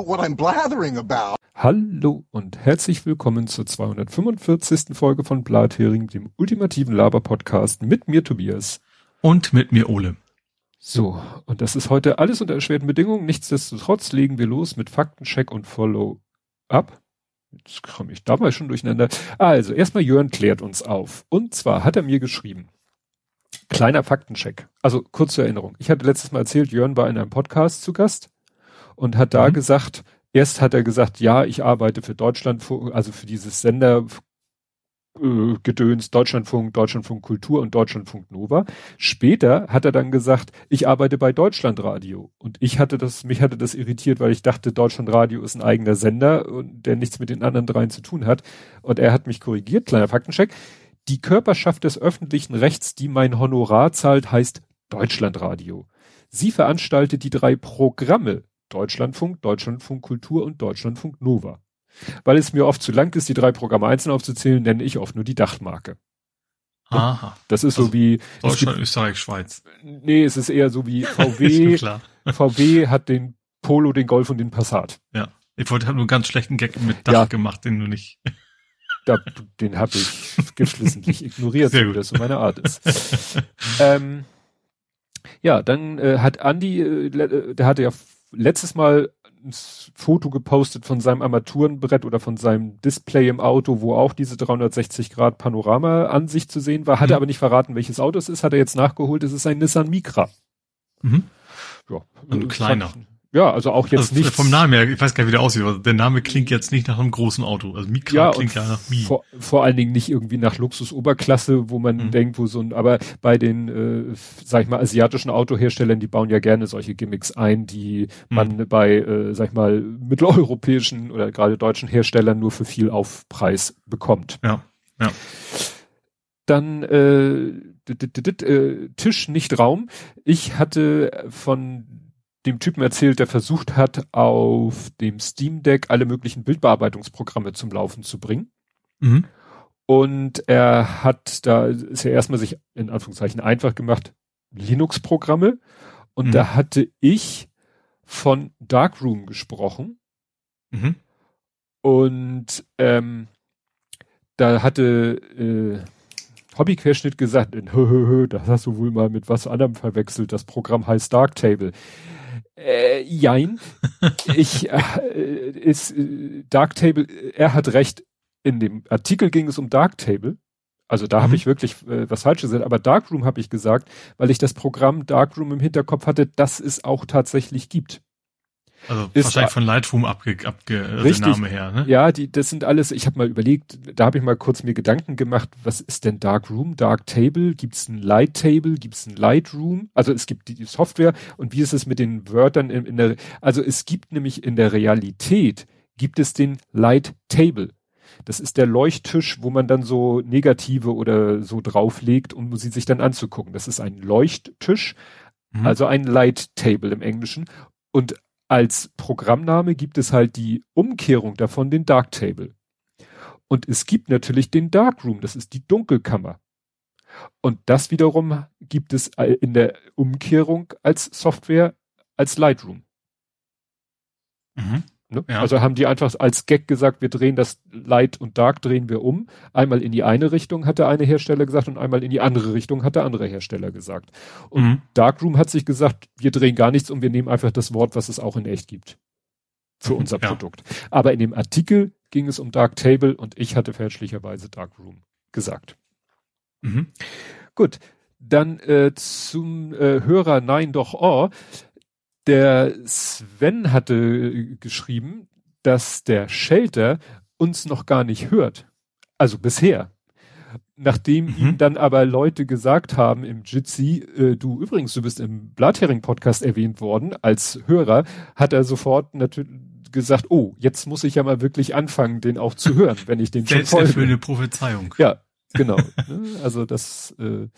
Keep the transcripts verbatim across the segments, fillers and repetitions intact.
what I'm blathering about. Hallo und herzlich willkommen zur zweihundertfünfundvierzigsten Folge von Blathering, dem ultimativen Laber-Podcast mit mir Tobias. Und mit mir Ole. So, und das ist heute alles unter erschwerten Bedingungen. Nichtsdestotrotz legen wir los mit Faktencheck und Follow-up. Jetzt komme ich dabei schon durcheinander. Also, erstmal Jörn klärt uns auf. Und zwar hat er mir geschrieben, kleiner Faktencheck. Also, kurz zur Erinnerung. Ich hatte letztes Mal erzählt, Jörn war in einem Podcast zu Gast und hat da mhm. gesagt, erst hat er gesagt, ja, ich arbeite für Deutschlandfunk, also für dieses Sender äh, Gedöns, Deutschlandfunk, Deutschlandfunk Kultur und Deutschlandfunk Nova. Später hat er dann gesagt, ich arbeite bei Deutschlandradio. Und ich hatte das, mich hatte das irritiert, weil ich dachte, Deutschlandradio ist ein eigener Sender, und der nichts mit den anderen dreien zu tun hat. Und er hat mich korrigiert, kleiner Faktencheck. Die Körperschaft des öffentlichen Rechts, die mein Honorar zahlt, heißt Deutschlandradio. Sie veranstaltet die drei Programme Deutschlandfunk, Deutschlandfunk Kultur und Deutschlandfunk Nova. Weil es mir oft zu lang ist, die drei Programme einzeln aufzuzählen, nenne ich oft nur die Dachmarke. Aha. Das ist also so wie Deutschland, gibt, Österreich, Schweiz. Nee, es ist eher so wie V W. Klar. V W hat den Polo, den Golf und den Passat. Ja. Ich wollte halt nur einen ganz schlechten Gag mit Dach ja. gemacht, den du nicht. Da, den habe ich geflissentlich ignoriert, so wie das so meine Art ist. ähm, ja, dann äh, hat Andi, äh, der hatte ja letztes Mal ein Foto gepostet von seinem Armaturenbrett oder von seinem Display im Auto, wo auch diese dreihundertsechzig Grad Panorama-Ansicht zu sehen war. Hat mhm. er aber nicht verraten, welches Auto es ist. Hat er jetzt nachgeholt. Es ist ein Nissan Micra. Mhm. Ja, und äh, kleiner. Fand, ja, also auch jetzt also nicht. Vom Namen her, ich weiß gar nicht, wie der aussieht, aber der Name klingt jetzt nicht nach einem großen Auto. Also Micra ja, klingt ja nach Mi. Vor, vor allen Dingen nicht irgendwie nach Luxus-Oberklasse, wo man mhm. denkt, wo so ein, aber bei den, äh, sag ich mal, asiatischen Autoherstellern, die bauen ja gerne solche Gimmicks ein, die mhm. man bei, äh, sag ich mal, mitteleuropäischen oder gerade deutschen Herstellern nur für viel Aufpreis bekommt. Ja, ja. Dann äh, äh, Tisch, nicht Raum. Ich hatte von dem Typen erzählt, der versucht hat, auf dem Steam Deck alle möglichen Bildbearbeitungsprogramme zum Laufen zu bringen. Mhm. Und er hat, da ist er erstmal sich in Anführungszeichen einfach gemacht, Linux-Programme. Und mhm. da hatte ich von Darkroom gesprochen. Mhm. Und ähm, da hatte äh, Hobbyquerschnitt gesagt, in, hö, hö, hö, das hast du wohl mal mit was anderem verwechselt. Das Programm heißt Darktable. Äh, jein. ich, äh, ist, äh, Darktable, er hat recht, in dem Artikel ging es um Darktable. Also da mhm. habe ich wirklich äh, was Falsches gesagt, aber Darkroom habe ich gesagt, weil ich das Programm Darkroom im Hinterkopf hatte, das es auch tatsächlich gibt. Also ist wahrscheinlich von Lightroom abge, abge richtig, der Name her, ne? Ja, die, das sind alles, ich habe mal überlegt, da habe ich mal kurz mir Gedanken gemacht, was ist denn Darkroom, Darktable, gibt's ein Lighttable, gibt's ein Lightroom, also es gibt die, die Software und wie ist es mit den Wörtern in, in der, also es gibt nämlich in der Realität, gibt es den Lighttable. Das ist der Leuchttisch, wo man dann so Negative oder so drauflegt, um sie sich dann anzugucken. Das ist ein Leuchttisch, mhm. also ein Lighttable im Englischen und als Programmname gibt es halt die Umkehrung davon, den Darktable. Und es gibt natürlich den Darkroom, das ist die Dunkelkammer. Und das wiederum gibt es in der Umkehrung als Software als Lightroom. Mhm. Ne? Ja. Also haben die einfach als Gag gesagt, wir drehen das Light und Dark drehen wir um. Einmal in die eine Richtung hat der eine Hersteller gesagt und einmal in die andere Richtung hat der andere Hersteller gesagt. Und mhm. Darkroom hat sich gesagt, wir drehen gar nichts um, wir nehmen einfach das Wort, was es auch in echt gibt. Für mhm, unser ja. Produkt. Aber in dem Artikel ging es um Darktable und ich hatte fälschlicherweise Darkroom gesagt. Mhm. Gut, dann äh, zum äh, Hörer Nein doch oh. Der Sven hatte geschrieben, dass der Shelter uns noch gar nicht hört. Also bisher. Nachdem mhm. ihm dann aber Leute gesagt haben im Jitsi, äh, du übrigens, du bist im Blathering-Podcast erwähnt worden als Hörer, hat er sofort natürlich gesagt, oh, jetzt muss ich ja mal wirklich anfangen, den auch zu hören, wenn ich den schon folge. Selbsterfüllende Prophezeiung. Ja, genau. Also das äh,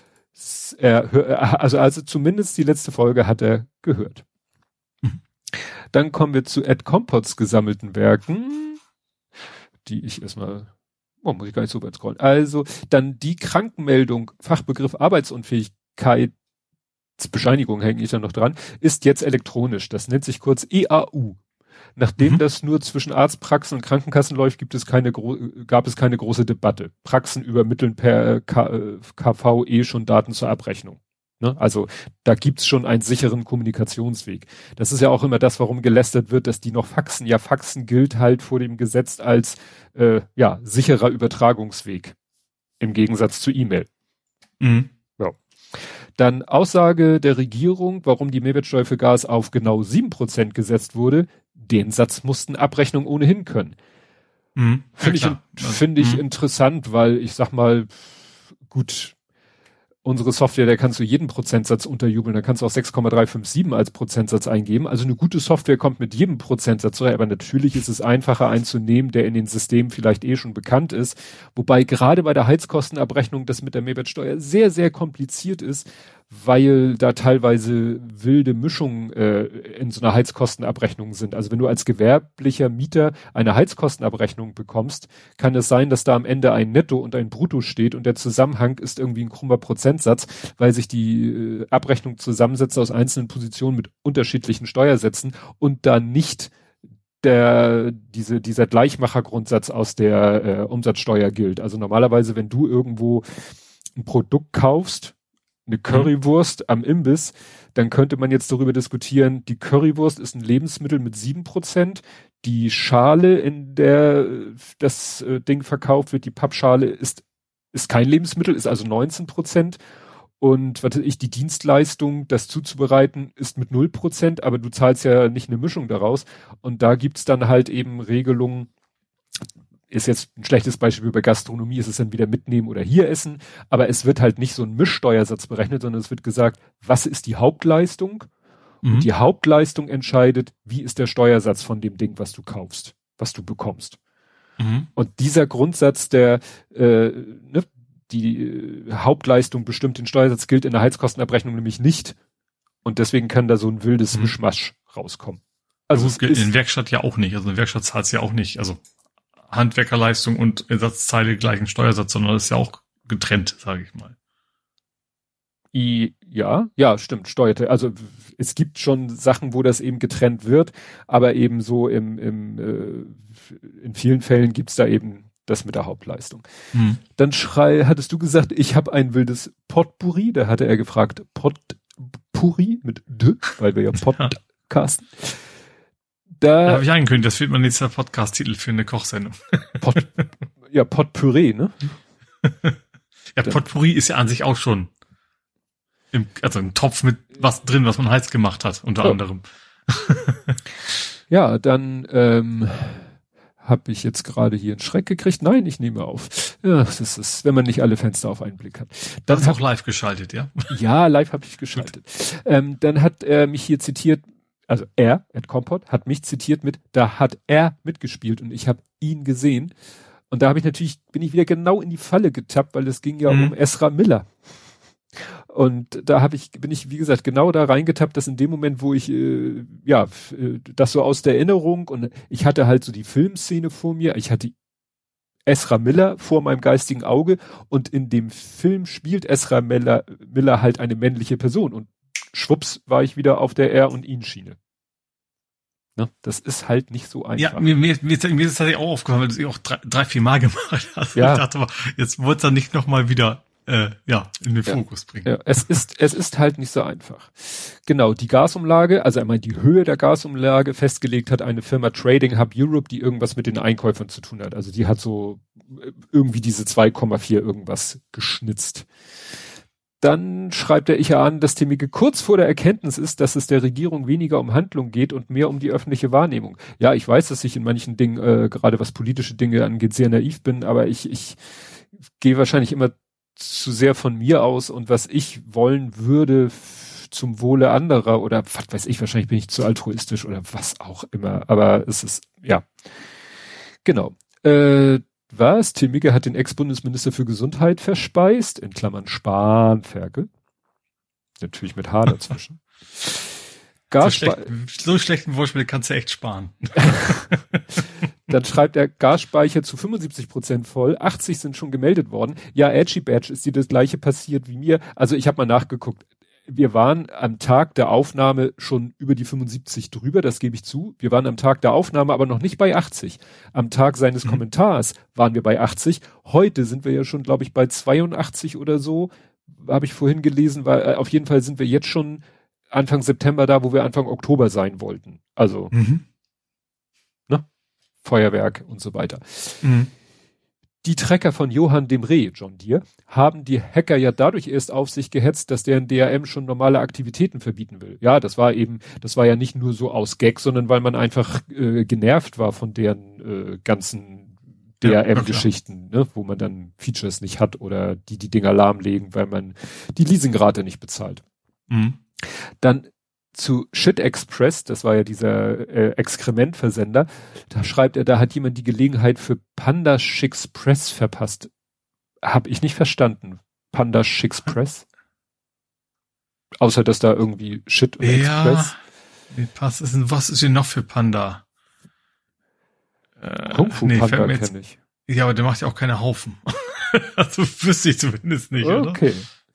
Er, also, also zumindest die letzte Folge hat er gehört. Mhm. Dann kommen wir zu Ed Compots gesammelten Werken, die ich erstmal, oh, muss ich gar nicht so weit scrollen. Also, dann die Krankenmeldung, Fachbegriff Arbeitsunfähigkeit, Bescheinigung hänge ich da noch dran, ist jetzt elektronisch. Das nennt sich kurz E A U. Nachdem Mhm. das nur zwischen Arztpraxen und Krankenkassen läuft, gibt es keine gro- gab es keine große Debatte. Praxen übermitteln per K, äh, K V eh schon Daten zur Abrechnung. Ne? Also da gibt's schon einen sicheren Kommunikationsweg. Das ist ja auch immer das, warum gelästert wird, dass die noch faxen. Ja, Faxen gilt halt vor dem Gesetz als äh, ja sicherer Übertragungsweg im Gegensatz zu E-Mail. Mhm. Ja. Dann Aussage der Regierung, warum die Mehrwertsteuer für Gas auf genau sieben Prozent gesetzt wurde. Den Satz mussten Abrechnungen ohnehin können. Mhm. Finde Ja, ich, klar. finde ich Mhm. interessant, weil ich sag mal, gut, unsere Software, der kannst du jeden Prozentsatz unterjubeln, da kannst du auch sechs Komma drei fünf sieben als Prozentsatz eingeben. Also eine gute Software kommt mit jedem Prozentsatz rein, aber natürlich ist es einfacher einzunehmen, der in den Systemen vielleicht eh schon bekannt ist. Wobei gerade bei der Heizkostenabrechnung das mit der Mehrwertsteuer sehr, sehr kompliziert ist, weil da teilweise wilde Mischungen äh, in so einer Heizkostenabrechnung sind. Also wenn du als gewerblicher Mieter eine Heizkostenabrechnung bekommst, kann es sein, dass da am Ende ein Netto und ein Brutto steht und der Zusammenhang ist irgendwie ein krummer Prozentsatz, weil sich die äh, Abrechnung zusammensetzt aus einzelnen Positionen mit unterschiedlichen Steuersätzen und da nicht der, diese, dieser Gleichmachergrundsatz aus der äh, Umsatzsteuer gilt. Also normalerweise, wenn du irgendwo ein Produkt kaufst, eine Currywurst am Imbiss, dann könnte man jetzt darüber diskutieren, die Currywurst ist ein Lebensmittel mit sieben Prozent, die Schale, in der das äh, Ding verkauft wird, die Pappschale ist, ist kein Lebensmittel, ist also neunzehn Prozent und was weiß ich, die Dienstleistung, das zuzubereiten, ist mit null Prozent, aber du zahlst ja nicht eine Mischung daraus und da gibt's dann halt eben Regelungen, ist jetzt ein schlechtes Beispiel bei Gastronomie, ist es dann wieder mitnehmen oder hier essen, aber es wird halt nicht so ein Mischsteuersatz berechnet, sondern es wird gesagt, was ist die Hauptleistung? Mhm. Und die Hauptleistung entscheidet, wie ist der Steuersatz von dem Ding, was du kaufst, was du bekommst. Mhm. Und dieser Grundsatz, der äh, ne, die äh, Hauptleistung bestimmt den Steuersatz, gilt in der Heizkostenabrechnung nämlich nicht. Und deswegen kann da so ein wildes Mhm. Mischmasch rauskommen. Also Also es in ist, der Werkstatt ja auch nicht. Also eine Werkstatt zahlt ja auch nicht. Also Handwerkerleistung und Ersatzteile gleichen Steuersatz, sondern das ist ja auch getrennt, sage ich mal. I, ja, ja, stimmt, steuerte. Also w- es gibt schon Sachen, wo das eben getrennt wird, aber eben so im, im äh, in vielen Fällen gibt's da eben das mit der Hauptleistung. Mhm. Dann schrei, hattest du gesagt, ich habe ein wildes Potpourri, da hatte er gefragt, Potpourri mit D, weil wir ja Podcasten. Da Da, habe ich angekündigt, das wird mein nächster Podcast-Titel für eine Kochsendung. Pot, ja, Potpüree, ne? Ja, Potpourri ist ja an sich auch schon im, also ein Topf mit was drin, was man heiß gemacht hat, unter Ja. anderem. Ja, dann ähm, habe ich jetzt gerade hier einen Schreck gekriegt. Nein, ich nehme auf. Ja, das ist, wenn man nicht alle Fenster auf einen Blick hat. Dann Das ist hat, auch live geschaltet, ja? ja, live habe ich geschaltet. Ähm, dann hat er mich hier zitiert, also er, Ed Kompott, hat mich zitiert mit, da hat er mitgespielt und ich habe ihn gesehen. Und da habe ich natürlich, bin ich wieder genau in die Falle getappt, weil es ging ja Mhm. um Ezra Miller. Und da habe ich, bin ich, wie gesagt, genau da reingetappt, dass in dem Moment, wo ich, äh, ja, f- äh, das so aus der Erinnerung und ich hatte halt so die Filmszene vor mir, ich hatte Ezra Miller vor meinem geistigen Auge und in dem Film spielt Ezra Miller, Miller halt eine männliche Person und schwupps war ich wieder auf der Er- und Ihn-Schiene. Ne? Das ist halt nicht so einfach. Ja, mir, mir, mir, ist- mir ist das tatsächlich auch aufgefallen, weil du es auch drei, drei, vier Mal gemacht hast. Ja. Ich dachte aber, jetzt wollte es dann nicht nochmal wieder äh, ja, in den Ja. Fokus bringen. Ja, es ist, es ist halt nicht so einfach. Genau, die Gasumlage, also er meint die Höhe der Gasumlage festgelegt hat eine Firma Trading Hub Europe, die irgendwas mit den Einkäufern zu tun hat. Also die hat so äh, irgendwie diese zwei Komma vier irgendwas geschnitzt. Dann schreibt er, ich erahne, dass Temmige kurz vor der Erkenntnis ist, dass es der Regierung weniger um Handlung geht und mehr um die öffentliche Wahrnehmung. Ja, ich weiß, dass ich in manchen Dingen, äh, gerade was politische Dinge angeht, sehr naiv bin, aber ich, ich gehe wahrscheinlich immer zu sehr von mir aus und was ich wollen würde f- zum Wohle anderer oder was weiß ich, wahrscheinlich bin ich zu altruistisch oder was auch immer, aber es ist, ja. Genau. Äh, was? Tim Micke hat den Ex-Bundesminister für Gesundheit verspeist, in Klammern Spahn, Ferkel. Natürlich mit H dazwischen. So, Gasspe schlecht, so schlechten Wortspiele kannst du echt sparen. Dann schreibt er, Gasspeicher zu fünfundsiebzig Prozent voll, achtzig sind schon gemeldet worden. Ja, Edgy Badge ist dir das gleiche passiert wie mir. Also ich habe mal nachgeguckt. wir waren am Tag der Aufnahme schon über die fünfundsiebzig drüber, das gebe ich zu. Wir waren am Tag der Aufnahme aber noch nicht bei achtzig. Am Tag seines mhm. Kommentars waren wir bei achtzig. Heute sind wir ja schon, glaube ich, bei zweiundachtzig oder so. Habe ich vorhin gelesen, weil äh, auf jeden Fall sind wir jetzt schon Anfang September da, wo wir Anfang Oktober sein wollten. Also, mhm. ne? Feuerwerk und so weiter. Mhm. Die Trecker von Johann Demre, John Deere, haben die Hacker ja dadurch erst auf sich gehetzt, dass deren D R M schon normale Aktivitäten verbieten will. Ja, das war eben, das war ja nicht nur so aus Gag, sondern weil man einfach äh, genervt war von deren äh, ganzen D R M-Geschichten, ja, ne, wo man dann Features nicht hat oder die die Dinger lahmlegen, weil man die Leasingrate nicht bezahlt. Mhm. Dann zu Shit Express, das war ja dieser äh, Exkrementversender, da schreibt er, da hat jemand die Gelegenheit für Panda Shixpress verpasst. Hab ich nicht verstanden. Panda Shixpress? Außer, dass da irgendwie Shit und ja, Express. Nee, passt. Was ist denn noch für Panda? Äh, Kung Fu nee, Panda kenne ich. Ja, aber der macht ja auch keine Haufen. Also wüsste ich zumindest nicht, okay. oder? Okay.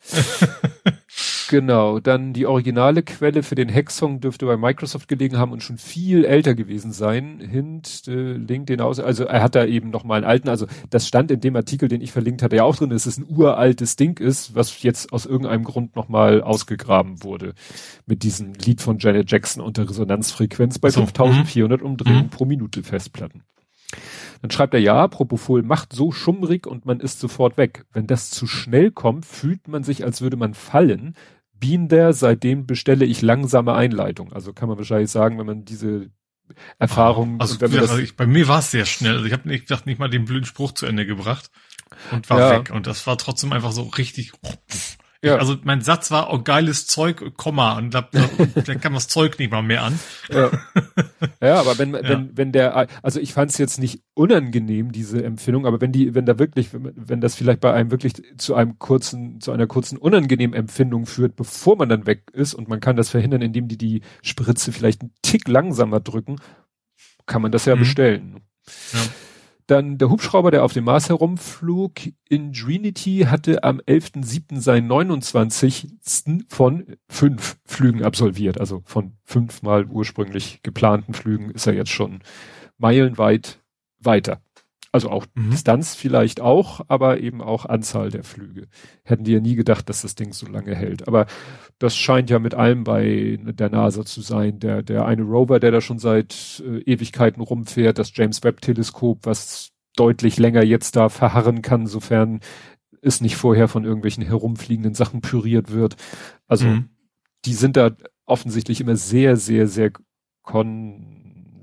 Genau, dann die originale Quelle für den Hacksong dürfte bei Microsoft gelegen haben und schon viel älter gewesen sein. Hint, äh, link den aus. Also er hat da eben noch mal einen alten, also das stand in dem Artikel, den ich verlinkt hatte, ja auch drin, dass es ein uraltes Ding ist, was jetzt aus irgendeinem Grund noch mal ausgegraben wurde. Mit diesem Lied von Janet Jackson unter Resonanzfrequenz bei so, fünftausendvierhundert Umdrehungen mhm. pro Minute Festplatten. Dann schreibt er, ja, Propofol macht so schummrig und man ist sofort weg. Wenn das zu schnell kommt, fühlt man sich, als würde man fallen. Bean there, seitdem bestelle ich langsame Einleitung. Also kann man wahrscheinlich sagen, wenn man diese Erfahrung... Also, und wenn man ja, das, also ich, bei mir war es sehr schnell. Also ich habe nicht, nicht mal den blöden Spruch zu Ende gebracht und war ja. weg. Und das war trotzdem einfach so richtig... Ja. Also mein Satz war, oh, geiles Zeug, Komma, und da, da, da kam das Zeug nicht mal mehr an. Ja, ja aber wenn, ja. wenn, wenn der, also ich fand es jetzt nicht unangenehm, diese Empfindung, aber wenn die, wenn da wirklich, wenn, wenn das vielleicht bei einem wirklich zu einem kurzen, zu einer kurzen unangenehmen Empfindung führt, bevor man dann weg ist und man kann das verhindern, indem die die Spritze vielleicht einen Tick langsamer drücken, kann man das ja mhm. bestellen. Ja. Dann der Hubschrauber, der auf dem Mars herumflog, Ingenuity hatte am elften siebten seinen neunundzwanzigsten von fünf Flügen absolviert. Also von fünfmal ursprünglich geplanten Flügen ist er jetzt schon meilenweit weiter. Also auch mhm. Distanz vielleicht auch, aber eben auch Anzahl der Flüge. Hätten die ja nie gedacht, dass das Ding so lange hält. Aber das scheint ja mit allem bei der NASA zu sein. Der, der eine Rover, der da schon seit äh, Ewigkeiten rumfährt, das James Webb Teleskop, was deutlich länger jetzt da verharren kann, sofern es nicht vorher von irgendwelchen herumfliegenden Sachen püriert wird. Also mhm. die sind da offensichtlich immer sehr, sehr, sehr kon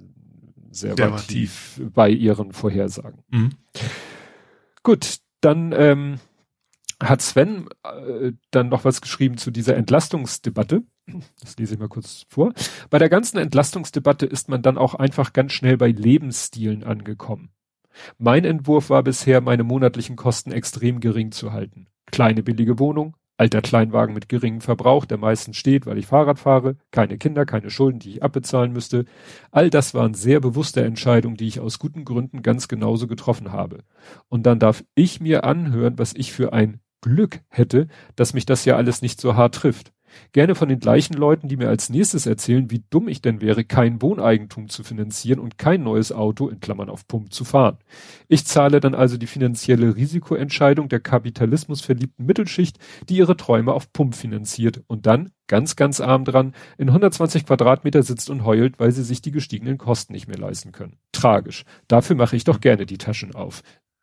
konservativ bei ihren Vorhersagen. Mhm. Gut, dann ähm, hat Sven äh, dann noch was geschrieben zu dieser Entlastungsdebatte. Das lese ich mal kurz vor. Bei der ganzen Entlastungsdebatte ist man dann auch einfach ganz schnell bei Lebensstilen angekommen. Mein Entwurf war bisher, meine monatlichen Kosten extrem gering zu halten. Kleine billige Wohnung, alter Kleinwagen mit geringem Verbrauch, der meistens steht, weil ich Fahrrad fahre, keine Kinder, keine Schulden, die ich abbezahlen müsste. All das waren sehr bewusste Entscheidungen, die ich aus guten Gründen ganz genauso getroffen habe. Und dann darf ich mir anhören, was ich für ein Glück hätte, dass mich das ja alles nicht so hart trifft. Gerne von den gleichen Leuten, die mir als nächstes erzählen, wie dumm ich denn wäre, kein Wohneigentum zu finanzieren und kein neues Auto, in Klammern auf Pump, zu fahren. Ich zahle dann also die finanzielle Risikoentscheidung der kapitalismusverliebten Mittelschicht, die ihre Träume auf Pump finanziert und dann, ganz, ganz arm dran, in hundertzwanzig Quadratmeter sitzt und heult, weil sie sich die gestiegenen Kosten nicht mehr leisten können. Tragisch. Dafür mache ich doch gerne die Taschen auf.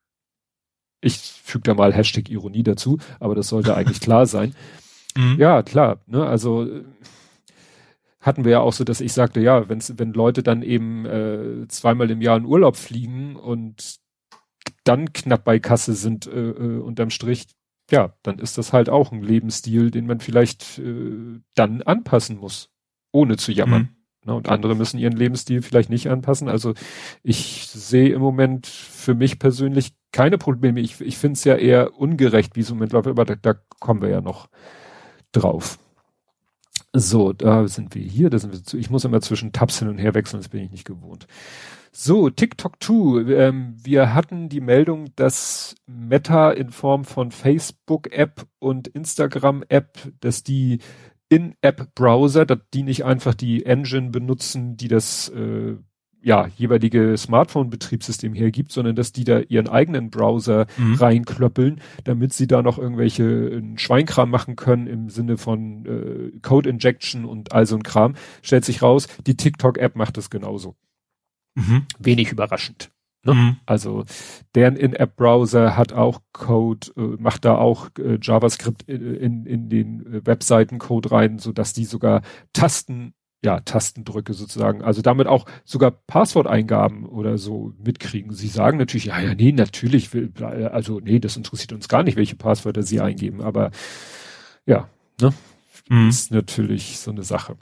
Ich füge da mal Hashtag Ironie dazu, aber das sollte eigentlich klar sein. Mhm. Ja, klar, ne, also hatten wir ja auch so, dass ich sagte, ja, wenn's, wenn Leute dann eben äh, zweimal im Jahr in Urlaub fliegen und dann knapp bei Kasse sind äh, äh, unterm Strich, ja, dann ist das halt auch ein Lebensstil, den man vielleicht äh, dann anpassen muss, ohne zu jammern. Mhm. Ne, und andere müssen ihren Lebensstil vielleicht nicht anpassen. Also ich sehe im Moment für mich persönlich keine Probleme. Ich, ich finde es ja eher ungerecht, wie es im Moment läuft, aber da, da kommen wir ja noch drauf. So, da sind wir hier, da sind wir zu. Ich muss immer zwischen Tabs hin und her wechseln, das bin ich nicht gewohnt. So, TikTok zwei. Ähm, wir hatten die Meldung, dass Meta in Form von Facebook-App und Instagram-App, dass die In-App-Browser, dass die nicht einfach die Engine benutzen, die das äh, ja jeweilige Smartphone-Betriebssystem hergibt, sondern dass die da ihren eigenen Browser mhm. reinklöppeln, damit sie da noch irgendwelche äh, Schweinkram machen können im Sinne von äh, Code-Injection und all so ein Kram. Stellt sich raus, die TikTok-App macht das genauso. Mhm. Wenig überraschend. Ne? Mhm. Also deren In-App-Browser hat auch Code, äh, macht da auch äh, JavaScript in, in, in den äh, Webseiten-Code rein, so dass die sogar Tasten ja, Tastendrücke sozusagen, also damit auch sogar Passworteingaben oder so mitkriegen. Sie sagen natürlich, ja, ja, nee, natürlich, will, also nee, das interessiert uns gar nicht, welche Passwörter sie eingeben, aber ja, ne, mhm. ist natürlich so eine Sache.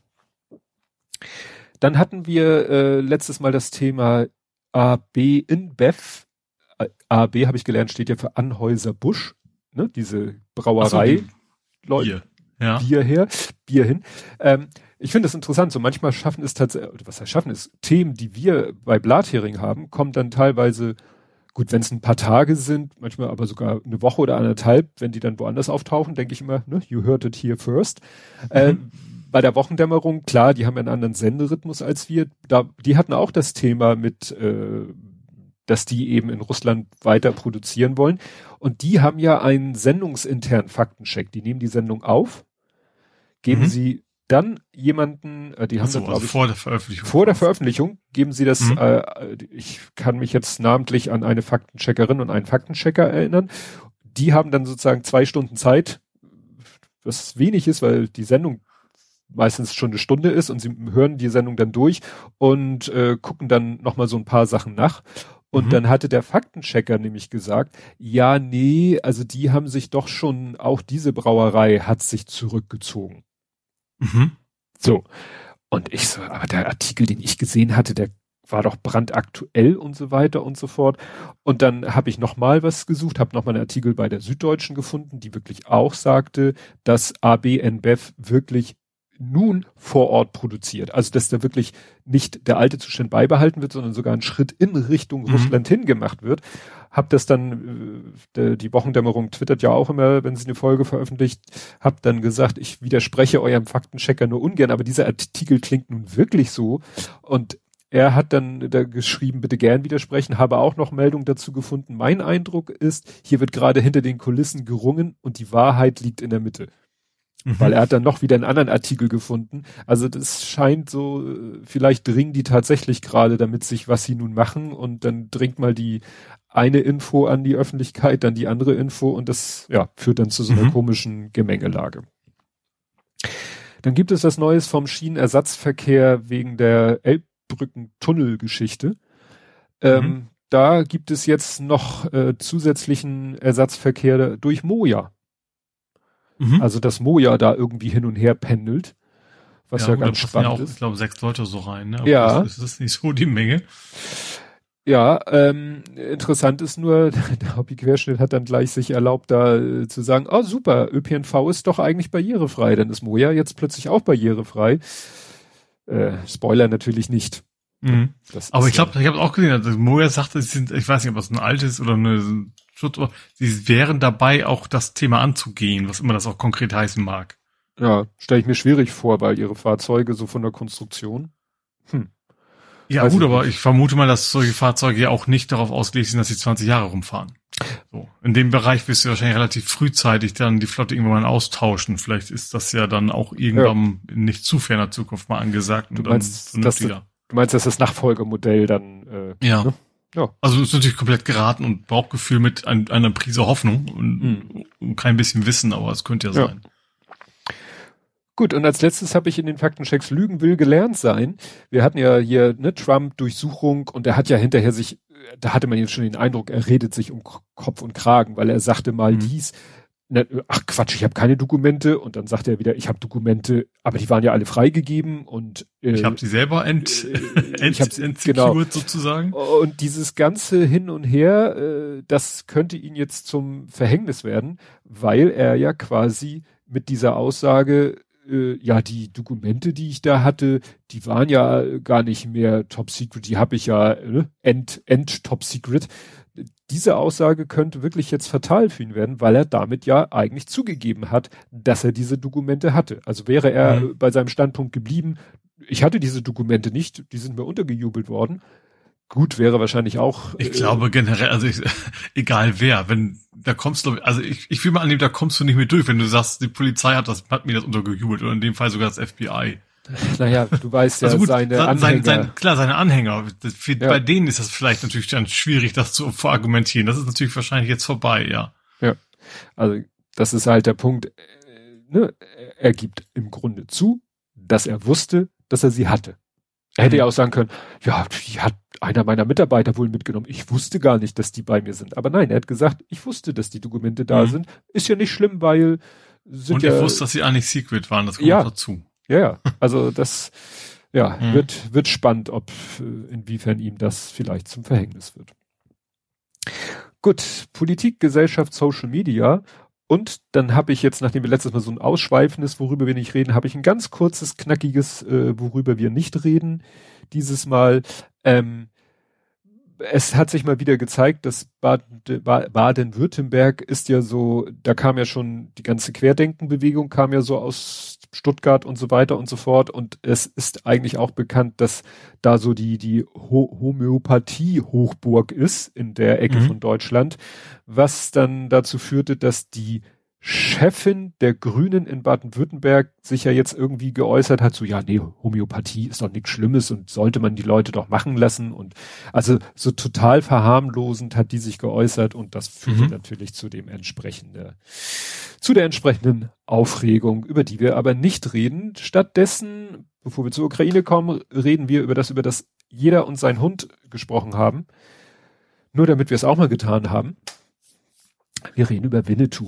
Dann hatten wir äh, letztes Mal das Thema A B InBev. A B habe ich gelernt, steht ja für Anheuser-Busch, ne, diese Brauerei. So, Bier. Ja. Bier her, Bier hin. Ähm, ich finde das interessant, so manchmal schaffen es tatsächlich, was heißt schaffen es, Themen, die wir bei Blathering haben, kommen dann teilweise, gut, wenn es ein paar Tage sind, manchmal aber sogar eine Woche oder anderthalb, wenn die dann woanders auftauchen, denke ich immer, ne, you heard it here first. Mhm. Ähm, bei der Wochendämmerung, klar, die haben einen anderen Senderhythmus als wir, da, die hatten auch das Thema mit, äh, dass die eben in Russland weiter produzieren wollen. Und die haben ja einen sendungsinternen Faktencheck. Die nehmen die Sendung auf, geben mhm. sie dann jemanden, äh, die haben so, dann, glaube also ich, vor der Veröffentlichung. Vor der Veröffentlichung geben sie das, mhm. äh, ich kann mich jetzt namentlich an eine Faktencheckerin und einen Faktenchecker erinnern. Die haben dann sozusagen zwei Stunden Zeit, was wenig ist, weil die Sendung meistens schon eine Stunde ist und sie hören die Sendung dann durch und äh, gucken dann nochmal so ein paar Sachen nach. Und mhm. dann hatte der Faktenchecker nämlich gesagt, ja, nee, also die haben sich doch schon, auch diese Brauerei hat sich zurückgezogen. Mhm. So. Und ich so, aber der Artikel, den ich gesehen hatte, der war doch brandaktuell und so weiter und so fort. Und dann habe ich nochmal was gesucht, habe nochmal einen Artikel bei der Süddeutschen gefunden, die wirklich auch sagte, dass A B InBev wirklich nun vor Ort produziert. Also, dass da wirklich nicht der alte Zustand beibehalten wird, sondern sogar ein Schritt in Richtung mhm. Russland hingemacht wird. Hab das dann, äh, die Wochendämmerung twittert ja auch immer, wenn sie eine Folge veröffentlicht, hab dann gesagt, ich widerspreche eurem Faktenchecker nur ungern, aber dieser Artikel klingt nun wirklich so. Und er hat dann da geschrieben, bitte gern widersprechen, habe auch noch Meldung dazu gefunden. Mein Eindruck ist, hier wird gerade hinter den Kulissen gerungen und die Wahrheit liegt in der Mitte. Mhm. Weil er hat dann noch wieder einen anderen Artikel gefunden. Also das scheint so, vielleicht dringen die tatsächlich gerade damit sich, was sie nun machen, und dann dringt mal die eine Info an die Öffentlichkeit, dann die andere Info, und das ja führt dann zu so einer mhm. komischen Gemengelage. Dann gibt es was Neues vom Schienenersatzverkehr wegen der Elbbrückentunnelgeschichte. Mhm. Ähm, da gibt es jetzt noch äh, zusätzlichen Ersatzverkehr durch Moja. Also, dass Moja da irgendwie hin und her pendelt, was ja, ja ganz spannend ja auch, ist. Ich glaube, sechs Leute so rein, ne? Aber ja. Das ist nicht so die Menge. Ja, ähm, interessant ist nur, der Hobbyquerschnitt hat dann gleich sich erlaubt, da äh, zu sagen, oh super, Ö P N V ist doch eigentlich barrierefrei, dann ist Moja jetzt plötzlich auch barrierefrei. Äh, Spoiler natürlich nicht. Mhm. Aber ich glaube, ich habe auch gesehen, dass Moja sagte, sie sind, ich weiß nicht, ob das ein altes oder eine Schutz, sie wären dabei, auch das Thema anzugehen, was immer das auch konkret heißen mag. Ja, stelle ich mir schwierig vor, weil ihre Fahrzeuge so von der Konstruktion. Hm. Ja, weiß gut, aber ich vermute mal, dass solche Fahrzeuge ja auch nicht darauf ausgelegt sind, dass sie zwanzig Jahre rumfahren. So. In dem Bereich wirst du wahrscheinlich relativ frühzeitig dann die Flotte irgendwann austauschen. Vielleicht ist das ja dann auch irgendwann ja. in nicht zu ferner Zukunft mal angesagt. Und du meinst, dann dass du, du meinst, dass das Nachfolgemodell dann, äh, ja. Ne? Ja. Also ist natürlich komplett geraten und Bauchgefühl mit ein, einer Prise Hoffnung und, mhm. und kein bisschen Wissen, aber es könnte ja, ja sein. Gut, und als letztes habe ich in den Faktenchecks Lügen will gelernt sein. Wir hatten ja hier ne Trump Durchsuchung, und er hat ja hinterher sich, da hatte man jetzt schon den Eindruck, er redet sich um Kopf und Kragen, weil er sagte mal mhm. dies, ne, ach Quatsch, ich habe keine Dokumente, und dann sagt er wieder, ich habe Dokumente, aber die waren ja alle freigegeben, und äh, ich habe sie selber ent, äh, ent, ent ent genau. sozusagen. Und dieses ganze Hin und Her, äh, das könnte ihn jetzt zum Verhängnis werden, weil er ja quasi mit dieser Aussage, äh, ja, die Dokumente, die ich da hatte, die waren ja gar nicht mehr Top Secret, die habe ich ja äh, end, end Top Secret. diese Aussage könnte wirklich jetzt fatal für ihn werden, weil er damit ja eigentlich zugegeben hat, dass er diese Dokumente hatte. Also wäre er mhm. bei seinem Standpunkt geblieben, ich hatte diese Dokumente nicht, die sind mir untergejubelt worden. Gut, wäre wahrscheinlich auch. Ich äh, glaube generell, also ich, egal wer, wenn, da kommst du, also ich, ich will mal annehmen, da kommst du nicht mehr durch, wenn du sagst, die Polizei hat das, hat mir das untergejubelt oder in dem Fall sogar das F B I. Naja, du weißt ja, also gut, seine sein, Anhänger. Sein, klar, seine Anhänger. Das, für, ja. Bei denen ist das vielleicht natürlich dann schwierig, das zu verargumentieren. Das ist natürlich wahrscheinlich jetzt vorbei, ja. Ja, also das ist halt der Punkt, äh, ne? Er gibt im Grunde zu, dass er wusste, dass er sie hatte. Er hätte ja auch sagen können, ja, die hat einer meiner Mitarbeiter wohl mitgenommen. Ich wusste gar nicht, dass die bei mir sind. Aber nein, er hat gesagt, ich wusste, dass die Dokumente da mhm. sind. Ist ja nicht schlimm, weil sind Und ja... er wusste, dass sie eigentlich Secret waren, das kommt ja, dazu. Ja, ja, also das ja, mhm. wird, wird spannend, ob inwiefern ihm das vielleicht zum Verhängnis wird. Gut, Politik, Gesellschaft, Social Media. Und dann habe ich jetzt, nachdem wir letztes Mal so ein ausschweifendes, worüber wir nicht reden, habe ich ein ganz kurzes, knackiges, äh, worüber wir nicht reden. Dieses Mal, ähm, es hat sich mal wieder gezeigt, dass Baden, Baden-Württemberg ist ja so, da kam ja schon die ganze Querdenkenbewegung, kam ja so aus Stuttgart und so weiter und so fort. Und es ist eigentlich auch bekannt, dass da so die, die Ho- Homöopathie-Hochburg ist in der Ecke mhm. von Deutschland, was dann dazu führte, dass die Chefin der Grünen in Baden-Württemberg sich ja jetzt irgendwie geäußert hat, so, ja, nee, Homöopathie ist doch nichts Schlimmes und sollte man die Leute doch machen lassen und also so total verharmlosend hat die sich geäußert und das führte mhm. natürlich zu dem entsprechenden, zu der entsprechenden Aufregung, über die wir aber nicht reden. Stattdessen, bevor wir zur Ukraine kommen, reden wir über das, über das jeder und sein Hund gesprochen haben. Nur damit wir es auch mal getan haben. Wir reden über Winnetou.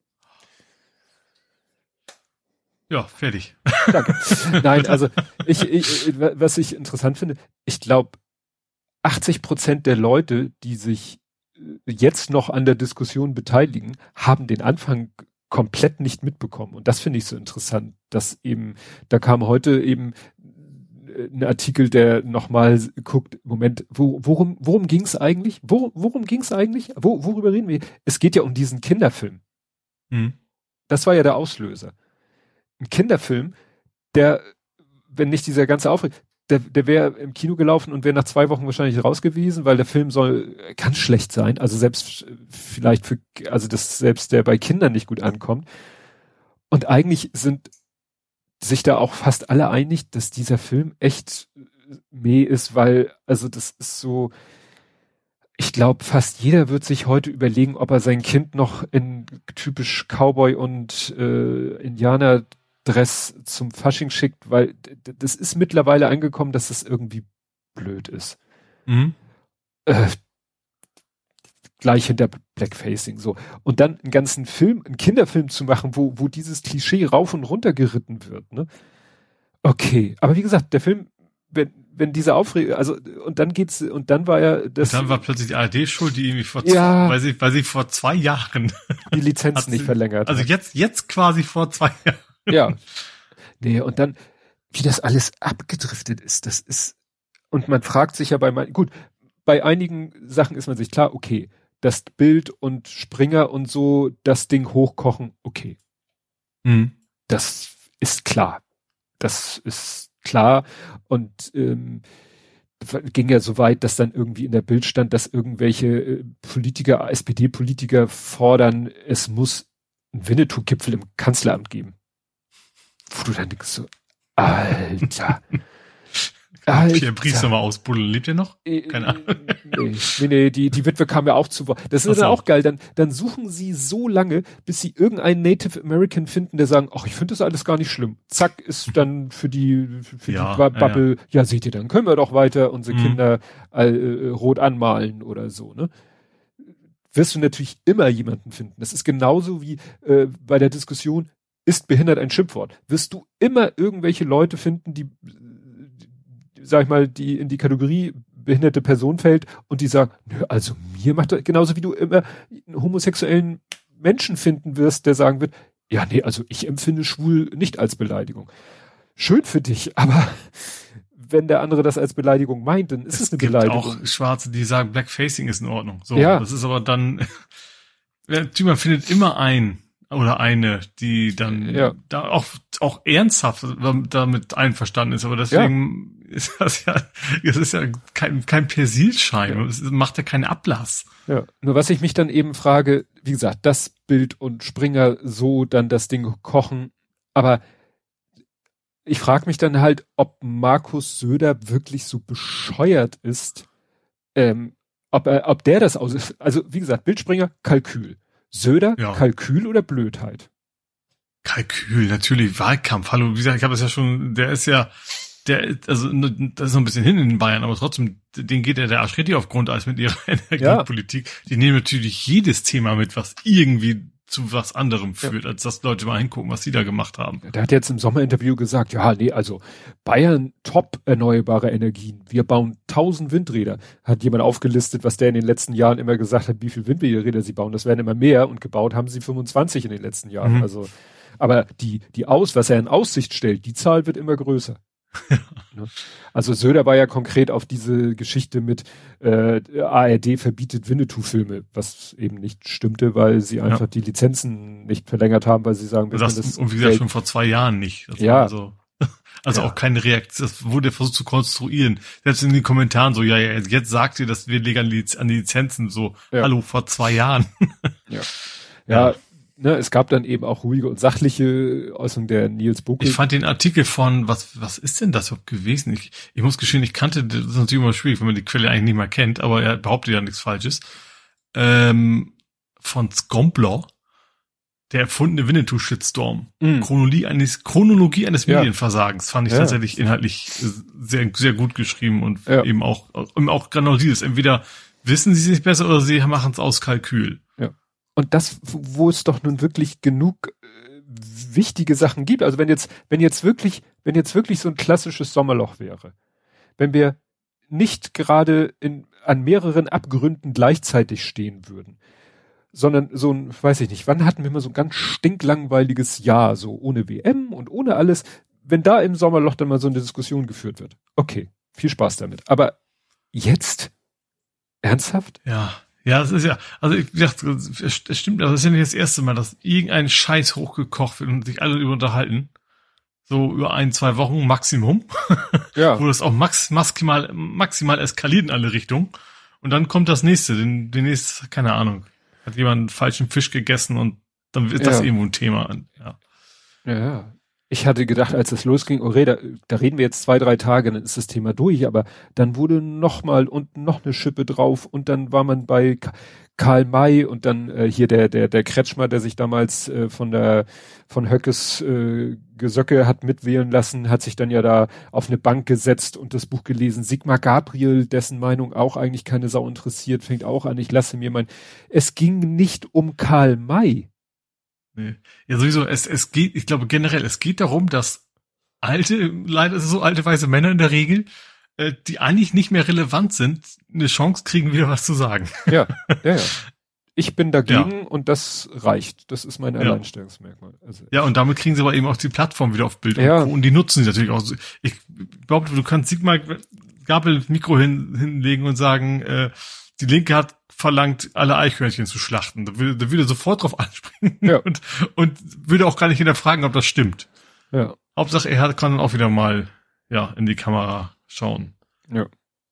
Ja, fertig. Danke. Nein, also ich, ich, was ich interessant finde, ich glaube, achtzig Prozent der Leute, die sich jetzt noch an der Diskussion beteiligen, haben den Anfang komplett nicht mitbekommen. Und das finde ich so interessant, dass eben, da kam heute eben ein Artikel, der nochmal guckt, Moment, wo, worum, worum ging es eigentlich? Wo, worum ging es eigentlich? Wo, worüber reden wir? Es geht ja um diesen Kinderfilm. Mhm. Das war ja der Auslöser. Ein Kinderfilm, der, wenn nicht dieser ganze Aufregung, der, der wäre im Kino gelaufen und wäre nach zwei Wochen wahrscheinlich raus gewesen, weil der Film soll ganz schlecht sein. Also selbst vielleicht für, also das selbst der bei Kindern nicht gut ankommt. Und eigentlich sind sich da auch fast alle einig, dass dieser Film echt meh ist, weil, also das ist so, ich glaube, fast jeder wird sich heute überlegen, ob er sein Kind noch in typisch Cowboy und äh, Indianer Dress zum Fasching schickt, weil das ist mittlerweile angekommen, dass das irgendwie blöd ist. Mhm. Äh, gleich hinter Blackfacing so. Und dann einen ganzen Film, einen Kinderfilm zu machen, wo, wo dieses Klischee rauf und runter geritten wird, ne? Okay. Aber wie gesagt, der Film, wenn, wenn diese Aufregung, also, und dann geht's, und dann war ja das. Und dann war plötzlich die A R D schuld, die irgendwie vor ja, zwei, weil sie, weil sie vor zwei Jahren die Lizenz nicht sie, verlängert Also hat. jetzt, jetzt quasi vor zwei Jahren. Ja. Nee, und dann, wie das alles abgedriftet ist, das ist, und man fragt sich ja bei, mein, gut, bei einigen Sachen ist man sich klar, okay, das Bild und Springer und so, das Ding hochkochen, okay. Mhm. Das ist klar. Das ist klar. Und ähm, ging ja so weit, dass dann irgendwie in der Bild stand, dass irgendwelche äh, Politiker, S P D-Politiker fordern, es muss einen Winnetou-Gipfel im Kanzleramt geben. Wo du dann denkst so, Alter. Alter. Pierre Brice nochmal ausbuddeln. Lebt ihr noch? Keine Ahnung. Nee, nee, nee, die, die Witwe kam ja auch zu Wort. Das ist dann auch geil. Dann, dann suchen sie so lange, bis sie irgendeinen Native American finden, der sagen, ach, ich finde das alles gar nicht schlimm. Zack, ist dann für die, für ja, die Bubble, ja, ja. ja, seht ihr, dann können wir doch weiter unsere mhm. Kinder äh, rot anmalen oder so, ne? Wirst du natürlich immer jemanden finden. Das ist genauso wie äh, bei der Diskussion, ist behindert ein Schimpfwort? Wirst du immer irgendwelche Leute finden, die, sag ich mal, die in die Kategorie behinderte Person fällt und die sagen, nö, also mir macht das, genauso wie du immer einen homosexuellen Menschen finden wirst, der sagen wird, ja, nee, also ich empfinde schwul nicht als Beleidigung. Schön für dich, aber wenn der andere das als Beleidigung meint, dann ist es, es eine gibt Beleidigung. Auch Schwarze, die sagen, Blackfacing ist in Ordnung. So, ja. Das ist aber dann, der Typ findet immer einen oder eine, die dann ja. da auch, auch ernsthaft damit einverstanden ist. Aber deswegen ja. ist das ja, das ist ja kein, kein Persilschein. Ja. Es macht ja keinen Ablass. Ja. Nur was ich mich dann eben frage, wie gesagt, das Bild und Springer so dann das Ding kochen. Aber ich frage mich dann halt, ob Markus Söder wirklich so bescheuert ist, ähm, ob er, ob der das aus, also wie gesagt, Bildspringer, Kalkül. Söder, ja. Kalkül oder Blödheit? Kalkül, natürlich, Wahlkampf. Hallo, wie gesagt, ich habe es ja schon, der ist ja, der, also das ist noch ein bisschen hin in Bayern, aber trotzdem, denen geht ja der Arsch richtig auf Grundeis mit ihrer Energiepolitik. Ja. Die nehmen natürlich jedes Thema mit, was irgendwie zu was anderem führt, ja. als dass Leute mal hingucken, was sie da gemacht haben. Der hat jetzt im Sommerinterview gesagt, ja, nee, also Bayern top erneuerbare Energien. Wir bauen tausend Windräder. Hat jemand aufgelistet, was der in den letzten Jahren immer gesagt hat, wie viel Windräder sie bauen. Das werden immer mehr und gebaut haben sie fünfundzwanzig in den letzten Jahren. Mhm. Also, aber die, die aus, was er in Aussicht stellt, die Zahl wird immer größer. Ja. Also Söder war ja konkret auf diese Geschichte mit äh, A R D verbietet Winnetou-Filme, was eben nicht stimmte, weil sie einfach ja. die Lizenzen nicht verlängert haben, weil sie sagen, wir das, das und wie gesagt Geld schon vor zwei Jahren nicht. Das ja. Also, also ja. auch keine Reaktion, das wurde versucht zu konstruieren. Selbst in den Kommentaren so, ja, ja, jetzt sagt ihr, dass wir legal an die Lizenzen so, ja. hallo, vor zwei Jahren. Ja. Ja. ja. Ne, es gab dann eben auch ruhige und sachliche Äußerungen der Nils Buckel. Ich fand den Artikel von, was was ist denn das überhaupt gewesen? Ich, ich muss gestehen, ich kannte, das ist natürlich immer schwierig, wenn man die Quelle eigentlich nicht mehr kennt, aber er behauptet ja nichts Falsches. Ähm, von Scombler, der erfundene Winnetou-Shitstorm. Mm. Chronologie eines, Chronologie eines ja. Medienversagens fand ich ja. tatsächlich inhaltlich sehr sehr gut geschrieben und ja. eben auch, eben auch genau dieses. Entweder wissen sie es nicht besser oder sie machen es aus Kalkül. Ja. Und das, wo es doch nun wirklich genug äh, wichtige Sachen gibt. Also wenn jetzt, wenn jetzt wirklich, wenn jetzt wirklich so ein klassisches Sommerloch wäre, wenn wir nicht gerade in, an mehreren Abgründen gleichzeitig stehen würden, sondern so ein, weiß ich nicht, wann hatten wir mal so ein ganz stinklangweiliges Jahr, so ohne W M und ohne alles, wenn da im Sommerloch dann mal so eine Diskussion geführt wird. Okay, viel Spaß damit. Aber jetzt? Ernsthaft? Ja. Ja, es ist ja, also ich dachte, es stimmt, das ist ja nicht das erste Mal, dass irgendein Scheiß hochgekocht wird und sich alle über unterhalten. So über ein, zwei Wochen Maximum. Ja. Wo das auch max, maximal, maximal eskaliert in alle Richtungen. Und dann kommt das nächste, den, den nächste, keine Ahnung. Hat jemand einen falschen Fisch gegessen und dann wird das ja. irgendwo ein Thema. Ja. Ja. Ich hatte gedacht, als es losging, oh, da, da reden wir jetzt zwei, drei Tage, dann ist das Thema durch, aber dann wurde noch mal und noch eine Schippe drauf und dann war man bei Karl May und dann äh, hier der der der Kretschmer, der sich damals äh, von der von Höckes äh, Gesöcke hat mitwählen lassen, hat sich dann ja da auf eine Bank gesetzt und das Buch gelesen. Sigmar Gabriel, dessen Meinung auch eigentlich keine Sau interessiert, fängt auch an, ich lasse mir mein, es ging nicht um Karl May. Nee. Ja, sowieso, es, es geht, ich glaube generell, es geht darum, dass alte, leider ist es so alte weiße Männer in der Regel, äh, die eigentlich nicht mehr relevant sind, eine Chance kriegen, wieder was zu sagen. Ja, ja, ja. Ich bin dagegen ja. und das reicht. Das ist mein Alleinstellungsmerkmal. Also ja, und damit kriegen sie aber eben auch die Plattform wieder auf Bild ja. und, und die nutzen sie natürlich auch. Ich glaube, du kannst Sigmar Gabriel Mikro hin, hinlegen und sagen, äh, die Linke hat verlangt, alle Eichhörnchen zu schlachten. Da würde, da würde sofort drauf anspringen ja. und, und würde auch gar nicht hinterfragen, ob das stimmt. Ja. Hauptsache, er kann dann auch wieder mal, ja, in die Kamera schauen. Ja.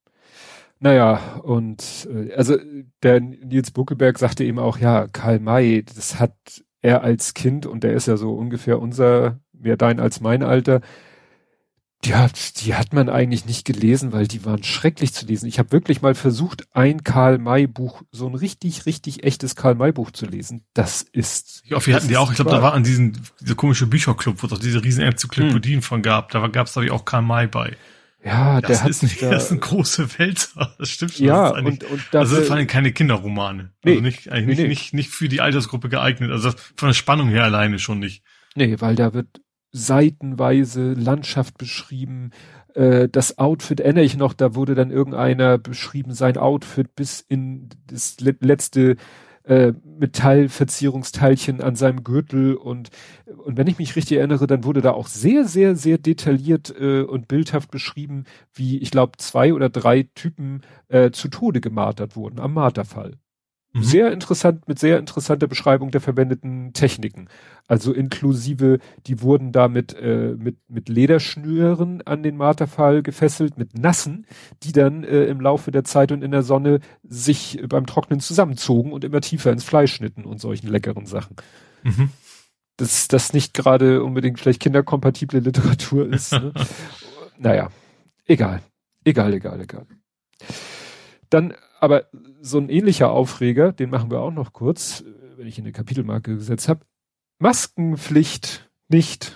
Naja, und, äh, also, der Nils Buckelberg sagte eben auch, ja, Karl May, das hat er als Kind, und der ist ja so ungefähr unser, mehr dein als mein Alter, Die hat, die hat man eigentlich nicht gelesen, weil die waren schrecklich zu lesen. Ich habe wirklich mal versucht, ein Karl-May-Buch, so ein richtig, richtig echtes Karl-May-Buch zu lesen. Das ist... Ja, wir hatten die auch, ich glaube, da war an diesen, dieser komische Bücherclub, wo es auch diese riesen Enzyklopädien hm. von gab. Da gab es, glaube ich, auch Karl-May bei. Ja, das der hat ist nicht, da, das ist eine große Welt. Das stimmt schon. Ja, das und, und dafür, also das waren keine Kinderromane. Nee, also nicht, eigentlich nee, nicht, nicht, nicht für die Altersgruppe geeignet. Also das, von der Spannung her alleine schon nicht. Nee, weil da wird seitenweise Landschaft beschrieben. Äh, das Outfit erinnere ich noch, da wurde dann irgendeiner beschrieben, sein Outfit bis in das le- letzte äh, Metallverzierungsteilchen an seinem Gürtel und und wenn ich mich richtig erinnere, dann wurde da auch sehr, sehr, sehr detailliert äh, und bildhaft beschrieben, wie, ich glaube, zwei oder drei Typen äh, zu Tode gemartert wurden am Marterfall. Mhm. Sehr interessant, mit sehr interessanter Beschreibung der verwendeten Techniken. Also inklusive, die wurden da mit, äh, mit, mit Lederschnüren an den Marterpfahl gefesselt, mit nassen, die dann äh, im Laufe der Zeit und in der Sonne sich beim Trocknen zusammenzogen und immer tiefer ins Fleisch schnitten und solchen leckeren Sachen. Mhm. Dass das nicht gerade unbedingt vielleicht kinderkompatible Literatur ist. Ne? Naja, egal. Egal, egal, egal. Dann aber so ein ähnlicher Aufreger, den machen wir auch noch kurz, wenn ich in eine Kapitelmarke gesetzt habe. Maskenpflicht nicht.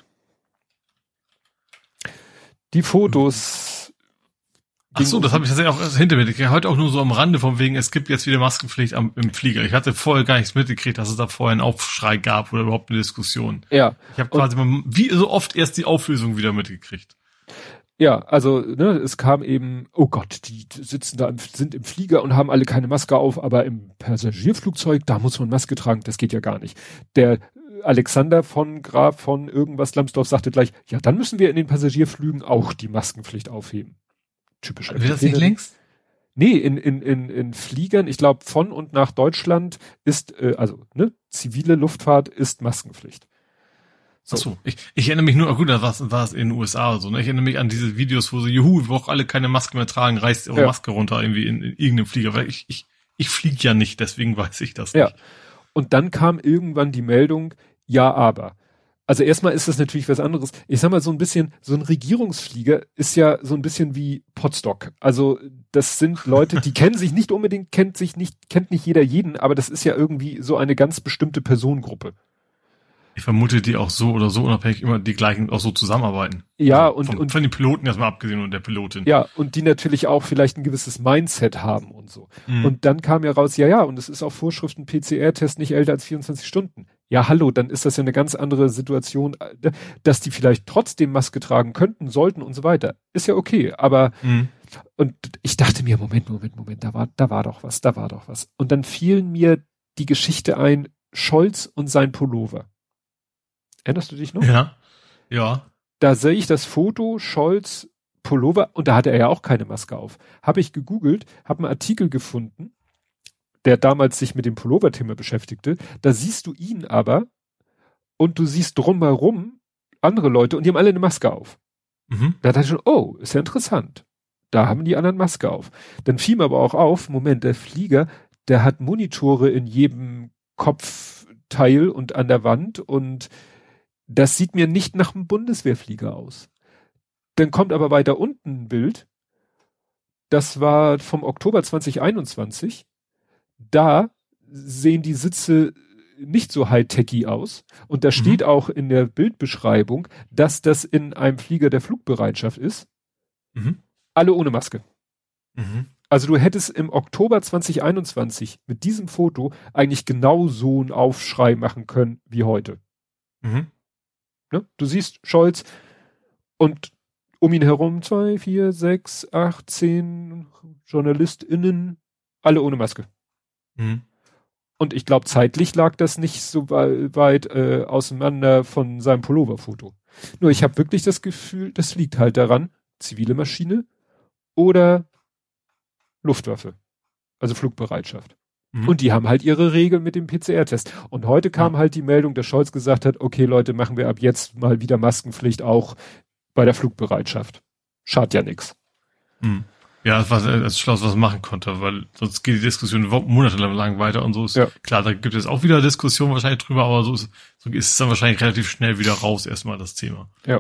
Die Fotos. Ach so, das habe ich tatsächlich auch hinter mir. Ich heute auch nur so am Rande von wegen, es gibt jetzt wieder Maskenpflicht am, im Flieger. Ich hatte vorher gar nichts mitgekriegt, dass es da vorher einen Aufschrei gab oder überhaupt eine Diskussion. Ja. Ich habe quasi mal, wie so oft erst die Auflösung wieder mitgekriegt. Ja, also ne, es kam eben, oh Gott, die sitzen da, im, sind im Flieger und haben alle keine Maske auf, aber im Passagierflugzeug, da muss man Maske tragen, das geht ja gar nicht. Der Alexander von Graf von irgendwas Lambsdorff sagte gleich, ja, dann müssen wir in den Passagierflügen auch die Maskenpflicht aufheben. Typisch. Will das nicht längst? Nee, in, in, in, in Fliegern, ich glaube von und nach Deutschland ist, äh, also ne, zivile Luftfahrt ist Maskenpflicht. So. Ach so, ich, ich erinnere mich nur, gut, da war es in den U S A oder so, ne? Ich erinnere mich an diese Videos, wo so, juhu, wir brauchen alle keine Maske mehr tragen, reißt eure ja. Maske runter irgendwie in, in irgendeinem Flieger, weil ich, ich, ich fliege ja nicht, deswegen weiß ich das ja. nicht. Und dann kam irgendwann die Meldung, ja, aber. Also erstmal ist das natürlich was anderes. Ich sag mal so ein bisschen, so ein Regierungsflieger ist ja so ein bisschen wie Potstock. Also das sind Leute, die kennen sich nicht unbedingt, kennt sich nicht, kennt nicht jeder jeden, aber das ist ja irgendwie so eine ganz bestimmte Personengruppe. Ich vermute, die auch so oder so unabhängig immer die gleichen auch so zusammenarbeiten. Ja, also und, vom, und von den Piloten erstmal abgesehen und der Pilotin. Ja, und die natürlich auch vielleicht ein gewisses Mindset haben und so. Mhm. Und dann kam ja raus, ja, ja, und es ist auch Vorschriften P C R-Test nicht älter als vierundzwanzig Stunden. Ja, hallo, dann ist das ja eine ganz andere Situation, dass die vielleicht trotzdem Maske tragen könnten, sollten und so weiter. Ist ja okay, aber mhm. und ich dachte mir, Moment, Moment, Moment, da war, da war doch was, da war doch was. Und dann fielen mir die Geschichte ein, Scholz und sein Pullover. Erinnerst du dich noch? Ja, ja. Da sehe ich das Foto, Scholz, Pullover, und da hatte er ja auch keine Maske auf. Habe ich gegoogelt, habe einen Artikel gefunden, der damals sich mit dem Pullover-Thema beschäftigte. Da siehst du ihn aber und du siehst drumherum andere Leute und die haben alle eine Maske auf. Mhm. Da dachte ich schon, oh, ist ja interessant. Da haben die anderen Maske auf. Dann fiel mir aber auch auf, Moment, der Flieger, der hat Monitore in jedem Kopfteil und an der Wand und das sieht mir nicht nach einem Bundeswehrflieger aus. Dann kommt aber weiter unten ein Bild. Das war vom Oktober zwanzig einundzwanzig. Da sehen die Sitze nicht so high-techy aus. Und da steht mhm. auch in der Bildbeschreibung, dass das in einem Flieger der Flugbereitschaft ist. Mhm. Alle ohne Maske. Mhm. Also du hättest im Oktober zwanzig einundzwanzig mit diesem Foto eigentlich genau so einen Aufschrei machen können wie heute. Mhm. Ne? Du siehst Scholz und um ihn herum zwei, vier, sechs, acht, zehn JournalistInnen, alle ohne Maske. Mhm. Und ich glaube, zeitlich lag das nicht so weit äh, auseinander von seinem Pulloverfoto. Nur ich habe wirklich das Gefühl, das liegt halt daran, zivile Maschine oder Luftwaffe, also Flugbereitschaft. Mhm. Und die haben halt ihre Regeln mit dem P C R-Test. Und heute kam ja. halt die Meldung, dass Scholz gesagt hat, okay Leute, machen wir ab jetzt mal wieder Maskenpflicht auch bei der Flugbereitschaft. Schadet ja nix. Mhm. Ja, das war das Schloss, was man machen konnte, weil sonst geht die Diskussion monatelang weiter und so ist ja. Klar, da gibt es auch wieder Diskussionen wahrscheinlich drüber, aber so ist, so ist es dann wahrscheinlich relativ schnell wieder raus erstmal das Thema. Ja.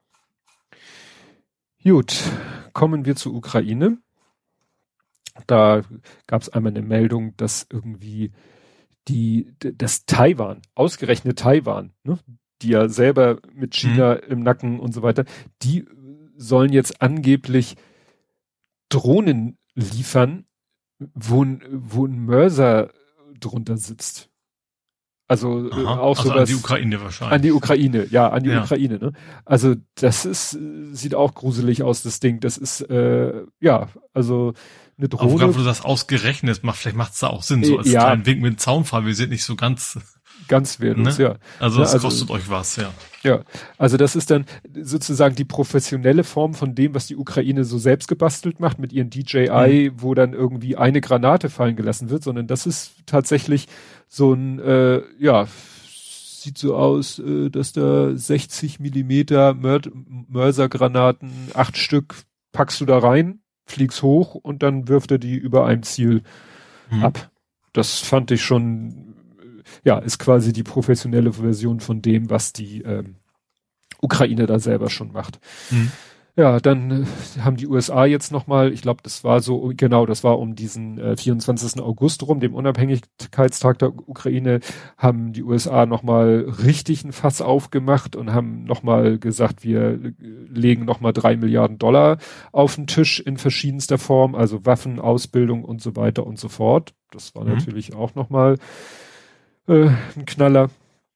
Gut, kommen wir zur Ukraine. Da gab es einmal eine Meldung, dass irgendwie die, das Taiwan, ausgerechnet Taiwan, ne, die ja selber mit China mhm. im Nacken und so weiter, die sollen jetzt angeblich Drohnen liefern, wo ein, wo ein Mörser drunter sitzt. Also Aha, auch also sowas. An die Ukraine wahrscheinlich. An die Ukraine, ja, an die ja. Ukraine, ne? Also das ist, sieht auch gruselig aus, das Ding. Das ist, äh, ja, also eine Drohne. Aber wo du das ausgerechnet macht, vielleicht macht es da auch Sinn, so als ja. kleinen Wink mit dem Zaunfall. Wir sind nicht so ganz ganz wehrlos, ne? Ja. Also es ja, also, kostet euch was, ja. Ja, also das ist dann sozusagen die professionelle Form von dem, was die Ukraine so selbst gebastelt macht mit ihren D J I, mhm. wo dann irgendwie eine Granate fallen gelassen wird, sondern das ist tatsächlich so ein, äh, ja, sieht so aus, äh, dass da sechzig Millimeter Mör- Mörsergranaten, acht Stück packst du da rein, fliegst hoch und dann wirft er die über einem Ziel mhm. ab. Das fand ich schon, ja, ist quasi die professionelle Version von dem, was die ähm, Ukraine da selber schon macht. Mhm. Ja, dann äh, haben die U S A jetzt nochmal, ich glaube, das war so, genau, das war um diesen äh, vierundzwanzigsten August rum, dem Unabhängigkeitstag der Ukraine, haben die U S A nochmal richtig ein Fass aufgemacht und haben nochmal gesagt, wir legen nochmal drei Milliarden Dollar auf den Tisch in verschiedenster Form, also Waffen, Ausbildung und so weiter und so fort. Das war mhm. natürlich auch nochmal äh, ein Knaller.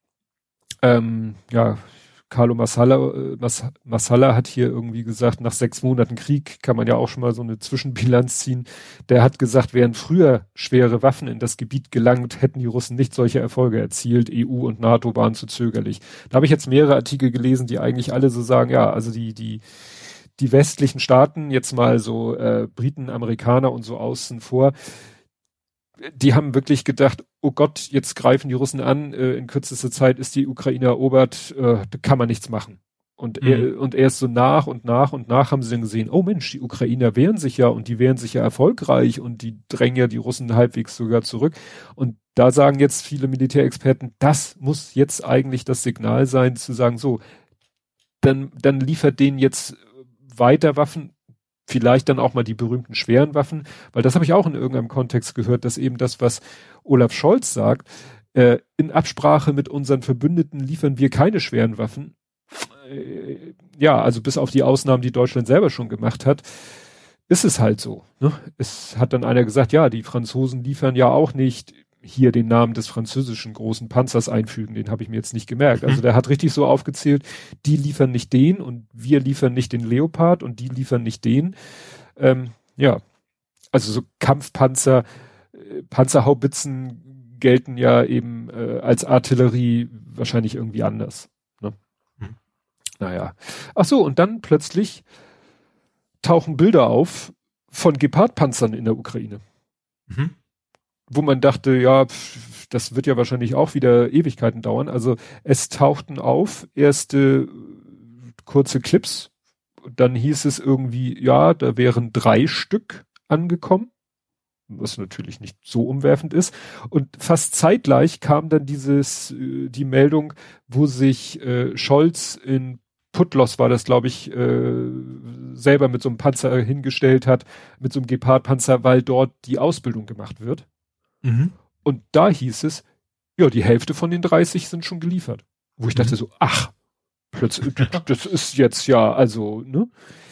Ähm, ja, Carlo Massala, Mas, Massala hat hier irgendwie gesagt, nach sechs Monaten Krieg kann man ja auch schon mal so eine Zwischenbilanz ziehen. Der hat gesagt, wären früher schwere Waffen in das Gebiet gelangt, hätten die Russen nicht solche Erfolge erzielt. E U und NATO waren zu zögerlich. Da habe ich jetzt mehrere Artikel gelesen, die eigentlich alle so sagen, ja, also die, die, die westlichen Staaten, jetzt mal so äh, Briten, Amerikaner und so außen vor, die haben wirklich gedacht, oh Gott, jetzt greifen die Russen an, äh, in kürzester Zeit ist die Ukraine erobert, äh, da kann man nichts machen. Und, mhm. er, und erst so nach und nach und nach haben sie dann gesehen, oh Mensch, die Ukrainer wehren sich ja und die wehren sich ja erfolgreich und die drängen ja die Russen halbwegs sogar zurück. Und da sagen jetzt viele Militärexperten, das muss jetzt eigentlich das Signal sein, zu sagen, so, dann, dann liefert denen jetzt weiter Waffen, vielleicht dann auch mal die berühmten schweren Waffen, weil das habe ich auch in irgendeinem Kontext gehört, dass eben das, was Olaf Scholz sagt, äh, in Absprache mit unseren Verbündeten liefern wir keine schweren Waffen. Äh, ja, also bis auf die Ausnahmen, die Deutschland selber schon gemacht hat, ist es halt so. Ne? Es hat dann einer gesagt, ja, die Franzosen liefern ja auch nicht hier den Namen des französischen großen Panzers einfügen, den habe ich mir jetzt nicht gemerkt. Also der hat richtig so aufgezählt, die liefern nicht den und wir liefern nicht den Leopard und die liefern nicht den. Ähm, ja, also so Kampfpanzer, äh, Panzerhaubitzen gelten ja eben äh, als Artillerie wahrscheinlich irgendwie anders. Ne? Mhm. Naja. Ach so, und dann plötzlich tauchen Bilder auf von Gepard-Panzern in der Ukraine. Mhm. Wo man dachte, ja, pf, das wird ja wahrscheinlich auch wieder Ewigkeiten dauern. Also es tauchten auf erste kurze Clips, dann hieß es irgendwie, ja, da wären drei Stück angekommen, was natürlich nicht so umwerfend ist. Und fast zeitgleich kam dann dieses, die Meldung, wo sich äh, Scholz in Putlos war das, glaube ich, äh, selber mit so einem Panzer hingestellt hat, mit so einem Gepard-Panzer, weil dort die Ausbildung gemacht wird. Mhm. Und da hieß es, ja, die Hälfte von den dreißig sind schon geliefert. Wo ich mhm. dachte so, ach, plötzlich, das ist jetzt ja, also, ne?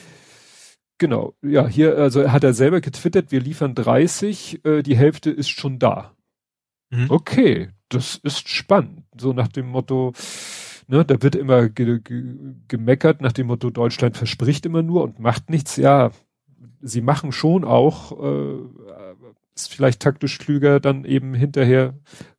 Genau, ja, hier, also hat er selber getwittert, wir liefern dreißig, äh, die Hälfte ist schon da. Mhm. Okay, das ist spannend. So nach dem Motto, ne, da wird immer ge- ge- gemeckert, nach dem Motto, Deutschland verspricht immer nur und macht nichts. Ja, sie machen schon auch, äh, ist vielleicht taktisch klüger, dann eben hinterher,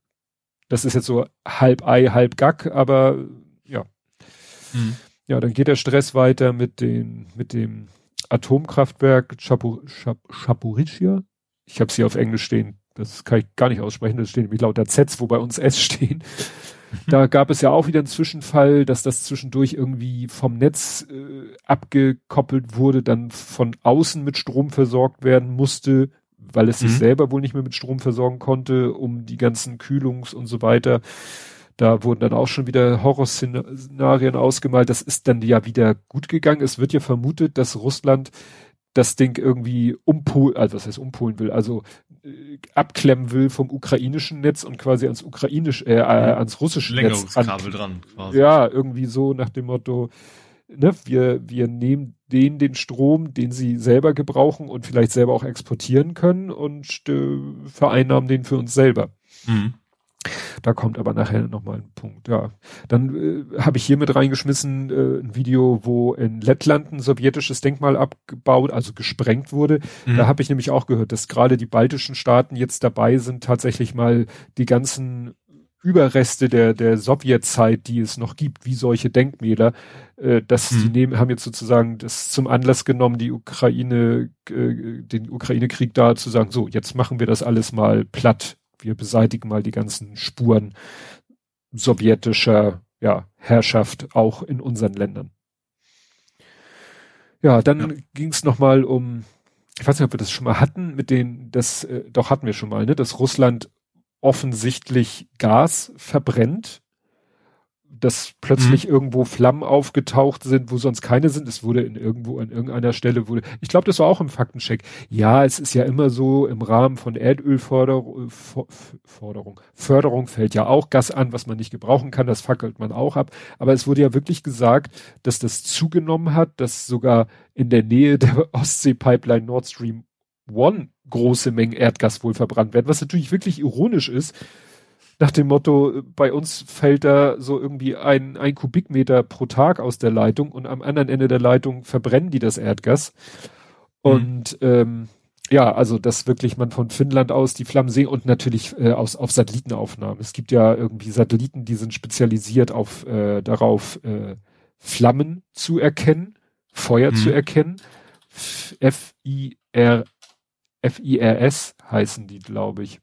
das ist jetzt so halb Ei, halb Gack, aber ja. Mhm. Ja, dann geht der Stress weiter mit den, mit dem Atomkraftwerk Chapurichia. Ich habe es hier auf Englisch stehen, das kann ich gar nicht aussprechen, das stehen nämlich lauter Zs, wo bei uns S stehen. Da gab es ja auch wieder einen Zwischenfall, dass das zwischendurch irgendwie vom Netz äh, abgekoppelt wurde, dann von außen mit Strom versorgt werden musste, weil es sich mhm. selber wohl nicht mehr mit Strom versorgen konnte, um die ganzen Kühlungs- und so weiter. Da wurden dann auch schon wieder Horrorszenarien ausgemalt. Das ist dann ja wieder gut gegangen. Es wird ja vermutet, dass Russland das Ding irgendwie umpolen, also was heißt umpolen will, also äh, abklemmen will vom ukrainischen Netz und quasi ans ukrainisch, äh, äh, ans russische Netz. Längerungskabel dran, quasi. Ja, irgendwie so nach dem Motto, ne, wir, wir nehmen denen den Strom, den sie selber gebrauchen und vielleicht selber auch exportieren können und äh, vereinnahmen den für uns selber. Mhm. Da kommt aber nachher nochmal ein Punkt, ja. Dann äh, habe ich hier mit reingeschmissen äh, ein Video, wo in Lettland ein sowjetisches Denkmal abgebaut, also gesprengt wurde. Mhm. Da habe ich nämlich auch gehört, dass gerade die baltischen Staaten jetzt dabei sind, tatsächlich mal die ganzen Überreste der, der Sowjetzeit, die es noch gibt, wie solche Denkmäler, äh, das, hm. die nehmen, haben jetzt sozusagen das zum Anlass genommen, die Ukraine, äh, den Ukraine-Krieg da zu sagen, so, jetzt machen wir das alles mal platt. Wir beseitigen mal die ganzen Spuren sowjetischer, ja, Herrschaft auch in unseren Ländern. Ja, dann ja. ging es nochmal um, ich weiß nicht, ob wir das schon mal hatten, mit den, das, äh, doch hatten wir schon mal, ne, dass Russland offensichtlich Gas verbrennt, dass plötzlich mhm. irgendwo Flammen aufgetaucht sind, wo sonst keine sind. Es wurde in irgendwo an irgendeiner Stelle wurde, ich glaube, das war auch im Faktencheck. Ja, es ist ja immer so, im Rahmen von Erdölförderung, Forderung, Förderung fällt ja auch Gas an, was man nicht gebrauchen kann, das fackelt man auch ab. Aber es wurde ja wirklich gesagt, dass das zugenommen hat, dass sogar in der Nähe der Ostsee-Pipeline Nord Stream eins große Mengen Erdgas wohl verbrannt werden, was natürlich wirklich ironisch ist, nach dem Motto, bei uns fällt da so irgendwie ein, ein Kubikmeter pro Tag aus der Leitung und am anderen Ende der Leitung verbrennen die das Erdgas. Und mhm. ähm, ja, also dass wirklich man von Finnland aus die Flammen sehen und natürlich äh, aus, auf Satellitenaufnahmen. Es gibt ja irgendwie Satelliten, die sind spezialisiert auf äh, darauf, äh, Flammen zu erkennen, Feuer mhm. zu erkennen. F I R F I R S heißen die, glaube ich.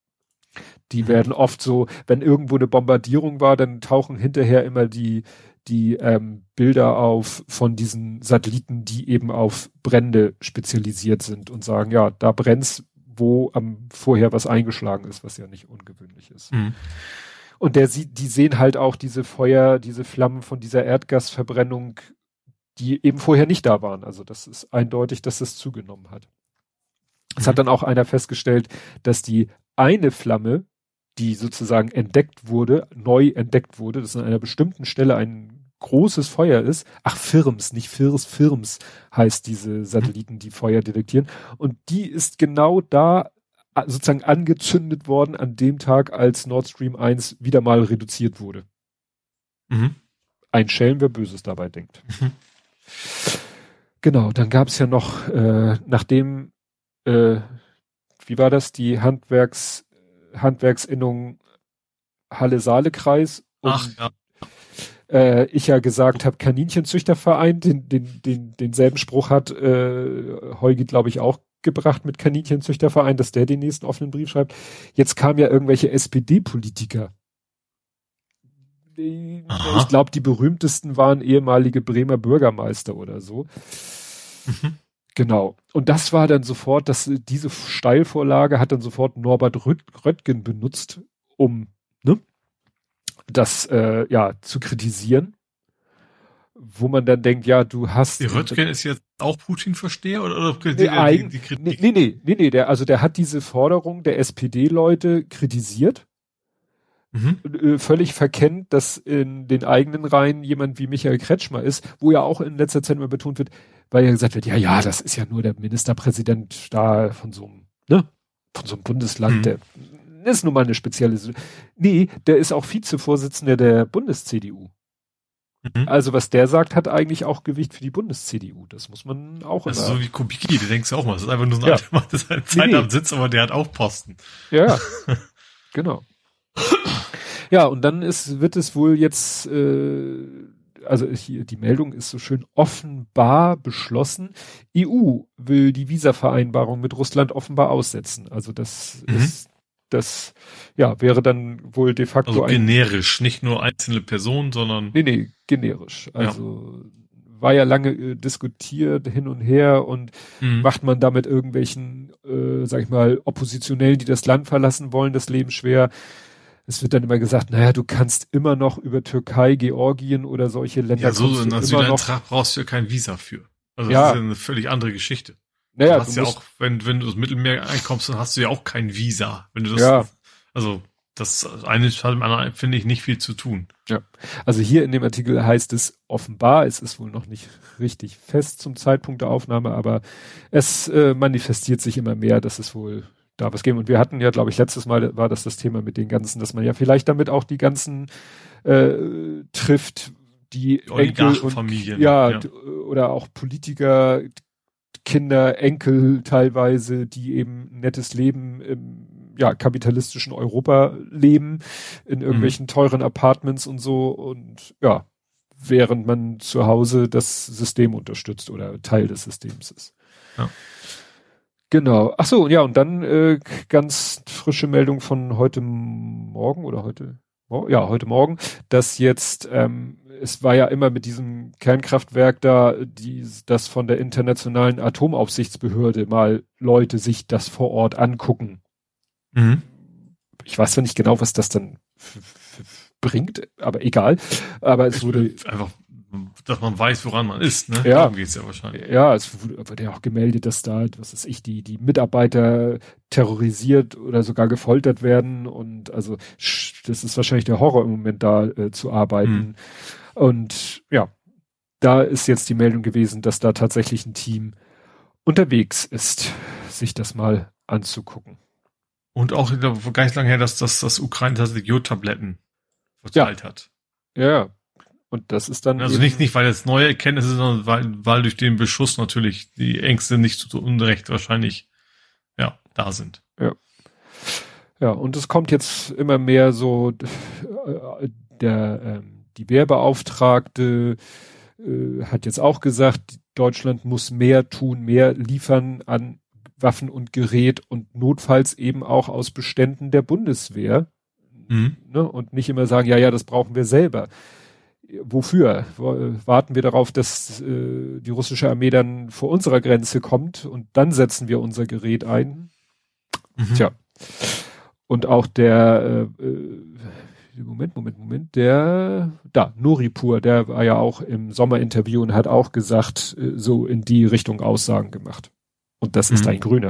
Die mhm. werden oft so, wenn irgendwo eine Bombardierung war, dann tauchen hinterher immer die, die ähm, Bilder auf von diesen Satelliten, die eben auf Brände spezialisiert sind und sagen, ja, da brennt's, wo am vorher was eingeschlagen ist, was ja nicht ungewöhnlich ist. Mhm. Und der sieht, die sehen halt auch diese Feuer, diese Flammen von dieser Erdgasverbrennung, die eben vorher nicht da waren. Also das ist eindeutig, dass das zugenommen hat. Es mhm. hat dann auch einer festgestellt, dass die eine Flamme, die sozusagen entdeckt wurde, neu entdeckt wurde, dass an einer bestimmten Stelle ein großes Feuer ist. Ach, Firms, nicht Firs, Firms heißt diese Satelliten, die Feuer detektieren. Und die ist genau da sozusagen angezündet worden an dem Tag, als Nord Stream eins wieder mal reduziert wurde. Mhm. Ein Schelm, wer Böses dabei denkt. Mhm. Genau, dann gab es ja noch, äh, nachdem, äh, wie war das, die Handwerks Handwerksinnung Halle-Saale-Kreis und Ach, ja. äh, ich ja gesagt habe, Kaninchenzüchterverein, den, den, den, denselben Spruch hat äh, Heugi, glaube ich, auch gebracht mit Kaninchenzüchterverein, dass der den nächsten offenen Brief schreibt. Jetzt kamen ja irgendwelche S P D-Politiker. Aha. Ich glaube, die berühmtesten waren ehemalige Bremer Bürgermeister oder so. Mhm. Genau. Und das war dann sofort, dass diese Steilvorlage hat dann sofort Norbert Röt- Röttgen benutzt, um ne, das äh, ja zu kritisieren. Wo man dann denkt, ja, du hast. Die Röttgen ist jetzt auch Putin-Versteher oder, oder die, nee, ein, die, die Kritik? Nee, nee, nee, nee, der, also der hat diese Forderung der S P D-Leute kritisiert. Mhm. Völlig verkennt, dass in den eigenen Reihen jemand wie Michael Kretschmer ist, wo ja auch in letzter Zeit immer betont wird, weil ja gesagt wird, ja, ja, das ist ja nur der Ministerpräsident da von so einem, ne, von so einem Bundesland, mhm. der ist nun mal eine spezielle, nee, der ist auch Vizevorsitzender der Bundes-C D U. Mhm. Also was der sagt, hat eigentlich auch Gewicht für die Bundes-C D U. Das muss man auch immer. Das ist so wie Kubicki, du denkst ja auch mal, das ist einfach nur so ein ja. alter Mann, der seine Zeit nee, am Sitz, aber der hat auch Posten. Ja, genau. Ja, und dann ist, wird es wohl jetzt, äh, also hier, die Meldung ist so schön offenbar beschlossen. E U will die Visavereinbarung mit Russland offenbar aussetzen. Also das mhm. ist, das, ja, wäre dann wohl de facto also generisch, ein, nicht nur einzelne Personen, sondern. Nee, nee, generisch. Also ja. war ja lange äh, diskutiert hin und her und mhm. macht man damit irgendwelchen, äh, sag ich mal, Oppositionellen, die das Land verlassen wollen, das Leben schwer. Es wird dann immer gesagt, naja, du kannst immer noch über Türkei, Georgien oder solche Länder. Ja, so in Südeintracht brauchst du ja kein Visa für. Also ja. das ist ja eine völlig andere Geschichte. Naja, du hast du ja auch, wenn, wenn du das Mittelmeer einkommst, dann hast du ja auch kein Visa. Wenn du das, ja. also, das eine hat mit anderen, finde ich, nicht viel zu tun. Ja. Also hier in dem Artikel heißt es offenbar, es ist wohl noch nicht richtig fest zum Zeitpunkt der Aufnahme, aber es äh, manifestiert sich immer mehr, dass es wohl da was geben. Und wir hatten ja, glaube ich, letztes Mal war das das Thema mit den ganzen, dass man ja vielleicht damit auch die ganzen äh, trifft, die, die Enkel und Familien. Ja, ja, oder auch Politiker, Kinder, Enkel teilweise, die eben ein nettes Leben im ja, kapitalistischen Europa leben, in irgendwelchen mhm. teuren Apartments und so und ja, während man zu Hause das System unterstützt oder Teil des Systems ist. Ja. Genau. Ach so, ja, und dann äh, ganz frische Meldung von heute Morgen oder heute, oh, ja, heute Morgen, dass jetzt, ähm, es war ja immer mit diesem Kernkraftwerk da, die, das von der Internationalen Atomaufsichtsbehörde mal Leute sich das vor Ort angucken. Mhm. Ich weiß ja nicht genau, was das dann f- f- bringt, aber egal. Aber es ich wurde einfach, dass man weiß, woran man ist, ne? Ja. Darum geht's ja wahrscheinlich. Ja, es wurde ja auch gemeldet, dass da, was weiß ich, die, die Mitarbeiter terrorisiert oder sogar gefoltert werden und also das ist wahrscheinlich der Horror im Moment da äh, zu arbeiten. Mhm. Und ja, da ist jetzt die Meldung gewesen, dass da tatsächlich ein Team unterwegs ist, sich das mal anzugucken. Und auch gar nicht lange her, dass das, das Ukraine tatsächlich Jodtabletten verteilt ja. hat. Ja, und das ist dann. Also nicht, nicht, weil es neue Erkenntnisse sind, sondern weil, weil durch den Beschuss natürlich die Ängste nicht zu Unrecht wahrscheinlich, ja, da sind. Ja. Ja, und es kommt jetzt immer mehr so, äh, der, ähm, die Wehrbeauftragte äh, hat jetzt auch gesagt, Deutschland muss mehr tun, mehr liefern an Waffen und Gerät und notfalls eben auch aus Beständen der Bundeswehr. Mhm. Ne? Und nicht immer sagen, ja, ja, das brauchen wir selber. Wofür? Warten wir darauf, dass äh, die russische Armee dann vor unserer Grenze kommt und dann setzen wir unser Gerät ein? Mhm. Tja. Und auch der äh, äh, Moment, Moment, Moment, der da, Nuripur, der war ja auch im Sommerinterview und hat auch gesagt, äh, so in die Richtung Aussagen gemacht. Und das mhm. ist ein Grüner.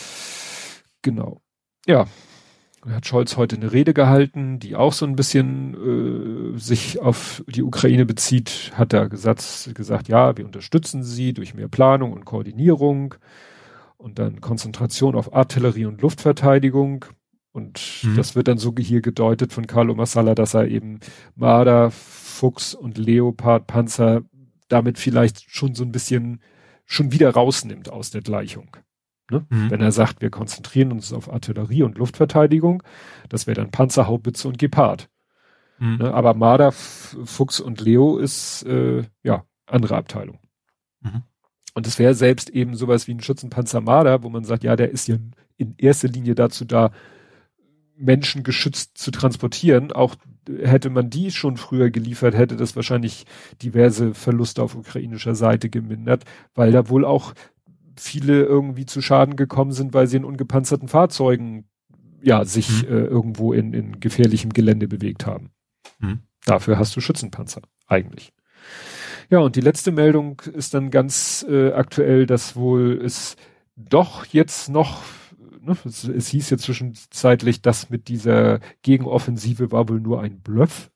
Genau. Ja. Hat Scholz heute eine Rede gehalten, die auch so ein bisschen äh, sich auf die Ukraine bezieht, hat er gesagt, gesagt, ja, wir unterstützen sie durch mehr Planung und Koordinierung und dann Konzentration auf Artillerie und Luftverteidigung. Und mhm. das wird dann so hier gedeutet von Carlo Massala, dass er eben Marder, Fuchs und Leopard-Panzer damit vielleicht schon so ein bisschen schon wieder rausnimmt aus der Gleichung. Ne? Mhm. Wenn er sagt, wir konzentrieren uns auf Artillerie und Luftverteidigung, das wäre dann Panzerhaubitze und Gepard. Mhm. Ne? Aber Marder, F- Fuchs und Leo ist äh, ja andere Abteilung. Mhm. Und es wäre selbst eben sowas wie ein Schützenpanzer Marder, wo man sagt, ja, der ist ja in erster Linie dazu da, Menschen geschützt zu transportieren. Auch hätte man die schon früher geliefert, hätte das wahrscheinlich diverse Verluste auf ukrainischer Seite gemindert, weil da wohl auch viele irgendwie zu Schaden gekommen sind, weil sie in ungepanzerten Fahrzeugen ja sich mhm. äh, irgendwo in, in gefährlichem Gelände bewegt haben. Mhm. Dafür hast du Schützenpanzer, eigentlich. Ja, und die letzte Meldung ist dann ganz äh, aktuell, dass wohl es doch jetzt noch, ne, es, es hieß ja zwischenzeitlich, dass mit dieser Gegenoffensive war wohl nur ein Bluff.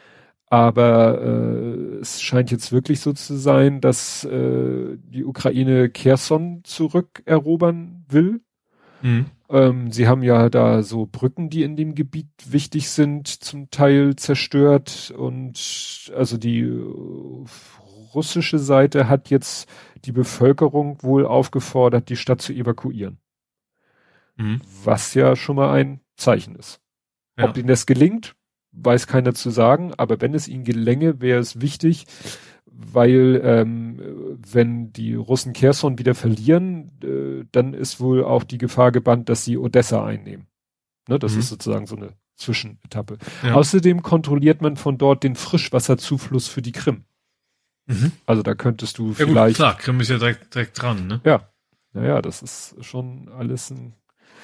Aber äh, es scheint jetzt wirklich so zu sein, dass äh, die Ukraine Cherson zurückerobern will. Mhm. Ähm, sie haben ja da so Brücken, die in dem Gebiet wichtig sind, zum Teil zerstört. Und also die äh, russische Seite hat jetzt die Bevölkerung wohl aufgefordert, die Stadt zu evakuieren. Mhm. Was ja schon mal ein Zeichen ist. Ja. Ob ihnen das gelingt, weiß keiner zu sagen, aber wenn es ihnen gelänge, wäre es wichtig, weil ähm, wenn die Russen Cherson wieder verlieren, äh, dann ist wohl auch die Gefahr gebannt, dass sie Odessa einnehmen. Ne, das mhm. ist sozusagen so eine Zwischenetappe. Ja. Außerdem kontrolliert man von dort den Frischwasserzufluss für die Krim. Mhm. Also da könntest du ja, vielleicht... Gut, klar, Krim ist ja direkt, direkt dran, ne? Ja, naja, das ist schon alles ein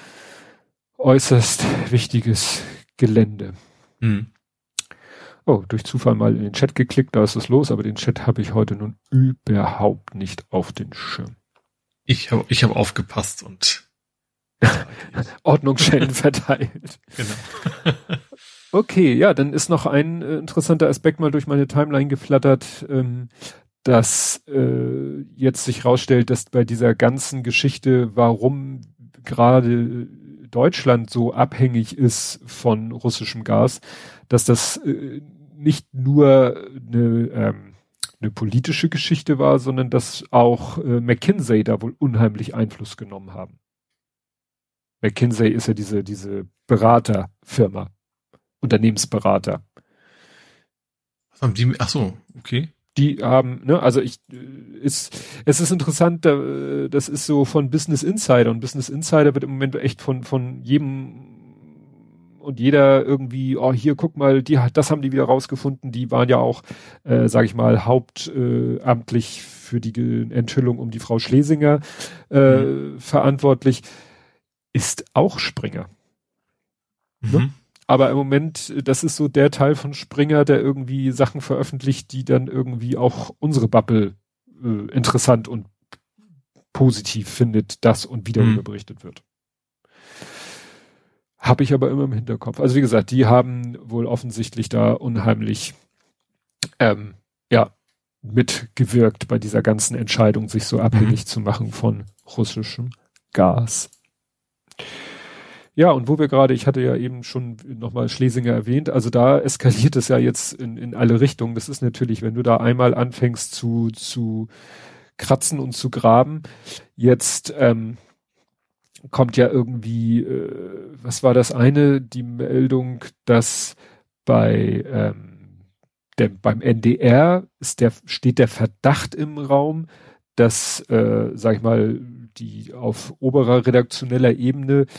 äußerst wichtiges Gelände. Mhm. Oh, durch Zufall mal in den Chat geklickt, da ist es los, aber den Chat habe ich heute nun überhaupt nicht auf den Schirm. Ich habe ich hab aufgepasst und Ordnungsschellen verteilt. Genau. Okay, ja, dann ist noch ein äh, interessanter Aspekt mal durch meine Timeline geflattert, ähm, dass äh, jetzt sich rausstellt, dass bei dieser ganzen Geschichte, warum gerade Deutschland so abhängig ist von russischem Gas, dass das äh, nicht nur eine, ähm, eine politische Geschichte war, sondern dass auch äh, McKinsey da wohl unheimlich Einfluss genommen haben. McKinsey ist ja diese, diese Beraterfirma, Unternehmensberater. Was haben die, ach so, okay. Die haben, ne, also ich, ist, es ist interessant, das ist so von Business Insider und Business Insider wird im Moment echt von, von jedem und jeder irgendwie, oh, hier, guck mal, die, das haben die wieder rausgefunden, die waren ja auch, äh, sag ich mal, hauptamtlich äh, für die Enthüllung um die Frau Schlesinger äh, mhm. verantwortlich, ist auch Springer. Mhm. Ne? Aber im Moment, das ist so der Teil von Springer, der irgendwie Sachen veröffentlicht, die dann irgendwie auch unsere Bubble äh, interessant und positiv findet, das und wieder darüber mhm. berichtet wird. Habe ich aber immer im Hinterkopf. Also wie gesagt, die haben wohl offensichtlich da unheimlich ähm, ja mitgewirkt bei dieser ganzen Entscheidung, sich so abhängig mhm. zu machen von russischem Gas. Ja, und wo wir gerade, ich hatte ja eben schon nochmal Schlesinger erwähnt, also da eskaliert es ja jetzt in, in alle Richtungen. Das ist natürlich, wenn du da einmal anfängst zu, zu kratzen und zu graben, jetzt ähm, kommt ja irgendwie, äh, was war das eine, die Meldung, dass bei ähm, der, beim N D R ist der, steht der Verdacht im Raum, dass, äh, sag ich mal, die auf oberer redaktioneller Ebene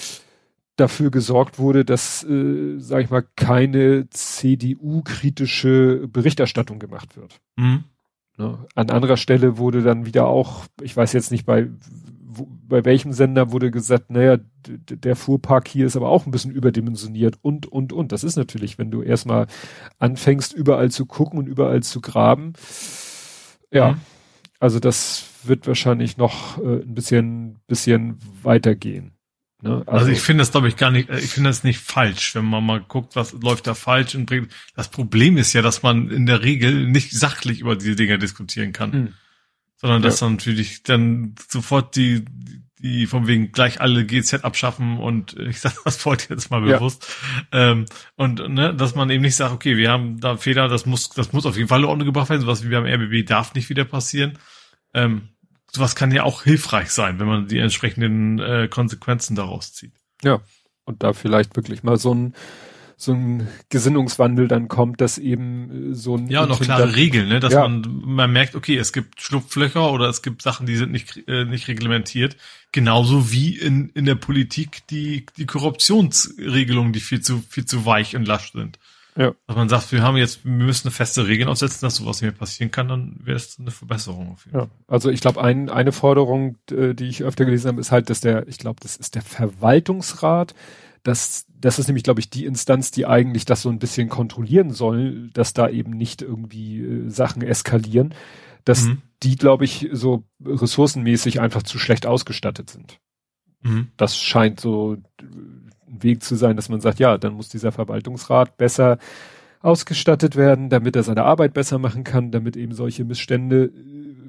dafür gesorgt wurde, dass, äh, sag ich mal, keine C D U-kritische Berichterstattung gemacht wird. Mhm. Ne? An anderer Stelle wurde dann wieder auch, ich weiß jetzt nicht bei wo, bei welchem Sender wurde gesagt, naja, d- der Fuhrpark hier ist aber auch ein bisschen überdimensioniert und, und, und. Das ist natürlich, wenn du erstmal anfängst, überall zu gucken und überall zu graben. Ja, mhm. Also das wird wahrscheinlich noch äh, ein bisschen, bisschen weitergehen. Ne? Also, also ich finde das, glaube ich, gar nicht, ich finde das nicht falsch, wenn man mal guckt, was läuft da falsch und bringt. Das Problem ist ja, dass man in der Regel nicht sachlich über diese Dinge diskutieren kann. Hm. Sondern dass ja. dann natürlich dann sofort die, die von wegen gleich alle G Z abschaffen und ich sage das Wort jetzt mal bewusst. Ja. Ähm, und ne, dass man eben nicht sagt, okay, wir haben da Fehler, das muss, das muss auf jeden Fall in Ordnung gebracht werden, sowas wie beim R B B darf nicht wieder passieren. Ähm, sowas kann ja auch hilfreich sein, wenn man die entsprechenden äh, Konsequenzen daraus zieht. Ja, und da vielleicht wirklich mal so ein so ein Gesinnungswandel dann kommt, dass eben so ein... Ja, noch klare Regeln, ne, dass ja. man man merkt, okay, es gibt Schlupflöcher oder es gibt Sachen, die sind nicht äh, nicht reglementiert, genauso wie in in der Politik die die Korruptionsregelungen, die viel zu viel zu weich und lasch sind. Ja. Dass man sagt, wir haben jetzt, wir müssen eine feste Regeln aufsetzen, dass sowas nicht mehr passieren kann, dann wäre es eine Verbesserung auf jeden Fall. Ja. Also ich glaube, ein, eine Forderung, die ich öfter gelesen habe, ist halt, dass der, ich glaube, das ist der Verwaltungsrat, das, das ist nämlich, glaube ich, die Instanz, die eigentlich das so ein bisschen kontrollieren soll, dass da eben nicht irgendwie äh, Sachen eskalieren, dass mhm. die, glaube ich, so ressourcenmäßig einfach zu schlecht ausgestattet sind. Mhm. Das scheint so ein Weg zu sein, dass man sagt, ja, dann muss dieser Verwaltungsrat besser ausgestattet werden, damit er seine Arbeit besser machen kann, damit eben solche Missstände äh,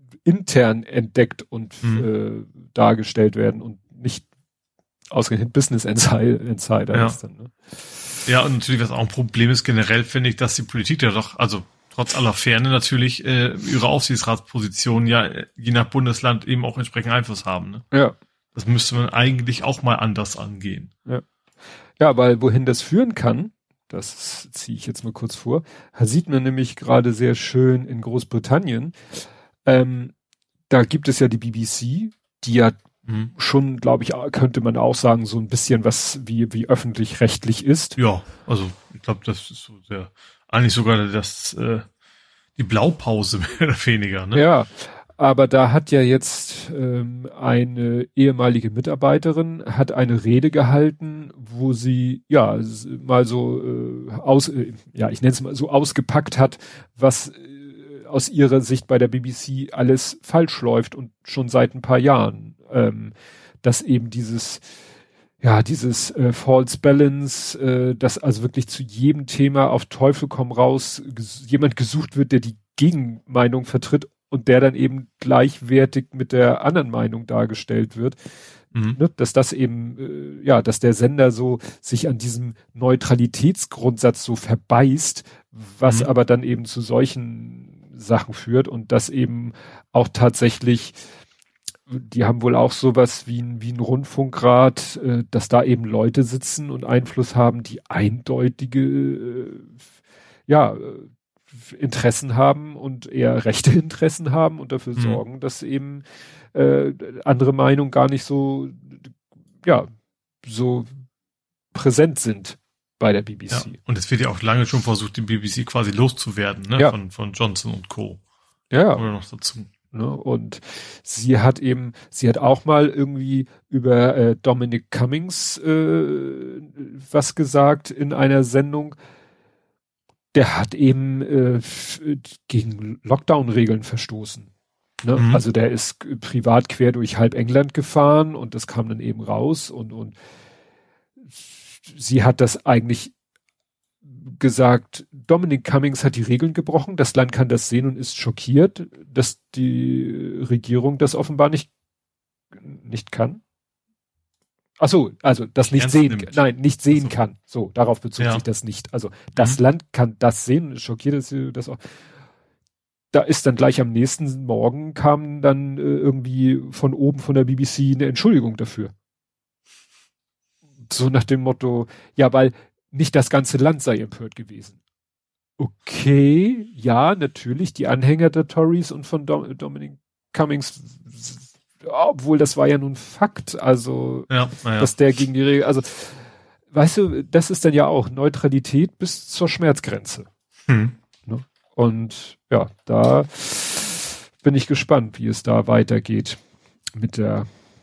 intern entdeckt und mhm. äh, dargestellt werden und nicht ausgerechnet Business Insider ja. ist dann. Ne? Ja, und natürlich, was auch ein Problem ist, generell finde ich, dass die Politik ja doch, also trotz aller Ferne natürlich, äh, ihre Aufsichtsratspositionen ja je nach Bundesland eben auch entsprechend Einfluss haben. Ne? Ja. Das müsste man eigentlich auch mal anders angehen. Ja. Ja, weil wohin das führen kann, das ziehe ich jetzt mal kurz vor, sieht man nämlich gerade sehr schön in Großbritannien. Ähm, da gibt es ja die B B C, die ja mhm. schon, glaube ich, könnte man auch sagen, so ein bisschen was wie, wie öffentlich-rechtlich ist. Ja, also ich glaube, das ist so sehr, eigentlich sogar das, äh, die Blaupause mehr oder weniger. Ne? Ja. Aber da hat ja jetzt ähm, eine ehemalige Mitarbeiterin hat eine Rede gehalten, wo sie ja mal so äh, aus, äh, ja ich nenne es mal so ausgepackt hat, was äh, aus ihrer Sicht bei der B B C alles falsch läuft und schon seit ein paar Jahren, ähm, dass eben dieses ja dieses äh, False Balance, äh, dass also wirklich zu jedem Thema auf Teufel komm raus ges- jemand gesucht wird, der die Gegenmeinung vertritt und der dann eben gleichwertig mit der anderen Meinung dargestellt wird, mhm. ne, dass das eben, äh, ja, dass der Sender so sich an diesem Neutralitätsgrundsatz so verbeißt, was mhm. aber dann eben zu solchen Sachen führt und dass eben auch tatsächlich die haben wohl auch sowas wie ein, wie ein Rundfunkrat, äh, dass da eben Leute sitzen und Einfluss haben, die eindeutige, äh, ja, Interessen haben und eher rechte Interessen haben und dafür mhm. sorgen, dass eben äh, andere Meinungen gar nicht so, ja, so präsent sind bei der B B C. Ja, und es wird ja auch lange schon versucht, die B B C quasi loszuwerden, ne, ja. von, von Johnson und Co. Ja. Oder noch dazu. Ne, und sie hat eben, sie hat auch mal irgendwie über äh, Dominic Cummings äh, was gesagt in einer Sendung. Der hat eben äh, gegen Lockdown-Regeln verstoßen. Ne? Mhm. Also der ist privat quer durch halb England gefahren und das kam dann eben raus und, und sie hat das eigentlich gesagt, Dominic Cummings hat die Regeln gebrochen, das Land kann das sehen und ist schockiert, dass die Regierung das offenbar nicht, nicht kann. Ach so, also das nicht sehen, nimmt. nein, nicht sehen also. kann. So, darauf bezog ja. sich das nicht. Also das mhm. Land kann das sehen, schockiert ist das auch. Da ist dann gleich am nächsten Morgen kam dann äh, irgendwie von oben von der B B C eine Entschuldigung dafür. So nach dem Motto, ja, weil nicht das ganze Land sei empört gewesen. Okay, ja, natürlich, die Anhänger der Tories und von Dom- Dominic Cummings, obwohl das war ja nun Fakt, also, ja, ja. dass der gegen die Regel, also, weißt du, das ist dann ja auch Neutralität bis zur Schmerzgrenze. Hm. Ne? Und ja, da bin ich gespannt, wie es da weitergeht mit der,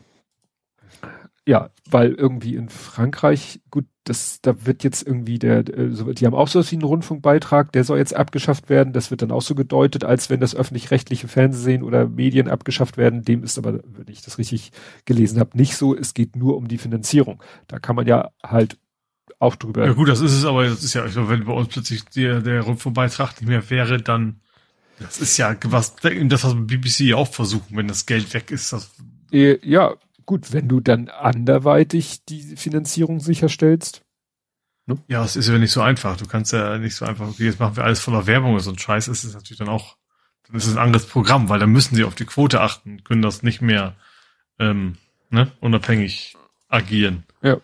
ja, weil irgendwie in Frankreich, gut, das, da wird jetzt irgendwie der, die haben auch so wie einen Rundfunkbeitrag, der soll jetzt abgeschafft werden. Das wird dann auch so gedeutet, als wenn das öffentlich-rechtliche Fernsehen oder Medien abgeschafft werden. Dem ist aber, wenn ich das richtig gelesen habe, nicht so. Es geht nur um die Finanzierung. Da kann man ja halt auch drüber. Ja gut, das ist es, aber das ist ja, also wenn bei uns plötzlich der, der Rundfunkbeitrag nicht mehr wäre, dann, das ist ja was, das was B B C auch versuchen, wenn das Geld weg ist. Das äh, ja. Gut, wenn du dann anderweitig die Finanzierung sicherstellst. Ne? Ja, es ist ja nicht so einfach. Du kannst ja nicht so einfach, okay, jetzt machen wir alles voller Werbung und so ein Scheiß. Es ist natürlich dann auch, dann ist es ein anderes Programm, weil dann müssen sie auf die Quote achten, können das nicht mehr ähm, ne, unabhängig agieren. Ja.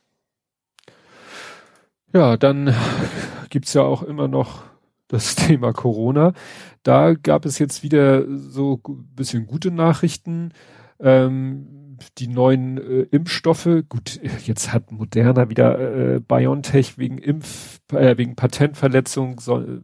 Ja, dann gibt's ja auch immer noch das Thema Corona. Da gab es jetzt wieder so ein bisschen gute Nachrichten. Ähm, die neuen äh, Impfstoffe, gut, jetzt hat Moderna wieder äh, BioNTech wegen Impf, äh, wegen Patentverletzung, soll,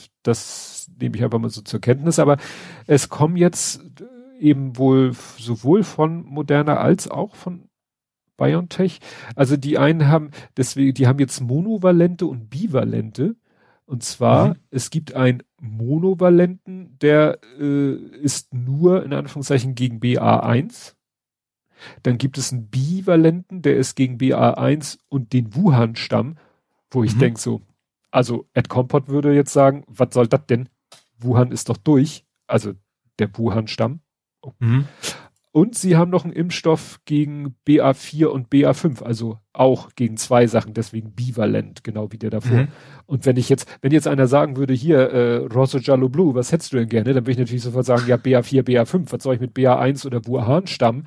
das nehme ich einfach mal so zur Kenntnis, aber es kommen jetzt eben wohl sowohl von Moderna als auch von BioNTech, also die einen haben, deswegen, die haben jetzt monovalente und bivalente, und zwar, mhm. es gibt einen monovalenten, der äh, ist nur in Anführungszeichen gegen B A eins. Dann gibt es einen bivalenten, der ist gegen B A eins und den Wuhan-Stamm, wo ich mhm. denke so, also Ed Compot würde jetzt sagen, was soll das denn? Wuhan ist doch durch, also der Wuhan-Stamm. Oh. Mhm. Und sie haben noch einen Impfstoff gegen B A vier und B A fünf, also auch gegen zwei Sachen, deswegen bivalent, genau wie der davor. Mhm. Und wenn ich jetzt, wenn jetzt einer sagen würde, hier, äh, Rosso Giallo Blue, was hättest du denn gerne? Dann würde ich natürlich sofort sagen, ja, B A vier, B A fünf, was soll ich mit B A eins oder Wuhan-Stamm?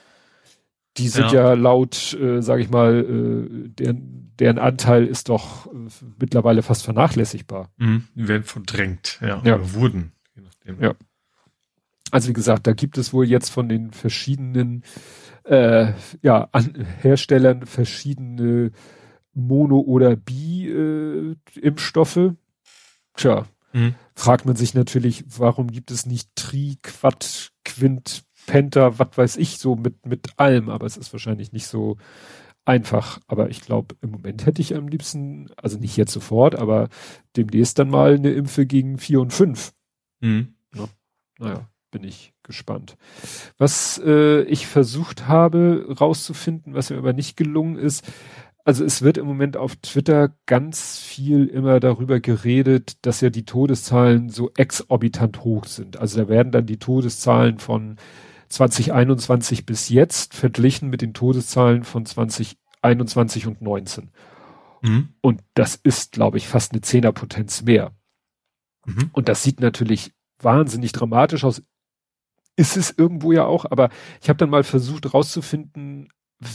Die sind ja, ja laut, äh, sage ich mal, äh, deren, deren Anteil ist doch äh, mittlerweile fast vernachlässigbar. Mhm. Die werden verdrängt, ja, ja. Oder wurden. Je nachdem. Ja. Also wie gesagt, da gibt es wohl jetzt von den verschiedenen äh, ja, An- Herstellern verschiedene Mono- oder Bi-Impfstoffe. Tja, mhm. fragt man sich natürlich, warum gibt es nicht Tri, Quad, Quint, Penta, was weiß ich, so mit, mit allem, aber es ist wahrscheinlich nicht so einfach. Aber ich glaube, im Moment hätte ich am liebsten, also nicht jetzt sofort, aber demnächst dann mal eine Impfe gegen vier und fünf. Mhm. Ja. Naja, bin ich gespannt. Was äh, ich versucht habe rauszufinden, was mir aber nicht gelungen ist, also es wird im Moment auf Twitter ganz viel immer darüber geredet, dass ja die Todeszahlen so exorbitant hoch sind. Also da werden dann die Todeszahlen von zwanzig einundzwanzig bis jetzt verglichen mit den Todeszahlen von zwanzig einundzwanzig und neunzehn. Mhm. Und das ist, glaube ich, fast eine Zehnerpotenz mehr. Mhm. Und das sieht natürlich wahnsinnig dramatisch aus. ist es irgendwo ja auch, aber ich habe dann mal versucht rauszufinden,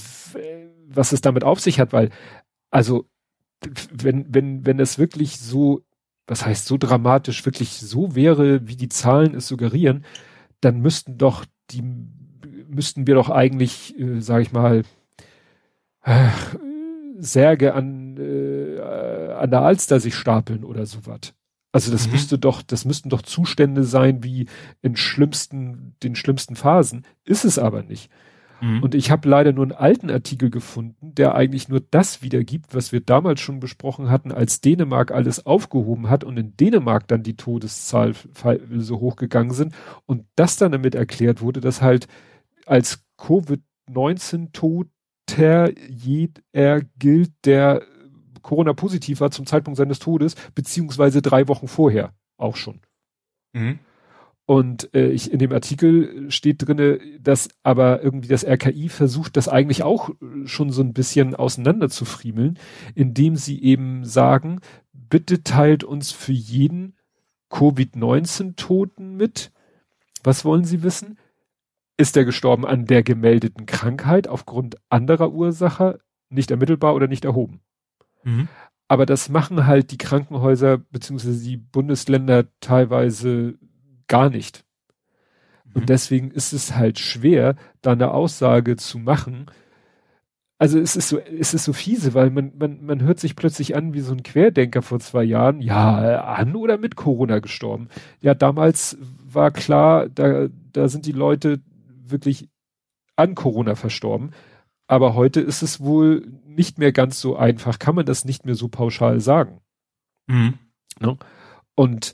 was es damit auf sich hat, weil, also, wenn, wenn, wenn es wirklich so, was heißt so dramatisch, wirklich so wäre, wie die Zahlen es suggerieren, dann müssten doch die, müssten wir doch eigentlich, äh, sage ich mal, äh, Särge an, äh, an der Alster sich stapeln oder sowas. Also das mhm. müsste doch, das müssten doch Zustände sein wie in schlimmsten, den schlimmsten Phasen. Ist es aber nicht. Mhm. Und ich habe leider nur einen alten Artikel gefunden, der eigentlich nur das wiedergibt, was wir damals schon besprochen hatten, als Dänemark alles aufgehoben hat und in Dänemark dann die Todeszahl so hochgegangen sind und das dann damit erklärt wurde, dass halt als Covid neunzehn Toter jeder gilt, der Corona-positiv war zum Zeitpunkt seines Todes, beziehungsweise drei Wochen vorher auch schon. Mhm. Und äh, ich, in dem Artikel steht drinne, dass aber irgendwie das R K I versucht, das eigentlich auch schon so ein bisschen auseinander zu friemeln, indem sie eben sagen, bitte teilt uns für jeden Covid neunzehn Toten mit. Was wollen Sie wissen? Ist er gestorben an der gemeldeten Krankheit aufgrund anderer Ursache, nicht ermittelbar oder nicht erhoben? Mhm. Aber das machen halt die Krankenhäuser beziehungsweise die Bundesländer teilweise gar nicht. Und mhm. deswegen ist es halt schwer, da eine Aussage zu machen. Also es ist so, es ist so fiese, weil man, man, man hört sich plötzlich an wie so ein Querdenker vor zwei Jahren. Ja, an oder mit Corona gestorben. Ja, damals war klar, da, da sind die Leute wirklich an Corona verstorben. Aber heute ist es wohl nicht mehr ganz so einfach, kann man das nicht mehr so pauschal sagen. Mhm. Ne? Und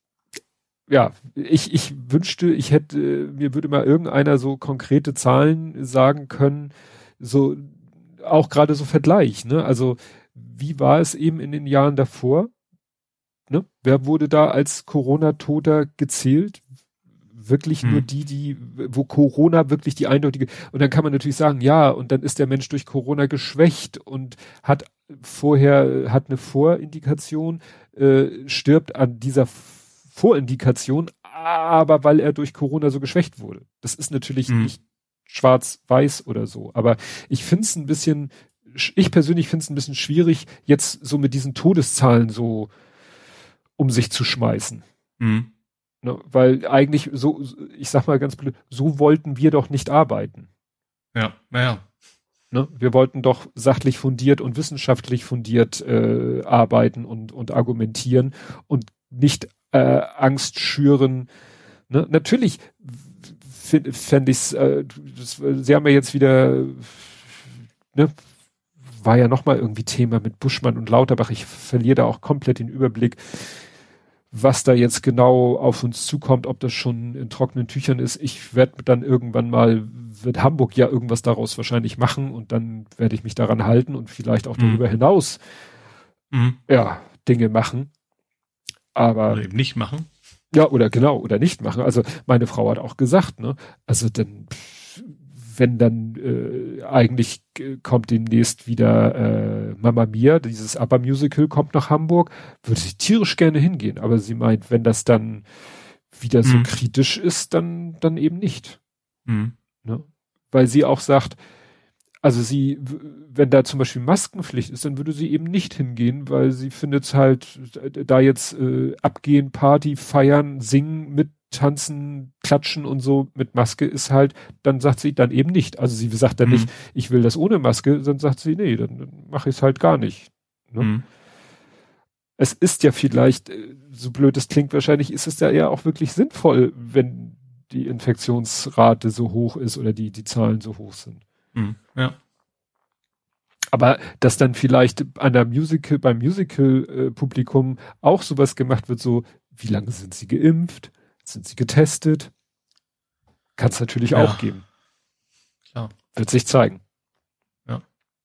ja, ich, ich wünschte, ich hätte, mir würde mal irgendeiner so konkrete Zahlen sagen können, so auch gerade so Vergleich, ne? Also wie war es eben in den Jahren davor? Ne? Wer wurde da als Corona-Toter gezählt? Wirklich hm. nur die, die, wo Corona wirklich die eindeutige, und dann kann man natürlich sagen, ja, und dann ist der Mensch durch Corona geschwächt und hat vorher, hat eine Vorindikation, äh, stirbt an dieser Vorindikation, aber weil er durch Corona so geschwächt wurde. Das ist natürlich hm. nicht schwarz-weiß oder so, aber ich finde es ein bisschen, ich persönlich finde es ein bisschen schwierig, jetzt so mit diesen Todeszahlen so um sich zu schmeißen. Hm. Ne, weil eigentlich so, ich sag mal ganz blöd, so wollten wir doch nicht arbeiten. Ja, naja. Ne, wir wollten doch sachlich fundiert und wissenschaftlich fundiert äh, arbeiten und, und argumentieren und nicht äh, Angst schüren. Ne? Natürlich fände ich es, äh, sie haben ja jetzt wieder, ne, war ja nochmal irgendwie Thema mit Buschmann und Lauterbach, ich verliere da auch komplett den Überblick, was da jetzt genau auf uns zukommt, ob das schon in trockenen Tüchern ist. Ich werde dann irgendwann mal, wird Hamburg ja irgendwas daraus wahrscheinlich machen und dann werde ich mich daran halten und vielleicht auch mhm. darüber hinaus mhm. ja, Dinge machen. Aber oder eben nicht machen. Ja, oder genau, oder nicht machen. Also meine Frau hat auch gesagt, ne, also dann, wenn dann äh, eigentlich äh, kommt demnächst wieder äh, Mamma Mia, dieses ABBA-Musical kommt nach Hamburg, würde sie tierisch gerne hingehen. Aber sie meint, wenn das dann wieder so mhm. kritisch ist, dann dann eben nicht. Mhm. Ne? Weil sie auch sagt, also sie, wenn da zum Beispiel Maskenpflicht ist, dann würde sie eben nicht hingehen, weil sie findet es halt, da jetzt äh, abgehen, Party, feiern, singen, mit tanzen, klatschen und so mit Maske ist halt, dann sagt sie dann eben nicht. Also sie sagt dann mhm. nicht, ich will das ohne Maske, dann sagt sie, nee, dann, dann mache ich es halt gar nicht. Ne? Mhm. Es ist ja vielleicht, so blöd es klingt, wahrscheinlich ist es ja eher auch wirklich sinnvoll, wenn die Infektionsrate so hoch ist oder die, die Zahlen so hoch sind. Mhm. Ja. Aber dass dann vielleicht an der Musical, beim Musical-Publikum äh, auch sowas gemacht wird, so, wie lange sind sie geimpft? Sind sie getestet? Kann es natürlich ja. auch geben. Klar. Wird sich zeigen. Ja.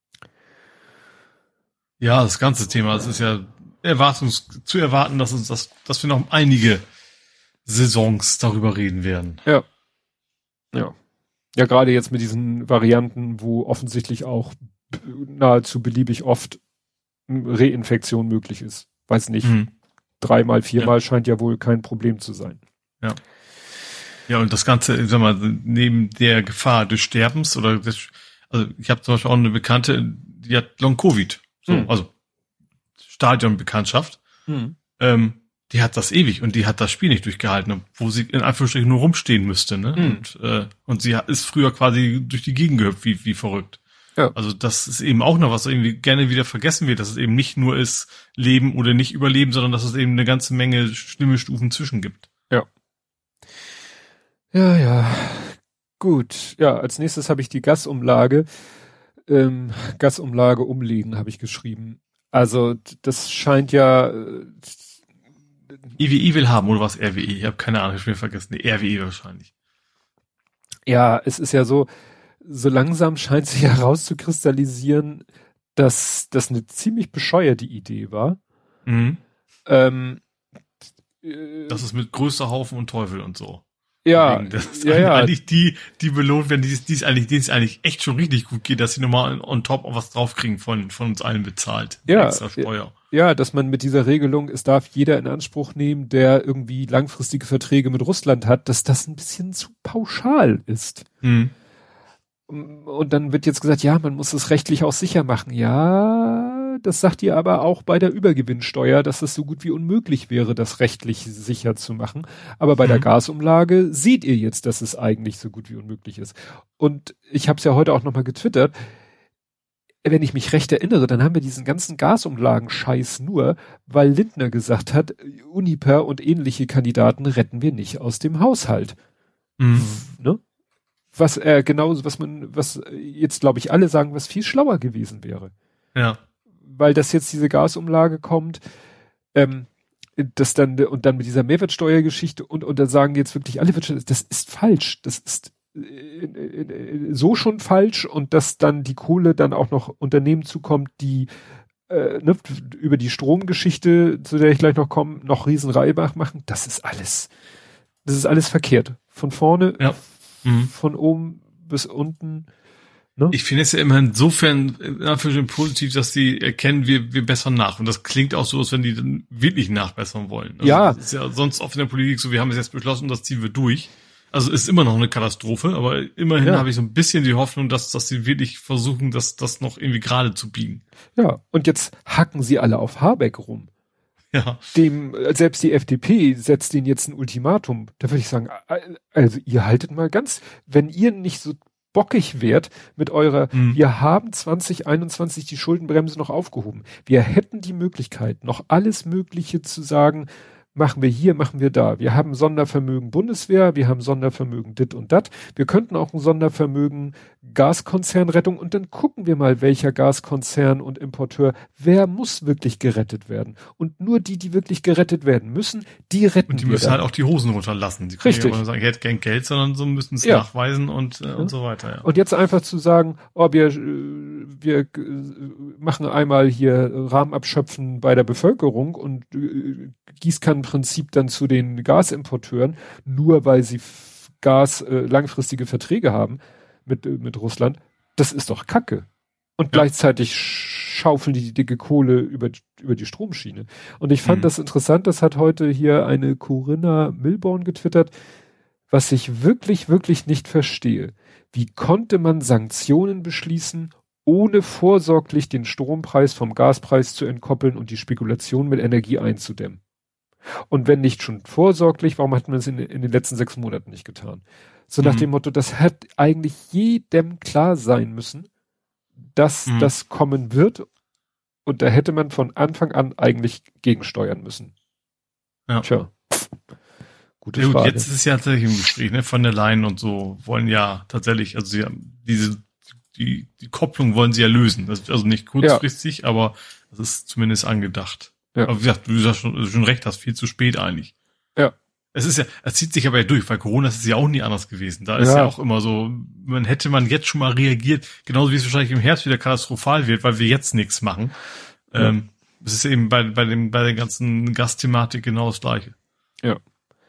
Ja, das ganze Thema, es ist ja erwartungs zu erwarten, dass uns das, dass wir noch einige Saisons darüber reden werden. Ja. Ja. Ja, gerade jetzt mit diesen Varianten, wo offensichtlich auch nahezu beliebig oft Reinfektion möglich ist. Weiß nicht. Mhm. Dreimal, viermal ja. scheint ja wohl kein Problem zu sein. Ja. Ja, und das Ganze, ich sag mal, neben der Gefahr des Sterbens oder des, also ich habe zum Beispiel auch eine Bekannte, die hat Long-Covid, so, mhm. also Stadionbekanntschaft, mhm. ähm, die hat das ewig und die hat das Spiel nicht durchgehalten, wo sie in Anführungsstrichen nur rumstehen müsste, ne? Mhm. Und, äh, und sie ist früher quasi durch die Gegend gehüpft, wie, wie verrückt. Ja. Also das ist eben auch noch, was irgendwie gerne wieder vergessen wird, dass es eben nicht nur ist Leben oder nicht Überleben, sondern dass es eben eine ganze Menge schlimme Stufen zwischen gibt. Ja. Ja, ja. Gut. Ja, als nächstes habe ich die Gasumlage. Ähm, Gasumlage umlegen, habe ich geschrieben. Also das scheint ja... Äh, I W I will haben, oder was R W I? Ich habe keine Ahnung, ich habe mir vergessen. Nee, R W I wahrscheinlich. Ja, es ist ja so, so langsam scheint sich herauszukristallisieren, dass das eine ziemlich bescheuerte Idee war. Mhm. Ähm, äh, das ist mit größter Haufen und Teufel und so. Ja, das ist ja, ja. eigentlich die, die belohnt werden, die es, die es eigentlich, die es eigentlich echt schon richtig gut geht, dass sie nochmal on top auch was draufkriegen von, von uns allen bezahlt. Ja. Extra Steuer. Ja, dass man mit dieser Regelung, es darf jeder in Anspruch nehmen, der irgendwie langfristige Verträge mit Russland hat, dass das ein bisschen zu pauschal ist. Mhm. Und dann wird jetzt gesagt, ja, man muss es rechtlich auch sicher machen. Ja, das sagt ihr aber auch bei der Übergewinnsteuer, dass es so gut wie unmöglich wäre, das rechtlich sicher zu machen. Aber bei mhm. der Gasumlage seht ihr jetzt, dass es eigentlich so gut wie unmöglich ist. Und ich habe es ja heute auch nochmal getwittert. Wenn ich mich recht erinnere, dann haben wir diesen ganzen Gasumlagen-Scheiß nur, weil Lindner gesagt hat, Uniper und ähnliche Kandidaten retten wir nicht aus dem Haushalt. Mhm. Ne? Was er äh, genauso, was man, was jetzt glaube ich alle sagen, was viel schlauer gewesen wäre. Ja. Weil das jetzt diese Gasumlage kommt, ähm, das dann, und dann mit dieser Mehrwertsteuergeschichte und, und dann sagen jetzt wirklich alle Wirtschaft, das ist falsch, das ist so schon falsch und dass dann die Kohle dann auch noch Unternehmen zukommt, die äh, ne, über die Stromgeschichte, zu der ich gleich noch komme, noch riesen Reibach machen, das ist alles, das ist alles verkehrt. Von vorne, ja. mhm. von oben bis unten. Ne? Ich finde es ja immer insofern in positiv, dass die erkennen, wir, wir bessern nach. Und das klingt auch so, als wenn die dann wirklich nachbessern wollen. Also ja. Das ist ja sonst oft in der Politik so, wir haben es jetzt beschlossen, das ziehen wir durch. Also ist immer noch eine Katastrophe, aber immerhin ja. habe ich so ein bisschen die Hoffnung, dass, dass sie wirklich versuchen, das, das noch irgendwie gerade zu biegen. Ja, und jetzt hacken sie alle auf Habeck rum. Ja. Dem, selbst die F D P setzt denen jetzt ein Ultimatum. Da würde ich sagen, also ihr haltet mal ganz, wenn ihr nicht so bockig wärt mit eurer, mhm. wir haben zwanzig einundzwanzig die Schuldenbremse noch aufgehoben. Wir hätten die Möglichkeit, noch alles Mögliche zu sagen, machen wir hier, machen wir da. Wir haben Sondervermögen Bundeswehr, wir haben Sondervermögen dit und dat. Wir könnten auch ein Sondervermögen Gaskonzernrettung und dann gucken wir mal, welcher Gaskonzern und Importeur, wer muss wirklich gerettet werden. Und nur die, die wirklich gerettet werden müssen, die retten wir. Und die müssen dann. halt auch die Hosen runterlassen. Die können Richtig. nicht sagen, ich hätte kein Geld, sondern so müssen es ja. nachweisen und, äh, ja. und so weiter. Ja. Und jetzt einfach zu sagen, oh, wir, wir machen einmal hier Rahmenabschöpfen bei der Bevölkerung und äh, Gießkannenprinzip dann zu den Gasimporteuren, nur weil sie Gas äh, langfristige Verträge haben mit, äh, mit Russland, das ist doch Kacke. Und ja. gleichzeitig schaufeln die die dicke Kohle über, über die Stromschiene. Und ich fand mhm. das interessant, das hat heute hier eine Corinna Milborn getwittert, was ich wirklich, wirklich nicht verstehe. Wie konnte man Sanktionen beschließen, ohne vorsorglich den Strompreis vom Gaspreis zu entkoppeln und die Spekulation mit Energie einzudämmen? Und wenn nicht schon vorsorglich, warum hat man es in, in den letzten sechs Monaten nicht getan? So nach mhm. dem Motto, das hat eigentlich jedem klar sein müssen, dass mhm. das kommen wird. Und da hätte man von Anfang an eigentlich gegensteuern müssen. Ja. Tja. Gute ja, gut, Frage. jetzt ist es ja tatsächlich im Gespräch, ne? Von der Leyen und so wollen ja tatsächlich, also sie haben diese, die, die Kopplung wollen sie ja lösen. Das ist also nicht kurzfristig, ja. aber das ist zumindest angedacht. Ja. Aber wie gesagt, du hast schon, schon recht, hast viel zu spät eigentlich. Ja. Es ist ja, es zieht sich aber ja durch, weil Corona ist ja auch nie anders gewesen. Da ist ja. ja auch immer so, man hätte man jetzt schon mal reagiert, genauso wie es wahrscheinlich im Herbst wieder katastrophal wird, weil wir jetzt nichts machen. Ja. Ähm, es ist eben bei, bei dem, bei der ganzen Gasthematik genau das Gleiche. Ja.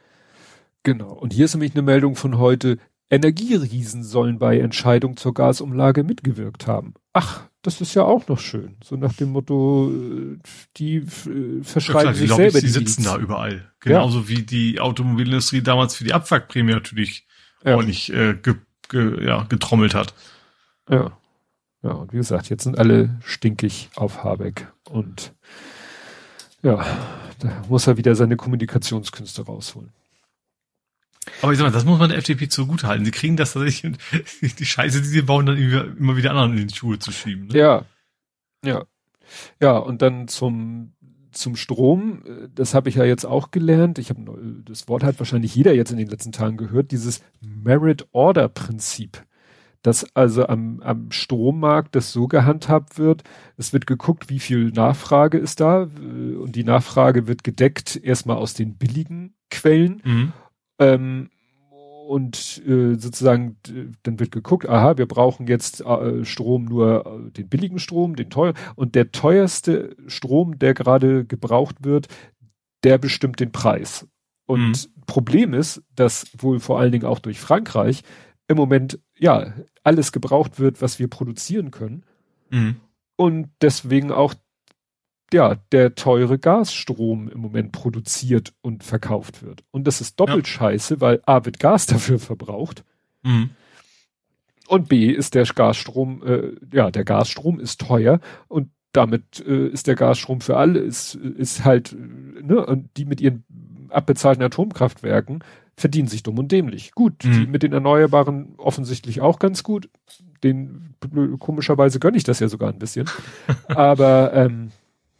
Genau. Und hier ist nämlich eine Meldung von heute. Energieriesen sollen bei Entscheidung zur Gasumlage mitgewirkt haben. Ach, das ist ja auch noch schön. So nach dem Motto, die äh, verschreiben ja, klar, sich die selber die sitzen Leads. Da überall. Genauso ja. wie die Automobilindustrie damals für die Abwrackprämie natürlich ja. ordentlich äh, ge, ge, ja, getrommelt hat. Ja. Ja, und wie gesagt, jetzt sind alle stinkig auf Habeck. Und ja, da muss er wieder seine Kommunikationskünste rausholen. Aber ich sag mal, das muss man der F D P zugutehalten. Sie kriegen das tatsächlich, die Scheiße, die sie bauen, dann immer wieder anderen in die Schuhe zu schieben. Ne? Ja, ja. Ja, und dann zum, zum Strom, das habe ich ja jetzt auch gelernt. Ich habe das Wort hat wahrscheinlich jeder jetzt in den letzten Tagen gehört, dieses Merit-Order-Prinzip. Dass also am, am Strommarkt das so gehandhabt wird, es wird geguckt, wie viel Nachfrage ist da, und die Nachfrage wird gedeckt erstmal aus den billigen Quellen. Mhm. Ähm, und äh, sozusagen, dann wird geguckt, aha, wir brauchen jetzt äh, Strom nur, äh, den billigen Strom, den teuer, und der teuerste Strom, der gerade gebraucht wird, der bestimmt den Preis. Und mhm. Problem ist, dass wohl vor allen Dingen auch durch Frankreich im Moment, ja, alles gebraucht wird, was wir produzieren können. Mhm. Und deswegen auch, ja, der teure Gasstrom im Moment produziert und verkauft wird. Und das ist doppelt ja. scheiße, weil A wird Gas dafür verbraucht. Mhm. Und B ist der Gasstrom, äh, ja, der Gasstrom ist teuer und damit äh, ist der Gasstrom für alle, ist, ist halt, ne, und die mit ihren abbezahlten Atomkraftwerken verdienen sich dumm und dämlich. Gut, mhm. die mit den Erneuerbaren offensichtlich auch ganz gut. Den komischerweise gönne ich das ja sogar ein bisschen. Aber ähm,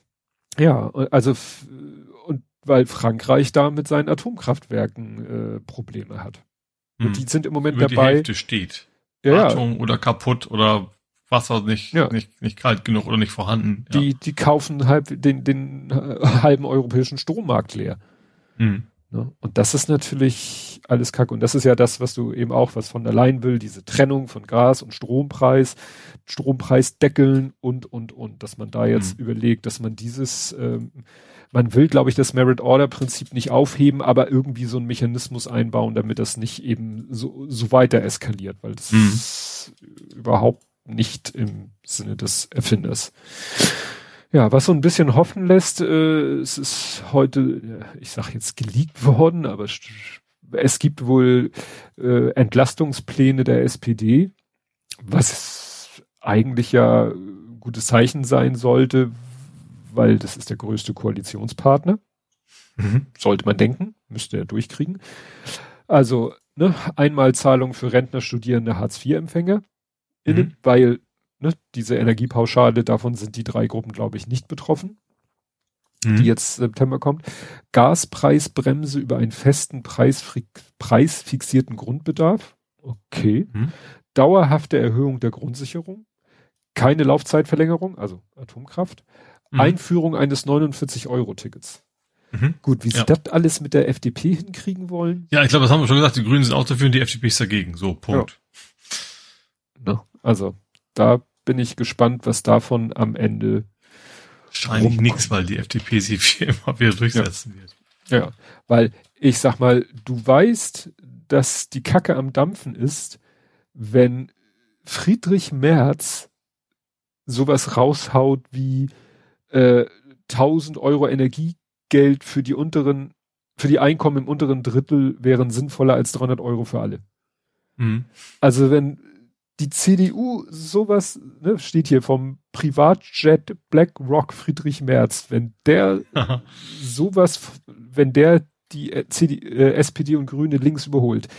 ja, also und weil Frankreich da mit seinen Atomkraftwerken äh, Probleme hat. Mhm. Und die sind im Moment Über dabei. Die Hälfte steht. Ja, Wartung ja. oder kaputt oder Wasser nicht, ja. nicht, nicht kalt genug oder nicht vorhanden. Ja. Die, die kaufen halb den, den halben europäischen Strommarkt leer. Mhm. Ne? Und das ist natürlich alles Kacke. Und das ist ja das, was du eben auch, was von der Leyen will, diese Trennung von Gas- und Strompreis, Strompreis deckeln und, und, und. Dass man da jetzt mhm. überlegt, dass man dieses, ähm, man will, glaube ich, das Merit-Order-Prinzip nicht aufheben, aber irgendwie so einen Mechanismus einbauen, damit das nicht eben so, so weiter eskaliert, weil das mhm. ist überhaupt nicht im Sinne des Erfinders. Ja, was so ein bisschen hoffen lässt, äh, es ist heute, ich sag jetzt geleakt worden, aber es gibt wohl äh, Entlastungspläne der S P D, was eigentlich ja ein gutes Zeichen sein sollte, weil das ist der größte Koalitionspartner. Mhm. Sollte man denken, müsste er durchkriegen. Also, ne, Einmalzahlung für Rentner, Studierende, Hartz vier Empfänger, mhm. weil Ne, diese Energiepauschale, davon sind die drei Gruppen, glaube ich, nicht betroffen, mhm. die jetzt September kommt. Gaspreisbremse über einen festen Preis, preisfixierten Grundbedarf. Okay. Mhm. Dauerhafte Erhöhung der Grundsicherung. Keine Laufzeitverlängerung, also Atomkraft. Mhm. Einführung eines neunundvierzig-Euro-Tickets. Mhm. Gut, wie sie ja. das alles mit der F D P hinkriegen wollen? Ja, ich glaube, das haben wir schon gesagt, die Grünen sind auch dafür und die F D P ist dagegen. So, Punkt. Ja. Ne, also, da bin ich gespannt, was davon am Ende wahrscheinlich nichts, weil die F D P sie immer wieder durchsetzen ja. wird. Ja, weil ich sag mal, du weißt, dass die Kacke am Dampfen ist, wenn Friedrich Merz sowas raushaut wie äh, tausend Euro Energiegeld für die unteren, für die Einkommen im unteren Drittel wären sinnvoller als dreihundert Euro für alle. Mhm. Also wenn die C D U sowas, ne, steht hier vom Privatjet BlackRock Friedrich Merz, wenn der sowas, wenn der die C D, äh, S P D und Grüne links überholt,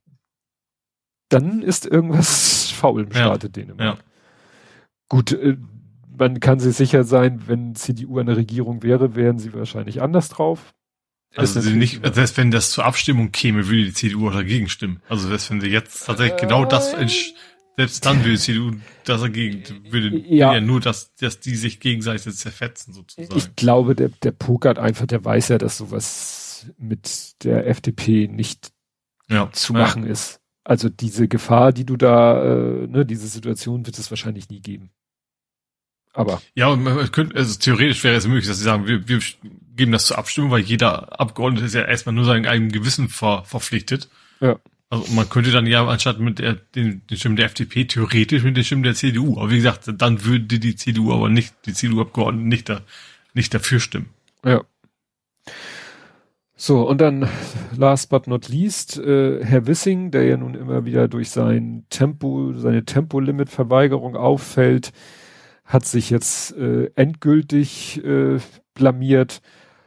dann ist irgendwas faul im Staate ja. Dänemark. Ja. Gut, äh, man kann sich sicher sein, wenn C D U eine Regierung wäre, wären sie wahrscheinlich anders drauf. Also sie nicht, selbst wenn das zur Abstimmung käme, würde die C D U auch dagegen stimmen. Also selbst wenn sie jetzt tatsächlich äh, genau das entsch- selbst dann würde die C D U das dagegen, würde ja, ja nur, dass, dass die sich gegenseitig zerfetzen sozusagen. Ich glaube, der, der pokert einfach, der weiß ja, dass sowas mit der F D P nicht ja, zu machen ja. ist. Also diese Gefahr, die du da, äh, ne, diese Situation wird es wahrscheinlich nie geben. Aber. Ja, und man könnte, also theoretisch wäre es möglich, dass sie sagen, wir, wir geben das zur Abstimmung, weil jeder Abgeordnete ist ja erstmal nur seinem eigenen Gewissen ver, verpflichtet. Ja. Also man könnte dann ja anstatt mit der, den, den Stimmen der F D P theoretisch mit den Stimmen der C D U. Aber wie gesagt, dann würde die C D U aber nicht, die C D U-Abgeordneten nicht da, nicht dafür stimmen. Ja. So, und dann last but not least, äh, Herr Wissing, der ja nun immer wieder durch sein Tempo, seine Tempolimit-Verweigerung auffällt, hat sich jetzt äh, endgültig äh, blamiert.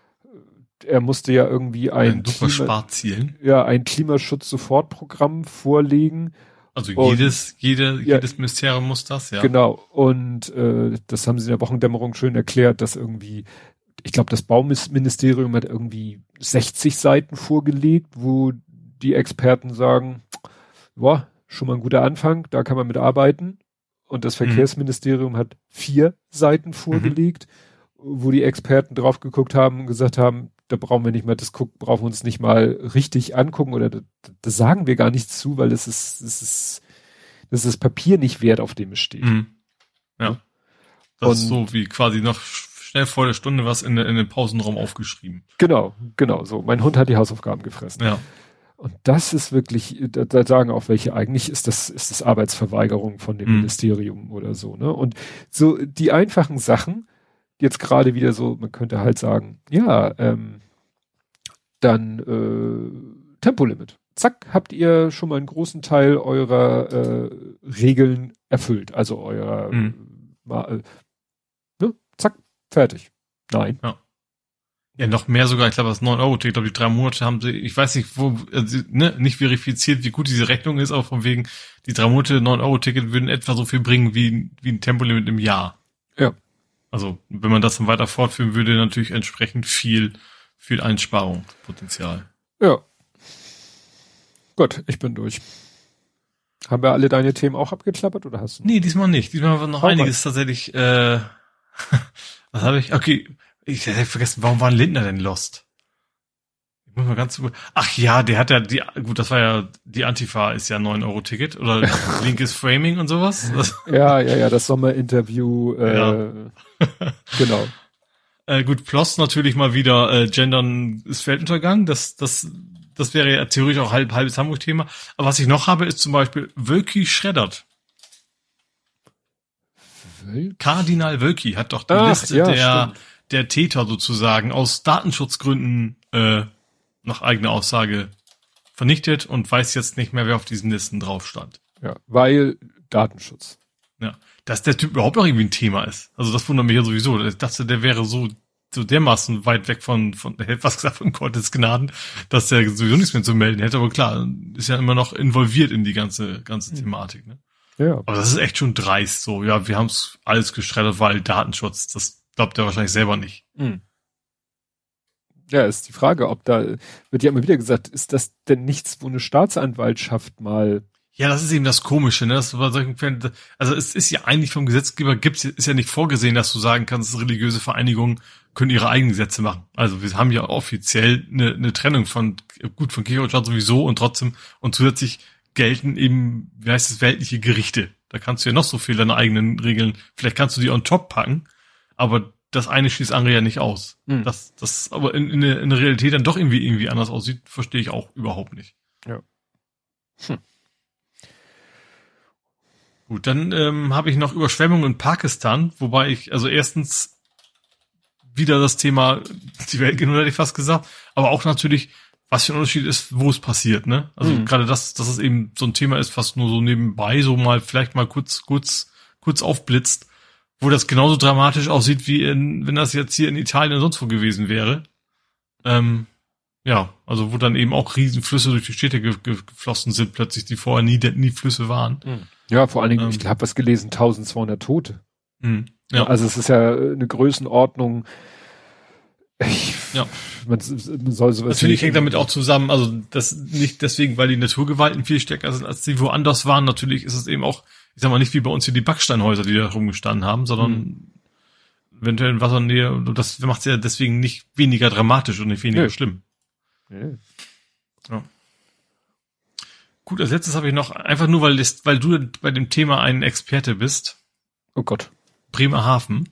Er musste ja irgendwie ein, ein super Sparzielen. Ja, ein Klimaschutz-Sofortprogramm vorlegen. Also jedes, und, jede, ja, jedes Ministerium muss das, ja. Genau. Und äh, das haben sie in der Wochendämmerung schön erklärt, dass irgendwie, ich glaube, das Bauministerium hat irgendwie sechzig Seiten vorgelegt, wo die Experten sagen, boah, schon mal ein guter Anfang, da kann man mit arbeiten. Und das Verkehrsministerium mhm. hat vier Seiten vorgelegt, mhm. wo die Experten drauf geguckt haben und gesagt haben, da brauchen wir nicht mal das gucken, brauchen wir uns nicht mal richtig angucken oder da, da sagen wir gar nichts zu, weil es ist, es ist, das ist das Papier nicht wert, auf dem es steht. Mhm. Ja. Das und, ist so wie quasi noch schnell vor der Stunde was in, in den Pausenraum aufgeschrieben. Genau, genau, so. Mein Hund hat die Hausaufgaben gefressen. Ja. Und das ist wirklich, da, da sagen auch welche, eigentlich ist das, ist das Arbeitsverweigerung von dem mhm. Ministerium oder so, ne? Und so die einfachen Sachen, jetzt gerade wieder so, man könnte halt sagen, ja, ähm, dann äh, Tempolimit. Zack, habt ihr schon mal einen großen Teil eurer äh, Regeln erfüllt. Also eurer, mhm. mal, äh, ne? Zack, fertig. Nein. Ja. Ja, noch mehr sogar, ich glaube, das neun Euro Ticket, ich glaube, die drei Monate haben sie, ich weiß nicht, wo, also, ne, nicht verifiziert, wie gut diese Rechnung ist, aber von wegen, die drei Monate neun Euro Ticket würden etwa so viel bringen wie, wie ein Tempolimit im Jahr. Ja. Also, wenn man das dann weiter fortführen würde, natürlich entsprechend viel, viel Einsparungspotenzial. Ja. Gut, ich bin durch. Haben wir alle deine Themen auch abgeklappert oder hast du? Nee, diesmal nicht. Diesmal war noch Hau einiges mal. Tatsächlich, äh, was habe ich? Okay. Ich hätte vergessen, warum war Lindner denn lost? Ich muss mal ganz, ach ja, der hat ja die, gut, das war ja, die Antifa ist ja ein neun Euro Ticket oder linkes Framing und sowas. Ja, ja, ja, das Sommerinterview, äh, ja. Genau. Äh, gut, Ploss natürlich mal wieder, äh, Gendern ist Weltuntergang, das, das, das wäre ja theoretisch auch halb, halbes Hamburg-Thema. Aber was ich noch habe, ist zum Beispiel Wölki schreddert. Wölki? Kardinal Wölki hat doch die ach, Liste ja, der, stimmt. der Täter sozusagen aus Datenschutzgründen äh, nach eigener Aussage vernichtet und weiß jetzt nicht mehr, wer auf diesen Listen drauf stand. Ja, weil Datenschutz. Ja, dass der Typ überhaupt noch irgendwie ein Thema ist. Also das wundert mich ja sowieso. Ich dachte, der wäre so so dermaßen weit weg von, von was gesagt, von Gottes Gnaden, dass der sowieso nichts mehr zu melden hätte. Aber klar, ist ja immer noch involviert in die ganze ganze Thematik. Ne? Ja. Aber das ist echt schon dreist so. Ja, wir haben es alles geschreddert, weil Datenschutz. Das glaubt er wahrscheinlich selber nicht. Mhm. Ja, ist die Frage, ob da, wird ja immer wieder gesagt, ist das denn nichts, wo eine Staatsanwaltschaft mal... Ja, das ist eben das Komische, ne? Das bei solchen Fällen, also es ist ja eigentlich vom Gesetzgeber, gibt's, ist ja nicht vorgesehen, dass du sagen kannst, religiöse Vereinigungen können ihre eigenen Gesetze machen. Also wir haben ja offiziell eine, eine Trennung von, gut, von Kirche und Staat sowieso und trotzdem, und zusätzlich gelten eben, wie heißt es, weltliche Gerichte. Da kannst du ja noch so viel deine eigenen Regeln, vielleicht kannst du die on top packen, aber das eine schließt andere ja nicht aus. Mhm. Das, das aber in, in, der, in der Realität dann doch irgendwie irgendwie anders aussieht, verstehe ich auch überhaupt nicht. Ja. Hm. Gut, dann ähm, habe ich noch Überschwemmungen in Pakistan, wobei ich, also erstens wieder das Thema, die Welt genug hätte ich fast gesagt, aber auch natürlich, was für ein Unterschied ist, wo es passiert, ne? Also mhm. gerade das, dass es eben so ein Thema ist, was nur so nebenbei so mal, vielleicht mal kurz, kurz, kurz aufblitzt, wo das genauso dramatisch aussieht, wie in, wenn das jetzt hier in Italien oder sonst wo gewesen wäre. Ähm, ja, also wo dann eben auch Riesenflüsse durch die Städte ge- ge- geflossen sind, plötzlich, die vorher nie, nie Flüsse waren. Mhm. Ja, vor allen Dingen, ähm, ich habe was gelesen, eintausendzweihundert Tote. Mhm. Ja. Also es ist ja eine Größenordnung. Ich, ja. Man, man soll sowas. Natürlich hängt damit auch zusammen, also das nicht deswegen, weil die Naturgewalten viel stärker sind, als die woanders waren. Natürlich ist es eben auch, ich sag mal, nicht wie bei uns hier die Backsteinhäuser, die da rumgestanden haben, sondern mhm. eventuell in Wassernähe. Das macht es ja deswegen nicht weniger dramatisch und nicht weniger nee. schlimm. Nee. Ja. Gut, als letztes habe ich noch, einfach nur, weil, das, weil du bei dem Thema ein Experte bist. Oh Gott. Bremerhaven.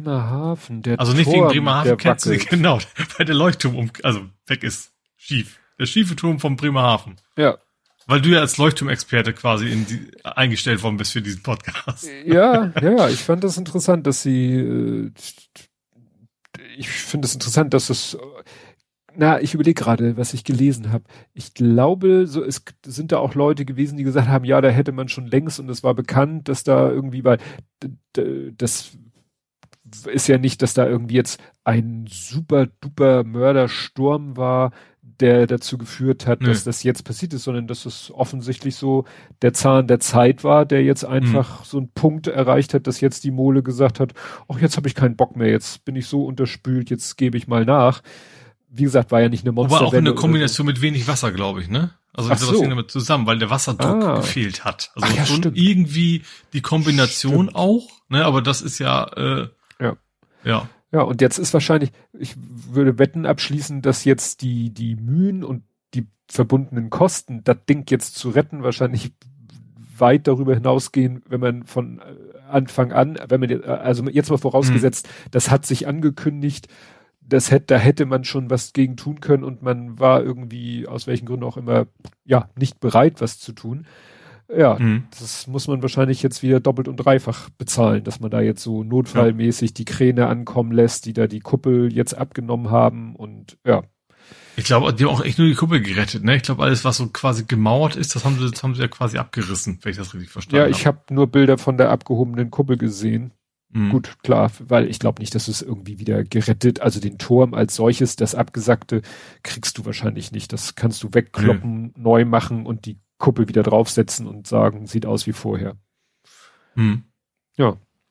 Bremerhaven, der Also nicht Turm, wegen Bremerhaven, kennst du nicht, genau, weil der Leuchtturm um, also weg ist, schief. Der schiefe Turm vom Bremerhaven. Ja. Weil du ja als Leuchtturmexperte quasi in die, eingestellt worden bist für diesen Podcast. Ja, ja, ja, ich fand das interessant, dass sie, äh, ich finde es interessant, dass es, na, ich überlege gerade, was ich gelesen habe. Ich glaube, so es sind da auch Leute gewesen, die gesagt haben, ja, da hätte man schon längst und es war bekannt, dass da irgendwie, weil das ist ja nicht, dass da irgendwie jetzt ein super duper Mördersturm war, der dazu geführt hat, Nö. dass das jetzt passiert ist, sondern dass es offensichtlich so der Zahn der Zeit war, der jetzt einfach mhm. so einen Punkt erreicht hat, dass jetzt die Mole gesagt hat, ach, jetzt habe ich keinen Bock mehr, jetzt bin ich so unterspült, jetzt gebe ich mal nach. Wie gesagt, war ja nicht eine Monsterwelle. Aber auch in der Kombination so. Mit wenig Wasser, glaube ich, ne? Also das so. Hing damit zusammen, weil der Wasserdruck ah. gefehlt hat. Also ja, schon stimmt. Irgendwie die Kombination stimmt. Auch, ne? Aber das ist ja, äh, ja, ja. Ja, und jetzt ist wahrscheinlich, ich würde Wetten abschließen, dass jetzt die, die Mühen und die verbundenen Kosten, das Ding jetzt zu retten, wahrscheinlich weit darüber hinausgehen, wenn man von Anfang an, wenn man, also jetzt mal vorausgesetzt, mhm. das hat sich angekündigt, das hätte, da hätte man schon was gegen tun können und man war irgendwie, aus welchen Gründen auch immer, ja, nicht bereit, was zu tun. Ja, mhm. das muss man wahrscheinlich jetzt wieder doppelt und dreifach bezahlen, dass man da jetzt so notfallmäßig ja. die Kräne ankommen lässt, die da die Kuppel jetzt abgenommen haben und ja. Ich glaube, die haben auch echt nur die Kuppel gerettet, ne? Ich glaube, alles, was so quasi gemauert ist, das haben sie, das haben sie ja quasi abgerissen, wenn ich das richtig verstanden habe. Ja, ich habe hab nur Bilder von der abgehobenen Kuppel gesehen. Mhm. Gut, klar, weil ich glaube nicht, dass es irgendwie wieder gerettet, also den Turm als solches, das Abgesackte kriegst du wahrscheinlich nicht. Das kannst du wegkloppen, mhm. neu machen und die Kuppel wieder draufsetzen und sagen, sieht aus wie vorher. Mhm. Ja.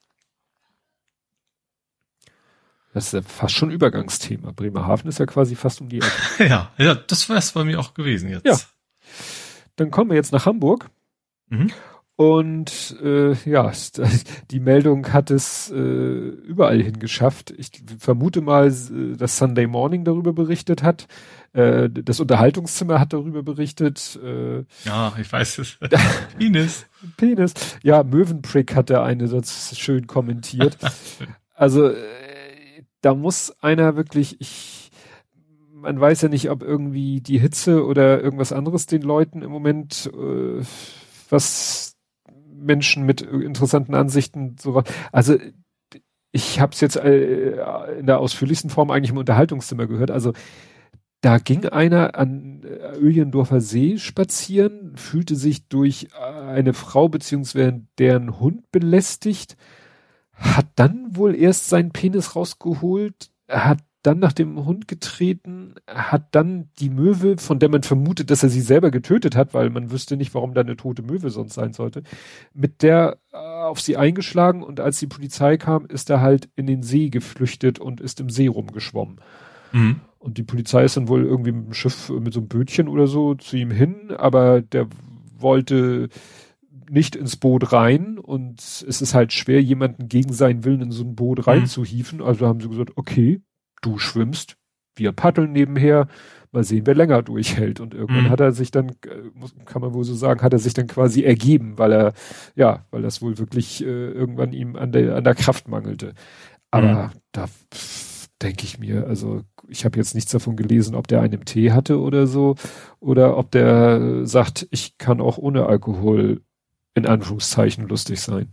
Das ist ja fast schon Übergangsthema. Bremerhaven ist ja quasi fast um die Ecke. ja, ja, das wäre es bei mir auch gewesen jetzt. Ja. Dann kommen wir jetzt nach Hamburg. Mhm. Und äh, ja, die Meldung hat es äh, überall hingeschafft. Ich vermute mal, dass Sunday Morning darüber berichtet hat. Äh, das Unterhaltungszimmer hat darüber berichtet. Äh, ja, ich weiß es. Penis. Penis. Ja, Mövenprick hat der eine das schön kommentiert. Also äh, da muss einer wirklich, ich, man weiß ja nicht, ob irgendwie die Hitze oder irgendwas anderes den Leuten im Moment äh, was Menschen mit interessanten Ansichten, sowas. Also ich habe es jetzt äh, in der ausführlichsten Form eigentlich im Unterhaltungszimmer gehört. Also da ging einer an Öjendorfer See spazieren, fühlte sich durch eine Frau beziehungsweise deren Hund belästigt, hat dann wohl erst seinen Penis rausgeholt, hat dann nach dem Hund getreten, hat dann die Möwe, von der man vermutet, dass er sie selber getötet hat, weil man wüsste nicht, warum da eine tote Möwe sonst sein sollte, mit der äh, auf sie eingeschlagen und als die Polizei kam, ist er halt in den See geflüchtet und ist im See rumgeschwommen. Mhm. Und die Polizei ist dann wohl irgendwie mit dem Schiff, mit so einem Bötchen oder so zu ihm hin, aber der wollte nicht ins Boot rein und es ist halt schwer, jemanden gegen seinen Willen in so ein Boot reinzuhieven. Also haben sie gesagt, okay, du schwimmst, wir paddeln nebenher, mal sehen, wer länger durchhält. Und irgendwann mhm. hat er sich dann, kann man wohl so sagen, hat er sich dann quasi ergeben, weil er, ja, weil das wohl wirklich äh, irgendwann ihm an der, an der Kraft mangelte. Aber mhm. da denke ich mir, also ich habe jetzt nichts davon gelesen, ob der einen im Tee hatte oder so, oder ob der sagt, ich kann auch ohne Alkohol in Anführungszeichen lustig sein.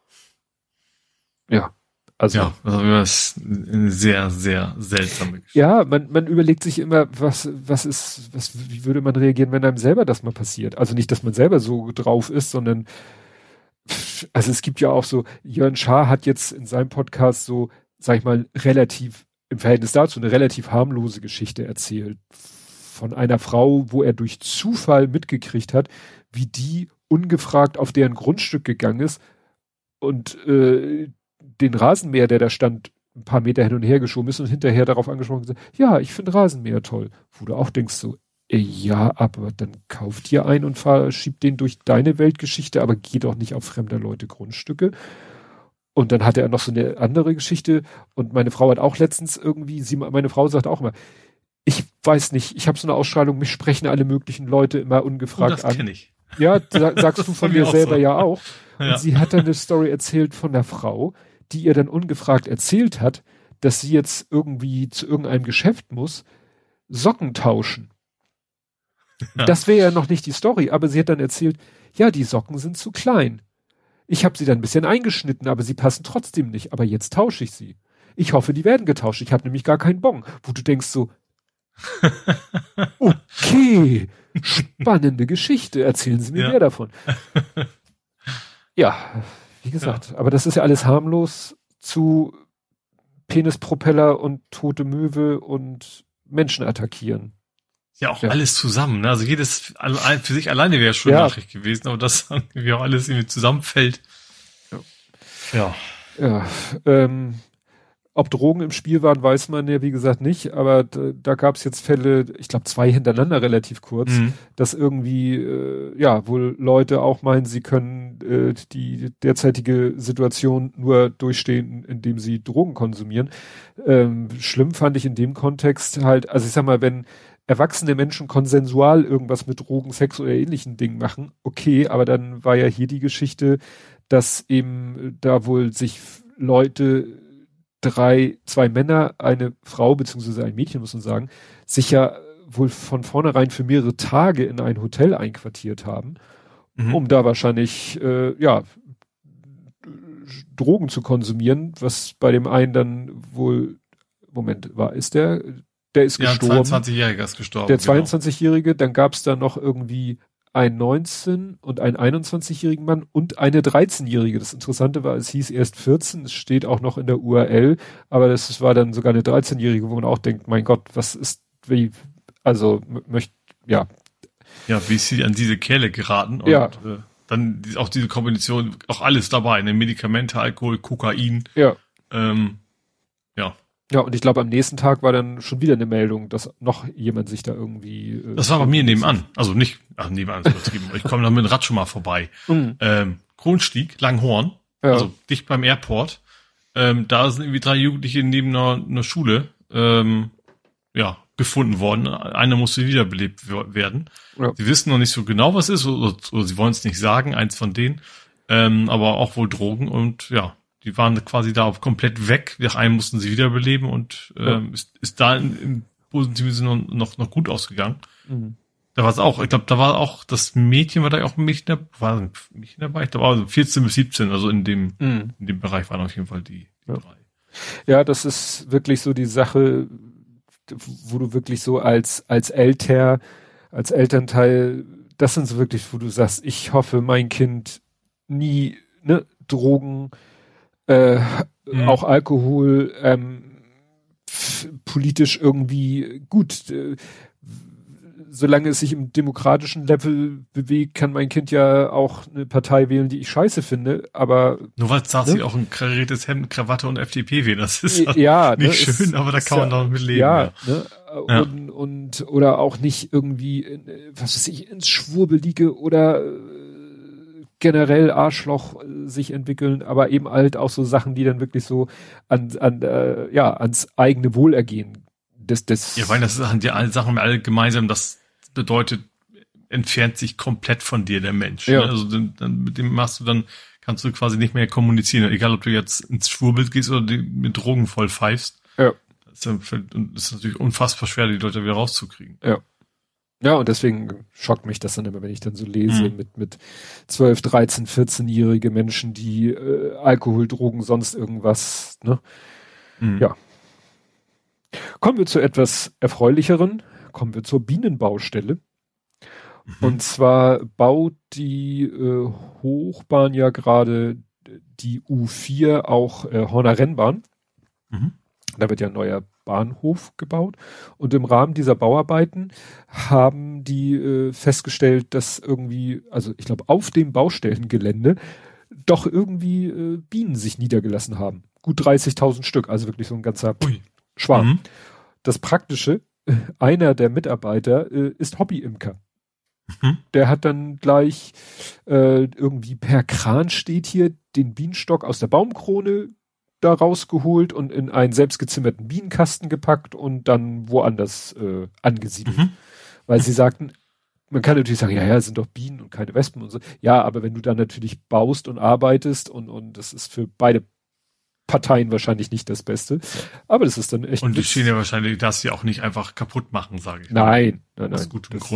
Ja. Also, ja, das ist eine sehr, sehr seltsame Geschichte. Ja, man, man überlegt sich immer, was, was ist, was, wie würde man reagieren, wenn einem selber das mal passiert? Also nicht, dass man selber so drauf ist, sondern, also es gibt ja auch so, Jörn Schaar hat jetzt in seinem Podcast so, sag ich mal, relativ, im Verhältnis dazu eine relativ harmlose Geschichte erzählt. Von einer Frau, wo er durch Zufall mitgekriegt hat, wie die ungefragt auf deren Grundstück gegangen ist und, äh, den Rasenmäher, der da stand, ein paar Meter hin und her geschoben ist und hinterher darauf angesprochen gesagt, ja, ich finde Rasenmäher toll. Wo du auch denkst so, äh, ja, aber dann kauf dir einen und fahr, schieb den durch deine Weltgeschichte, aber geh doch nicht auf fremder Leute Grundstücke. Und dann hatte er noch so eine andere Geschichte und meine Frau hat auch letztens irgendwie, sie, meine Frau sagt auch immer, ich weiß nicht, ich habe so eine Ausstrahlung, mich sprechen alle möglichen Leute immer ungefragt oh, das an. Kenn ich. Ja, sag, sagst du von dir selber so. Ja auch. Und ja. sie hat dann eine Story erzählt von der Frau, die ihr dann ungefragt erzählt hat, dass sie jetzt irgendwie zu irgendeinem Geschäft muss, Socken tauschen. Ja. Das wäre ja noch nicht die Story, aber sie hat dann erzählt, ja, die Socken sind zu klein. Ich habe sie dann ein bisschen eingeschnitten, aber sie passen trotzdem nicht. Aber jetzt tausche ich sie. Ich hoffe, die werden getauscht. Ich habe nämlich gar keinen Bon. Wo du denkst so, okay, spannende Geschichte. Erzählen Sie mir ja. mehr davon. Ja, wie gesagt, ja. aber das ist ja alles harmlos zu Penispropeller und tote Möwe und Menschen attackieren. Ja, auch ja. alles zusammen. Ne? Also jedes für sich alleine wäre schon ja. Nachricht gewesen, aber das irgendwie auch alles irgendwie zusammenfällt. Ja. Ja, ja ähm, ob Drogen im Spiel waren, weiß man ja wie gesagt nicht, aber da, da gab es jetzt Fälle, ich glaube zwei hintereinander relativ kurz, mhm. dass irgendwie, äh, ja, wohl Leute auch meinen, sie können äh, die derzeitige Situation nur durchstehen, indem sie Drogen konsumieren. Ähm, schlimm fand ich in dem Kontext halt, also ich sag mal, wenn erwachsene Menschen konsensual irgendwas mit Drogen, Sex oder ähnlichen Dingen machen, okay, aber dann war ja hier die Geschichte, dass eben da wohl sich Leute drei, zwei Männer, eine Frau beziehungsweise ein Mädchen, muss man sagen, sich ja wohl von vornherein für mehrere Tage in ein Hotel einquartiert haben, mhm. um da wahrscheinlich, äh, ja, Drogen zu konsumieren, was bei dem einen dann wohl, Moment, war, ist der, der ist ja, gestorben. Ja, zweiundzwanzigjähriger ist gestorben. Der zweiundzwanzigjährige, genau. Dann gab es da noch irgendwie ein neunzehn- und ein einundzwanzigjährigen Mann und eine dreizehnjährige. Das Interessante war, es hieß erst vierzehn, es steht auch noch in der U R L, aber das war dann sogar eine dreizehnjährige, wo man auch denkt, mein Gott, was ist, wie, also, möchte, ja. Ja, wie ist sie an diese Kerle geraten und ja. äh, dann auch diese Kombination, auch alles dabei, ne, Medikamente, Alkohol, Kokain. Ja. Ähm, ja. Ja, und ich glaube, am nächsten Tag war dann schon wieder eine Meldung, dass noch jemand sich da irgendwie... Äh, das war bei mir nebenan. Also nicht, ach nebenan ist übertrieben. Ich komme da mit dem Rad schon mal vorbei. Mhm. Ähm, Kronstieg, Langhorn, ja. Also dicht beim Airport. Ähm, da sind irgendwie drei Jugendliche neben einer, einer Schule ähm, ja, gefunden worden. Einer musste wiederbelebt werden. Ja. Sie wissen noch nicht so genau, was ist, oder, oder sie wollen es nicht sagen, eins von denen. Ähm, aber auch wohl Drogen und ja, die waren quasi da komplett weg. Nach einem mussten sie wiederbeleben und ähm, ja. ist, ist da in, im positiven Sinne noch, noch gut ausgegangen. Mhm. Da war es auch, ich glaube, da war auch, das Mädchen war da auch ein Mädchen dabei, war ein Mädchen dabei, ich glaube, also vierzehn bis siebzehn, also in dem, mhm. in dem Bereich waren auf jeden Fall die, die ja. drei. Ja, das ist wirklich so die Sache, wo du wirklich so als, als Eltern, als Elternteil, das sind so wirklich, wo du sagst, ich hoffe, mein Kind nie, ne, Drogen, Äh, mhm. auch Alkohol, ähm, f- politisch irgendwie gut. Äh, solange es sich im demokratischen Level bewegt, kann mein Kind ja auch eine Partei wählen, die ich scheiße finde, aber... Nur weil es sagt, ne? Sie auch ein kariertes Hemd, Krawatte und F D P wählen, das ist ja, nicht ne, schön, ist, aber da kann man ja, doch mit leben. Ja, ja. Ne? Ja. Und, und, oder auch nicht irgendwie, in, was weiß ich, ins Schwurbelige oder generell Arschloch äh, sich entwickeln, aber eben halt auch so Sachen, die dann wirklich so an, an äh, ja, ans eigene Wohlergehen des, des ja, weil das sind die alle Sachen alle gemeinsam, das bedeutet, entfernt sich komplett von dir der Mensch. Ja. Ne? Also dann, dann mit dem machst du dann, kannst du quasi nicht mehr kommunizieren, egal ob du jetzt ins Schwurbild gehst oder die, mit Drogen voll pfeifst. Ja. Das ist, dann, das ist natürlich unfassbar schwer, die Leute wieder rauszukriegen. Ja. Ja, und deswegen schockt mich das dann immer, wenn ich dann so lese mhm. mit mit zwölf, dreizehn, vierzehnjährige Menschen, die äh, Alkohol, Drogen, sonst irgendwas, ne? Mhm. Ja. Kommen wir zu etwas Erfreulicheren. Kommen wir zur Bienenbaustelle. Mhm. Und zwar baut die äh, Hochbahn ja gerade die U vier auch äh, Horner Rennbahn. Mhm. Da wird ja ein neuer Bahnhof gebaut. Und im Rahmen dieser Bauarbeiten haben die äh, festgestellt, dass irgendwie, also ich glaube auf dem Baustellengelände doch irgendwie äh, Bienen sich niedergelassen haben. Gut dreißigtausend Stück, also wirklich so ein ganzer Ui. Schwarm. Mhm. Das Praktische, einer der Mitarbeiter äh, ist Hobbyimker. Mhm. Der hat dann gleich äh, irgendwie per Kran steht hier den Bienenstock aus der Baumkrone da rausgeholt und in einen selbstgezimmerten Bienenkasten gepackt und dann woanders äh, angesiedelt. Mhm. Weil sie sagten, man kann natürlich sagen, ja, ja, es sind doch Bienen und keine Wespen und so. Ja, aber wenn du dann natürlich baust und arbeitest und, und das ist für beide Parteien wahrscheinlich nicht das Beste. Aber das ist dann echt... Und die Schiene wahrscheinlich, dass sie auch nicht einfach kaputt machen, sage ich. Nein, nein, nein. Aus gutem Grund.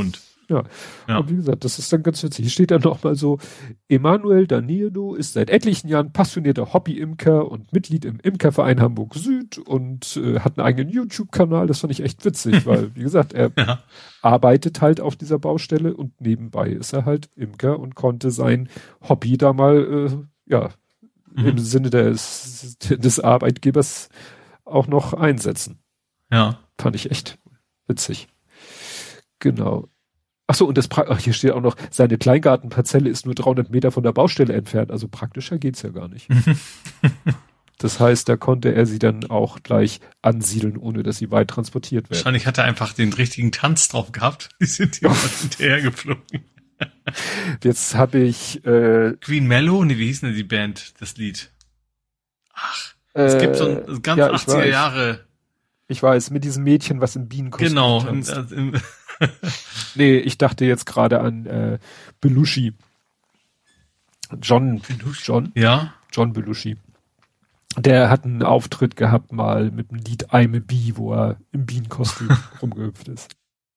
Ja. ja. Und wie gesagt, das ist dann ganz witzig. Hier steht dann nochmal so, Emanuel Danilo ist seit etlichen Jahren passionierter Hobby-Imker und Mitglied im Imkerverein Hamburg Süd und äh, hat einen eigenen YouTube-Kanal. Das fand ich echt witzig, weil, wie gesagt, er ja. arbeitet halt auf dieser Baustelle und nebenbei ist er halt Imker und konnte sein Hobby da mal, äh, ja, mhm. im Sinne des, des Arbeitgebers auch noch einsetzen. Ja. Fand ich echt witzig. Genau. Ach so, und das, pra- ach, hier steht auch noch, seine Kleingartenparzelle ist nur dreihundert Meter von der Baustelle entfernt. Also praktischer geht's ja gar nicht. Das heißt, da konnte er sie dann auch gleich ansiedeln, ohne dass sie weit transportiert werden. Wahrscheinlich hat er einfach den richtigen Tanz drauf gehabt. Die sind hier hinterher geflogen. Jetzt habe ich äh, Queen Mellow, nee, wie hieß denn die Band, das Lied? Ach, äh, es gibt so ein ganz ja, achtziger Jahre. Ich weiß, mit diesem Mädchen, was im Bienenkostüm genau, tanzt. Genau. Im, im nee, ich dachte jetzt gerade an äh, Belushi. John Belushi? John? Ja. John Belushi. Der hat einen Auftritt gehabt mal mit dem Lied I'm a Bee, wo er im Bienenkostüm rumgehüpft ist.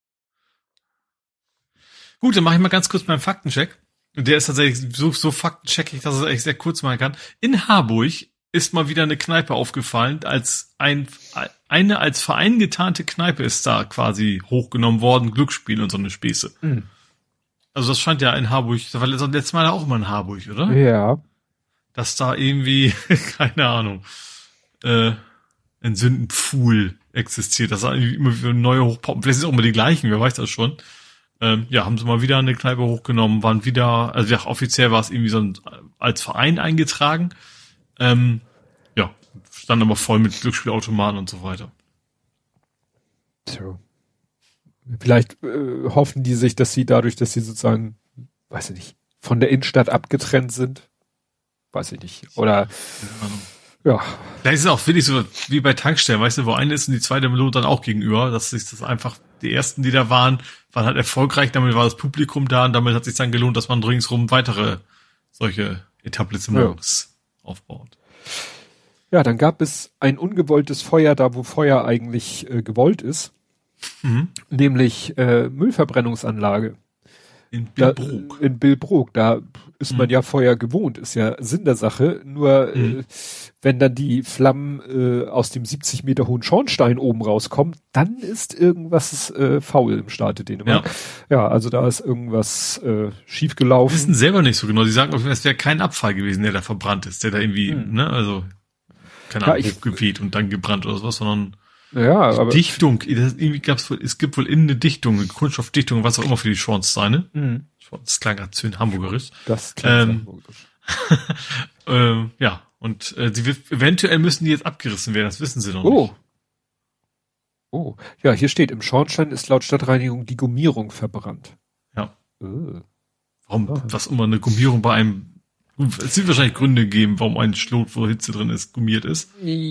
Gut, dann mache ich mal ganz kurz meinen Faktencheck. Und der ist tatsächlich so, so faktencheckig, dass es echt sehr kurz machen kann. In Harburg ist mal wieder eine Kneipe aufgefallen, als ein, eine als Verein getarnte Kneipe ist da quasi hochgenommen worden, Glücksspiel und so eine Späße. Mhm. Also das scheint ja in Harburg, das war letztes Mal auch immer in Harburg, oder? Ja. Dass da irgendwie, keine Ahnung, äh, ein Sündenpfuhl existiert, dass da immer wieder neue hochpoppen, vielleicht sind es auch immer die gleichen, wer weiß das schon. Ähm, ja, haben sie mal wieder eine Kneipe hochgenommen, waren wieder, also ja, offiziell war es irgendwie so ein, als Verein eingetragen. Ähm, ja, stand aber voll mit Glücksspielautomaten und so weiter. So. Vielleicht äh, hoffen die sich, dass sie dadurch, dass sie sozusagen, weiß ich nicht, von der Innenstadt abgetrennt sind. Weiß ich nicht. Oder ja. Vielleicht ist es auch wirklich so wie bei Tankstellen, weißt du, wo eine ist und die zweite Melone dann auch gegenüber, dass sich das einfach, die ersten, die da waren, waren halt erfolgreich, damit war das Publikum da und damit hat sich dann gelohnt, dass man ringsrum weitere solche Etablissements ja. aufbaut. Ja, dann gab es ein ungewolltes Feuer da, wo Feuer eigentlich äh, gewollt ist. Mhm. Nämlich äh, Müllverbrennungsanlage. In Billbrook. Da, in Billbrook, da ist mhm. man ja Feuer gewohnt, ist ja Sinn der Sache. Nur mhm. äh, wenn dann die Flammen äh, aus dem siebzig Meter hohen Schornstein oben rauskommen, dann ist irgendwas äh, faul im Staate Dänemark. Ja. ja, also da ist irgendwas äh, schiefgelaufen. Die wissen selber nicht so genau. Die sagen, es wäre kein Abfall gewesen, der da verbrannt ist, der da irgendwie, mhm. ne, also keine Ahnung, ja, hochgeweht und dann gebrannt oder sowas, sondern ja, aber Dichtung. Das, irgendwie gab's wohl, es gibt wohl innen eine Dichtung, eine Kunststoffdichtung, was auch immer für die Schornsteine. Mhm. Das klang ganz schön hamburgerisch. Das klang ähm, hamburgerisch. ähm, ja, und äh, die, eventuell müssen die jetzt abgerissen werden, das wissen sie noch oh. nicht. Oh, ja, hier steht, im Schornstein ist laut Stadtreinigung die Gummierung verbrannt. Ja. Äh. Warum, oh. was immer eine Gummierung bei einem, es wird wahrscheinlich Gründe geben, warum ein Schlot, wo Hitze drin ist, gummiert ist.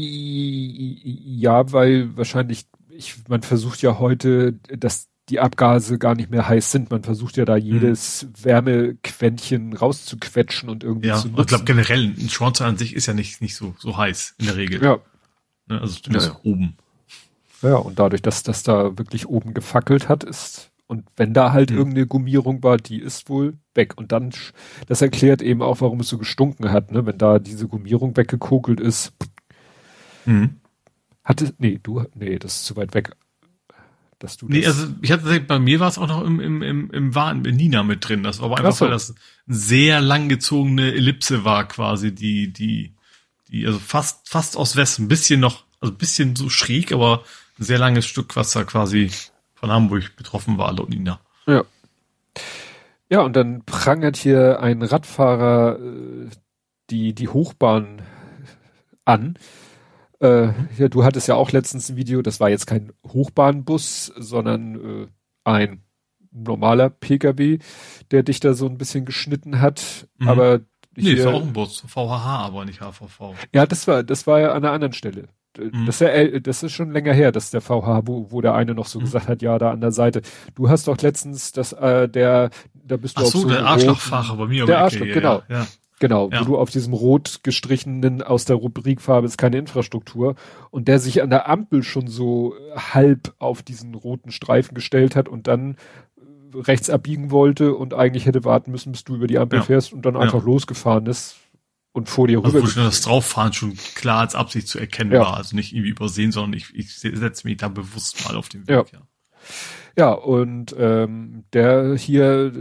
Ja, weil wahrscheinlich, ich, man versucht ja heute, dass die Abgase gar nicht mehr heiß sind. Man versucht ja da jedes hm. Wärmequäntchen rauszuquetschen und irgendwie ja, zu nutzen. Ja, ich glaube generell, ein Schornstein an sich ist ja nicht, nicht so, so heiß in der Regel. Ja. Ne, also zumindest ja, ja. oben. Ja, und dadurch, dass das da wirklich oben gefackelt hat, ist, und wenn da halt hm. irgendeine Gummierung war, die ist wohl weg. Und dann, das erklärt eben auch, warum es so gestunken hat, ne? Wenn da diese Gummierung weggekokelt ist. Hm. Hatte, nee, du, nee, das ist zu weit weg. Dass du das nee, also ich hatte bei mir war es auch noch im im im im Waren in Nina mit drin. Das war aber einfach, so. Weil das eine sehr langgezogene Ellipse war quasi, die die die also fast fast aus Westen, ein bisschen noch, also ein bisschen so schräg, aber ein sehr langes Stück, was da quasi von Hamburg betroffen war, laut Nina. Ja. Ja, und dann prangert hier ein Radfahrer äh, die die Hochbahn an. Äh, ja, du hattest ja auch letztens ein Video, das war jetzt kein Hochbahnbus, sondern äh, ein normaler P K W, der dich da so ein bisschen geschnitten hat. Mhm. Aber nee, das war auch ein Bus, V H H, aber nicht H V V. Ja, das war, das war ja an einer anderen Stelle. Mhm. Das, ist ja, das ist schon länger her, dass der V H H, wo, wo der eine noch so mhm. gesagt hat, ja, da an der Seite. Du hast doch letztens, das, äh, der, da bist du Ach auf so, so der Arschlochfahrer bei mir. Der Arschloch, hier, genau. Ja, ja. Genau, ja. wo du auf diesem rot gestrichenen aus der Rubrikfarbe ist keine Infrastruktur und der sich an der Ampel schon so halb auf diesen roten Streifen gestellt hat und dann rechts abbiegen wollte und eigentlich hätte warten müssen, bis du über die Ampel ja. fährst und dann einfach ja. losgefahren ist und vor dir rüber. Also wo schon das Drauffahren schon klar als Absicht zu erkennen ja. war. Also nicht irgendwie übersehen, sondern ich, ich setze mich da bewusst mal auf den Weg. Ja, ja. ja und ähm, der hier,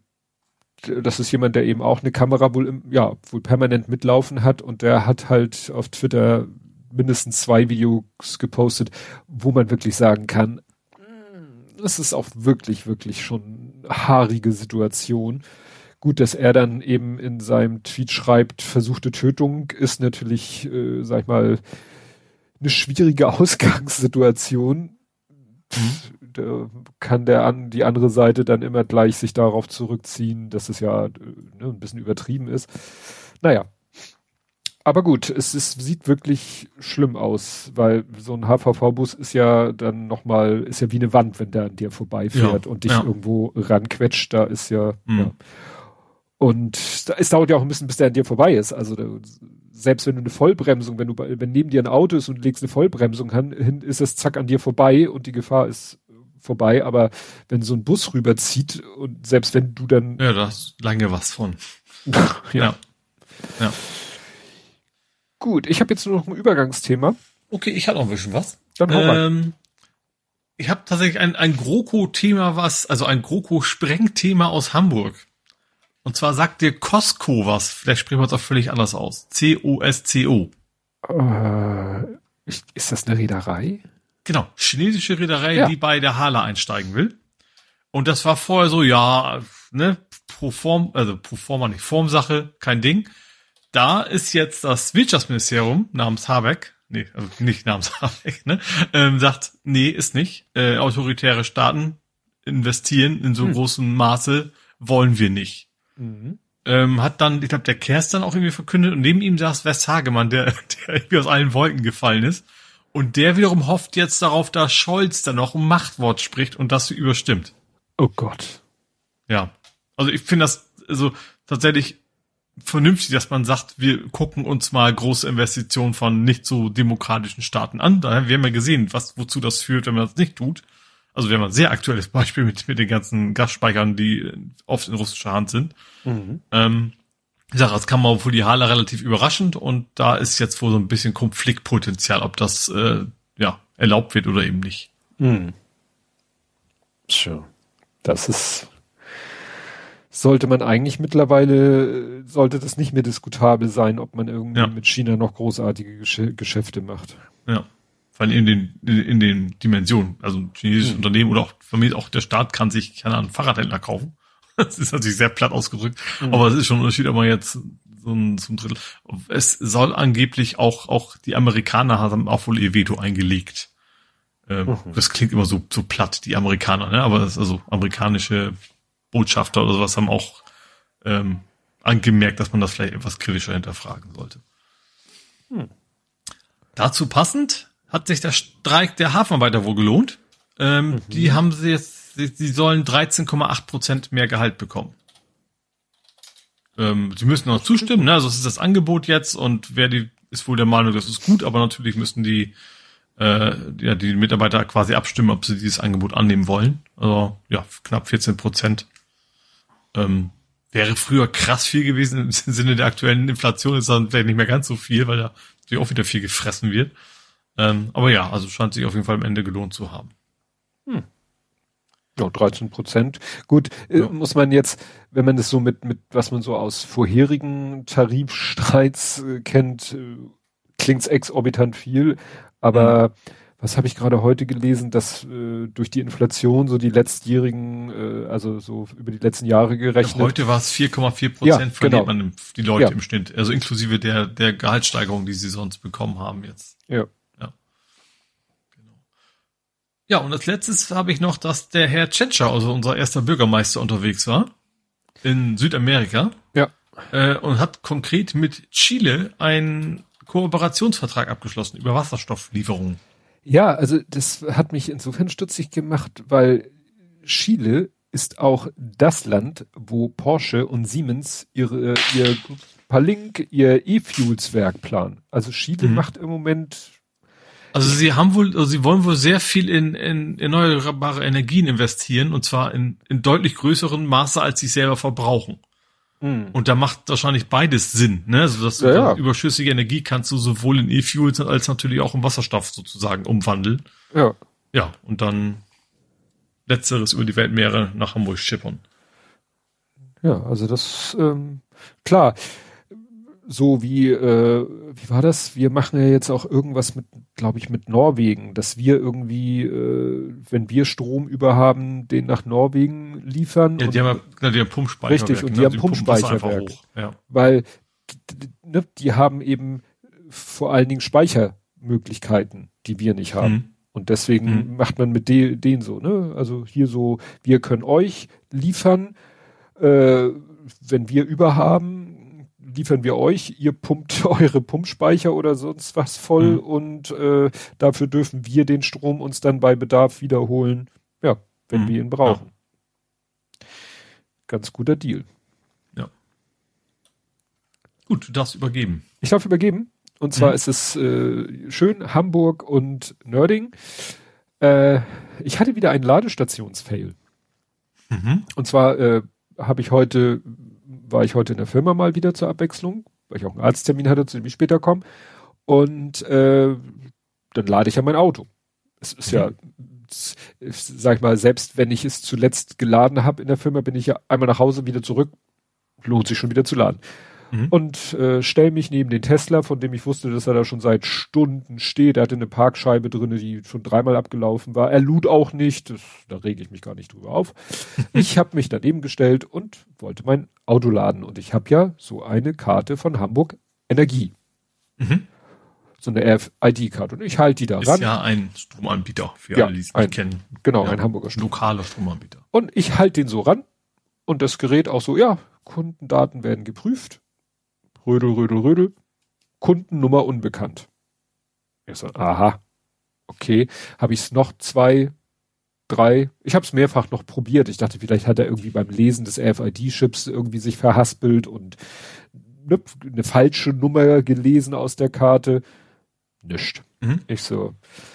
das ist jemand, der eben auch eine Kamera wohl im, ja, wohl permanent mitlaufen hat und der hat halt auf Twitter mindestens zwei Videos gepostet, wo man wirklich sagen kann, das ist auch wirklich, wirklich schon haarige Situation. Gut, dass er dann eben in seinem Tweet schreibt, versuchte Tötung ist natürlich, äh, sag ich mal, eine schwierige Ausgangssituation. Mhm. Da kann der an die andere Seite dann immer gleich sich darauf zurückziehen, dass es ja äh, ne, ein bisschen übertrieben ist. Naja. Aber gut, es ist, sieht wirklich schlimm aus, weil so ein H V V-Bus ist ja dann nochmal, ist ja wie eine Wand, wenn der an dir vorbeifährt ja, und dich ja. irgendwo ranquetscht, da ist ja, mhm. ja. Und da, es dauert ja auch ein bisschen, bis der an dir vorbei ist. Also da, selbst wenn du eine Vollbremsung, wenn du wenn neben dir ein Auto ist und du legst eine Vollbremsung hin, ist es zack an dir vorbei und die Gefahr ist vorbei. Aber wenn so ein Bus rüberzieht und selbst wenn du dann... Ja, da hast lange was von. ja. ja. Ja. Gut, ich habe jetzt nur noch ein Übergangsthema. Okay, ich habe noch ein bisschen was. Dann hau mal. Ähm, ich habe tatsächlich ein, ein GroKo-Thema, was, also ein GroKo-Sprengthema aus Hamburg. Und zwar sagt dir Cosco was. Vielleicht sprechen wir es auch völlig anders aus. C O S C O. Äh, ist das eine Reederei? Genau, chinesische Reederei, ja. die bei der Hala einsteigen will. Und das war vorher so, ja, ne, pro Form, also pro Forma nicht, Formsache, kein Ding. Da ist jetzt das Wirtschaftsministerium namens Habeck, nee, also nicht namens Habeck, ne, ähm, sagt, nee, ist nicht. Äh, autoritäre Staaten investieren in so hm. großem Maße, wollen wir nicht. Mhm. Ähm, hat dann, ich glaube, der Kerst dann auch irgendwie verkündet und neben ihm saß West Hagemann, der, der irgendwie aus allen Wolken gefallen ist. Und der wiederum hofft jetzt darauf, dass Scholz dann noch ein Machtwort spricht und das überstimmt. Oh Gott. Ja. Also ich finde das also tatsächlich vernünftig, dass man sagt, wir gucken uns mal große Investitionen von nicht so demokratischen Staaten an. Da haben wir ja gesehen, was, wozu das führt, wenn man das nicht tut. Also wir haben ein sehr aktuelles Beispiel mit, mit den ganzen Gasspeichern, die oft in russischer Hand sind. Mhm. Ähm, ich sage, das kam mal für die Hala relativ überraschend und da ist jetzt wohl so ein bisschen Konfliktpotenzial, ob das äh, ja erlaubt wird oder eben nicht. Mhm. Sure. Das ist, sollte man eigentlich mittlerweile, sollte das nicht mehr diskutabel sein, ob man irgendwie ja. mit China noch großartige Gesch- Geschäfte macht. Ja. Weil in den, in den Dimensionen, also ein chinesisches hm. Unternehmen oder auch, von mir auch der Staat kann sich, keine Ahnung, einen Fahrradhändler kaufen. Das ist natürlich sehr platt ausgedrückt, hm. aber es ist schon ein Unterschied, ob man jetzt so ein, so ein Drittel. Es soll angeblich auch, auch die Amerikaner haben auch wohl ihr Veto eingelegt. Ähm, mhm. Das klingt immer so, so platt, die Amerikaner, ne? Aber das ist also amerikanische Botschafter oder sowas haben auch, ähm, angemerkt, dass man das vielleicht etwas kritischer hinterfragen sollte. Hm. Dazu passend hat sich der Streik der Hafenarbeiter wohl gelohnt. Ähm, mhm. Die haben sie jetzt, sie, sie sollen dreizehn Komma acht Prozent mehr Gehalt bekommen. Ähm, sie müssen noch zustimmen, ne? Also es ist das Angebot jetzt und wer die ist wohl der Meinung, das ist gut, aber natürlich müssen die, äh, ja, die Mitarbeiter quasi abstimmen, ob sie dieses Angebot annehmen wollen. Also ja, knapp vierzehn Prozent. Ähm, wäre früher krass viel gewesen im Sinne der aktuellen Inflation, ist dann vielleicht nicht mehr ganz so viel, weil da natürlich auch wieder viel gefressen wird. Ähm, aber ja, also scheint sich auf jeden Fall am Ende gelohnt zu haben. Hm. Ja, dreizehn Prozent. Gut, ja. äh, muss man jetzt, wenn man das so mit, mit, was man so aus vorherigen Tarifstreits äh, kennt, äh, klingt's exorbitant viel. Aber mhm. was habe ich gerade heute gelesen, dass äh, durch die Inflation so die letztjährigen, äh, also so über die letzten Jahre gerechnet. Ja, heute war es vier Komma vier Prozent, ja, verliert genau. man die Leute ja. im Schnitt. Also inklusive der, der Gehaltssteigerung, die sie sonst bekommen haben jetzt. Ja. Ja, und als letztes habe ich noch, dass der Herr Tschentscher, also unser erster Bürgermeister, unterwegs war in Südamerika. Ja. Äh, und hat konkret mit Chile einen Kooperationsvertrag abgeschlossen über Wasserstofflieferungen. Ja, also das hat mich insofern stutzig gemacht, weil Chile ist auch das Land, wo Porsche und Siemens ihre ihr Palink, ihr E-Fuels-Werk planen. Also Chile mhm. macht im Moment Also sie haben wohl, also sie wollen wohl sehr viel in, in erneuerbare Energien investieren und zwar in, in deutlich größerem Maße, als sie selber verbrauchen. Mhm. Und da macht wahrscheinlich beides Sinn, ne? Also das ja, ja. überschüssige Energie kannst du sowohl in E-Fuels als natürlich auch in Wasserstoff sozusagen umwandeln. Ja. Ja, und dann Letzteres über die Weltmeere nach Hamburg schippern. Ja, also das, ähm, klar, so wie, äh, wie war das? Wir machen ja jetzt auch irgendwas mit, glaube ich, mit Norwegen, dass wir irgendwie, äh, wenn wir Strom über haben, den nach Norwegen liefern. Ja, die haben ja, die haben Pumpspeicherwerke. Richtig, und die ne? haben die Pumpspeicherwerke. Ja. Weil, ne, die haben eben vor allen Dingen Speichermöglichkeiten, die wir nicht haben. Mhm. Und deswegen mhm. macht man mit de, denen so, ne? Also hier so, wir können euch liefern, äh, wenn wir überhaben, liefern wir euch, ihr pumpt eure Pumpspeicher oder sonst was voll mhm. und äh, dafür dürfen wir den Strom uns dann bei Bedarf wiederholen, ja, wenn mhm. wir ihn brauchen. Ja. Ganz guter Deal. Ja. Gut, du darfst übergeben. Ich darf übergeben. Und zwar mhm. ist es äh, schön, Hamburg und Nörding. Äh, ich hatte wieder einen Ladestationsfail. Mhm. Und zwar äh, habe ich heute, war ich heute in der Firma mal wieder zur Abwechslung, weil ich auch einen Arzttermin hatte, zu dem ich später komme. Und äh, dann lade ich ja mein Auto. Es ist mhm. ja, sag ich mal, selbst wenn ich es zuletzt geladen habe in der Firma, bin ich ja einmal nach Hause, wieder zurück, lohnt sich schon wieder zu laden. Mhm. Und äh, stell mich neben den Tesla, von dem ich wusste, dass er da schon seit Stunden steht. Er hatte eine Parkscheibe drin, die schon dreimal abgelaufen war. Er lud auch nicht, das, da rege ich mich gar nicht drüber auf. Ich habe mich daneben gestellt und wollte mein Auto laden. Und ich habe ja so eine Karte von Hamburg Energie. Mhm. So eine R F I D-Karte. Und ich halte die da Ist ran. Ist ja ein Stromanbieter, für ja, alle, die es ein, nicht kennen. Genau, ja, ein Hamburger Strom. Lokaler Stromanbieter. Und ich halte den so ran. Und das Gerät auch so, ja, Kundendaten werden geprüft. Rödel, Rödel, Rödel. Kundennummer unbekannt. Ich so, aha, okay. Habe ich es noch zwei, drei, ich habe es mehrfach noch probiert. Ich dachte, vielleicht hat er irgendwie beim Lesen des R F I D-Chips irgendwie sich verhaspelt und ne, eine falsche Nummer gelesen aus der Karte. Nischt. Mhm. Ich so,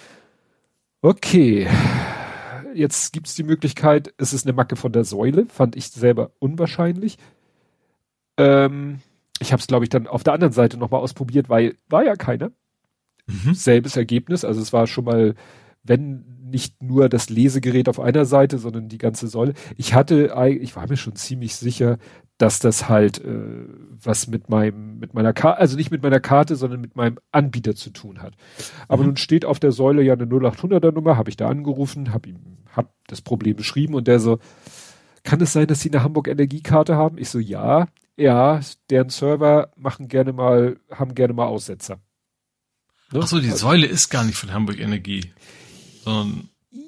okay. Jetzt gibt's die Möglichkeit, es ist eine Macke von der Säule. Fand ich selber unwahrscheinlich. Ähm, Ich habe es, glaube ich, dann auf der anderen Seite nochmal ausprobiert, weil war ja keiner. Mhm. Selbes Ergebnis. Also es war schon mal, wenn nicht nur das Lesegerät auf einer Seite, sondern die ganze Säule. Ich hatte, ich war mir schon ziemlich sicher, dass das halt äh, was mit meinem, mit meiner Karte, also nicht mit meiner Karte, sondern mit meinem Anbieter zu tun hat. Aber mhm. nun steht auf der Säule ja eine null acht hunderter Nummer, habe ich da angerufen, habe ihm, hab das Problem beschrieben und der so, kann es sein, dass Sie eine Hamburg Energiekarte haben? Ich so, ja. Ja, deren Server machen gerne mal, haben gerne mal Aussetzer. Ne? Ach so, die also, Säule ist gar nicht von Hamburg Energie, sondern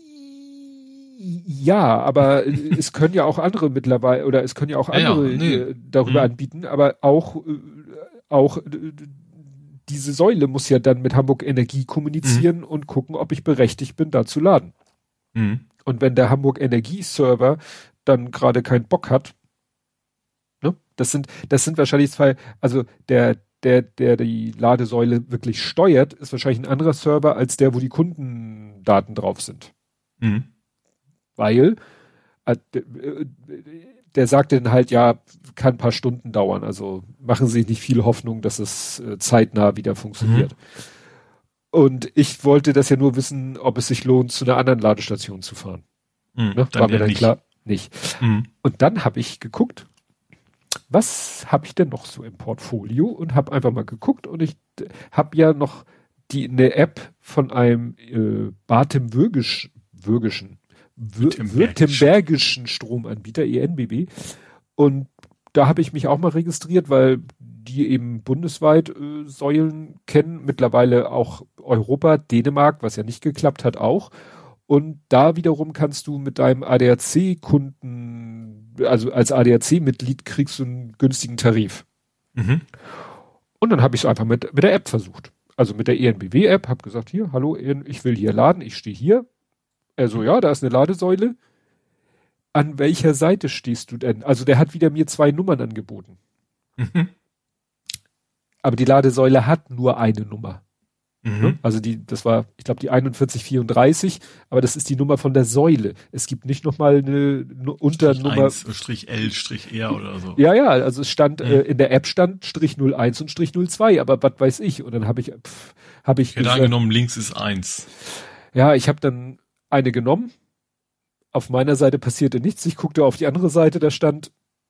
ja, aber es können ja auch andere mittlerweile, oder es können ja auch andere ja, ja, nee. darüber mhm. anbieten, aber auch, auch diese Säule muss ja dann mit Hamburg Energie kommunizieren mhm. und gucken, ob ich berechtigt bin, da zu laden. Mhm. Und wenn der Hamburg Energie Server dann gerade keinen Bock hat, ne, das sind, das sind wahrscheinlich zwei, also der, der, der die Ladesäule wirklich steuert, ist wahrscheinlich ein anderer Server als der, wo die Kundendaten drauf sind. Mhm. Weil äh, der sagte dann halt, ja, kann ein paar Stunden dauern. Also machen Sie nicht viel Hoffnung, dass es äh, zeitnah wieder funktioniert. Mhm. Und ich wollte das ja nur wissen, ob es sich lohnt, zu einer anderen Ladestation zu fahren. Mhm, ne? War mir dann nicht. klar, nicht. Mhm. Und dann habe ich geguckt, was habe ich denn noch so im Portfolio und habe einfach mal geguckt und ich habe ja noch die eine App von einem äh, Baden-Würgisch, Würgischen, Württembergischen Stromanbieter, E N B W. Und da habe ich mich auch mal registriert, weil die eben bundesweit äh, Säulen kennen, mittlerweile auch Europa, Dänemark, was ja nicht geklappt hat, auch. Und da wiederum kannst du mit deinem A D A C-Kunden, also als A D A C-Mitglied kriegst du einen günstigen Tarif. Mhm. Und dann habe ich es einfach mit, mit der App versucht. Also mit der E N B W-App, habe gesagt, hier, hallo, ich will hier laden, ich stehe hier. Er so, ja, da ist eine Ladesäule. An welcher Seite stehst du denn? Also der hat wieder mir zwei Nummern angeboten. Mhm. Aber die Ladesäule hat nur eine Nummer. Mhm. Also die, das war, ich glaube, die einundvierzig vierunddreißig, aber das ist die Nummer von der Säule. Es gibt nicht nochmal eine Unternummer. Strich L, Strich R oder so. Ja, ja, also es stand, mhm. äh, in der App stand Strich null eins und Strich null zwei, aber was weiß ich. Und dann habe ich, pff, habe ich. Ich hätte angenommen, links ist eins. Ja, ich habe dann eine genommen. Auf meiner Seite passierte nichts. Ich guckte auf die andere Seite, da stand,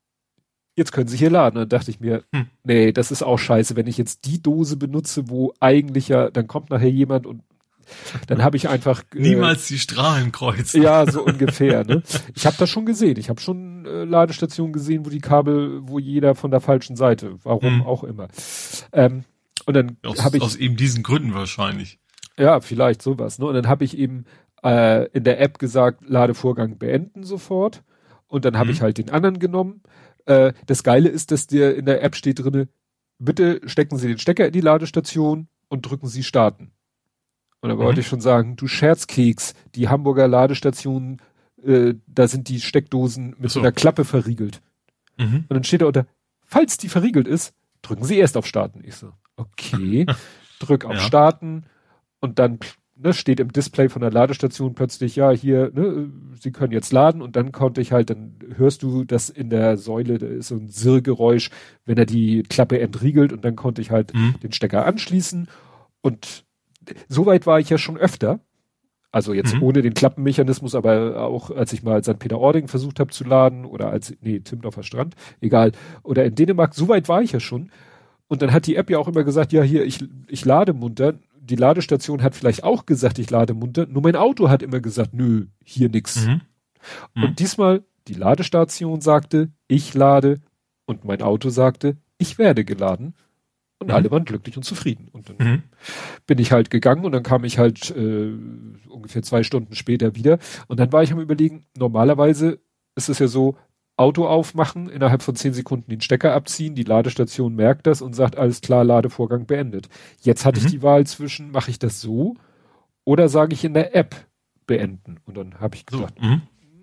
jetzt können Sie hier laden. Dann dachte ich mir, hm. nee, das ist auch scheiße, wenn ich jetzt die Dose benutze, wo eigentlich ja, dann kommt nachher jemand und dann habe ich einfach äh, niemals die Strahlen kreuzen. Ja, so ungefähr. Ne? Ich habe das schon gesehen. Ich habe schon äh, Ladestationen gesehen, wo die Kabel, wo jeder von der falschen Seite, warum hm. auch immer. Ähm, und dann habe ich aus eben diesen Gründen wahrscheinlich. Ja, vielleicht sowas. Ne? Und dann habe ich eben äh, in der App gesagt, Ladevorgang beenden sofort. Und dann habe hm. ich halt den anderen genommen. Äh, das Geile ist, dass dir in der App steht drinne, bitte stecken Sie den Stecker in die Ladestation und drücken Sie starten. Und da mhm. wollte ich schon sagen, du Scherzkeks, die Hamburger Ladestationen, äh, da sind die Steckdosen mit so einer Klappe verriegelt. Mhm. Und dann steht da unter, falls die verriegelt ist, drücken Sie erst auf Starten. Ich so, okay, drück auf ja. Starten und dann ne, steht im Display von der Ladestation plötzlich, ja, hier, ne, Sie können jetzt laden und dann konnte ich halt, dann hörst du, dass in der Säule, da ist so ein Sirrgeräusch, wenn er die Klappe entriegelt und dann konnte ich halt mhm. den Stecker anschließen und soweit war ich ja schon öfter, also jetzt mhm. ohne den Klappenmechanismus, aber auch als ich mal Sankt Peter-Ording versucht habe zu laden oder als, nee, Timmendorfer Strand, egal, oder in Dänemark, soweit war ich ja schon und dann hat die App ja auch immer gesagt, ja hier, ich, ich lade munter, die Ladestation hat vielleicht auch gesagt, ich lade munter, nur mein Auto hat immer gesagt, nö, hier nix. Mhm. Mhm. Und diesmal, die Ladestation sagte, ich lade und mein Auto sagte, ich werde geladen. Und mhm. alle waren glücklich und zufrieden. Und dann mhm. bin ich halt gegangen und dann kam ich halt äh, ungefähr zwei Stunden später wieder. Und dann war ich am Überlegen, normalerweise ist es ja so, Auto aufmachen, innerhalb von zehn Sekunden den Stecker abziehen, die Ladestation merkt das und sagt, alles klar, Ladevorgang beendet. Jetzt hatte mhm. ich die Wahl zwischen, mache ich das so oder sage ich in der App beenden. Und dann habe ich gesagt, so, mhm.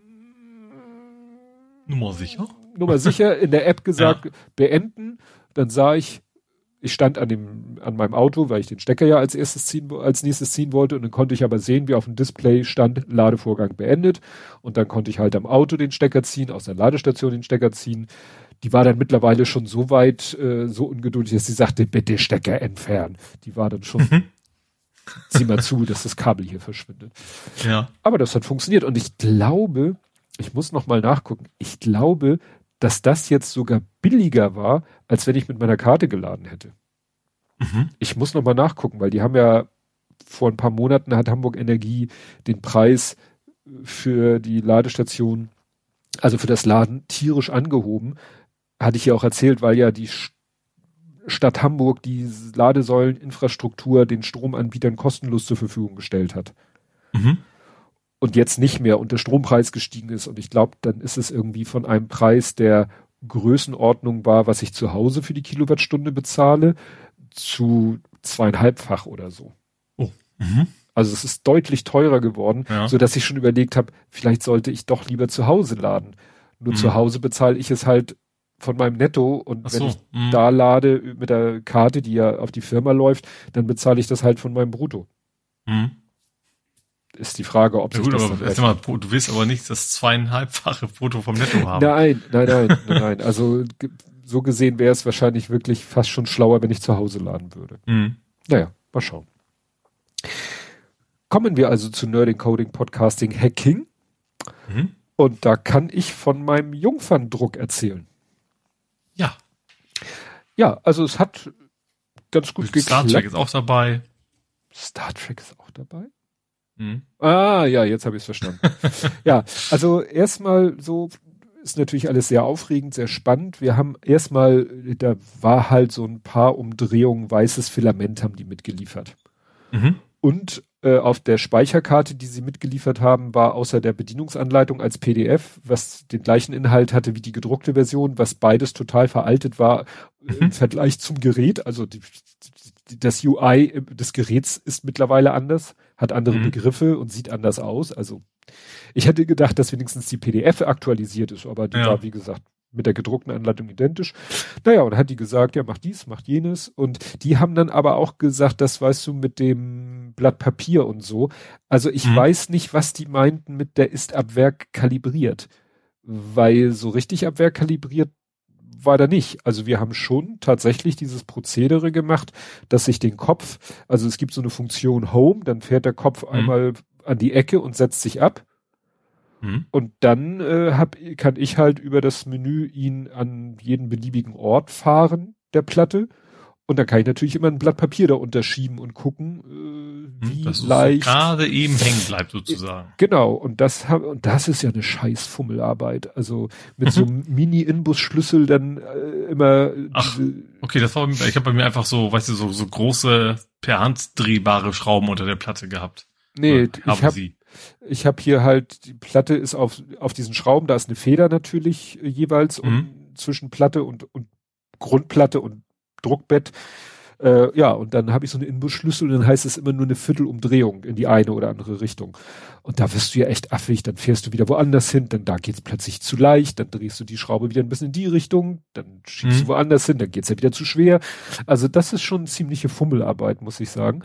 Nummer sicher? Nummer sicher, in der App gesagt, ja. beenden. Dann sah ich, ich stand an dem, an meinem Auto, weil ich den Stecker ja als erstes ziehen, als nächstes ziehen wollte und dann konnte ich aber sehen, wie auf dem Display stand, Ladevorgang beendet und dann konnte ich halt am Auto den Stecker ziehen, aus der Ladestation den Stecker ziehen. Die war dann mittlerweile schon so weit, äh, so ungeduldig, dass sie sagte, bitte Stecker entfernen. Die war dann schon, mhm. zieh mal zu, dass das Kabel hier verschwindet. Ja. Aber das hat funktioniert und ich glaube, ich muss noch mal nachgucken, ich glaube, dass das jetzt sogar billiger war, als wenn ich mit meiner Karte geladen hätte. Mhm. Ich muss noch mal nachgucken, weil die haben ja vor ein paar Monaten hat Hamburg Energie den Preis für die Ladestation, also für das Laden, tierisch angehoben. Hatte ich ja auch erzählt, weil ja die Stadt Hamburg die Ladesäuleninfrastruktur den Stromanbietern kostenlos zur Verfügung gestellt hat. Mhm. Und jetzt nicht mehr und der Strompreis gestiegen ist. Und ich glaube, dann ist es irgendwie von einem Preis, der Größenordnung war, was ich zu Hause für die Kilowattstunde bezahle, zu zweieinhalbfach oder so. Oh. Mhm. Also es ist deutlich teurer geworden, ja. so dass ich schon überlegt habe, vielleicht sollte ich doch lieber zu Hause laden. Nur mhm. zu Hause bezahle ich es halt von meinem Netto und Ach wenn so. ich mhm. da lade mit der Karte, die ja auf die Firma läuft, dann bezahle ich das halt von meinem Brutto. Mhm. Ist die Frage, ob ja, sich gut, das aber erst mal, du willst aber nicht das zweieinhalbfache Brutto vom Netto haben. Nein, nein, nein, nein, nein. Also so gesehen wäre es wahrscheinlich wirklich fast schon schlauer, wenn ich zu Hause laden würde. Mhm. Naja, mal schauen. Kommen wir also zu Nerding, Coding, Podcasting, Hacking. Mhm. Und da kann ich von meinem Jungferndruck erzählen. Ja. Ja, also es hat ganz gut geklappt. Star Trek ist auch dabei. Star Trek ist auch dabei? Mhm. Ah, ja, jetzt habe ich es verstanden. Ja, also erstmal so ist natürlich alles sehr aufregend, sehr spannend. Wir haben erstmal, da war halt so ein paar Umdrehungen, weißes Filament haben die mitgeliefert. Mhm. Und äh, auf der Speicherkarte, die sie mitgeliefert haben, war außer der Bedienungsanleitung als P D F, was den gleichen Inhalt hatte wie die gedruckte Version, was beides total veraltet war mhm. im Vergleich zum Gerät. Also die, die, das U I des Geräts ist mittlerweile anders. hat andere mhm. Begriffe und sieht anders aus. Also ich hätte gedacht, dass wenigstens die P D F aktualisiert ist, aber die ja. war, wie gesagt, mit der gedruckten Anleitung identisch. Naja, und hat die gesagt, ja, mach dies, mach jenes. Und die haben dann aber auch gesagt, das weißt du, mit dem Blatt Papier und so. Also ich mhm. weiß nicht, was die meinten mit der ist ab Werk kalibriert. Weil so richtig ab Werk kalibriert war da nicht. Also wir haben schon tatsächlich dieses Prozedere gemacht, dass sich den Kopf, also es gibt so eine Funktion Home, dann fährt der Kopf mhm. einmal an die Ecke und setzt sich ab. Mhm. Und dann äh, hab, kann ich halt über das Menü ihn an jeden beliebigen Ort fahren, der Platte. Und dann kann ich natürlich immer ein Blatt Papier da unterschieben und gucken, äh, wie dass leicht. So gerade eben hängen bleibt sozusagen. Genau. Und das haben, und das ist ja eine scheiß Fummelarbeit. Also mit mhm. so einem Mini-Inbus-Schlüssel dann äh, immer. Ach, okay, das war, ich habe bei mir einfach so, weißt du, so, so große per Hand drehbare Schrauben unter der Platte gehabt. Nee, ich habe sie. Ich habe hier halt, die Platte ist auf, auf diesen Schrauben, da ist eine Feder natürlich äh, jeweils mhm. und zwischen Platte und, und Grundplatte und Druckbett. Äh, ja, und dann habe ich so eine Inbusschlüssel und dann heißt es immer nur eine Viertelumdrehung in die eine oder andere Richtung. Und da wirst du ja echt affig, dann fährst du wieder woanders hin, dann da geht's plötzlich zu leicht, dann drehst du die Schraube wieder ein bisschen in die Richtung, dann schiebst mhm. du woanders hin, dann geht's ja wieder zu schwer. Also das ist schon ziemliche Fummelarbeit, muss ich sagen.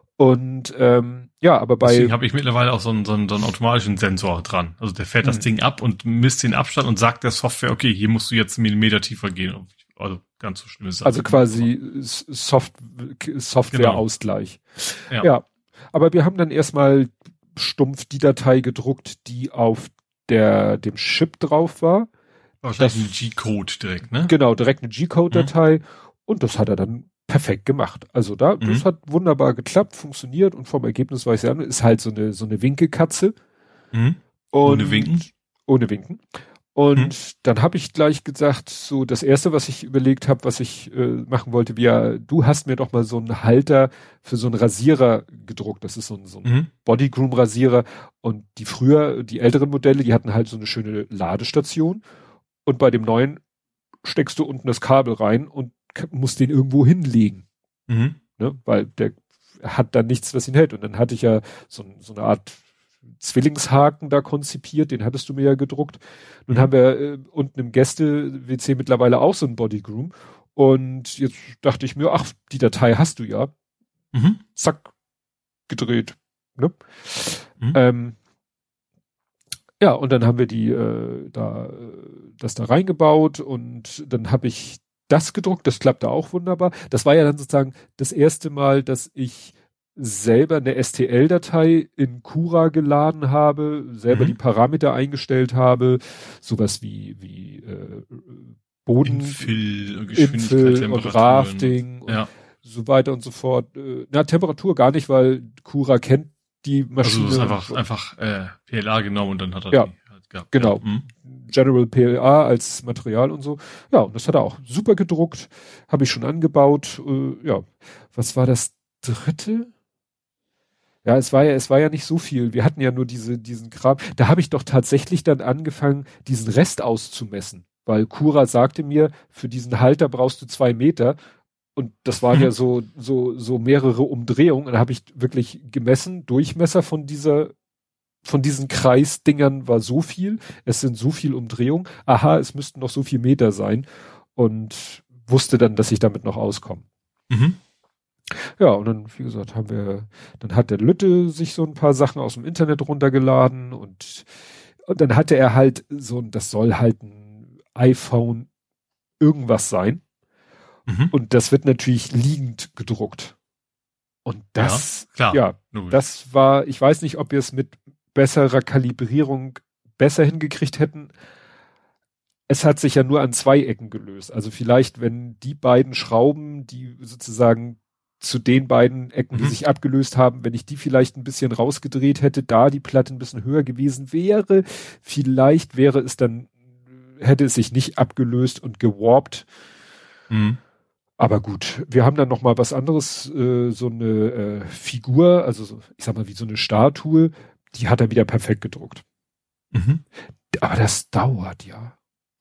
Und ähm, ja, aber bei deswegen habe ich mittlerweile auch so einen, so, einen, so einen automatischen Sensor dran. Also der fährt mhm. das Ding ab und misst den Abstand und sagt der Software, okay, hier musst du jetzt einen Millimeter tiefer gehen. Also ganz so schlimm ist das. Also quasi Soft Softwareausgleich. Genau. Ja. ja, aber wir haben dann erstmal stumpf die Datei gedruckt, die auf der dem Chip drauf war. Wahrscheinlich ein G-Code direkt, ne? Genau, direkt eine G-Code-Datei. Mhm. Und das hat er dann perfekt gemacht. Also da, mhm. das hat wunderbar geklappt, funktioniert und vom Ergebnis weiß ich ja, ist halt so eine, so eine Winkelkatze. Mhm. Ohne Winken? Ohne Winken. Und mhm. dann habe ich gleich gesagt, so das erste, was ich überlegt habe, was ich äh, machen wollte, wie ja, du hast mir doch mal so einen Halter für so einen Rasierer gedruckt. Das ist so ein, so ein mhm. Bodygroom-Rasierer. Und die früher, die älteren Modelle, die hatten halt so eine schöne Ladestation. Und bei dem neuen steckst du unten das Kabel rein und muss den irgendwo hinlegen. Mhm. Ne? Weil der hat dann nichts, was ihn hält. Und dann hatte ich ja so, so eine Art Zwillingshaken da konzipiert, den hattest du mir ja gedruckt. Nun mhm. haben wir äh, unten im Gäste-W C mittlerweile auch so ein Bodygroom. Und jetzt dachte ich mir, ach, die Datei hast du ja. Mhm. Zack, gedreht. Ne? Mhm. Ähm, ja, und dann haben wir die äh, da das da reingebaut und dann habe ich das gedruckt, das klappte auch wunderbar. Das war ja dann sozusagen das erste Mal, dass ich selber eine S T L-Datei in Cura geladen habe, selber mhm. die Parameter eingestellt habe, sowas wie wie äh, Boden, Infill, Geschwindigkeit, Infill und Rafting und ja. so weiter und so fort. Äh, na, Temperatur gar nicht, weil Cura kennt die Maschine. Also du hast einfach, einfach äh, P L A genommen und dann hat er ja, die halt gehabt. Genau. Ja. Mhm. General P L A als Material und so. Ja, und das hat er auch super gedruckt, habe ich schon angebaut. Äh, ja, was war das dritte? Ja, es war ja, es war ja nicht so viel. Wir hatten ja nur diese, diesen Kram. Da habe ich doch tatsächlich dann angefangen, diesen Rest auszumessen, weil Cura sagte mir, für diesen Halter brauchst du zwei Meter. Und das waren ja so, so, so mehrere Umdrehungen. Und da habe ich wirklich gemessen, Durchmesser von dieser, von diesen Kreisdingern war so viel. Es sind so viel Umdrehungen. Aha, es müssten noch so viel Meter sein. Und wusste dann, dass ich damit noch auskomme. Mhm. Ja, und dann, wie gesagt, haben wir, dann hat der Lütte sich so ein paar Sachen aus dem Internet runtergeladen und, und dann hatte er halt so, das soll halt ein iPhone irgendwas sein. Mhm. Und das wird natürlich liegend gedruckt. Und das, ja, klar, ja logisch. Das war, ich weiß nicht, ob wir es mit besserer Kalibrierung besser hingekriegt hätten. Es hat sich ja nur an zwei Ecken gelöst. Also vielleicht, wenn die beiden Schrauben, die sozusagen zu den beiden Ecken, die mhm. sich abgelöst haben, wenn ich die vielleicht ein bisschen rausgedreht hätte, da die Platte ein bisschen höher gewesen wäre, vielleicht wäre es dann, hätte es sich nicht abgelöst und gewarpt. Mhm. Aber gut, wir haben dann noch mal was anderes, äh, so eine äh, Figur, also so, ich sag mal wie so eine Statue, die hat er wieder perfekt gedruckt. Mhm. Aber das dauert ja.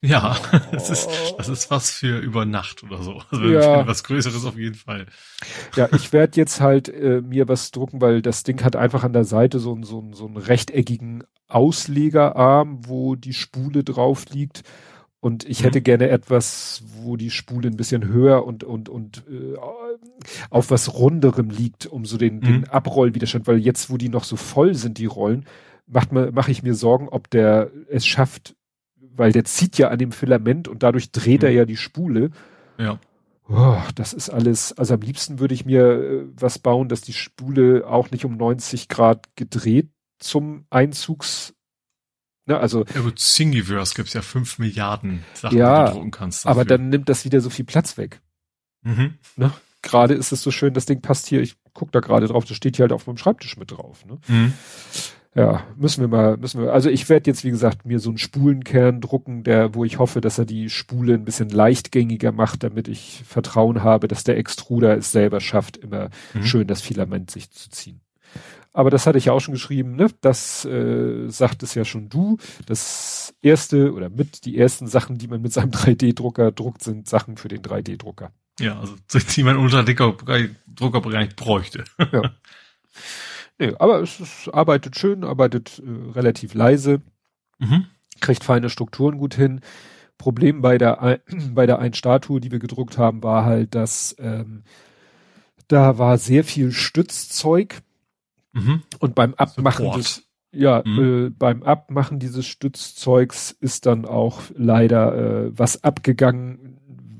Ja, das ist, das ist was für über Nacht oder so. Also ja. was Größeres auf jeden Fall. Ja, ich werde jetzt halt äh, mir was drucken, weil das Ding hat einfach an der Seite so, einen so, einen so einen rechteckigen Auslegerarm, wo die Spule drauf liegt. Und ich mhm. hätte gerne etwas, wo die Spule ein bisschen höher und und und äh, auf was Runderem liegt, um so den, mhm. den Abrollwiderstand. Weil jetzt, wo die noch so voll sind, die Rollen, macht man, mache ich mir Sorgen, ob der es schafft, weil der zieht ja an dem Filament und dadurch dreht mhm. er ja die Spule. Ja. Oh, das ist alles, also am liebsten würde ich mir äh, was bauen, dass die Spule auch nicht um neunzig Grad gedreht zum Einzugs, ne, also. Ja gut, Thingiverse gibt's ja fünf Milliarden Sachen, ja, die du drucken kannst. Dafür. Aber dann nimmt das wieder so viel Platz weg. Mhm. Ne? Gerade ist es so schön, das Ding passt hier, ich guck da gerade drauf, das steht hier halt auf meinem Schreibtisch mit drauf, ne? Mhm. Ja, müssen wir mal, müssen wir, also ich werde jetzt, wie gesagt, mir so einen Spulenkern drucken, der, wo ich hoffe, dass er die Spule ein bisschen leichtgängiger macht, damit ich Vertrauen habe, dass der Extruder es selber schafft, immer mhm. schön das Filament sich zu ziehen. Aber das hatte ich ja auch schon geschrieben, ne? Das äh, sagt es ja schon du. Das erste oder mit die ersten Sachen, die man mit seinem drei D-Drucker druckt, sind Sachen für den drei D-Drucker. Ja, also die man unter Drucker gar nicht bräuchte. Ja. Nee, aber es, es arbeitet schön, arbeitet äh, relativ leise, mhm. kriegt feine Strukturen gut hin. Problem bei der bei der einen Statue, die wir gedruckt haben, war halt, dass ähm, da war sehr viel Stützzeug mhm. und beim Abmachen Support. des ja mhm. äh, beim Abmachen dieses Stützzeugs ist dann auch leider äh, was abgegangen,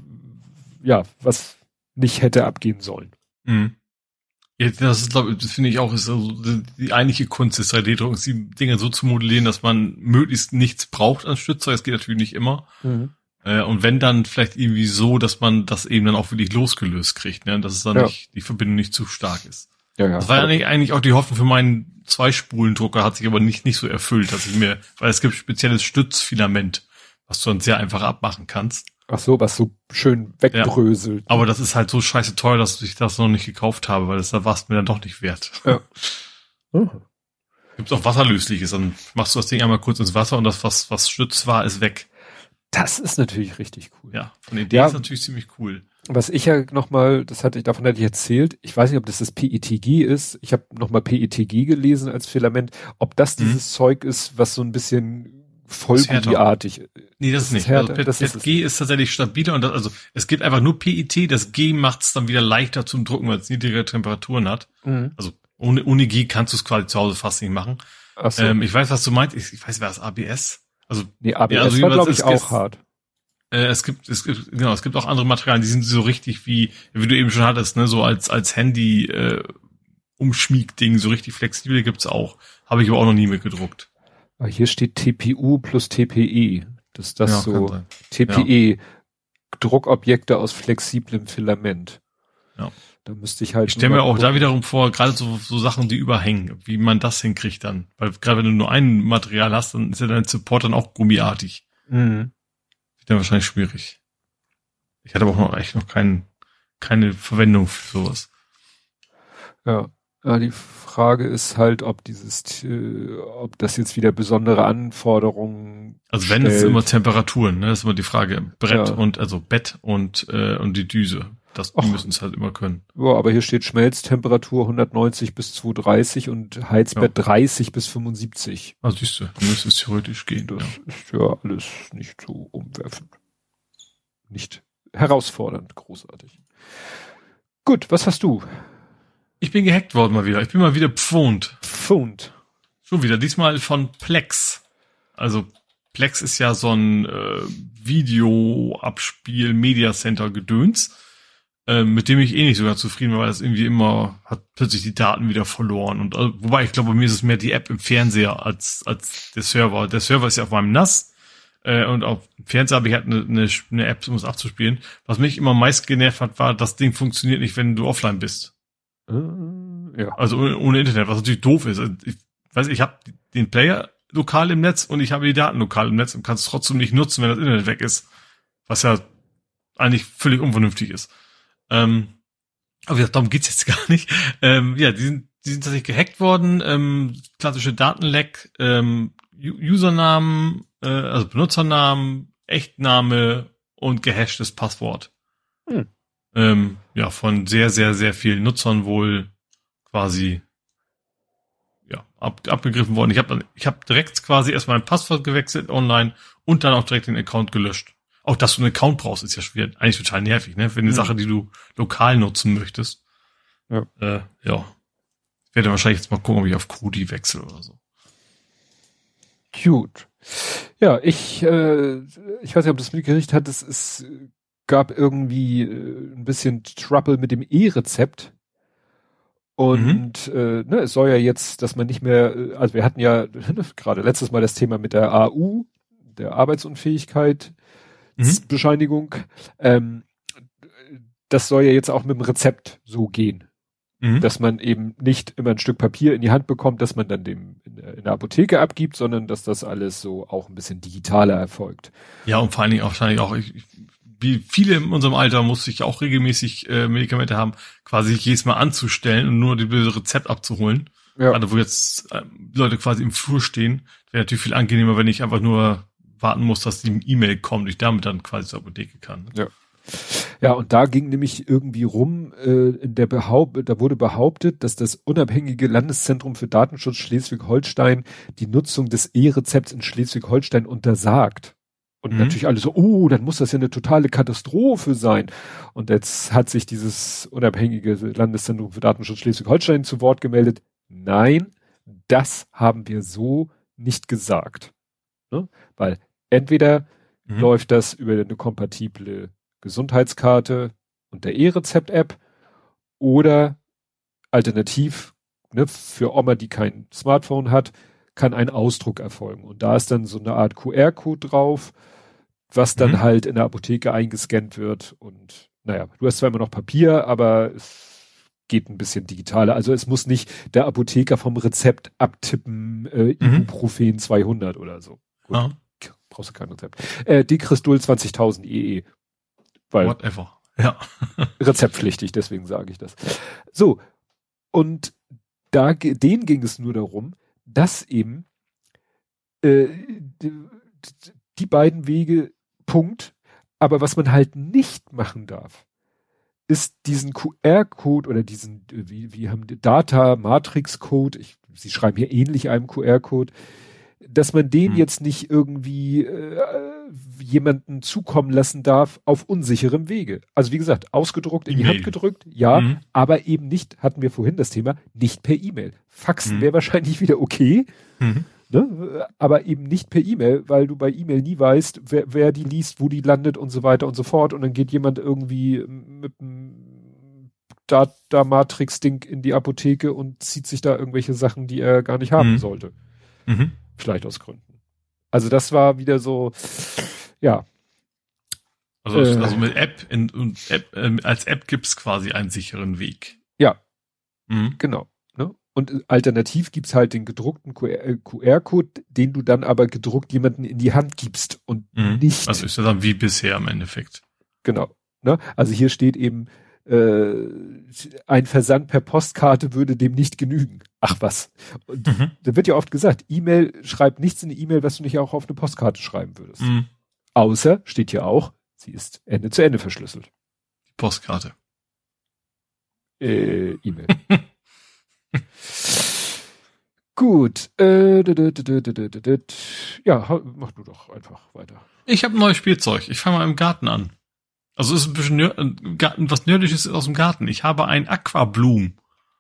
ja, was nicht hätte abgehen sollen. Mhm. Ja, das ist, glaube ich, das finde ich auch, ist also die, die eigentliche Kunst des drei D-Druckens, die Dinge so zu modellieren, dass man möglichst nichts braucht an Stützzeug. Das geht natürlich nicht immer. Mhm. Äh, und wenn dann vielleicht irgendwie so, dass man das eben dann auch wirklich losgelöst kriegt, ne? Dass es dann ja. nicht, die Verbindung nicht zu stark ist. Ja, ja. Das war ja eigentlich, eigentlich auch die Hoffnung für meinen Zweispulendrucker, hat sich aber nicht, nicht so erfüllt, dass ich mir, weil es gibt spezielles Stützfilament, was du dann sehr einfach abmachen kannst. Ach so, was so schön wegbröselt. Ja, aber das ist halt so scheiße teuer, dass ich das noch nicht gekauft habe, weil das da war es mir dann doch nicht wert. Ja. Mhm. Gibt's auch Wasserlösliches, dann machst du das Ding einmal kurz ins Wasser und das, was, was stützt war, ist weg. Das ist natürlich richtig cool. Ja, von der Idee ja, ist natürlich ziemlich cool. Was ich ja nochmal, das hatte ich, davon hatte ich erzählt, ich weiß nicht, ob das das P E T G ist, ich habe nochmal P E T G gelesen als Filament, ob das mhm. dieses Zeug ist, was so ein bisschen vollgummiartig ist. Nee, das, das ist nicht. Härter, also das P E T G ist, ist tatsächlich stabiler und das, also es gibt einfach nur P E T, das G macht es dann wieder leichter zum Drucken, weil es niedrigere Temperaturen hat. Mhm. Also ohne, ohne G kannst du es quasi zu Hause fast nicht machen. Ach so. Ähm, ich weiß, was du meinst. Ich, ich weiß, wer ist A B S? Also nee, A B S ja, also war, glaube ich, ist, auch ist, hart. Äh, es gibt, es gibt, genau, es gibt auch andere Materialien, die sind so richtig wie, wie du eben schon hattest, ne, so als als Handy äh, Umschmiegding, so richtig flexibel gibt's auch. Habe ich aber auch noch nie mitgedruckt. Aber hier steht T P U plus T P E. Das ist das ja, so T P E, ja. Druckobjekte aus flexiblem Filament. Ja. Da müsste ich halt. Ich stelle mir auch gucken. Da wiederum vor, gerade so, so Sachen, die überhängen, wie man das hinkriegt dann. Weil gerade wenn du nur ein Material hast, dann ist ja dein Support dann auch gummiartig. Mhm. Wird dann wahrscheinlich schwierig. Ich hatte aber auch noch echt noch kein, keine Verwendung für sowas. Ja. Ja, die Frage ist halt, ob dieses, äh, ob das jetzt wieder besondere Anforderungen. Also wenn, stellt. Es ist immer Temperaturen, ne? Das ist immer die Frage. Brett ja. und, also Bett und, äh, und die Düse. Das, die müssen es halt immer können. Ja, aber hier steht Schmelztemperatur hundertneunzig bis zweihundertdreißig und Heizbett ja. dreißig bis fünfundsiebzig. Ah, siehst du, dann müsste es theoretisch gehen. Das ja. ist ja alles nicht so umwerfend. Nicht herausfordernd, großartig. Gut, was hast du? Ich bin gehackt worden mal wieder. Ich bin mal wieder pfund. Pfund. Schon wieder. Diesmal von Plex. Also Plex ist ja so ein äh, Video-Abspiel-Media-Center-Gedöns, äh, mit dem ich eh nicht sogar zufrieden war, weil das irgendwie immer hat plötzlich die Daten wieder verloren. Und also, wobei ich glaube, bei mir ist es mehr die App im Fernseher als als der Server. Der Server ist ja auf meinem N A S äh, und auf dem Fernseher habe ich halt eine, eine, eine App, um es abzuspielen. Was mich immer meist genervt hat, war, das Ding funktioniert nicht, wenn du offline bist. Ja. Also ohne, ohne Internet, was natürlich doof ist. Ich weiß, ich habe den Player lokal im Netz und ich habe die Daten lokal im Netz und kann es trotzdem nicht nutzen, wenn das Internet weg ist. Was ja eigentlich völlig unvernünftig ist. Ähm, aber ja, darum geht's jetzt gar nicht. Ähm, ja, die sind, die sind tatsächlich gehackt worden. Ähm, klassische Datenleck, ähm, Usernamen, äh, also Benutzernamen, Echtname und gehashtes Passwort. Hm. Ähm, ja, von sehr, sehr, sehr vielen Nutzern wohl quasi ja, ab, abgegriffen worden. Ich habe ich hab direkt quasi erstmal ein Passwort gewechselt online und dann auch direkt den Account gelöscht. Auch dass du einen Account brauchst, ist ja schwer, eigentlich total nervig, ne? Für eine mhm. Sache, die du lokal nutzen möchtest. Ja. Äh, ja. Ich werde wahrscheinlich jetzt mal gucken, ob ich auf Kodi wechsle oder so. Gut. Ja, ich, äh, ich weiß nicht, ob das mitgekriegt hat, es, es gab irgendwie äh, ein bisschen Trouble mit dem E-Rezept. Und mhm. äh, ne, es soll ja jetzt, dass man nicht mehr, also wir hatten ja gerade letztes Mal das Thema mit der A U, der Arbeitsunfähigkeit, mhm. Bescheinigung. Ähm, das soll ja jetzt auch mit dem Rezept so gehen. Mhm. Dass man eben nicht immer ein Stück Papier in die Hand bekommt, dass man dann dem in der, in der Apotheke abgibt, sondern dass das alles so auch ein bisschen digitaler erfolgt. Ja, und vor allen Dingen auch wahrscheinlich auch, ich, ich, wie viele in unserem Alter musste ich auch regelmäßig äh, Medikamente haben, quasi jedes Mal anzustellen und nur das Rezept abzuholen. Ja. Gerade wo jetzt äh, Leute quasi im Flur stehen, wäre natürlich viel angenehmer, wenn ich einfach nur warten muss, dass die E-Mail kommt und ich damit dann quasi zur Apotheke kann. Ja. Ja, und da ging nämlich irgendwie rum, äh, in der Behaupt, da wurde behauptet, dass das unabhängige Landeszentrum für Datenschutz Schleswig-Holstein die Nutzung des E-Rezepts in Schleswig-Holstein untersagt. Und mhm. natürlich alle so, oh, dann muss das ja eine totale Katastrophe sein. Und jetzt hat sich dieses unabhängige Landeszentrum für Datenschutz Schleswig-Holstein zu Wort gemeldet. Nein, das haben wir so nicht gesagt. Ne? Weil entweder mhm. läuft das über eine kompatible Gesundheitskarte und der E-Rezept-App oder alternativ, ne, für Oma, die kein Smartphone hat, kann ein Ausdruck erfolgen. Und da ist dann so eine Art Q R-Code drauf, was dann mhm. halt in der Apotheke eingescannt wird. Und naja, du hast zwar immer noch Papier, aber es geht ein bisschen digitaler. Also es muss nicht der Apotheker vom Rezept abtippen, äh, mhm. Ibuprofen zweihundert oder so. Gut, ah. brauchst du kein Rezept. Äh, Dicrystal zwanzigtausend E E. Weil Whatever. Ja. rezeptpflichtig, deswegen sage ich das. So. Und da, denen ging es nur darum, dass eben äh, die, die beiden Wege, Punkt. Aber was man halt nicht machen darf, ist diesen Q R-Code oder diesen, wie, wie haben die Data-Matrix-Code, ich, sie schreiben hier ähnlich einem Q R-Code, dass man den hm. jetzt nicht irgendwie äh, jemanden zukommen lassen darf auf unsicherem Wege. Also wie gesagt, ausgedruckt, in die Hand gedrückt, ja, mhm. aber eben nicht, hatten wir vorhin das Thema, nicht per E-Mail. Faxen mhm. wäre wahrscheinlich wieder okay, mhm. ne? Aber eben nicht per E-Mail, weil du bei E-Mail nie weißt, wer, wer die liest, wo die landet und so weiter und so fort und dann geht jemand irgendwie mit einem Data-Matrix-Ding in die Apotheke und zieht sich da irgendwelche Sachen, die er gar nicht haben mhm. sollte. Mhm. Vielleicht aus Gründen. Also das war wieder so, ja. Also, äh, also mit App, in, und App äh, als App gibt's quasi einen sicheren Weg. Ja, mhm. genau. Ne? Und alternativ gibt's halt den gedruckten Q R-Code, den du dann aber gedruckt jemanden in die Hand gibst und mhm. nicht. Also ist ja dann wie bisher im Endeffekt. Genau. Ne? Also hier steht eben, äh, ein Versand per Postkarte würde dem nicht genügen. Ach was. Und mhm. da wird ja oft gesagt, E-Mail, schreib nichts in eine E-Mail, was du nicht auch auf eine Postkarte schreiben würdest. Mhm. Außer, steht hier auch, sie ist Ende zu Ende verschlüsselt. Die Postkarte. Äh, E-Mail. Gut. Äh, ja, mach du doch einfach weiter. Ich habe ein neues Spielzeug. Ich fange mal im Garten an. Also es ist ein bisschen nör- was Nördliches aus dem Garten. Ich habe ein Aquabloom.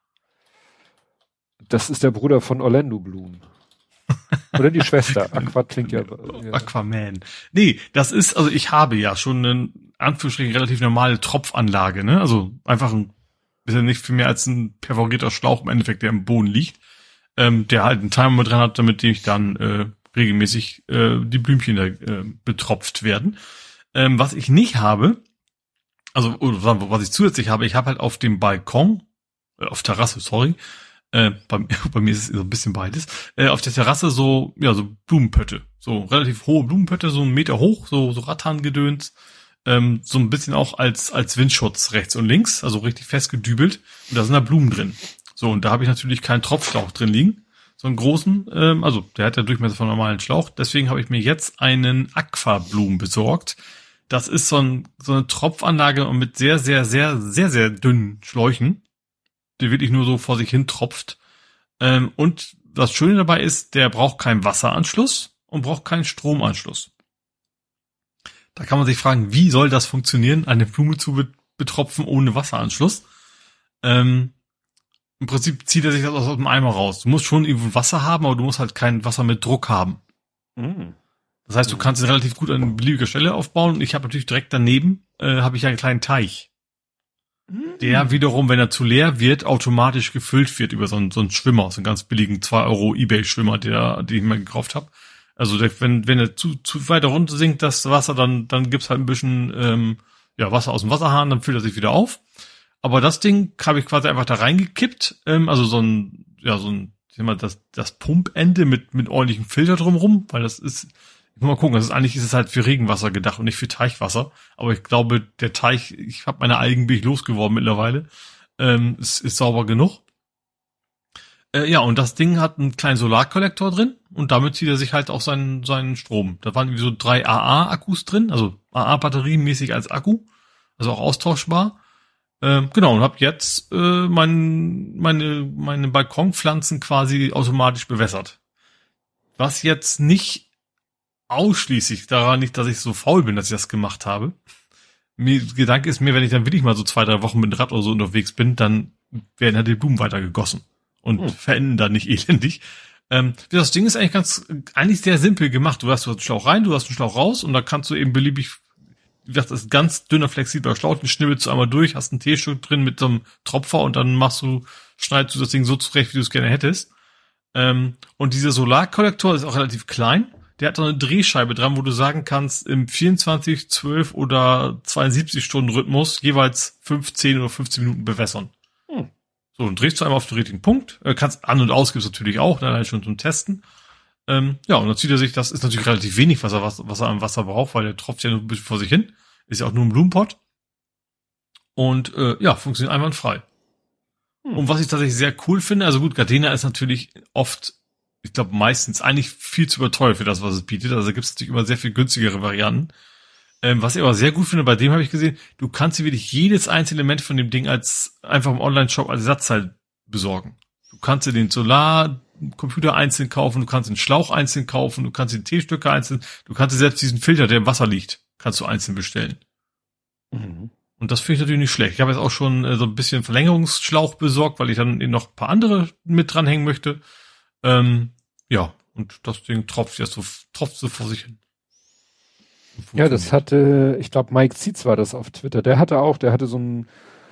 Das ist der Bruder von Orlando Bloom. Oder die Schwester. Aqua klingt ja, ja. Aquaman. Nee, das ist, also ich habe ja schon eine, Anführungsstrichen, relativ normale Tropfanlage, ne? Also einfach ein, ist ja nicht viel mehr als ein perforierter Schlauch im Endeffekt, der im Boden liegt, ähm, der halt einen Timer mit dran hat, damit ich dann äh, regelmäßig äh, die Blümchen da äh, betropft werden. Ähm, was ich nicht habe, also oder was ich zusätzlich habe, ich habe halt auf dem Balkon, äh, auf Terrasse, sorry, äh, bei, bei mir ist es so ein bisschen beides, äh, auf der Terrasse so, ja, so Blumenpötte, so relativ hohe Blumenpötte, so einen Meter hoch, so so Rattangedöns, ähm, so ein bisschen auch als als Windschutz rechts und links, also richtig festgedübelt und da sind da Blumen drin. So, und da habe ich natürlich keinen Tropfschlauch drin liegen, so einen großen, ähm, also der hat ja Durchmesser von einem normalen Schlauch. Deswegen habe ich mir jetzt einen Aquablumen besorgt. Das ist so, ein, so eine Tropfanlage mit sehr, sehr, sehr, sehr, sehr dünnen Schläuchen, die wirklich nur so vor sich hin tropft. Ähm, und das Schöne dabei ist, der braucht keinen Wasseranschluss und braucht keinen Stromanschluss. Da kann man sich fragen, wie soll das funktionieren, eine Blume zu betropfen ohne Wasseranschluss? Ähm, Im Prinzip zieht er sich das aus dem Eimer raus. Du musst schon irgendwo Wasser haben, aber du musst halt kein Wasser mit Druck haben. Mhm. Das heißt, du kannst es relativ gut an beliebiger Stelle aufbauen. Und ich habe natürlich direkt daneben, äh, habe ich einen kleinen Teich. Mhm. Der wiederum, wenn er zu leer wird, automatisch gefüllt wird über so einen, so einen Schwimmer, so einen ganz billigen zwei Euro Ebay-Schwimmer, der, den ich mal gekauft habe. Also der, wenn wenn er zu zu weiter runter sinkt, das Wasser, dann dann gibt's halt ein bisschen ähm, ja Wasser aus dem Wasserhahn, dann füllt er sich wieder auf. Aber das Ding habe ich quasi einfach da reingekippt, ähm, also so ein ja so ein ich sag mal das das Pumpende mit mit ordentlichem Filter drumrum, weil das ist ich muss mal gucken, das ist eigentlich ist es halt für Regenwasser gedacht und nicht für Teichwasser. Aber ich glaube der Teich, ich habe meine Algen bin ich losgeworden mittlerweile, ähm, ist ist sauber genug. Äh, ja, und das Ding hat einen kleinen Solarkollektor drin und damit zieht er sich halt auch seinen seinen Strom. Da waren irgendwie so drei A A-Akkus drin, also A A-Batterien mäßig als Akku, also auch austauschbar. Ähm, genau, und habe jetzt äh, mein, meine meine Balkonpflanzen quasi automatisch bewässert. Was jetzt nicht ausschließlich daran liegt, dass ich so faul bin, dass ich das gemacht habe. Mir, Gedanke ist mir, wenn ich dann wirklich mal so zwei, drei Wochen mit dem Rad oder so unterwegs bin, dann werden halt die Blumen weiter gegossen. Und hm. verenden da nicht elendig. Ähm, das Ding ist eigentlich ganz, eigentlich sehr simpel gemacht. Du hast einen Schlauch rein, du hast einen Schlauch raus und da kannst du eben beliebig, wie gesagt, das ist ein ganz dünner, flexibler Schlauch, den schnibbelst du einmal durch, hast ein T-Stück drin mit so einem Tropfer und dann machst du, schneidest du das Ding so zurecht, wie du es gerne hättest. Ähm, und dieser Solarkollektor ist auch relativ klein. Der hat so eine Drehscheibe dran, wo du sagen kannst, im vierundzwanzig, zwölf oder zweiundsiebzig Stunden Rhythmus jeweils fünfzehn oder fünfzehn Minuten bewässern. Hm. So, dann drehst du einmal auf den richtigen Punkt. Äh, kannst an- und aus gibt's natürlich auch, dann halt schon zum Testen. Ähm, ja, und dann zieht er sich, das ist natürlich relativ wenig, was er, was, was er am Wasser braucht, weil der tropft ja nur ein bisschen vor sich hin. Ist ja auch nur ein Blumenpott. Und äh, ja, funktioniert einwandfrei. Hm. Und was ich tatsächlich sehr cool finde, also gut, Gardena ist natürlich oft, ich glaube meistens eigentlich viel zu überteuert für das, was es bietet. Also gibt's natürlich immer sehr viel günstigere Varianten. Ähm, was ich aber sehr gut finde, bei dem habe ich gesehen, du kannst dir wirklich jedes einzelne Element von dem Ding als einfach im Online-Shop als Ersatzteil besorgen. Du kannst dir den Solarcomputer einzeln kaufen, du kannst den Schlauch einzeln kaufen, du kannst den T-Stücke einzeln, du kannst dir selbst diesen Filter, der im Wasser liegt, kannst du einzeln bestellen. Mhm. Und das finde ich natürlich nicht schlecht. Ich habe jetzt auch schon äh, so ein bisschen Verlängerungsschlauch besorgt, weil ich dann noch ein paar andere mit dranhängen möchte. Ähm, ja, und das Ding tropft jetzt so, tropft so vor sich hin. Ja, das hatte, ich glaube, Mike Zietz war das auf Twitter. Der hatte auch, der hatte so ein,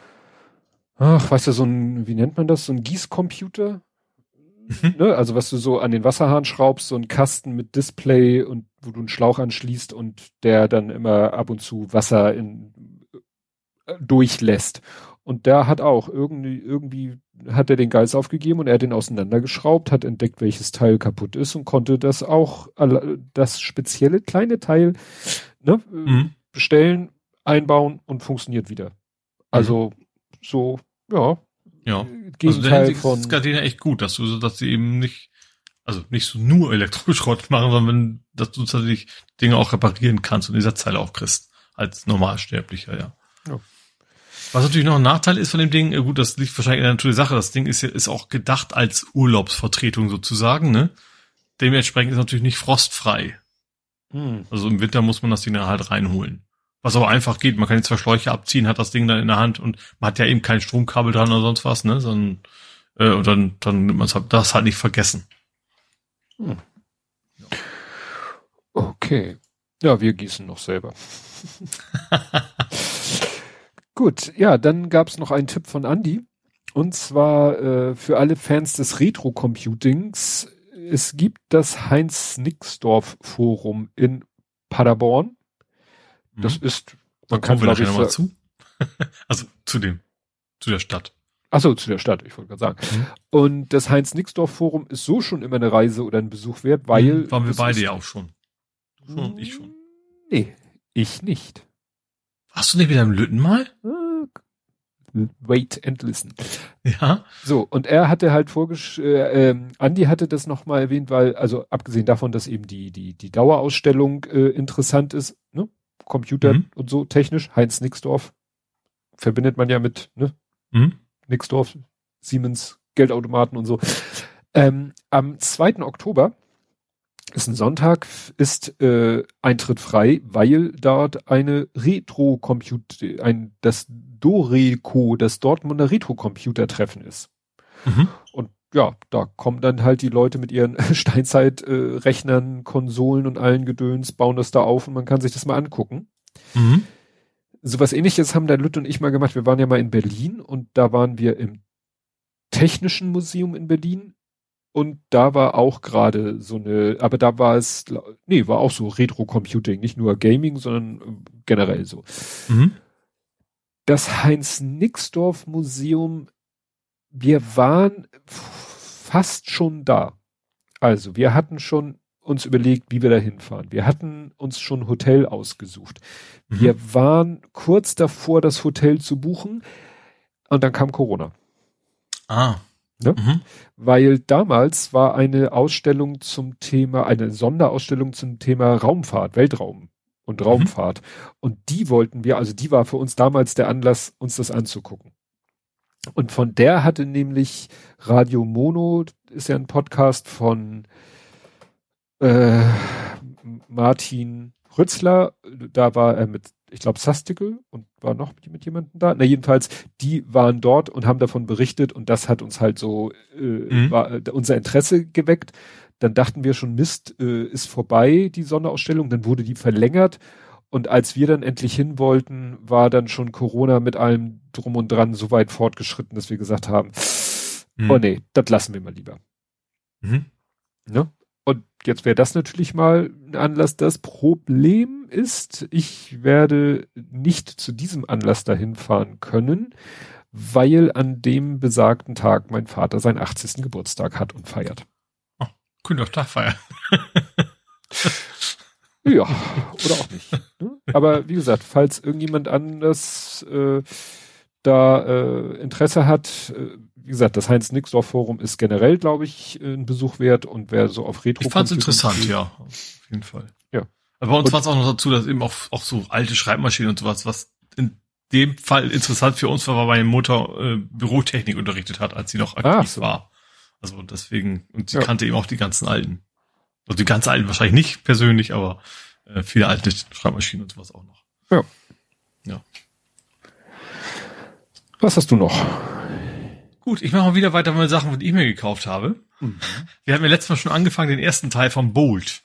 ach, weißt du, so ein, wie nennt man das, so ein Gießcomputer, mhm. ne? Also was du so an den Wasserhahn schraubst, so ein Kasten mit Display und wo du einen Schlauch anschließt und der dann immer ab und zu Wasser in, äh, durchlässt. Und der hat auch irgendwie, irgendwie hat er den Geist aufgegeben und er hat den auseinandergeschraubt, hat entdeckt, welches Teil kaputt ist und konnte das auch, das spezielle kleine Teil, ne, mhm. bestellen, einbauen und funktioniert wieder. Also, mhm. so, ja. Ja. Gegenteil also von. Das ist Gardena echt gut, dass du, dass sie eben nicht, also nicht so nur Elektroschrott machen, sondern dass du tatsächlich Dinge auch reparieren kannst und Ersatzteile auch kriegst. Als Normalsterblicher, ja. Ja. Was natürlich noch ein Nachteil ist von dem Ding, gut, das liegt wahrscheinlich in der Natur der Sache, das Ding ist ja ist auch gedacht als Urlaubsvertretung sozusagen, ne? Dementsprechend ist natürlich nicht frostfrei. Hm. Also im Winter muss man das Ding dann halt reinholen. Was aber einfach geht, man kann die zwei Schläuche abziehen, hat das Ding dann in der Hand und man hat ja eben kein Stromkabel dran oder sonst was, ne? Sondern, äh, und dann, dann nimmt man es halt, das halt nicht vergessen. Hm. Ja. Okay. Ja, wir gießen noch selber. Gut, ja, dann gab's noch einen Tipp von Andi. Und zwar äh, für alle Fans des Retro-Computings. Es gibt das Heinz-Nixdorf-Forum in Paderborn. Das mhm. ist, man da kann glaube ich nochmal zu. Also zu dem, zu der Stadt. Ach so, zu der Stadt, ich wollte gerade sagen. Mhm. Und das Heinz-Nixdorf-Forum ist so schon immer eine Reise oder ein Besuch wert, weil... Mhm, waren wir beide ja auch schon. Du schon und ich schon. Nee, ich nicht. Warst du nicht mit deinem Lütten mal? wait and listen. Ja. So, und er hatte halt vorgesch... Äh, ähm, Andi hatte das nochmal erwähnt, weil, also abgesehen davon, dass eben die, die, die Dauerausstellung äh, interessant ist, ne? Computer mhm. und so technisch, Heinz Nixdorf verbindet man ja mit, ne? Mhm. Nixdorf, Siemens, Geldautomaten und so. Ähm, am zweiten Oktober, ist ein Sonntag, ist äh, Eintritt frei, weil dort eine Retro-Computer, ein das Doreco, das Dortmunder Retro-Computer-Treffen ist. Mhm. Und ja, da kommen dann halt die Leute mit ihren Steinzeit-Rechnern, äh, Konsolen und allen Gedöns, bauen das da auf und man kann sich das mal angucken. Mhm. Sowas Ähnliches haben der Lütt und ich mal gemacht. Wir waren ja mal in Berlin und da waren wir im Technischen Museum in Berlin. Und da war auch gerade so eine, aber da war es, nee, war auch so Retro-Computing, nicht nur Gaming, sondern generell so. Mhm. Das Heinz-Nixdorf-Museum, wir waren fast schon da. Also wir hatten schon uns überlegt, wie wir da hinfahren. Wir hatten uns schon ein Hotel ausgesucht. Mhm. Wir waren kurz davor, das Hotel zu buchen und dann kam Corona. Ah. Ne? Mhm. Weil damals war eine Ausstellung zum Thema, eine Sonderausstellung zum Thema Raumfahrt, Weltraum und Raumfahrt. Mhm. Und die wollten wir, also die war für uns damals der Anlass, uns das anzugucken. Und von der hatte nämlich Radio Mono, ist ja ein Podcast von äh, Martin Rützler, da war er mit, ich glaube, Sastikel und war noch mit, mit jemandem da. Na jedenfalls, die waren dort und haben davon berichtet und das hat uns halt so äh, mhm. war, äh, unser Interesse geweckt. Dann dachten wir schon, Mist, äh, ist vorbei, die Sonderausstellung. Dann wurde die verlängert und als wir dann endlich hin wollten, war dann schon Corona mit allem drum und dran so weit fortgeschritten, dass wir gesagt haben, mhm. oh nee, das lassen wir mal lieber. Mhm. Ne? Und jetzt wäre das natürlich mal ein Anlass. Das Problem ist, ich werde nicht zu diesem Anlass dahin fahren können, weil an dem besagten Tag mein Vater seinen achtzigsten Geburtstag hat und feiert. Oh, könnte doch Tag feiern. Ja, oder auch nicht. Ne? Aber wie gesagt, falls irgendjemand anders äh, da äh, Interesse hat, äh, wie gesagt, das Heinz-Nixdorf-Forum ist generell, glaube ich, ein Besuch wert und wer so auf Retro. Ich fand's interessant, geht, ja, auf jeden Fall. Ja. Aber bei uns war es auch noch dazu, dass eben auch, auch so alte Schreibmaschinen und sowas, was in dem Fall interessant für uns war, weil meine Mutter äh, Bürotechnik unterrichtet hat, als sie noch aktiv Ach so. war. Also deswegen, und sie ja. kannte eben auch die ganzen alten. Also die ganz alten wahrscheinlich nicht persönlich, aber äh, viele alte Schreibmaschinen und sowas auch noch. Ja. Ja. Was hast du noch? Gut, ich mache mal wieder weiter mit Sachen, die ich mir gekauft habe. Mhm. Wir haben ja letztes Mal schon angefangen, den ersten Teil von Bolt.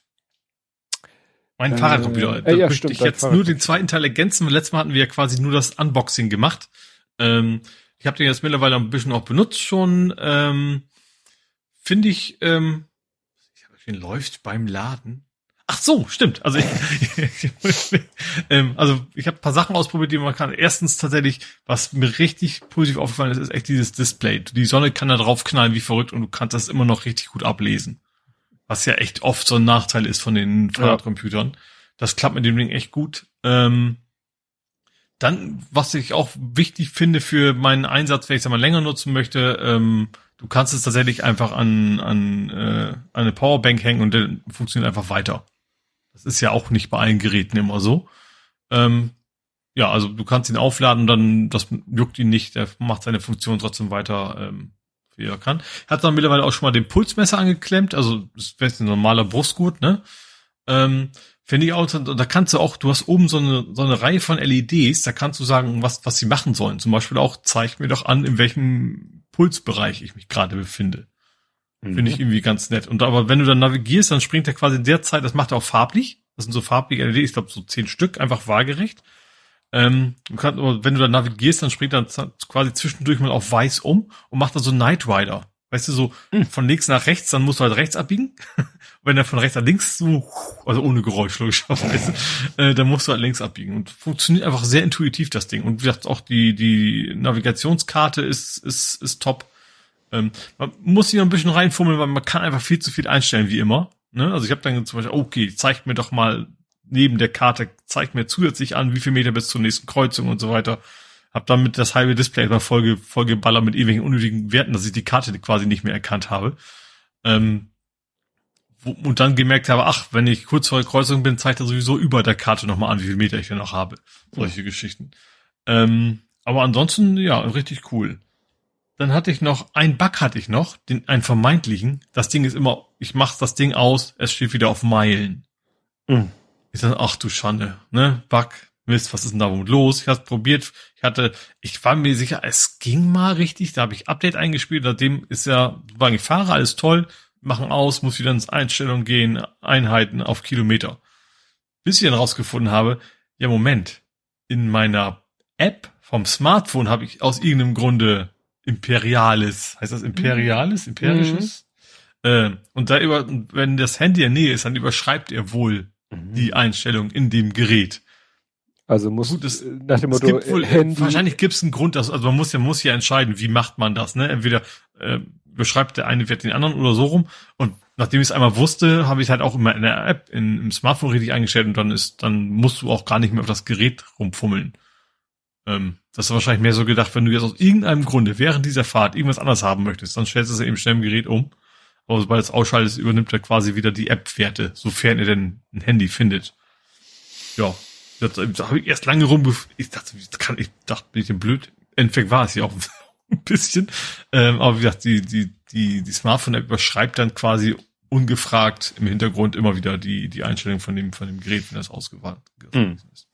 Mein äh, Fahrradcomputer. Da äh, ja, möchte stimmt, ich jetzt nur den zweiten Teil ergänzen. Letztes Mal hatten wir ja quasi nur das Unboxing gemacht. Ähm, ich habe den jetzt mittlerweile ein bisschen auch benutzt schon. Ähm, Finde ich, ähm, den läuft beim Laden. Ach so, stimmt. Also ich, ähm, also ich habe ein paar Sachen ausprobiert, die man kann. Erstens tatsächlich, was mir richtig positiv aufgefallen ist, ist echt dieses Display. Die Sonne kann da drauf knallen wie verrückt und du kannst das immer noch richtig gut ablesen. Was ja echt oft so ein Nachteil ist von den Fahrradcomputern. Ja. Das klappt mit dem Ding echt gut. Ähm, dann, was ich auch wichtig finde für meinen Einsatz, wenn ich es mal länger nutzen möchte, ähm, du kannst es tatsächlich einfach an, an, äh, an eine Powerbank hängen und dann funktioniert einfach weiter. Das ist ja auch nicht bei allen Geräten immer so. Ähm, ja, also du kannst ihn aufladen und dann, das juckt ihn nicht, der macht seine Funktion trotzdem weiter, ähm, wie er kann. Er hat dann mittlerweile auch schon mal den Pulsmesser angeklemmt, also das ist ein normaler Brustgurt, ne? Ähm, finde ich auch, da kannst du auch, du hast oben so eine, so eine Reihe von L E Ds, da kannst du sagen, was, was sie machen sollen. Zum Beispiel auch, zeigt mir doch an, in welchem Pulsbereich ich mich gerade befinde. Mhm. Finde ich irgendwie ganz nett. Und aber wenn du dann navigierst, dann springt er quasi in der Zeit, das macht er auch farblich. Das sind so farbliche L E Ds, ich glaube so zehn Stück, einfach waagerecht. Ähm, du kannst, aber wenn du dann navigierst, dann springt er quasi zwischendurch mal auf weiß um und macht dann so Knight Rider. Weißt du, so mhm. von links nach rechts, dann musst du halt rechts abbiegen. Wenn er von rechts nach links so, also ohne Geräusch logischerweise, äh, dann musst du halt links abbiegen. Und funktioniert einfach sehr intuitiv, das Ding. Und wie gesagt, auch die die Navigationskarte ist ist ist top. Ähm, man muss sich noch ein bisschen reinfummeln, weil man kann einfach viel zu viel einstellen, wie immer. Ne? Also ich habe dann zum Beispiel, okay, zeigt mir doch mal neben der Karte, zeigt mir zusätzlich an, wie viel Meter bis zur nächsten Kreuzung und so weiter. Hab damit das halbe Display immer voll, voll geballert mit ewigen unnötigen Werten, dass ich die Karte quasi nicht mehr erkannt habe. Ähm, wo, und dann gemerkt habe, ach, wenn ich kurz vor der Kreuzung bin, zeigt er sowieso über der Karte nochmal an, wie viel Meter ich denn noch habe. Solche mhm. Geschichten. Ähm, aber ansonsten, ja, richtig cool. Dann hatte ich noch, einen Bug hatte ich noch, den, einen vermeintlichen. Das Ding ist immer, ich mach das Ding aus, es steht wieder auf Meilen. Mhm. Ich sag, ach du Schande, ne, Bug, Mist, was ist denn da womit los? Ich hab's probiert, ich hatte, ich war mir sicher, es ging mal richtig, da habe ich Update eingespielt, seitdem ist ja, ich fahre, alles toll, machen aus, muss wieder ins Einstellung gehen, Einheiten auf Kilometer. Bis ich dann rausgefunden habe, ja Moment, in meiner App vom Smartphone habe ich aus irgendeinem Grunde Imperialis, heißt das Imperialis, Imperisches? Mhm. Äh, und da über, wenn das Handy in der Nähe ist, dann überschreibt er wohl mhm. die Einstellung in dem Gerät. Also muss Gut, es, nach dem Motto, es gibt wohl, Handy. Wahrscheinlich gibt es einen Grund, dass, also man muss ja, muss ja entscheiden, wie macht man das, ne? Entweder äh, beschreibt der eine Wert den anderen oder so rum. Und nachdem ich es einmal wusste, habe ich halt auch immer in der App, in, im Smartphone richtig eingestellt und dann ist, dann musst du auch gar nicht mehr auf das Gerät rumfummeln. Ähm, das ist wahrscheinlich mehr so gedacht, wenn du jetzt aus irgendeinem Grunde während dieser Fahrt irgendwas anderes haben möchtest, dann stellst du es eben schnell im Gerät um. Aber sobald es ausschaltet, übernimmt er quasi wieder die App-Werte, sofern er denn ein Handy findet. Ja. Da, da habe ich erst lange rum, ich dachte, das kann, ich dachte, bin ich denn blöd? Im Endeffekt war es ja auch ein bisschen. Ähm, aber wie gesagt, die, die, die, die Smartphone-App überschreibt dann quasi ungefragt im Hintergrund immer wieder die, die Einstellung von dem, von dem Gerät, wenn das ausgewählt mhm. ist.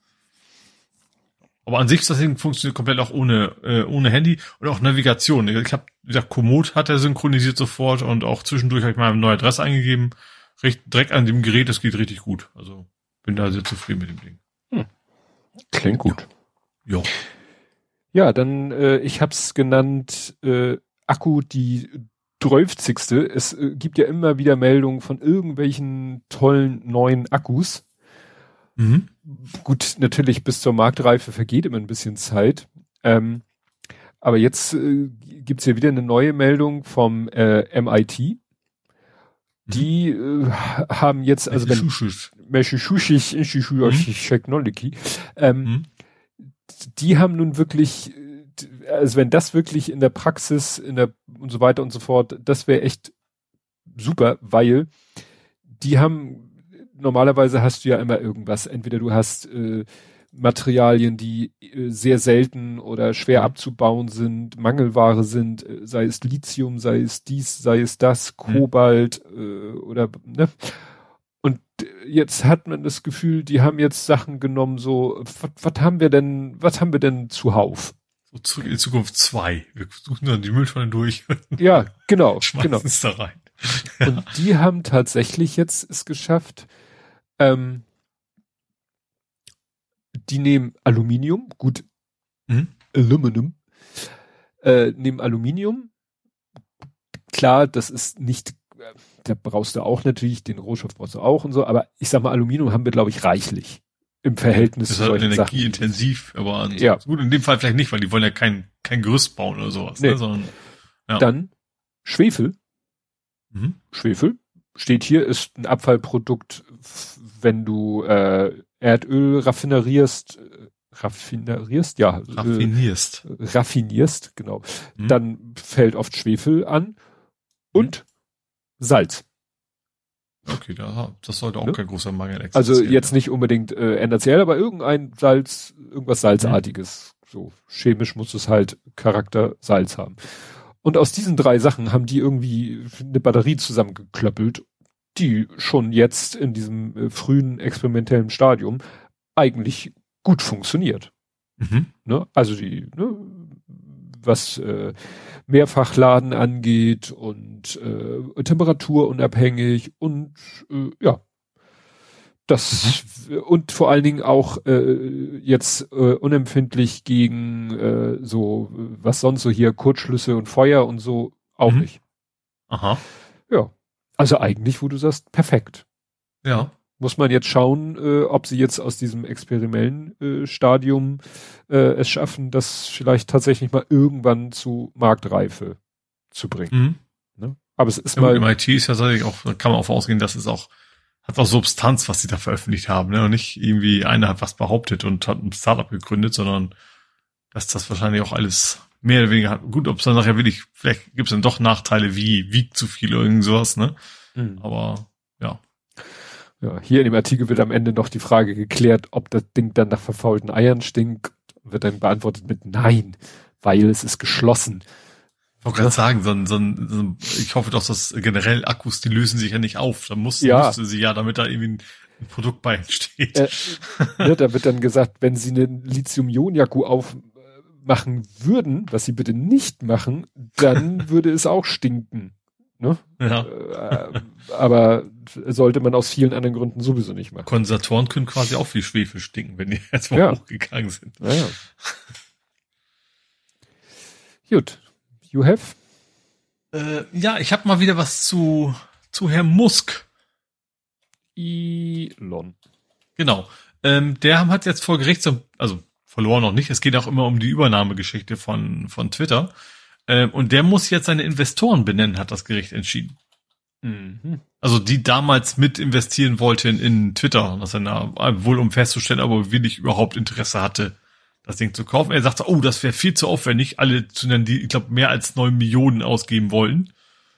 Aber an sich, das Ding funktioniert komplett auch ohne, äh, ohne Handy und auch Navigation. Ich habe, wie gesagt, Komoot hat er synchronisiert sofort und auch zwischendurch habe ich mal eine neue Adresse eingegeben. Recht, direkt an dem Gerät, das geht richtig gut. Also, bin da sehr zufrieden mit dem Ding. Hm. Klingt gut. Ja. Ja, ja dann, äh, ich hab's genannt, äh, Akku die dreißigste. Es äh, gibt ja immer wieder Meldungen von irgendwelchen tollen neuen Akkus. Mhm. Gut, natürlich bis zur Marktreife vergeht immer ein bisschen Zeit. Ähm, aber jetzt äh, gibt's ja wieder eine neue Meldung vom äh, M I T. Die äh, haben jetzt, also wenn Massachusetts Institute of Technology, ähm, mhm. die haben nun wirklich, also wenn das wirklich in der Praxis, in der und so weiter und so fort, das wäre echt super, weil die haben, normalerweise hast du ja immer irgendwas, entweder du hast äh, Materialien, die äh, sehr selten oder schwer mhm. abzubauen sind, Mangelware sind, äh, sei es Lithium, sei es dies, sei es das, Kobalt mhm. äh, oder ne? Und jetzt hat man das Gefühl, die haben jetzt Sachen genommen, so, was haben wir denn, was haben wir denn zuhauf? So zurück in Zukunft zwei. Wir suchen dann die Mülltonne durch. Ja, genau. Schmeißen genau. es da rein. Und die haben tatsächlich jetzt es geschafft, ähm, die nehmen Aluminium, gut, mhm. Aluminum, äh, nehmen Aluminium. Klar, das ist nicht, da brauchst du auch natürlich, den Rohstoff brauchst du auch und so, aber ich sag mal, Aluminium haben wir, glaube ich, reichlich im Verhältnis zu solchen Sachen. Das ist halt energieintensiv, aber an, ja. gut, in dem Fall vielleicht nicht, weil die wollen ja kein, kein Gerüst bauen oder sowas. Nee. Ne, sondern, ja. Dann Schwefel. Mhm. Schwefel steht hier, ist ein Abfallprodukt, wenn du äh, Erdöl raffinerierst, äh, raffinerierst, ja. Raffinierst. Äh, raffinierst, genau. Mhm. Dann fällt oft Schwefel an und mhm. Salz. Okay, da, das sollte auch ne? kein großer Mangel existieren. Also jetzt nicht unbedingt äh, N A C L, aber irgendein Salz, irgendwas Salzartiges. Mhm. So chemisch muss es halt Charakter Salz haben. Und aus diesen drei Sachen haben die irgendwie eine Batterie zusammengeklöppelt, die schon jetzt in diesem äh, frühen experimentellen Stadium eigentlich gut funktioniert. Mhm. Ne? Also die, ne, was äh, Mehrfachladen angeht und äh, temperaturunabhängig und äh, ja, das mhm. und vor allen Dingen auch äh, jetzt äh, unempfindlich gegen äh, so, was sonst so hier, Kurzschlüsse und Feuer und so auch mhm. nicht. Aha. Ja, also eigentlich, wo du sagst, perfekt. Ja. Muss man jetzt schauen, äh, ob sie jetzt aus diesem experimentellen äh, Stadium äh, es schaffen, das vielleicht tatsächlich mal irgendwann zu Marktreife zu bringen. Mhm. Ne? Aber es ist ja, mal... M I T ist ja tatsächlich auch, da kann man auch ausgehen, dass es auch hat auch Substanz, was sie da veröffentlicht haben, ne? Und nicht irgendwie einer hat was behauptet und hat ein Startup gegründet, sondern dass das wahrscheinlich auch alles mehr oder weniger hat. Gut, ob es dann nachher wirklich, vielleicht gibt es dann doch Nachteile wie wiegt zu viel oder irgend sowas, ne? Mhm. Aber ja. Ja, hier in dem Artikel wird am Ende noch die Frage geklärt, ob das Ding dann nach verfaulten Eiern stinkt, wird dann beantwortet mit Nein, weil es ist geschlossen. Ich wollte gerade sagen, so ein, so ein, so ein, ich hoffe doch, dass generell Akkus, die lösen sich ja nicht auf. Da mussten, ja. musste sie ja, damit da irgendwie ein, ein Produkt bei entsteht. Äh, ne, da wird dann gesagt, wenn sie einen Lithium-Ionen-Akku aufmachen würden, was sie bitte nicht machen, dann würde es auch stinken. Ne? Ja. Äh, aber sollte man aus vielen anderen Gründen sowieso nicht machen. Kondensatoren können quasi auch wie Schwefel stinken, wenn die jetzt mal ja. hochgegangen sind. Ja, ja. Gut. You have? Äh, ja, ich habe mal wieder was zu, zu Herrn Musk. Elon. Genau. Ähm, der hat jetzt vor Gericht, also verloren noch nicht, es geht auch immer um die Übernahmegeschichte von, von Twitter. Ähm, und der muss jetzt seine Investoren benennen, hat das Gericht entschieden. Mhm. Also die damals mit investieren wollten in Twitter, was er wohl um festzustellen, aber wirklich überhaupt Interesse hatte, das Ding zu kaufen. Er sagte, oh, das wäre viel zu aufwendig, alle zu nennen, die, ich glaube, mehr als neun Millionen ausgeben wollen.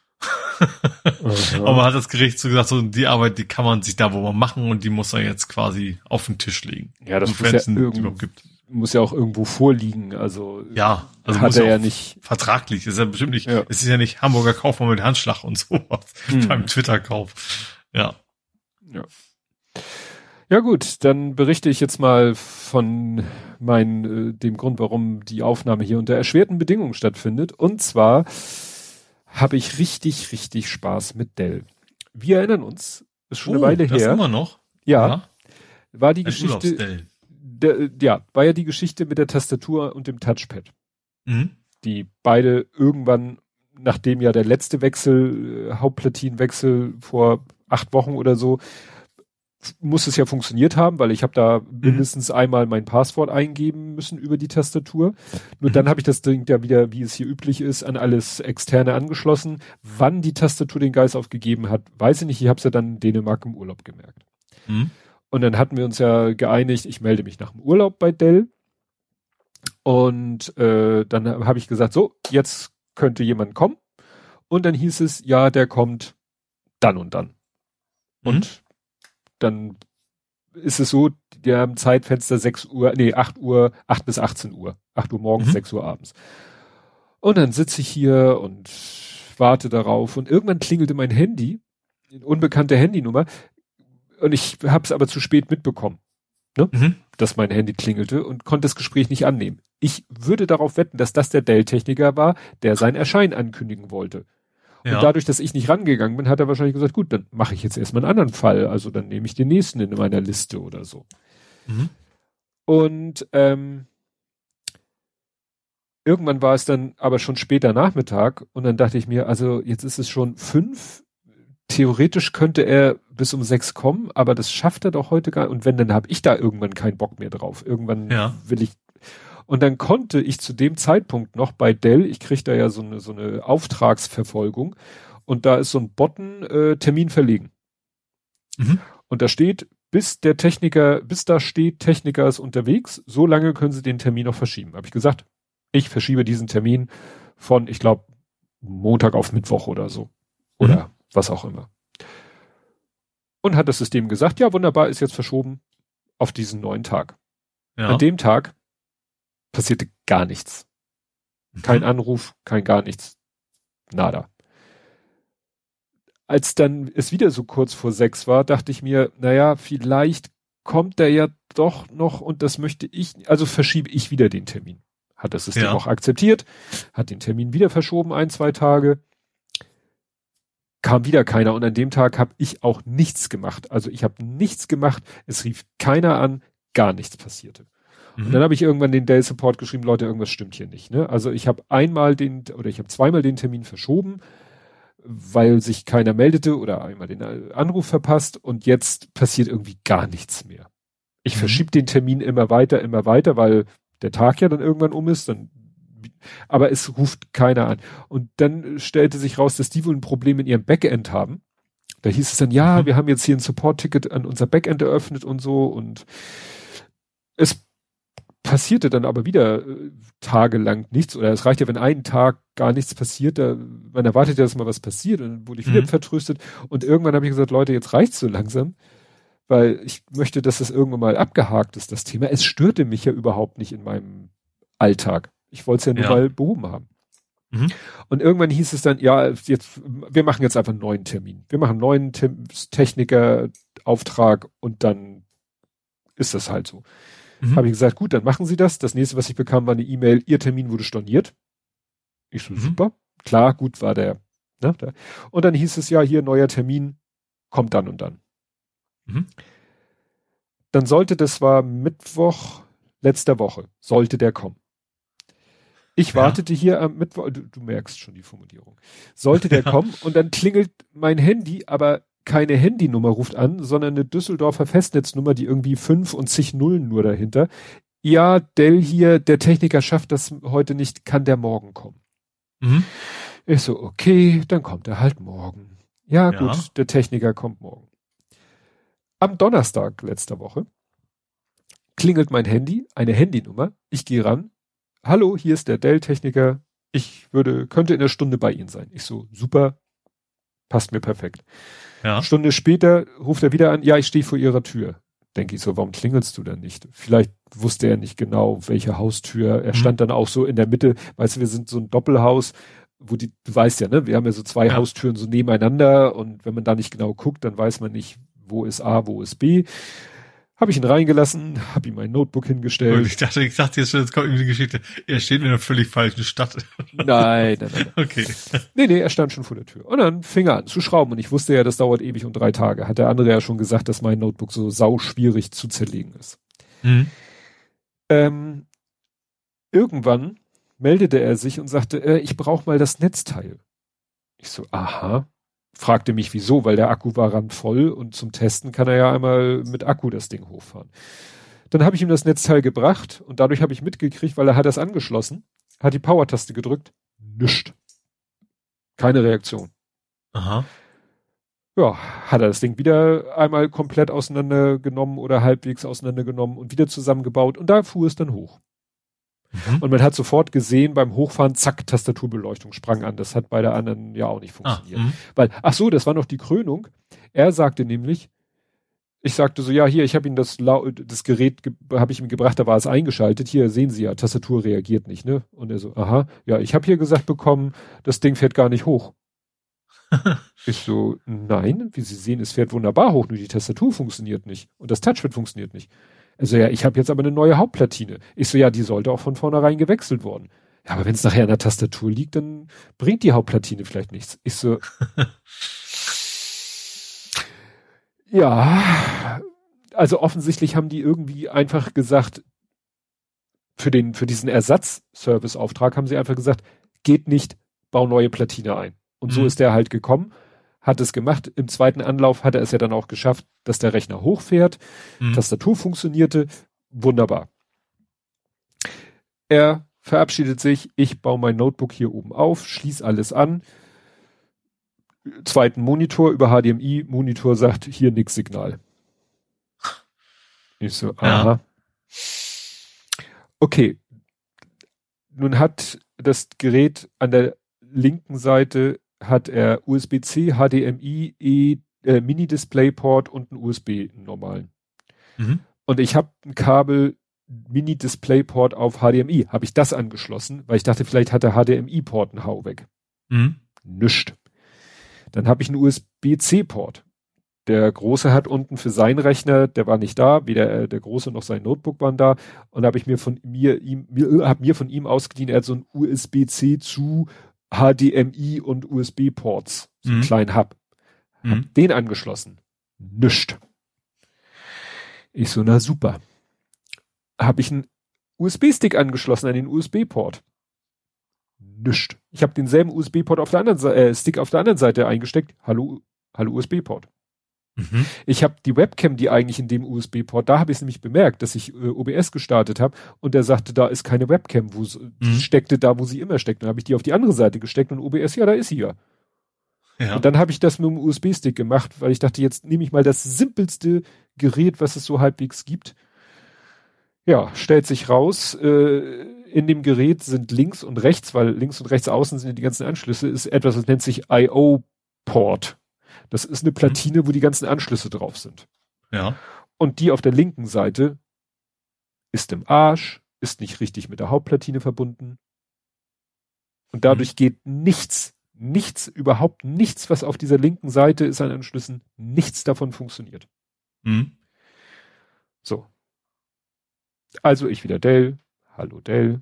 Aber hat das Gericht so gesagt, so die Arbeit, die kann man sich da wo man machen und die muss er jetzt quasi auf den Tisch legen. Ja, das muss ja, irgend, gibt. muss ja auch irgendwo vorliegen. Also ja, also hat er ja nicht vertraglich. Ist ja bestimmt nicht. Ja. Es ist ja nicht Hamburger Kaufmann mit Handschlag und sowas hm. beim Twitter-Kauf. Ja. Ja. Ja gut, dann berichte ich jetzt mal von mein, äh, dem Grund, warum die Aufnahme hier unter erschwerten Bedingungen stattfindet. Und zwar habe ich richtig, richtig Spaß mit Dell. Wir erinnern uns, ist schon oh, eine Weile das her. Immer noch? Ja, ja. War die Ein Geschichte, der, ja, war ja die Geschichte mit der Tastatur und dem Touchpad. Mhm. Die beide irgendwann, nachdem ja der letzte Wechsel, äh, Hauptplatinenwechsel vor acht Wochen oder so, muss es ja funktioniert haben, weil ich habe da mhm. mindestens einmal mein Passwort eingeben müssen über die Tastatur. Nur mhm. dann habe ich das Ding ja wieder, wie es hier üblich ist, an alles Externe angeschlossen. Wann die Tastatur den Geist aufgegeben hat, weiß ich nicht. Ich habe es ja dann in Dänemark im Urlaub gemerkt. Mhm. Und dann hatten wir uns ja geeinigt, ich melde mich nach dem Urlaub bei Dell. Und äh, dann habe ich gesagt, so, jetzt könnte jemand kommen. Und dann hieß es, ja, der kommt dann und dann. Mhm. Und dann ist es so, die haben Zeitfenster sechs Uhr, nee, acht Uhr, acht bis achtzehn Uhr. acht Uhr morgens, mhm. sechs Uhr abends. Und dann sitze ich hier und warte darauf und irgendwann klingelte mein Handy, eine unbekannte Handynummer, und ich habe es aber zu spät mitbekommen, ne? Mhm. dass mein Handy klingelte und konnte das Gespräch nicht annehmen. Ich würde darauf wetten, dass das der Dell-Techniker war, der sein Erscheinen ankündigen wollte. Ja. Und dadurch, dass ich nicht rangegangen bin, hat er wahrscheinlich gesagt, gut, dann mache ich jetzt erstmal einen anderen Fall. Also dann nehme ich den nächsten in meiner Liste oder so. Mhm. Und ähm, irgendwann war es dann aber schon später Nachmittag und dann dachte ich mir, also jetzt ist es schon fünf. Theoretisch könnte er bis um sechs kommen, aber das schafft er doch heute gar nicht. Und wenn, dann habe ich da irgendwann keinen Bock mehr drauf. Irgendwann ja. will ich. Und dann konnte ich zu dem Zeitpunkt noch bei Dell, ich kriege da ja so eine so eine Auftragsverfolgung und da ist so ein Button, äh, Termin verlegen. Mhm. Und da steht, bis der Techniker, bis da steht, Techniker ist unterwegs, so lange können Sie den Termin noch verschieben. Habe ich gesagt, ich verschiebe diesen Termin von, ich glaube, Montag auf Mittwoch oder so. Oder mhm. was auch immer. Und hat das System gesagt, ja wunderbar, ist jetzt verschoben auf diesen neuen Tag. Ja. An dem Tag passierte gar nichts. Kein mhm. Anruf, kein gar nichts. Nada. Als dann es wieder so kurz vor sechs war, dachte ich mir, naja, vielleicht kommt der ja doch noch und das möchte ich, also verschiebe ich wieder den Termin. Hat das System ja. auch akzeptiert, hat den Termin wieder verschoben, ein, zwei Tage. Kam wieder keiner und an dem Tag habe ich auch nichts gemacht. Also ich habe nichts gemacht, es rief keiner an, gar nichts passierte. Und dann habe ich irgendwann den Dell Support geschrieben, Leute, irgendwas stimmt hier nicht. Ne? Also ich habe einmal den, oder ich habe zweimal den Termin verschoben, weil sich keiner meldete oder einmal den Anruf verpasst und jetzt passiert irgendwie gar nichts mehr. Ich mhm. verschiebe den Termin immer weiter, immer weiter, weil der Tag ja dann irgendwann um ist, dann, aber es ruft keiner an. Und dann stellte sich raus, dass die wohl ein Problem in ihrem Backend haben. Da hieß es dann, ja, mhm. wir haben jetzt hier ein Support-Ticket an unser Backend eröffnet und so und es passierte dann aber wieder äh, tagelang nichts, oder es reicht ja, wenn einen Tag gar nichts passiert, da, man erwartet ja, dass mal was passiert, und dann wurde ich wieder Mhm. vertröstet, und irgendwann habe ich gesagt, Leute, jetzt reicht's so langsam, weil ich möchte, dass das irgendwann mal abgehakt ist, das Thema. Es störte mich ja überhaupt nicht in meinem Alltag. Ich wollte es ja nur Ja. mal behoben haben. Mhm. Und irgendwann hieß es dann, ja, jetzt, wir machen jetzt einfach einen neuen Termin. Wir machen einen neuen Te- Techniker-Auftrag, und dann ist das halt so. Mhm. Habe ich gesagt, gut, dann machen Sie das. Das nächste, was ich bekam, war eine E-Mail, Ihr Termin wurde storniert. Ich so, Mhm. super. Klar, gut war der. Ne, der. Und dann hieß es, ja, hier neuer Termin, kommt dann und dann. Mhm. Dann sollte, das war Mittwoch letzter Woche, sollte der kommen. Ich Ja. wartete hier am Mittwoch, du, du merkst schon die Formulierung. Sollte der Ja. kommen, und dann klingelt mein Handy, aber keine Handynummer ruft an, sondern eine Düsseldorfer Festnetznummer, die irgendwie fünf und zig Nullen nur dahinter. Ja, Dell hier, der Techniker schafft das heute nicht, kann der morgen kommen. Mhm. Ich so, okay, dann kommt er halt morgen. Ja, Ja. gut, der Techniker kommt morgen. Am Donnerstag letzter Woche klingelt mein Handy, eine Handynummer. Ich gehe ran. Hallo, hier ist der Dell-Techniker. Ich würde, könnte in einer Stunde bei Ihnen sein. Ich so, super, passt mir perfekt. Ja. Stunde später ruft er wieder an, ja, ich stehe vor Ihrer Tür. Denke ich so, warum klingelst du denn nicht? Vielleicht wusste er nicht genau, welche Haustür. Er Mhm. stand dann auch so in der Mitte. Weißt du, wir sind so ein Doppelhaus, wo die, du weißt ja, ne, wir haben ja so zwei Ja. Haustüren so nebeneinander, und wenn man da nicht genau guckt, dann weiß man nicht, wo ist A, wo ist B. Habe ich ihn reingelassen, habe ihm mein Notebook Gut, hingestellt. ich dachte, ich dachte jetzt schon, jetzt kommt irgendwie die Geschichte. Er steht in einer völlig falschen Stadt. Nein, nein, nein. Okay. Nee, nee, er stand schon vor der Tür. Und dann fing er an zu schrauben, und ich wusste ja, das dauert ewig und drei Tage. Hat der andere ja schon gesagt, dass mein Notebook so sau schwierig zu zerlegen ist. Mhm. Ähm, irgendwann meldete er sich und sagte, äh, ich brauche mal das Netzteil. Ich so, aha. Fragte mich wieso, weil der Akku war randvoll, und zum Testen kann er ja einmal mit Akku das Ding hochfahren. Dann habe ich ihm das Netzteil gebracht, und dadurch habe ich mitgekriegt, weil er hat das angeschlossen, hat die Power-Taste gedrückt, nischt. Keine Reaktion. Aha. Ja, hat er das Ding wieder einmal komplett auseinandergenommen oder halbwegs auseinandergenommen und wieder zusammengebaut, und da fuhr es dann hoch. Mhm. Und man hat sofort gesehen, beim Hochfahren, zack, Tastaturbeleuchtung sprang an. Das hat bei der anderen ja auch nicht Ah, funktioniert. mhm. Weil, ach so, das war noch die Krönung. Er sagte nämlich, ich sagte so, ja, hier, ich habe ihm das, Lau das Gerät, ge habe ich ihm gebracht, da war es eingeschaltet. Hier, sehen Sie ja, Tastatur reagiert nicht, ne? Und er so, aha, ja, ich habe hier gesagt bekommen, das Ding fährt gar nicht hoch. Ich so, nein, wie Sie sehen, es fährt wunderbar hoch, nur die Tastatur funktioniert nicht und das Touchpad funktioniert nicht. Also ja, ich habe jetzt aber eine neue Hauptplatine. Ich so, ja, die sollte auch von vornherein gewechselt worden. Ja, aber wenn es nachher an der Tastatur liegt, dann bringt die Hauptplatine vielleicht nichts. Ich so, ja, also offensichtlich haben die irgendwie einfach gesagt, für den, für diesen Ersatzserviceauftrag haben sie einfach gesagt, geht nicht, bau neue Platine ein. Und so Mhm. ist der halt gekommen, hat es gemacht. Im zweiten Anlauf hat er es ja dann auch geschafft, dass der Rechner hochfährt, Mhm. Tastatur funktionierte, wunderbar. Er verabschiedet sich, ich baue mein Notebook hier oben auf, schließ alles an, zweiten Monitor über H D M I, Monitor sagt, hier nix Signal. Ich so, aha. Ja. Okay. Nun hat das Gerät an der linken Seite hat er U S B C, H D M I, E, äh, Mini-Display-Port und einen U S B normalen. Mhm. Und ich habe ein Kabel Mini-Display-Port auf H D M I. Habe ich das angeschlossen, weil ich dachte, vielleicht hat der H D M I-Port einen Hau weg. Mhm. Nischt. Dann habe ich einen U S B C-Port. Der Große hat unten für seinen Rechner, der war nicht da, weder äh, der Große noch sein Notebook waren da. Und habe ich mir von mir, ihm, mir, hab mir von ihm ausgeliehen, er hat so ein U S B C zu H D M I und U S B-Ports, so einen Mhm. kleinen Hub. Hab Mhm. den angeschlossen. Nischt. Ich so, na super. Habe ich einen U S B-Stick angeschlossen an den U S B-Port. Nischt. Ich habe denselben U S B-Port auf der anderen Seite, äh, Stick auf der anderen Seite eingesteckt. Hallo, hallo U S B-Port. Mhm. Ich habe die Webcam, die eigentlich in dem U S B-Port, da habe ich es nämlich bemerkt, dass ich äh, O B S gestartet habe und der sagte, da ist keine Webcam, wo sie Mhm. steckte da, wo sie immer steckt. Dann habe ich die auf die andere Seite gesteckt und O B S, ja, da ist sie ja. Ja. Und dann habe ich das mit dem U S B-Stick gemacht, weil ich dachte, jetzt nehme ich mal das simpelste Gerät, was es so halbwegs gibt. Ja, stellt sich raus, äh, in dem Gerät sind links und rechts, weil links und rechts außen sind die ganzen Anschlüsse, ist etwas, das nennt sich I O-Port. Das ist eine Platine, mhm. wo die ganzen Anschlüsse drauf sind. Ja. Und die auf der linken Seite ist im Arsch, ist nicht richtig mit der Hauptplatine verbunden. Und dadurch mhm. geht nichts, nichts, überhaupt nichts, was auf dieser linken Seite ist an Anschlüssen, nichts davon funktioniert. Mhm. So. Also ich wieder Dell. Hallo Dell.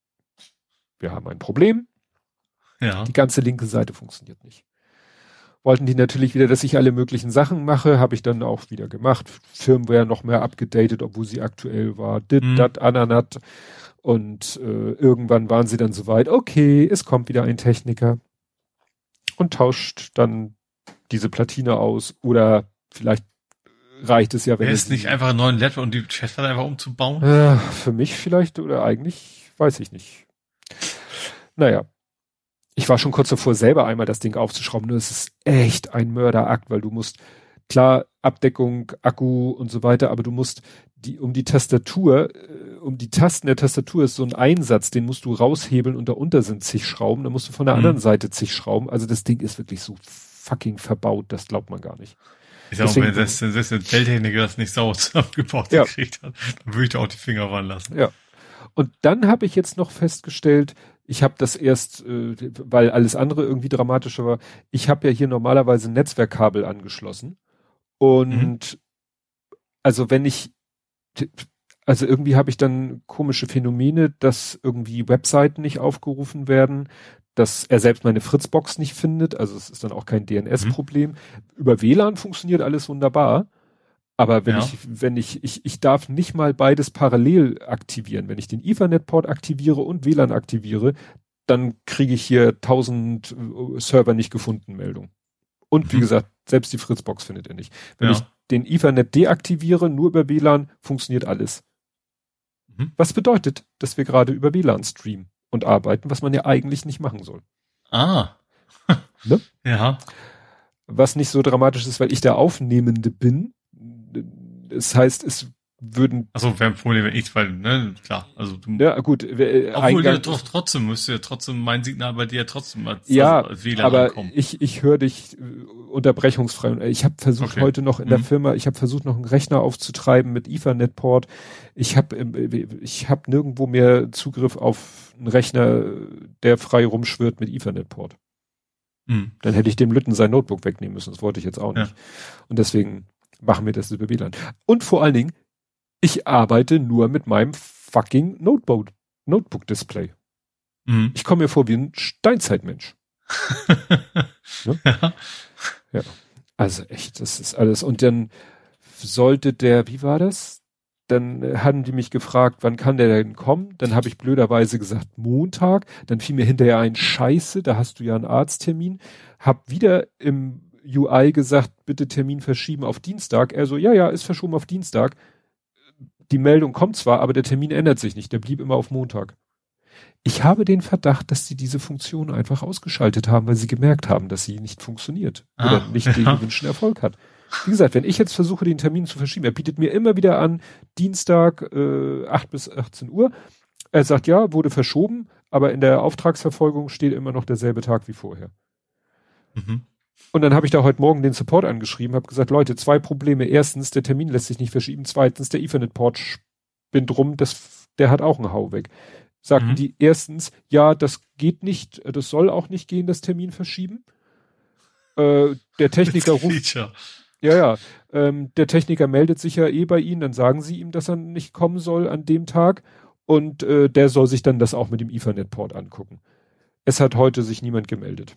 Wir haben ein Problem. Ja. Die ganze linke Seite funktioniert nicht. Wollten die natürlich wieder, dass ich alle möglichen Sachen mache, habe ich dann auch wieder gemacht. Firmware noch mehr abgedatet, obwohl sie aktuell war. Dit, mhm. dat, ananat. Und äh, irgendwann waren sie dann soweit, okay, es kommt wieder ein Techniker und tauscht dann diese Platine aus oder vielleicht reicht es ja, wenn er es ist nicht einfach einen neuen Laptop und die Festplatte einfach umzubauen? Äh, für mich vielleicht oder eigentlich, weiß ich nicht. Naja, ich war schon kurz davor, selber einmal das Ding aufzuschrauben, nur es ist echt ein Mörderakt, weil du musst, klar, Abdeckung, Akku und so weiter, aber du musst die, um die Tastatur, äh, um die Tasten der Tastatur ist so ein Einsatz, den musst du raushebeln und darunter sind zig Schrauben, dann musst du von der mhm. anderen Seite zig Schrauben, also das Ding ist wirklich so fucking verbaut, das glaubt man gar nicht. Ich sag auch, wenn das, das der Dell-Techniker das nicht sauber zusammengebaut ja. gekriegt hat, dann würde ich da auch die Finger ran lassen. Ja. Und dann habe ich jetzt noch festgestellt, ich habe das erst, äh, weil alles andere irgendwie dramatischer war, ich habe ja hier normalerweise ein Netzwerkkabel angeschlossen. Und mhm. also wenn ich, also irgendwie habe ich dann komische Phänomene, dass irgendwie Webseiten nicht aufgerufen werden, dass er selbst meine Fritzbox nicht findet, also es ist dann auch kein D N S-Problem. Mhm. Über W L A N funktioniert alles wunderbar, aber wenn ja. ich, wenn ich, ich, ich darf nicht mal beides parallel aktivieren. Wenn ich den Ethernet-Port aktiviere und W L A N aktiviere, dann kriege ich hier tausend Server nicht gefunden Meldung. Und wie mhm. gesagt, selbst die Fritzbox findet er nicht. Wenn ja. ich den Ethernet deaktiviere, nur über W L A N, funktioniert alles. Mhm. Was bedeutet, dass wir gerade über W L A N streamen und arbeiten, was man ja eigentlich nicht machen soll. Ah. Ne? Ja. Was nicht so dramatisch ist, weil ich der Aufnehmende bin. Das heißt, es würden... Achso, wäre ein Problem, wenn ich, weil, ne, klar, also du... Ja, gut. Äh, obwohl du doch trotzdem, müsste ja trotzdem mein Signal bei dir trotzdem als, ja, also als W L A N aber ankommen. ich, ich höre dich äh, unterbrechungsfrei. Ich habe versucht okay. heute noch in mhm. der Firma, ich habe versucht noch einen Rechner aufzutreiben mit Ethernet-Port. Ich habe ich hab nirgendwo mehr Zugriff auf einen Rechner, der frei rumschwirrt mit Ethernet-Port. Mhm. Dann hätte ich dem Lütten sein Notebook wegnehmen müssen. Das wollte ich jetzt auch nicht. Ja. Und deswegen machen wir das über W L A N. Und vor allen Dingen, ich arbeite nur mit meinem fucking Notebook, Notebook-Display. Mhm. Ich komme mir vor wie ein Steinzeitmensch. ne? Ja. Ja. Also echt, das ist alles. Und dann sollte der, wie war das? Dann äh, haben die mich gefragt, wann kann der denn kommen? Dann habe ich blöderweise gesagt, Montag. Dann fiel mir hinterher ein Scheiße, da hast du ja einen Arzttermin. Hab wieder im U I gesagt, bitte Termin verschieben auf Dienstag. Er so, ja, ja, ist verschoben auf Dienstag. Die Meldung kommt zwar, aber der Termin ändert sich nicht. Der blieb immer auf Montag. Ich habe den Verdacht, dass sie diese Funktion einfach ausgeschaltet haben, weil sie gemerkt haben, dass sie nicht funktioniert ah, oder nicht ja. den gewünschten Erfolg hat. Wie gesagt, wenn ich jetzt versuche, den Termin zu verschieben, er bietet mir immer wieder an, Dienstag äh, acht bis achtzehn Uhr. Er sagt, ja, wurde verschoben, aber in der Auftragsverfolgung steht immer noch derselbe Tag wie vorher. Mhm. Und dann habe ich da heute Morgen den Support angeschrieben, habe gesagt, Leute, zwei Probleme. Erstens, der Termin lässt sich nicht verschieben. Zweitens, der Ethernet-Port spinnt rum, das, der hat auch einen Hau weg. Sagten mhm. die erstens, ja, das geht nicht, das soll auch nicht gehen, das Termin verschieben. Äh, der Techniker ruft... Ja, ja, ähm, der Techniker meldet sich ja eh bei Ihnen, dann sagen Sie ihm, dass er nicht kommen soll an dem Tag und äh, der soll sich dann das auch mit dem Ethernet-Port angucken. Es hat heute sich niemand gemeldet.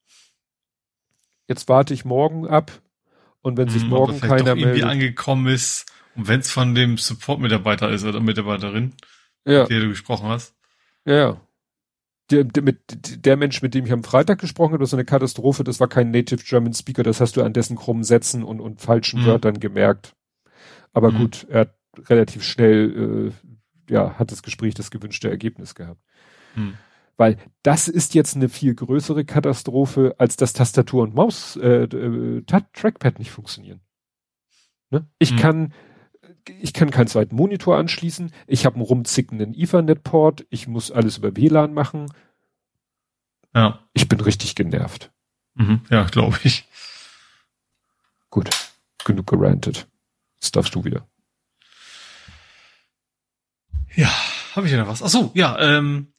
Jetzt warte ich morgen ab und wenn sich hm, morgen keiner doch meldet... angekommen ist und wenn es von dem Support-Mitarbeiter ist oder Mitarbeiterin, ja. mit der du gesprochen hast. Ja, ja. Der, der, mit, der Mensch, mit dem ich am Freitag gesprochen habe, das ist eine Katastrophe, das war kein Native German Speaker, das hast du an dessen krummen Sätzen und, und falschen mhm. Wörtern gemerkt. Aber mhm. gut, er hat relativ schnell, äh, ja, hat das Gespräch das gewünschte Ergebnis gehabt. Mhm. Weil das ist jetzt eine viel größere Katastrophe, als dass Tastatur und Maus, äh, äh, Trackpad nicht funktionieren. Ne? Ich mhm. kann ich kann keinen zweiten Monitor anschließen, ich habe einen rumzickenden Ethernet-Port, ich muss alles über W L A N machen. Ja. Ich bin richtig genervt. Mhm. Ja, glaube ich. Gut, genug gerantet. Jetzt darfst du wieder. Ja, habe ich ja noch was? Ach so, ja, ähm,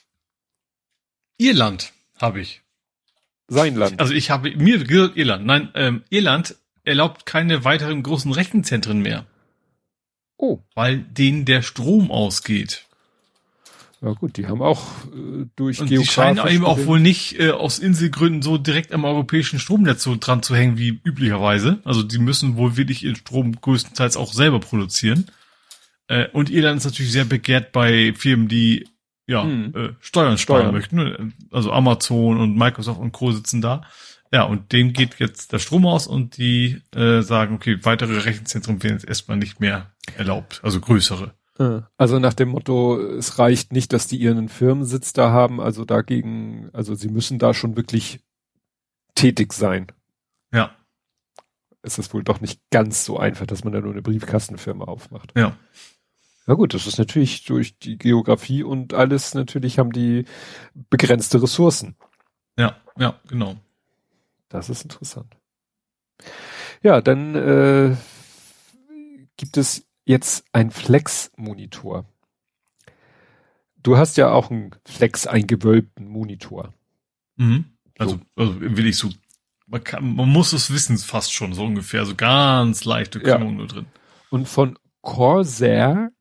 Irland habe ich. Sein Land. Also ich habe mir gehört Irland. Nein, ähm, Irland erlaubt keine weiteren großen Rechenzentren mehr. Oh. Weil denen der Strom ausgeht. Ja gut, die haben auch äh, durch Und die scheinen eben auch wohl nicht äh, aus Inselgründen so direkt am europäischen Stromnetz so dran zu hängen wie üblicherweise. Also die müssen wohl wirklich ihren Strom größtenteils auch selber produzieren. Äh, und Irland ist natürlich sehr begehrt bei Firmen, die ja hm. äh, Steuern sparen Steuern. möchten. Also Amazon und Microsoft und Co. sitzen da. Ja, und denen geht jetzt der Strom aus und die äh, sagen, okay, weitere Rechenzentren werden jetzt erstmal nicht mehr erlaubt, also größere. Also nach dem Motto, es reicht nicht, dass die ihren Firmensitz da haben, also dagegen, also sie müssen da schon wirklich tätig sein. Ja. Es ist wohl doch nicht ganz so einfach, dass man da nur eine Briefkastenfirma aufmacht. Ja. Na gut, das ist natürlich durch die Geografie und alles, natürlich haben die begrenzte Ressourcen. Ja, ja, genau. Das ist interessant. Ja, dann äh, gibt es jetzt ein Flex-Monitor. Du hast ja auch einen Flex, einen gewölbten Monitor. Mhm. Also, so. also will ich so, man, kann, man muss es wissen fast schon, so ungefähr, so ganz leichte Krümmung ja. nur drin. Und von Corsair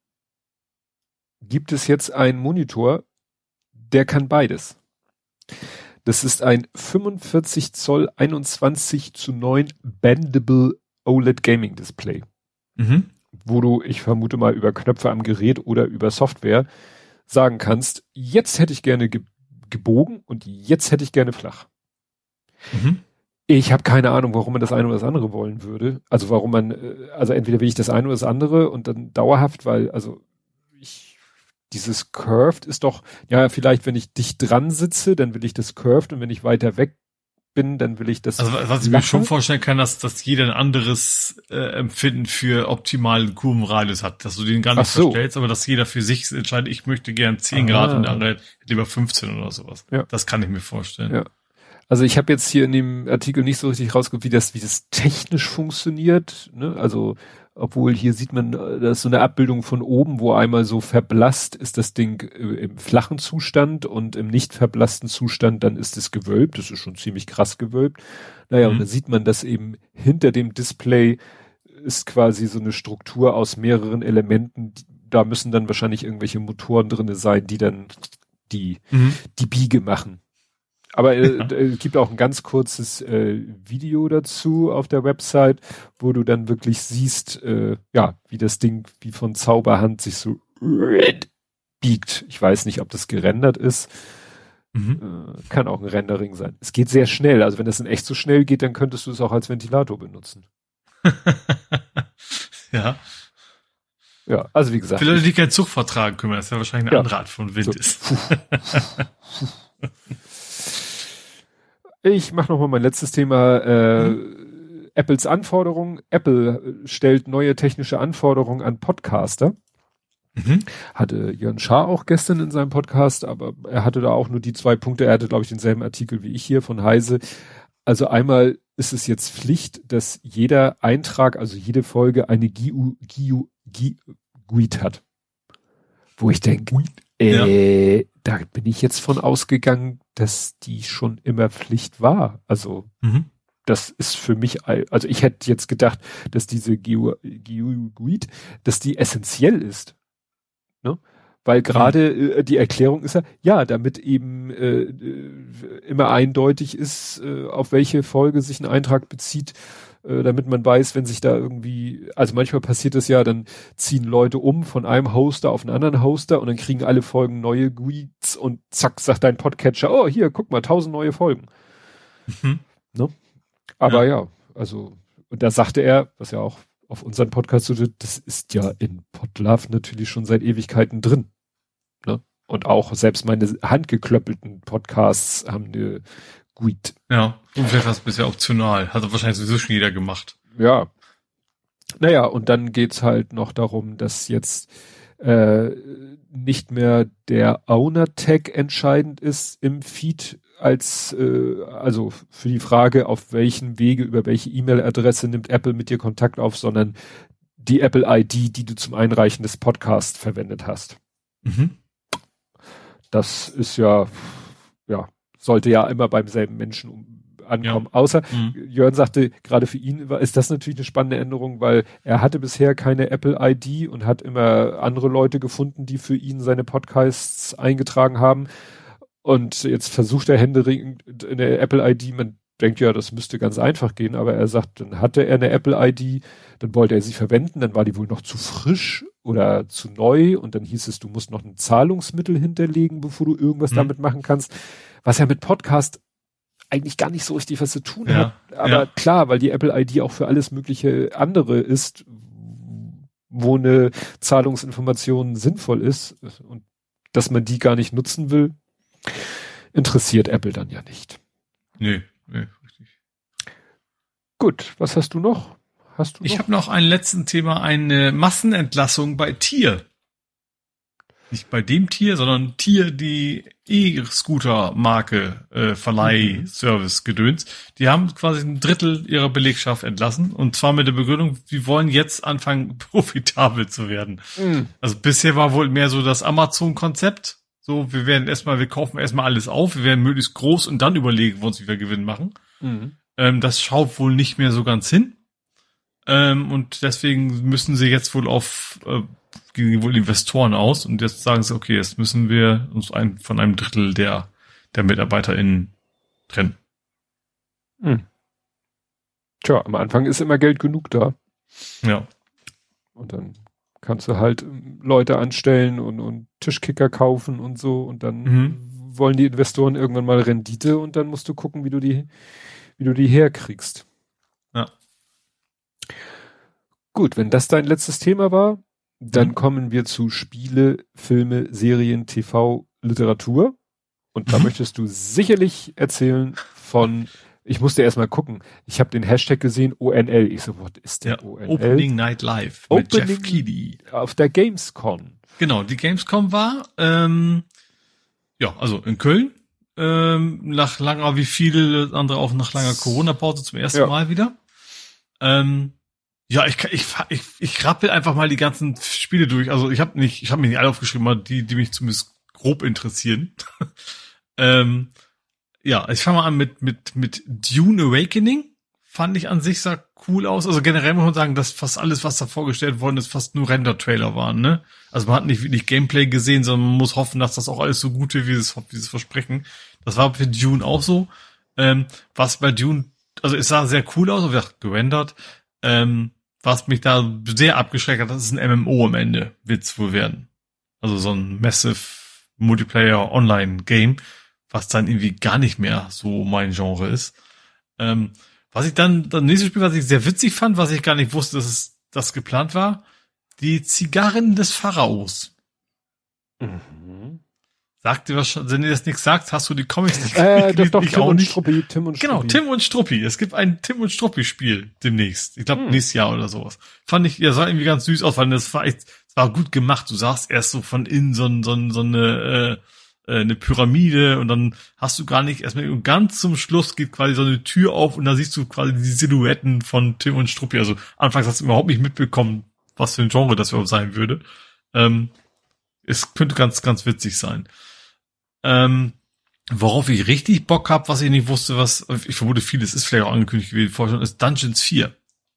gibt es jetzt einen Monitor, der kann beides. Das ist ein fünfundvierzig Zoll einundzwanzig zu neun Bendable O L E D Gaming Display. Mhm. Wo du, ich vermute mal, über Knöpfe am Gerät oder über Software sagen kannst, jetzt hätte ich gerne ge- gebogen und jetzt hätte ich gerne flach. Mhm. Ich habe keine Ahnung, warum man das eine oder das andere wollen würde. Also warum man, also entweder will ich das eine oder das andere und dann dauerhaft, weil, also ich, dieses Curved ist doch, ja, vielleicht, wenn ich dicht dran sitze, dann will ich das Curved und wenn ich weiter weg bin, dann will ich das. Also was ich mir schon vorstellen kann, dass, dass jeder ein anderes äh, Empfinden für optimalen Kurvenradius hat, dass du den gar nicht so. verstellst, aber dass jeder für sich entscheidet, ich möchte gern zehn ah. Grad und der andere lieber fünfzehn oder sowas. Ja. Das kann ich mir vorstellen. Ja. Also ich habe jetzt hier in dem Artikel nicht so richtig rausgeguckt, wie das, wie das technisch funktioniert. Ne? Also obwohl hier sieht man, da ist so eine Abbildung von oben, wo einmal so verblasst ist das Ding im flachen Zustand und im nicht verblassten Zustand, dann ist es gewölbt. Das ist schon ziemlich krass gewölbt. Naja, mhm. und da sieht man, dass eben hinter dem Display ist quasi so eine Struktur aus mehreren Elementen. Da müssen dann wahrscheinlich irgendwelche Motoren drinne sein, die dann die, mhm. die Biege machen. Aber äh, ja. es gibt auch ein ganz kurzes äh, Video dazu auf der Website, wo du dann wirklich siehst, äh, ja, wie das Ding wie von Zauberhand sich so biegt. Ich weiß nicht, ob das gerendert ist. Mhm. Äh, kann auch ein Rendering sein. Es geht sehr schnell. Also wenn das in echt so schnell geht, dann könntest du es auch als Ventilator benutzen. Ja. Ja, also wie gesagt. Für Leute, die keinen Zug vertragen können, das ist ja wahrscheinlich eine ja. andere Art von Wind so. ist. Ich mache noch mal mein letztes Thema, äh, mhm. Apples Anforderungen. Apple stellt neue technische Anforderungen an Podcaster. Mhm. Hatte Jörn Schaar auch gestern in seinem Podcast, aber er hatte da auch nur die zwei Punkte. Er hatte, glaube ich, denselben Artikel wie ich hier von Heise. Also einmal ist es jetzt Pflicht, dass jeder Eintrag, also jede Folge eine G U, G U, G U, G U I D hat. Wo ich denke, äh, ja. da bin ich jetzt von ausgegangen, dass die schon immer Pflicht war. Also mhm. das ist für mich, also ich hätte jetzt gedacht, dass diese G U, G U, G U I D, dass die essentiell ist. Ne? Weil gerade mhm. äh, die Erklärung ist ja, ja, damit eben äh, immer eindeutig ist, äh, auf welche Folge sich ein Eintrag bezieht, äh, damit man weiß, wenn sich da irgendwie, also manchmal passiert das ja, dann ziehen Leute um von einem Hoster auf einen anderen Hoster und dann kriegen alle Folgen neue G U I Ds und zack, sagt dein Podcatcher, oh, hier, guck mal, tausend neue Folgen. Mhm. Ne? Aber ja. ja, also, und da sagte er, was ja auch auf unseren Podcast so, das ist ja in Podlove natürlich schon seit Ewigkeiten drin. Ne? Und auch selbst meine handgeklöppelten Podcasts haben eine G U I D. Ja, und vielleicht war es bisher optional. Hat wahrscheinlich sowieso schon jeder gemacht. Ja. Naja, und dann geht's halt noch darum, dass jetzt äh, nicht mehr der Owner-Tag entscheidend ist im Feed als, äh, also für die Frage, auf welchen Wege, über welche E-Mail-Adresse nimmt Apple mit dir Kontakt auf, sondern die Apple I D, die du zum Einreichen des Podcasts verwendet hast. Mhm. Das ist ja, ja, sollte ja immer beim selben Menschen ankommen. Ja. Außer, mhm. Jörn sagte, gerade für ihn war, ist das natürlich eine spannende Änderung, weil er hatte bisher keine Apple I D und hat immer andere Leute gefunden, die für ihn seine Podcasts eingetragen haben. Und jetzt versucht er händeringend eine Apple I D, man denkt ja, das müsste ganz einfach gehen, aber er sagt, dann hatte er eine Apple I D, dann wollte er sie verwenden, dann war die wohl noch zu frisch oder zu neu und dann hieß es, du musst noch ein Zahlungsmittel hinterlegen, bevor du irgendwas mhm. damit machen kannst, was ja mit Podcast eigentlich gar nicht so richtig was zu tun ja, hat, aber ja. klar, weil die Apple I D auch für alles mögliche andere ist, wo eine Zahlungsinformation sinnvoll ist und dass man die gar nicht nutzen will, interessiert Apple dann ja nicht. Nee, nee, richtig. Gut, was hast du noch? Hast du ich noch? habe noch ein letzten Thema, eine Massenentlassung bei Tier. Nicht bei dem Tier, sondern Tier, die E-Scooter-Marke, äh, Verleih, mhm. Service, Gedöns. Die haben quasi ein Drittel ihrer Belegschaft entlassen. Und zwar mit der Begründung, sie wollen jetzt anfangen, profitabel zu werden. Mhm. Also bisher war wohl mehr so das Amazon-Konzept. So, wir werden erstmal, wir kaufen erstmal alles auf, wir werden möglichst groß und dann überlegen wir uns, wie wir Gewinn machen. Mhm. Ähm, das schaut wohl nicht mehr so ganz hin. Ähm, und deswegen müssen sie jetzt wohl auf, äh, gegen wohl Investoren aus und jetzt sagen sie, okay, jetzt müssen wir uns ein, von einem Drittel der, der MitarbeiterInnen trennen. Hm. Tja, am Anfang ist immer Geld genug da. Ja. Und dann kannst du halt Leute anstellen und, und Tischkicker kaufen und so und dann mhm. wollen die Investoren irgendwann mal Rendite und dann musst du gucken, wie du die, wie du die herkriegst. Ja. Gut, wenn das dein letztes Thema war, dann mhm. kommen wir zu Spiele, Filme, Serien, T V, Literatur. Und da mhm. möchtest du sicherlich erzählen von, ich musste erst mal gucken, ich habe den Hashtag gesehen, O N L. Ich so, was ist der ja, O N L? Opening Night Live mit Opening Jeff Keighley. Auf der Gamescom. Genau, die Gamescom war, ähm, ja, also in Köln, ähm, nach langer, wie viele andere auch nach langer Corona-Pause zum ersten ja. Mal wieder. Ähm, Ja, ich, ich, ich, ich rappel einfach mal die ganzen Spiele durch. Also ich habe nicht, ich habe mir nicht alle aufgeschrieben, aber die, die mich zumindest grob interessieren. ähm, ja, ich fange mal an mit mit mit Dune Awakening. Fand ich an sich sah cool aus. Also generell muss man sagen, dass fast alles, was da vorgestellt worden ist, fast nur Render-Trailer waren. Ne? Also man hat nicht wirklich Gameplay gesehen, sondern man muss hoffen, dass das auch alles so gut wird, wie es wie es versprechen. Das war für Dune auch so. Ähm, was bei Dune, also es sah sehr cool aus, aber gerendert. Ähm, Was mich da sehr abgeschreckt hat, das ist ein M M O am Ende, wird's wohl werden. Also so ein Massive Multiplayer Online Game, was dann irgendwie gar nicht mehr so mein Genre ist. Ähm, was ich dann, das nächste Spiel, was ich sehr witzig fand, was ich gar nicht wusste, dass es das geplant war, die Zigarren des Pharaos. Mhm. Sagt dir was schon, wenn dir das nichts sagt, hast du die Comics nicht äh, doch, doch, Tim und Struppi, Tim und Struppi. Genau, Tim und Struppi. Es gibt ein Tim und Struppi Spiel demnächst. Ich glaube, hm. nächstes Jahr oder sowas. Fand ich, ja, sah irgendwie ganz süß aus, weil das war echt, es war gut gemacht. Du sahst erst so von innen so, so, so eine, äh, eine Pyramide und dann hast du gar nicht, erstmal und ganz zum Schluss geht quasi so eine Tür auf und da siehst du quasi die Silhouetten von Tim und Struppi. Also anfangs hast du überhaupt nicht mitbekommen, was für ein Genre das überhaupt sein würde. Ähm, es könnte ganz, ganz witzig sein. Ähm, worauf ich richtig Bock hab, was ich nicht wusste, was, ich vermute vieles ist vielleicht auch angekündigt gewesen, vorher ist Dungeons vier.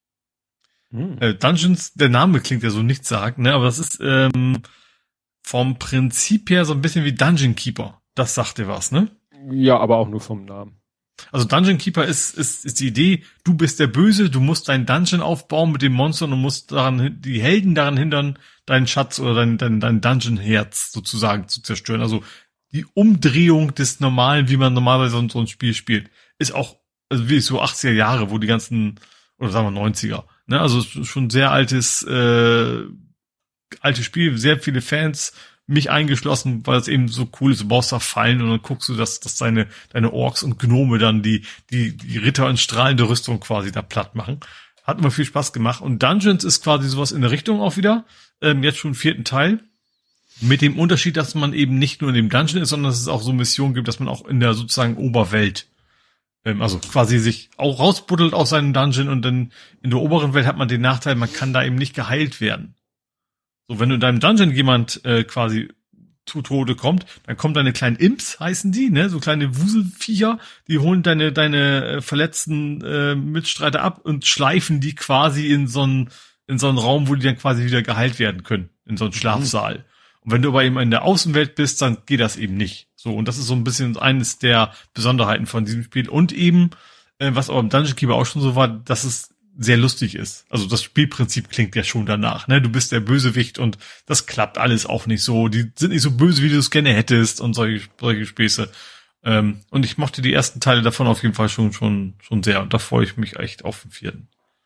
Hm. Äh, Dungeons, der Name klingt ja so nichtssagend, ne, aber das ist, ähm, vom Prinzip her so ein bisschen wie Dungeon Keeper. Das sagt dir was, ne? Ja, aber auch nur vom Namen. Also Dungeon Keeper ist, ist, ist die Idee, du bist der Böse, du musst deinen Dungeon aufbauen mit den Monstern und musst daran, die Helden daran hindern, deinen Schatz oder dein, dein, dein Dungeon-Herz sozusagen zu zerstören. Also, die Umdrehung des Normalen, wie man normalerweise so ein Spiel spielt, ist auch, also wie so achtziger Jahre, wo die ganzen, oder sagen wir neunziger, ne, also schon sehr altes, äh, altes Spiel, sehr viele Fans, mich eingeschlossen, weil es eben so cool ist, du baust da Fallen und dann guckst du, dass, dass deine, deine Orks und Gnome dann die, die, die Ritter in strahlende Rüstung quasi da platt machen. Hat immer viel Spaß gemacht. Und Dungeons ist quasi sowas in der Richtung auch wieder. Ähm, jetzt schon im vierten Teil. Mit dem Unterschied, dass man eben nicht nur in dem Dungeon ist, sondern dass es auch so Missionen gibt, dass man auch in der sozusagen Oberwelt, ähm, also quasi sich auch rausbuddelt aus seinem Dungeon und dann in der oberen Welt hat man den Nachteil, man kann da eben nicht geheilt werden. So, wenn du in deinem Dungeon jemand äh, quasi zu Tode kommt, dann kommen deine kleinen Imps, heißen die, ne, so kleine Wuselviecher, die holen deine deine äh, verletzten äh, Mitstreiter ab und schleifen die quasi in so einen in so einen Raum, wo die dann quasi wieder geheilt werden können, in so einen Schlafsaal. Mhm. Und wenn du aber eben in der Außenwelt bist, dann geht das eben nicht. So, und das ist so ein bisschen eines der Besonderheiten von diesem Spiel. Und eben, äh, was aber im Dungeon Keeper auch schon so war, dass es sehr lustig ist. Also das Spielprinzip klingt ja schon danach, ne? Du bist der Bösewicht und das klappt alles auch nicht so. Die sind nicht so böse, wie du es gerne hättest und solche, solche Späße. Ähm, und ich mochte die ersten Teile davon auf jeden Fall schon, schon, schon sehr. Und da freue ich mich echt auf den vierten.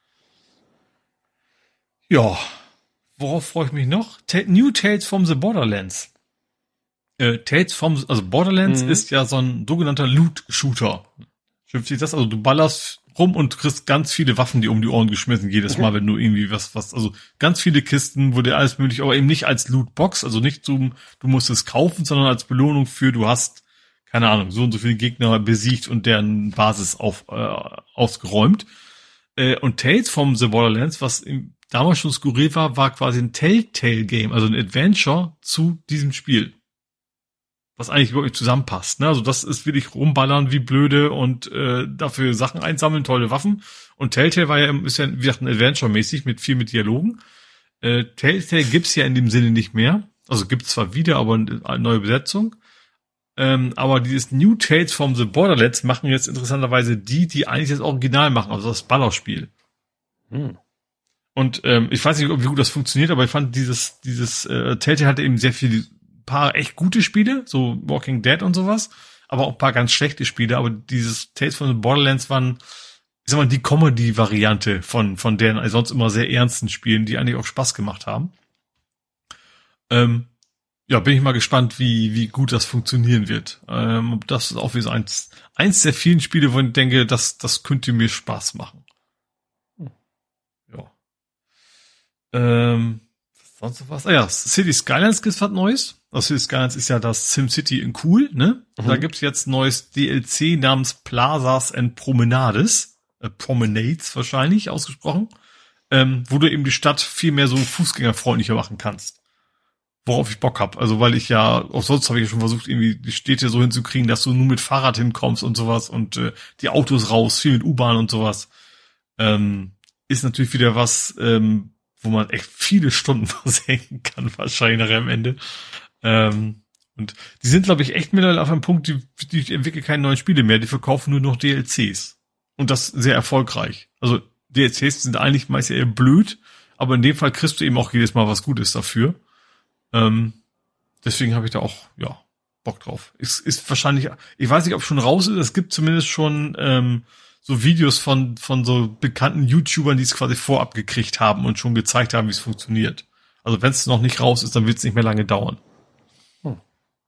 Ja. Worauf freue ich mich noch? Ta- New Tales from the Borderlands. Äh, Tales from, also Borderlands mhm. ist ja so ein sogenannter Loot-Shooter. Schimpft sich das? Also du ballerst rum und kriegst ganz viele Waffen, die um die Ohren geschmissen, jedes Mal, wenn du irgendwie was, was, also ganz viele Kisten, wo dir alles möglich, aber eben nicht als Lootbox, also nicht zum, du musst es kaufen, sondern als Belohnung für, du hast, keine Ahnung, so und so viele Gegner besiegt und deren Basis auf, äh, ausgeräumt. Äh, und Tales from the Borderlands, was im, damals schon skurril war, war quasi ein Telltale-Game, also ein Adventure zu diesem Spiel. Was eigentlich wirklich zusammenpasst, ne? Also das ist wirklich rumballern wie blöde und äh, dafür Sachen einsammeln, tolle Waffen. Und Telltale war ja, ist ja, wie gesagt, ein Adventure-mäßig mit viel mit Dialogen. Äh, Telltale gibt's ja in dem Sinne nicht mehr. Also gibt's zwar wieder, aber eine neue Besetzung. Ähm, aber dieses New Tales from the Borderlands machen jetzt interessanterweise die, die eigentlich das Original machen, also das Ballerspiel. Hm. Und ähm, ich weiß nicht, wie gut das funktioniert, aber ich fand dieses, dieses äh, Telltale hatte eben sehr viele paar echt gute Spiele, so Walking Dead und sowas, aber auch ein paar ganz schlechte Spiele, aber dieses Tales from the Borderlands waren, ich sag mal, die Comedy-Variante von von deren also sonst immer sehr ernsten Spielen, die eigentlich auch Spaß gemacht haben. Ähm, ja, bin ich mal gespannt, wie wie gut das funktionieren wird. Ähm, das ist auch wie so eins, eins der vielen Spiele, wo ich denke, das das könnte mir Spaß machen. Ja. Ähm, sonst noch was? Ah ja, City Skylines gibt's was Neues. Das City Skylines ist ja das SimCity in cool, ne? Mhm. Da gibt's jetzt neues D L C namens Plazas and Promenades, äh, Promenades wahrscheinlich ausgesprochen, ähm, wo du eben die Stadt viel mehr so fußgängerfreundlicher machen kannst. Worauf ich Bock hab. Also weil ich ja, auch sonst habe ich ja schon versucht, irgendwie die Städte so hinzukriegen, dass du nur mit Fahrrad hinkommst und sowas und äh, die Autos raus, viel mit U-Bahn und sowas. Ähm, ist natürlich wieder was, ähm, wo man echt viele Stunden versenken kann, wahrscheinlich nachher am Ende. Ähm, und die sind, glaube ich, echt mittlerweile auf einem Punkt, die, die entwickeln keine neuen Spiele mehr, die verkaufen nur noch D L Cs. Und das sehr erfolgreich. Also D L Cs sind eigentlich meist eher blöd, aber in dem Fall kriegst du eben auch jedes Mal was Gutes dafür. Ähm, deswegen habe ich da auch, ja, Bock drauf. Es ist wahrscheinlich, ich weiß nicht, ob es schon raus ist, es gibt zumindest schon ähm, so Videos von von so bekannten YouTubern, die es quasi vorab gekriegt haben und schon gezeigt haben, wie es funktioniert. Also wenn es noch nicht raus ist, dann wird es nicht mehr lange dauern. Hm.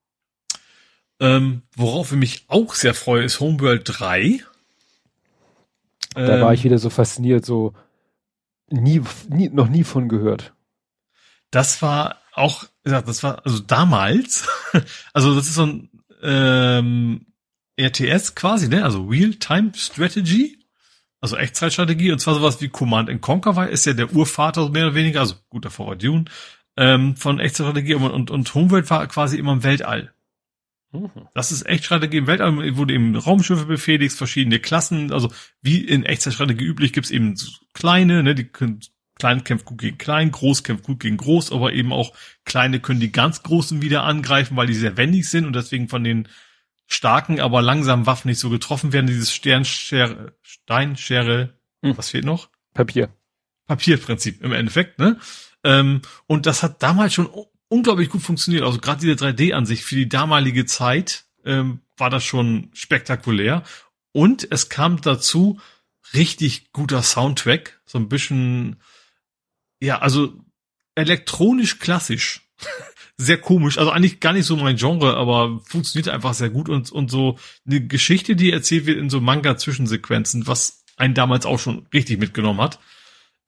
Ähm, worauf ich mich auch sehr freue, ist Homeworld drei. Da ähm, war ich wieder so fasziniert, so nie, nie noch nie von gehört. Das war auch, das war also damals, also das ist so ein ähm, R T S quasi, ne? Also Real-Time Strategy, also Echtzeitstrategie, und zwar sowas wie Command and Conquer war, ist ja der Urvater mehr oder weniger, also gut, davor war Dune, ähm, von Echtzeitstrategie, und, und, und Homeworld war quasi immer im Weltall. Mhm. Das ist Echtzeitstrategie im Weltall, wurde eben Raumschiffe befehligt, verschiedene Klassen, also wie in Echtzeitstrategie üblich gibt's eben so kleine, ne, die können, klein kämpft gut gegen klein, groß kämpft gut gegen groß, aber eben auch kleine können die ganz Großen wieder angreifen, weil die sehr wendig sind und deswegen von den starken, aber langsamen Waffen nicht so getroffen werden. Dieses Sternschere, Steinschere, hm. was fehlt noch? Papier. Papierprinzip im Endeffekt, ne? Ähm, und das hat damals schon unglaublich gut funktioniert. Also gerade diese drei D-Ansicht für die damalige Zeit ähm, war das schon spektakulär. Und es kam dazu richtig guter Soundtrack, so ein bisschen, ja, also elektronisch klassisch. Sehr komisch, also eigentlich gar nicht so mein Genre, aber funktioniert einfach sehr gut und und so eine Geschichte, die erzählt wird in so Manga-Zwischensequenzen, was einen damals auch schon richtig mitgenommen hat.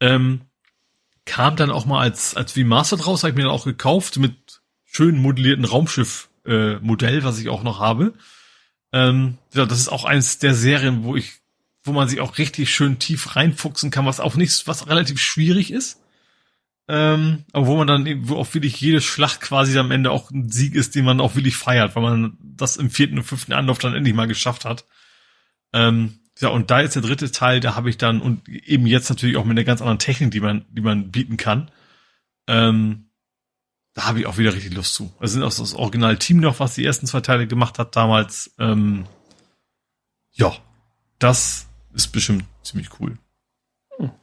Ähm, kam dann auch mal als als Remastered raus, habe ich mir dann auch gekauft mit schön modellierten Raumschiff äh, Modell, was ich auch noch habe. Ähm, ja, das ist auch eins der Serien, wo ich, wo man sich auch richtig schön tief reinfuchsen kann, was auch nicht, was relativ schwierig ist. Ähm, aber wo man dann, wo auch wirklich jede Schlacht quasi am Ende auch ein Sieg ist, den man auch wirklich feiert, weil man das im vierten und fünften Anlauf dann endlich mal geschafft hat. Ähm, ja, und da ist der dritte Teil, da habe ich dann, und eben jetzt natürlich auch mit einer ganz anderen Technik, die man, die man bieten kann, ähm, da habe ich auch wieder richtig Lust zu. Also sind auch das Original-Team noch, was die ersten zwei Teile gemacht hat damals. Ähm, ja, das ist bestimmt ziemlich cool. Hm.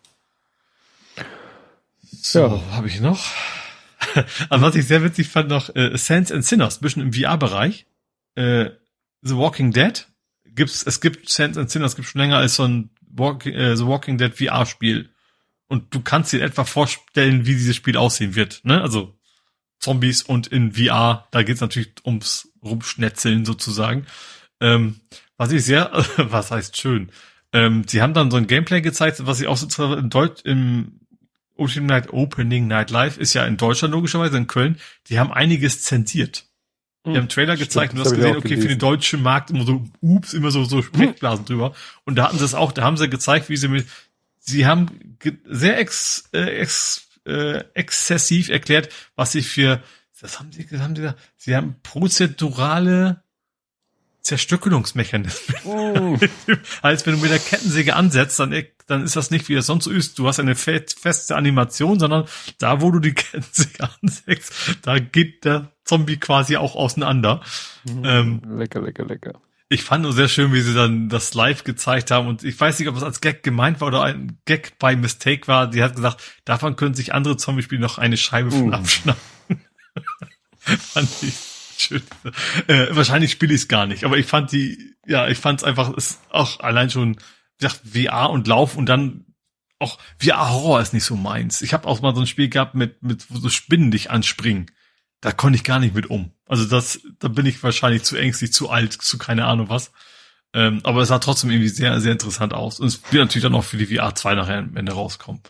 So, ja. Habe ich noch. Also was ich sehr witzig fand noch, äh, Saints and Sinners, ein bisschen im V R-Bereich. Äh, The Walking Dead. Gibt's, es gibt Saints and Sinners, gibt schon länger als so ein Walking, äh, The Walking Dead V R-Spiel. Und du kannst dir etwa vorstellen, wie dieses Spiel aussehen wird. Ne? Also Zombies und in V R, da geht's natürlich ums Rumschnetzeln sozusagen. Ähm, was ich sehr, was heißt schön, ähm, sie haben dann so ein Gameplay gezeigt, was ich auch so in Deutsch, im Opening Night, Opening Night Live ist ja in Deutschland logischerweise, in Köln, die haben einiges zensiert. Die haben einen Trailer Stimmt, gezeigt und du hast gesehen, okay, gelesen. Für den deutschen Markt immer so, ups, immer so, so Sprechblasen drüber. Und da hatten sie es auch, da haben sie gezeigt, wie sie mit, sie haben ge- sehr ex, äh, ex, äh, exzessiv erklärt, was sie für, das haben sie, das haben sie gesagt, sie haben prozedurale Zerstückelungsmechanismen. Oh. Heißt, wenn du mit der Kettensäge ansetzt, dann, dann ist das nicht, wie es sonst so ist. Du hast eine feste Animation, sondern da, wo du die Kettensäge ansetzt, da geht der Zombie quasi auch auseinander. Mhm. Ähm, lecker, lecker, lecker. Ich fand nur sehr schön, wie sie dann das live gezeigt haben. Und ich weiß nicht, ob es als Gag gemeint war oder ein Gag by Mistake war. Die hat gesagt, davon können sich andere Zombie-Spiele noch eine Scheibe von uh. abschneiden. Fand ich schön. Äh, wahrscheinlich spiele ich es gar nicht, aber ich fand die, ja, ich fand es einfach, ist auch allein schon, wie gesagt, V R und Lauf und dann auch V R-Horror ist nicht so meins. Ich habe auch mal so ein Spiel gehabt mit, mit wo so Spinnen dich anspringen. Da konnte ich gar nicht mit um. Also das, da bin ich wahrscheinlich zu ängstlich, zu alt, zu keine Ahnung was. Ähm, aber es sah trotzdem irgendwie sehr, sehr interessant aus. Und es wird natürlich dann auch für die V R zwei nachher am Ende rauskommen.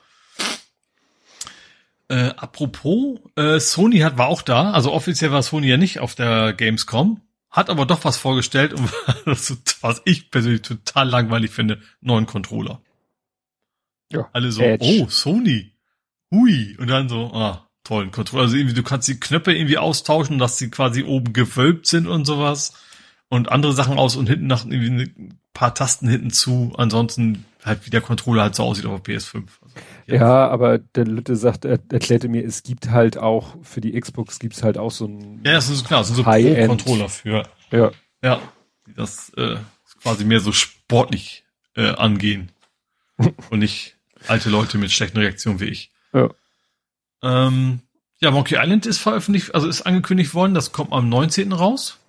Äh, apropos, äh, Sony hat, war auch da, also offiziell war Sony ja nicht auf der Gamescom, hat aber doch was vorgestellt, und was ich persönlich total langweilig finde, neuen Controller. Ja. Alle so, Edge. oh, Sony, hui, und dann so, ah, tollen Controller, also irgendwie, du kannst die Knöpfe irgendwie austauschen, dass sie quasi oben gewölbt sind und sowas, und andere Sachen aus und hinten nach irgendwie ein paar Tasten hinten zu, ansonsten halt wie der Controller halt so aussieht auf der P S fünf. Also, ja, aber der Lütte sagt, er erklärte mir, es gibt halt auch, für die Xbox gibt's halt auch so ein ja, das ist klar, das sind so Pro-Controller für, ja, ja, die das äh, quasi mehr so sportlich äh, angehen und nicht alte Leute mit schlechten Reaktionen wie ich. Ja. Ähm, ja, Monkey Island ist veröffentlicht, also ist angekündigt worden, das kommt am neunzehnten raus.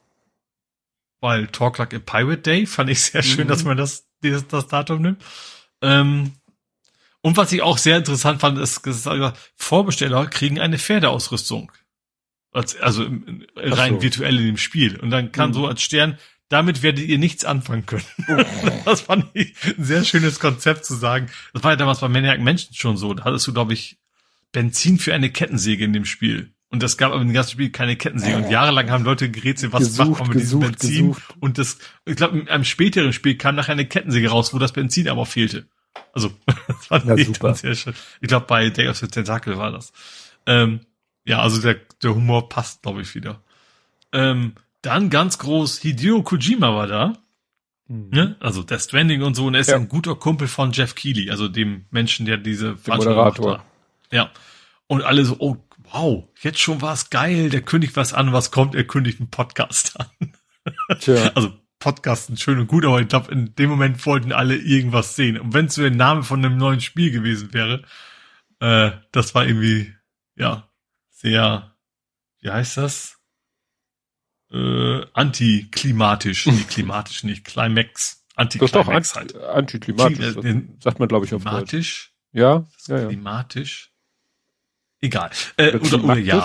Weil Talk Like a Pirate Day fand ich sehr schön, mhm. dass man das, das, das Datum nimmt. Ähm, und was ich auch sehr interessant fand, ist, gesagt, Vorbesteller kriegen eine Pferdeausrüstung. Also, also rein so. Virtuell in dem Spiel. Und dann kann mhm. so als Stern, damit werdet ihr nichts anfangen können. Oh. Das fand ich ein sehr schönes Konzept zu sagen. Das war ja damals bei Maniac Mansion schon so. Da hattest du, glaube ich, Benzin für eine Kettensäge in dem Spiel. Und das gab aber im ganzen Spiel keine Kettensäge. Und jahrelang haben Leute gerätselt, was gesucht, macht man mit gesucht, diesem Benzin. Gesucht. Und das, ich glaube, in einem späteren Spiel kam nachher eine Kettensäge raus, wo das Benzin aber fehlte. Also, das war ja, super. Sehr schön. Ich glaube, bei Day of the Tentacle war das. Ähm, ja, also der, der Humor passt, glaube ich, wieder. Ähm, dann ganz groß, Hideo Kojima war da. Mhm. Ne? Also Death Stranding und so. Und er ist ja. ein guter Kumpel von Jeff Keighley, also dem Menschen, der diese Veranstaltung macht. Ja. Und alle so, oh, wow, jetzt schon was geil, der kündigt was an, was kommt, er kündigt einen Podcast an. Tja. Also Podcasten schön und gut, aber ich glaube, in dem Moment wollten alle irgendwas sehen. Und wenn es so der Name von einem neuen Spiel gewesen wäre, äh, das war irgendwie, ja, sehr, wie heißt das? Äh, antiklimatisch, nee, klimatisch nicht, Climax, Antiklimax halt. Doch, antiklimatisch, Kli- äh, sagt man, glaube ich, auf Deutsch. Klimatisch? Ja, ja, ja. Klimatisch? Egal. Äh, oder, oder ja.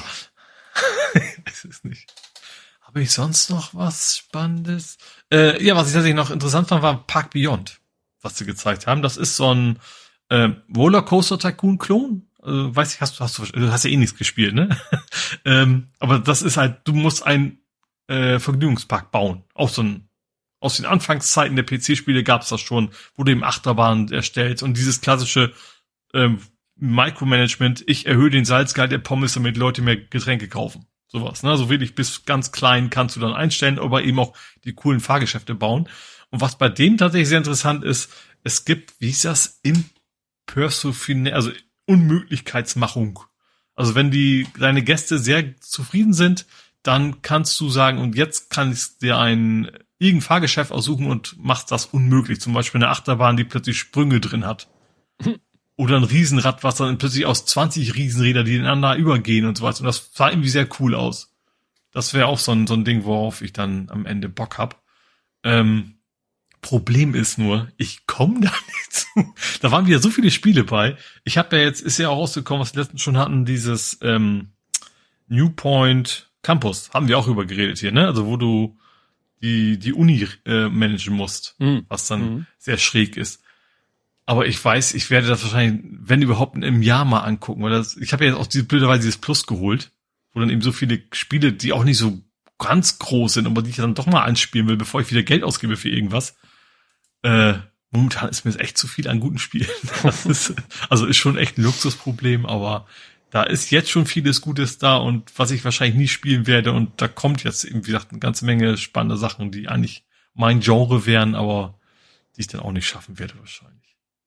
Es ist nicht. Habe ich sonst noch was Spannendes? Äh, ja, was ich tatsächlich noch interessant fand, war Park Beyond, was sie gezeigt haben. Das ist so ein Ähm, Rollercoaster Tycoon Klon? Also, weiß ich, hast du, hast du, du hast ja eh nichts gespielt, ne? ähm, aber das ist halt, du musst einen äh, Vergnügungspark bauen. Auch so ein, aus den Anfangszeiten der P C-Spiele gab's das schon, wo du eben Achterbahn erstellst und dieses klassische ähm, Micromanagement, ich erhöhe den Salzgehalt der Pommes, damit Leute mehr Getränke kaufen. Sowas, ne? So wirklich bis ganz klein kannst du dann einstellen, aber eben auch die coolen Fahrgeschäfte bauen. Und was bei denen tatsächlich sehr interessant ist, es gibt, wie ist das, Impersonal, also Unmöglichkeitsmachung. Also wenn die deine Gäste sehr zufrieden sind, dann kannst du sagen, und jetzt kann ich dir ein irgendein Fahrgeschäft aussuchen und machst das unmöglich. Zum Beispiel eine Achterbahn, die plötzlich Sprünge drin hat. Oder ein Riesenrad, was dann plötzlich aus zwanzig Riesenräder, die ineinander übergehen und so weiter. Und das sah irgendwie sehr cool aus. Das wäre auch so ein, so ein Ding, worauf ich dann am Ende Bock hab. Ähm, Problem ist nur, ich komme da nicht zu. Da waren wieder so viele Spiele bei. Ich habe ja jetzt, ist ja auch rausgekommen, was wir letztens schon hatten, dieses ähm, New Point Campus. Haben wir auch über geredet hier, ne? Also wo du die die Uni äh, managen musst, mhm. was dann mhm. sehr schräg ist. Aber ich weiß, ich werde das wahrscheinlich, wenn überhaupt, im Jahr mal angucken, weil das, ich habe ja jetzt auch diese blöderweise dieses Plus geholt, wo dann eben so viele Spiele, die auch nicht so ganz groß sind, aber die ich dann doch mal anspielen will, bevor ich wieder Geld ausgebe für irgendwas. Äh, momentan ist mir das echt zu viel an guten Spielen. Das ist, also ist schon echt ein Luxusproblem, aber da ist jetzt schon vieles Gutes da und was ich wahrscheinlich nie spielen werde und da kommt jetzt eben, wie gesagt, eine ganze Menge spannende Sachen, die eigentlich mein Genre wären, aber die ich dann auch nicht schaffen werde wahrscheinlich.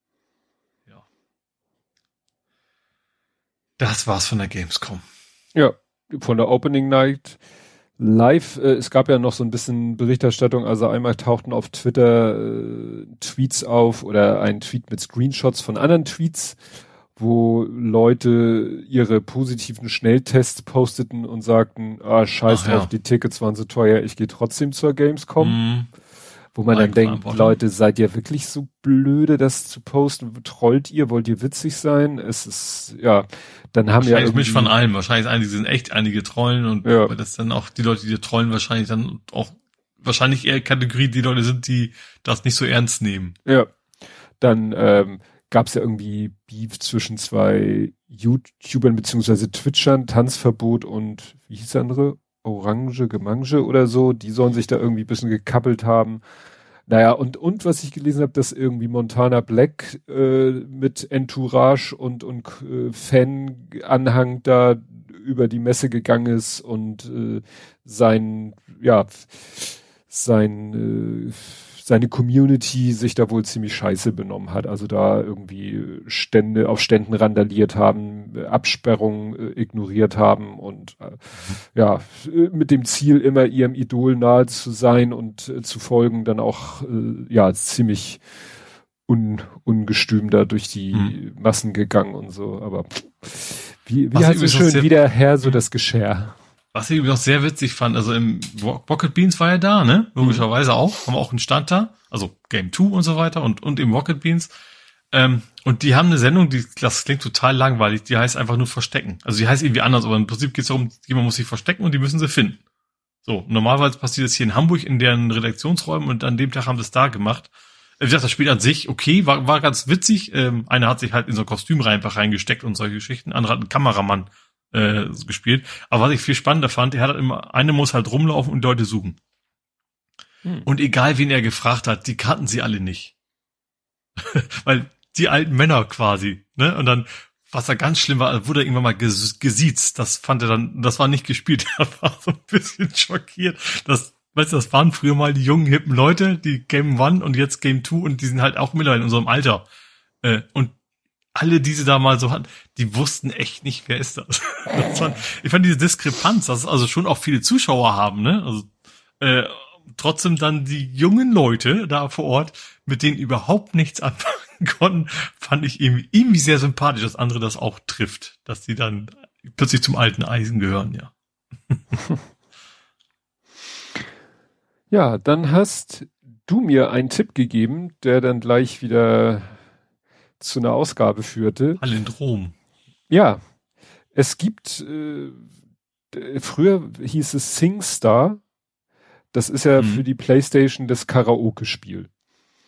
Das war's von der Gamescom. Ja, von der Opening Night live. Äh, es gab ja noch so ein bisschen Berichterstattung. Also einmal tauchten auf Twitter äh, Tweets auf oder ein Tweet mit Screenshots von anderen Tweets, wo Leute ihre positiven Schnelltests posteten und sagten, ah, scheiß drauf, ja. Die Tickets waren so teuer, ich gehe trotzdem zur Gamescom. Mm. Wo man dann denkt, Leute, seid ihr wirklich so blöde, das zu posten? Trollt ihr? Wollt ihr witzig sein? Es ist, ja, dann haben ja irgendwie... von allem. Wahrscheinlich einige sind echt einige Trollen und ja. Weil das dann auch die Leute, die trollen, wahrscheinlich dann auch, wahrscheinlich eher Kategorie, die Leute sind, die das nicht so ernst nehmen. Ja. Dann, ähm, gab es ja irgendwie Beef zwischen zwei YouTubern beziehungsweise Twitchern, Tanzverbot und, wie hieß der andere? Orange, Gemange oder so, die sollen sich da irgendwie ein bisschen gekappelt haben. Naja, und, und was ich gelesen habe, dass irgendwie Montana Black äh, mit Entourage und, und äh, Fananhang da über die Messe gegangen ist und äh, sein, ja, sein, äh, seine Community sich da wohl ziemlich scheiße benommen hat. Also da irgendwie Stände auf Ständen randaliert haben, Absperrungen äh, ignoriert haben und äh, ja, mit dem Ziel immer ihrem Idol nahe zu sein und äh, zu folgen, dann auch äh, ja ziemlich un, ungestüm da durch die hm. Massen gegangen und so. Aber wie, wie heißt es schön, wie der Herr so das Geschirr. Was ich übrigens sehr witzig fand, also im Rocket Beans war ja da, ne? Logischerweise auch. Haben wir auch einen Stand da. Also Game zwei und so weiter und, und im Rocket Beans. Ähm, und die haben eine Sendung, die, das klingt total langweilig, die heißt einfach nur Verstecken. Also die heißt irgendwie anders, aber im Prinzip geht es darum, jemand muss sich verstecken und die müssen sie finden. So, normalerweise passiert das hier in Hamburg in deren Redaktionsräumen und an dem Tag haben sie es da gemacht. Wie gesagt, das Spiel an sich, okay, war, war ganz witzig. Ähm, einer hat sich halt in so ein Kostüm rein, einfach reingesteckt und solche Geschichten. Andere hat einen Kameramann äh, gespielt. Aber was ich viel spannender fand, er hat halt immer, eine muss halt rumlaufen und Leute suchen. Hm. Und egal, wen er gefragt hat, die kannten sie alle nicht. Weil die alten Männer quasi, ne? Und dann, was da ganz schlimm war, wurde er irgendwann mal ges- gesiezt. Das fand er dann, das war nicht gespielt. Er war so ein bisschen schockiert. Das, weißt du, das waren früher mal die jungen, hippen Leute, die Game One und jetzt Game Two und die sind halt auch mittlerweile in unserem Alter. Äh, und alle, die sie da mal so hatten, die wussten echt nicht, wer ist das. das war, ich fand diese Diskrepanz, dass also schon auch viele Zuschauer haben, ne? Also äh, trotzdem dann die jungen Leute da vor Ort, mit denen überhaupt nichts anfangen konnten, fand ich irgendwie, irgendwie sehr sympathisch, dass andere das auch trifft, dass die dann plötzlich zum alten Eisen gehören, ja. Ja, dann hast du mir einen Tipp gegeben, der dann gleich wieder zu einer Ausgabe führte. Palindrom. Ja, es gibt, äh, früher hieß es SingStar. Das ist ja mhm. für die PlayStation das Karaoke-Spiel.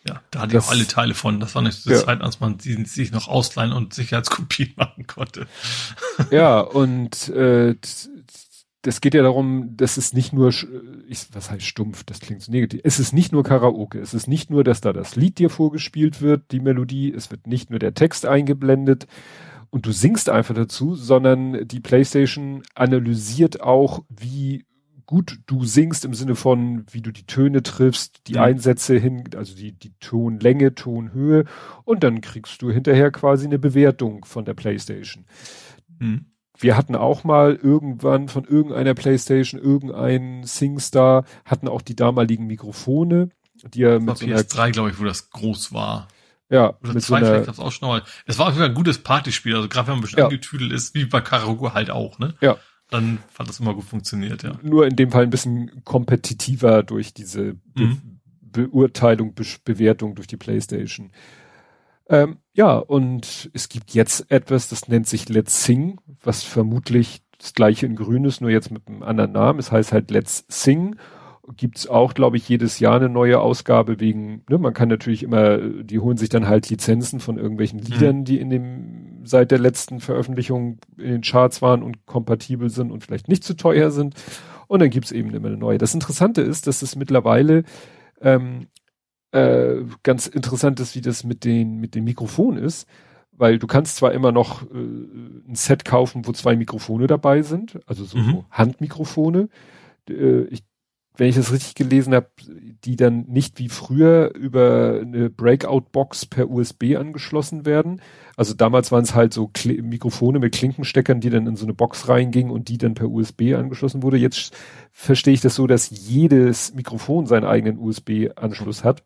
Ja, da hatte ich auch alle Teile von. Das war nicht so die ja. Zeit, als man die sich noch ausleihen und Sicherheitskopien machen konnte. Ja, und äh, das geht ja darum, dass es nicht nur, ich, was heißt stumpf, das klingt so negativ, es ist nicht nur Karaoke, es ist nicht nur, dass da das Lied dir vorgespielt wird, die Melodie, es wird nicht nur der Text eingeblendet und du singst einfach dazu, sondern die PlayStation analysiert auch, wie gut du singst im Sinne von, wie du die Töne triffst, die mhm. Einsätze hin, also die, die Tonlänge, Tonhöhe und dann kriegst du hinterher quasi eine Bewertung von der PlayStation. Mhm. Wir hatten auch mal irgendwann von irgendeiner PlayStation, irgendein SingStar, hatten auch die damaligen Mikrofone, die ja mit so P S drei, glaube ich, wo das groß war. Ja, oder mit zwei, so einer, vielleicht gab's auch schon mal. Es war auf jeden Fall ein gutes Partyspiel, also gerade wenn man ein bisschen ja. angetüdelt ist, wie bei Karaoke halt auch, ne? Ja. Dann hat das immer gut funktioniert, ja. Nur in dem Fall ein bisschen kompetitiver durch diese Be- Mhm. Beurteilung, Be- Bewertung durch die PlayStation. Ähm, ja, und es gibt jetzt etwas, das nennt sich Let's Sing, was vermutlich das gleiche in Grün ist, nur jetzt mit einem anderen Namen. Es heißt halt Let's Sing. Gibt's auch, glaube ich, jedes Jahr eine neue Ausgabe wegen, ne, man kann natürlich immer, die holen sich dann halt Lizenzen von irgendwelchen Liedern, mhm. die in dem, seit der letzten Veröffentlichung in den Charts waren und kompatibel sind und vielleicht nicht zu teuer sind. Und dann gibt's eben immer eine neue. Das Interessante ist, dass es mittlerweile, ähm, äh, ganz interessant ist, wie das mit den, mit dem Mikrofon ist, weil du kannst zwar immer noch äh, ein Set kaufen, wo zwei Mikrofone dabei sind, also so mhm. Handmikrofone. Äh, ich wenn ich das richtig gelesen habe, die dann nicht wie früher über eine Breakout-Box per U S B angeschlossen werden. Also damals waren es halt so Kli- Mikrofone mit Klinkensteckern, die dann in so eine Box reingingen und die dann per U S B angeschlossen wurde. Jetzt verstehe ich das so, dass jedes Mikrofon seinen eigenen U S B-Anschluss hat.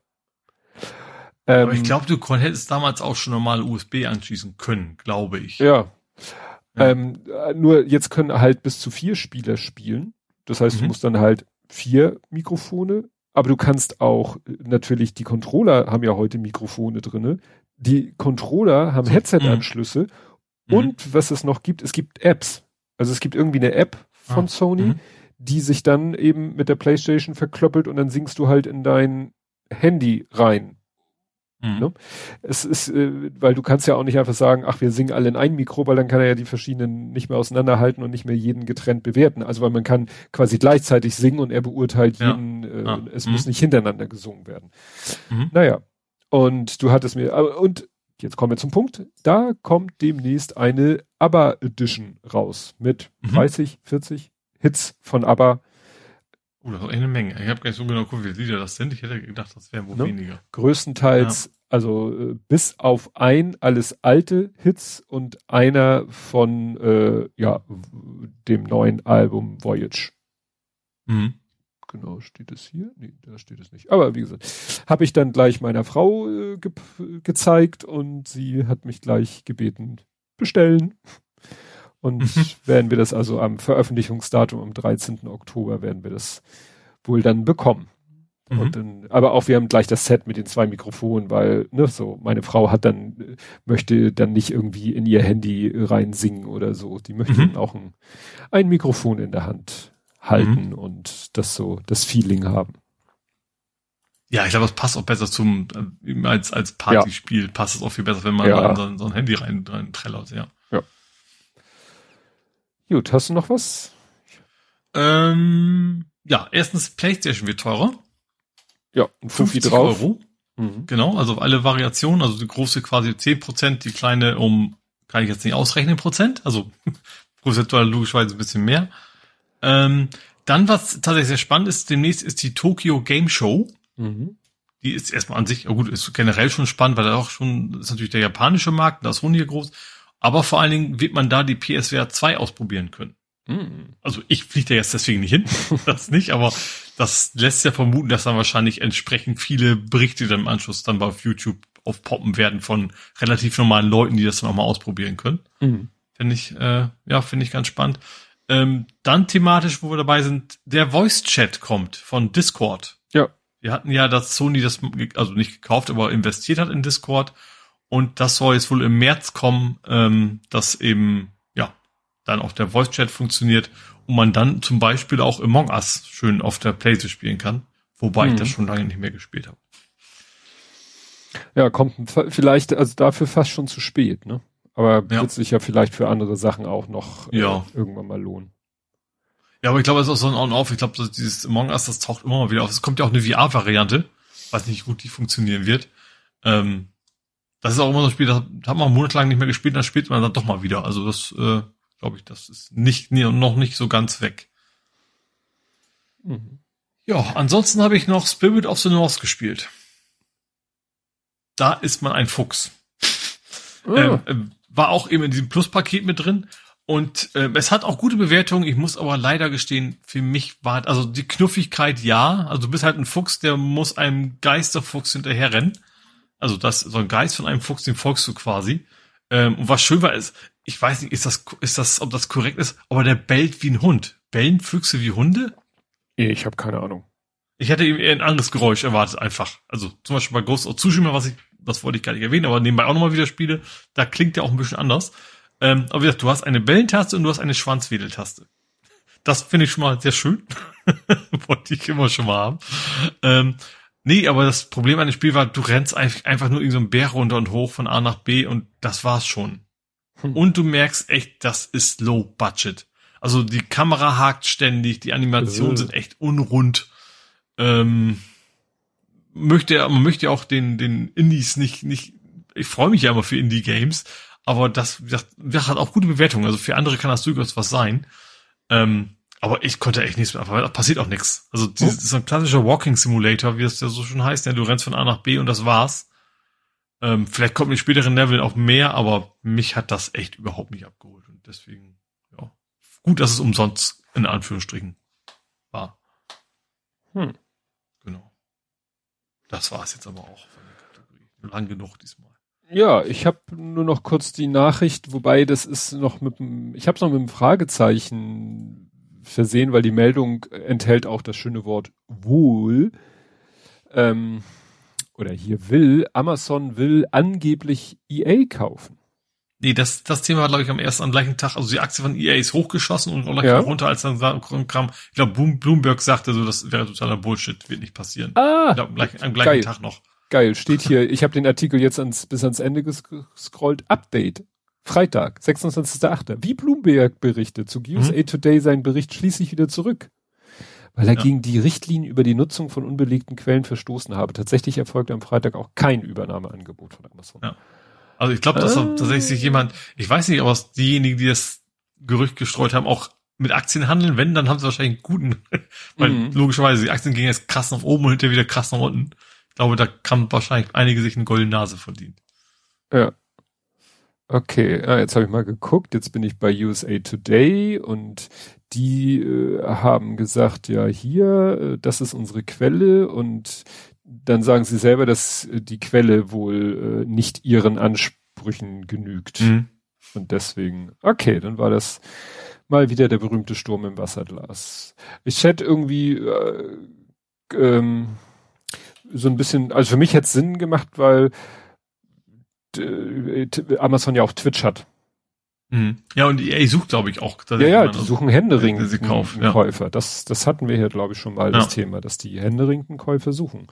Ähm, Aber ich glaube, du hättest damals auch schon normal U S B anschließen können, glaube ich. Ja. ja. Ähm, nur jetzt können halt bis zu vier Spieler spielen. Das heißt, mhm. du musst dann halt vier Mikrofone, aber du kannst auch, natürlich, die Controller haben ja heute Mikrofone drinne. Die Controller haben so, Headset-Anschlüsse mhm. und was es noch gibt, es gibt Apps. Also es gibt irgendwie eine App von ah, Sony, mh. die sich dann eben mit der PlayStation verklöppelt und dann singst du halt in dein Handy rein. Mhm. Ne? Es ist, äh, weil du kannst ja auch nicht einfach sagen, ach, wir singen alle in ein Mikro, weil dann kann er ja die verschiedenen nicht mehr auseinanderhalten und nicht mehr jeden getrennt bewerten. Also weil man kann quasi gleichzeitig singen und er beurteilt ja. jeden, äh, ah. es mhm. muss nicht hintereinander gesungen werden. Mhm. Naja, und du hattest mir, und jetzt kommen wir zum Punkt, da kommt demnächst eine ABBA Edition raus mit mhm. dreißig, vierzig Hits von ABBA. Oh, das ist eine Menge. Ich habe gar nicht so genau geguckt, wie viele Lieder das sind. Ich hätte gedacht, das wären wohl no? weniger. Größtenteils, ja. also äh, bis auf ein alles alte Hits und einer von äh, ja dem neuen Album Voyage. Mhm. Genau, steht es hier? Nee, da steht es nicht. Aber wie gesagt, habe ich dann gleich meiner Frau äh, ge gezeigt und sie hat mich gleich gebeten, bestellen. Und mhm. werden wir das also am Veröffentlichungsdatum am dreizehnten Oktober werden wir das wohl dann bekommen. Mhm. Und dann, aber auch wir haben gleich das Set mit den zwei Mikrofonen, weil, ne, so, meine Frau hat dann, möchte dann nicht irgendwie in ihr Handy rein singen oder so. Die möchte mhm. dann auch ein, ein Mikrofon in der Hand halten mhm. und das so, das Feeling haben. Ja, ich glaube, das passt auch besser zum, äh, als, als Partyspiel ja. passt es auch viel besser, wenn man ja. in so, so ein Handy rein, rein trällert, ja. Ja. Gut, hast du noch was? Ähm, ja, erstens, PlayStation wird teurer. Ja, ein Fuffi drauf. Euro. Mhm. Genau, also alle Variationen, also die große quasi zehn Prozent, die kleine um, kann ich jetzt nicht ausrechnen, Prozent, also prozentual logischerweise ein bisschen mehr. Ähm, dann, was tatsächlich sehr spannend ist, demnächst ist die Tokyo Game Show. Mhm. Die ist erstmal an sich, gut, ist generell schon spannend, weil da auch schon, ist natürlich der japanische Markt, da ist Sony hier groß. Aber vor allen Dingen wird man da die P S V R zwei ausprobieren können. Mm. Also ich fliege da jetzt deswegen nicht hin, das nicht, aber das lässt ja vermuten, dass dann wahrscheinlich entsprechend viele Berichte dann im Anschluss dann bei YouTube aufpoppen werden von relativ normalen Leuten, die das dann auch mal ausprobieren können. Mm. Finde ich, äh, ja, finde ich ganz spannend. Ähm, dann thematisch, wo wir dabei sind, der Voice-Chat kommt von Discord. Ja. Wir hatten ja, dass Sony das, also nicht gekauft, aber investiert hat in Discord. Und das soll jetzt wohl im März kommen, ähm, dass eben, ja, dann auch der Voice-Chat funktioniert und man dann zum Beispiel auch Among Us schön auf der PlayStation spielen kann. Wobei mhm. ich das schon lange nicht mehr gespielt habe. Ja, kommt vielleicht, also dafür fast schon zu spät, ne? Aber Ja. wird sich ja vielleicht für andere Sachen auch noch Ja. äh, irgendwann mal lohnen. Ja, aber ich glaube, es ist auch so ein On-Off. Ich glaube, dieses Among Us, das taucht immer mal wieder auf. Es kommt ja auch eine V R-Variante. Weiß nicht, wie gut die funktionieren wird. Ähm, das ist auch immer so ein Spiel, das hat man monatelang nicht mehr gespielt, dann spielt man dann doch mal wieder. Also das, äh, glaube ich, das ist nicht, nee, noch nicht so ganz weg. Mhm. Ja, ansonsten habe ich noch Spirit of the North gespielt. Da ist man ein Fuchs. Oh. Ähm, war auch eben in diesem Plus-Paket mit drin. Und äh, es hat auch gute Bewertungen. Ich muss aber leider gestehen, für mich war, also die Knuffigkeit ja. Also du bist halt ein Fuchs, der muss einem Geisterfuchs hinterher rennen. Also das, so ein Geist von einem Fuchs, den folgst du quasi. Ähm, und was schön war ist, ich weiß nicht, ist das, ist das, ob das korrekt ist, aber der bellt wie ein Hund. Bellen Füchse wie Hunde? Ich habe keine Ahnung. Ich hätte eben eher ein anderes Geräusch erwartet einfach. Also zum Beispiel bei Ghost of Tsushima, was ich, das wollte ich gar nicht erwähnen, aber nebenbei auch nochmal wieder spiele, da klingt der auch ein bisschen anders. Ähm, aber wie gesagt, du hast eine Bellentaste und du hast eine Schwanzwedeltaste. Das finde ich schon mal sehr schön. Wollte ich immer schon mal haben. Ähm, nee, aber das Problem an dem Spiel war, du rennst einfach nur in so einen Berg runter und hoch von A nach B und das war's schon. Hm. Und du merkst echt, das ist low budget. Also die Kamera hakt ständig, die Animationen äh. sind echt unrund. Ähm, möchte, man möchte ja auch den, den Indies nicht, nicht, ich freue mich ja immer für Indie-Games, aber das, das, das hat auch gute Bewertungen. Also für andere kann das durchaus was sein. Ähm, aber ich konnte echt nichts mehr, da passiert auch nichts. Also dieses, oh. das ist ein klassischer Walking Simulator, wie es ja so schon heißt. Ja, du rennst von A nach B und das war's. Ähm, vielleicht kommt in späteren Leveln auch mehr, aber mich hat das echt überhaupt nicht abgeholt. Und deswegen, ja, gut, dass es umsonst in Anführungsstrichen war. Hm. Genau. Das war's jetzt aber auch von der Kategorie. Lang genug diesmal. Ja, ich habe nur noch kurz die Nachricht, wobei das ist noch mit dem, ich habe es noch mit einem Fragezeichen versehen, weil die Meldung enthält auch das schöne Wort wohl. Ähm, oder hier will, Amazon will angeblich E A kaufen. Nee, das, das Thema war, glaube ich, am ersten, am gleichen Tag, also die Aktie von E A ist hochgeschossen und auch gleich ja. runter, als dann kam, ich glaube, Bloomberg sagte so, das wäre totaler Bullshit, wird nicht passieren. Ah, ich glaub, gleich, am gleichen geil. Tag noch. Geil, steht hier, ich habe den Artikel jetzt ans, bis ans Ende gescrollt. Update, Freitag, sechsundzwanzigster achter Wie Bloomberg berichtet, zog U S A mhm. Today seinen Bericht schließlich wieder zurück, weil er ja. gegen die Richtlinie über die Nutzung von unbelegten Quellen verstoßen habe. Tatsächlich erfolgte am Freitag auch kein Übernahmeangebot von Amazon. Ja. Also ich glaube, dass ah. tatsächlich sich jemand, ich weiß nicht, ob es diejenigen, die das Gerücht gestreut haben, auch mit Aktien handeln. Wenn, dann haben sie wahrscheinlich einen guten, weil mhm. logischerweise die Aktien gingen jetzt krass nach oben und hinterher wieder krass nach unten. Ich glaube, da kann wahrscheinlich einige sich eine goldene Nase verdienen. Ja. Okay, ah, jetzt habe ich mal geguckt. Jetzt bin ich bei U S A Today und die äh, haben gesagt, ja hier, äh, das ist unsere Quelle und dann sagen sie selber, dass äh, die Quelle wohl äh, nicht ihren Ansprüchen genügt. Mhm. Und deswegen, okay, dann war das mal wieder der berühmte Sturm im Wasserglas. Ich hätte irgendwie äh, ähm, so ein bisschen, also für mich hätte es Sinn gemacht, weil äh, Amazon ja auch Twitch hat. Mhm. Ja, und E A sucht, glaube ich, auch. Ja, ja, die suchen händeringend sie kaufen, ja. Käufer. Das, das hatten wir hier, glaube ich, schon mal, ja. das Thema, dass die händeringend Käufer suchen.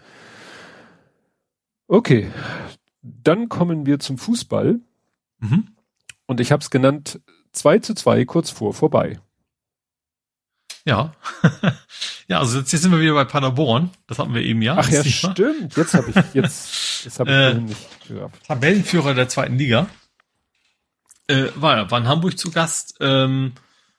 Okay, dann kommen wir zum Fußball. Mhm. Und ich habe es genannt, zwei zu zwei, kurz vor, vorbei. Ja. Ja, also jetzt, jetzt sind wir wieder bei Paderborn. Das hatten wir eben ja. Ach ja, stimmt. Jetzt habe ich, jetzt, jetzt habe ich äh, nicht gehört. Tabellenführer der zweiten Liga. Äh, war, war in Hamburg zu Gast. Ähm,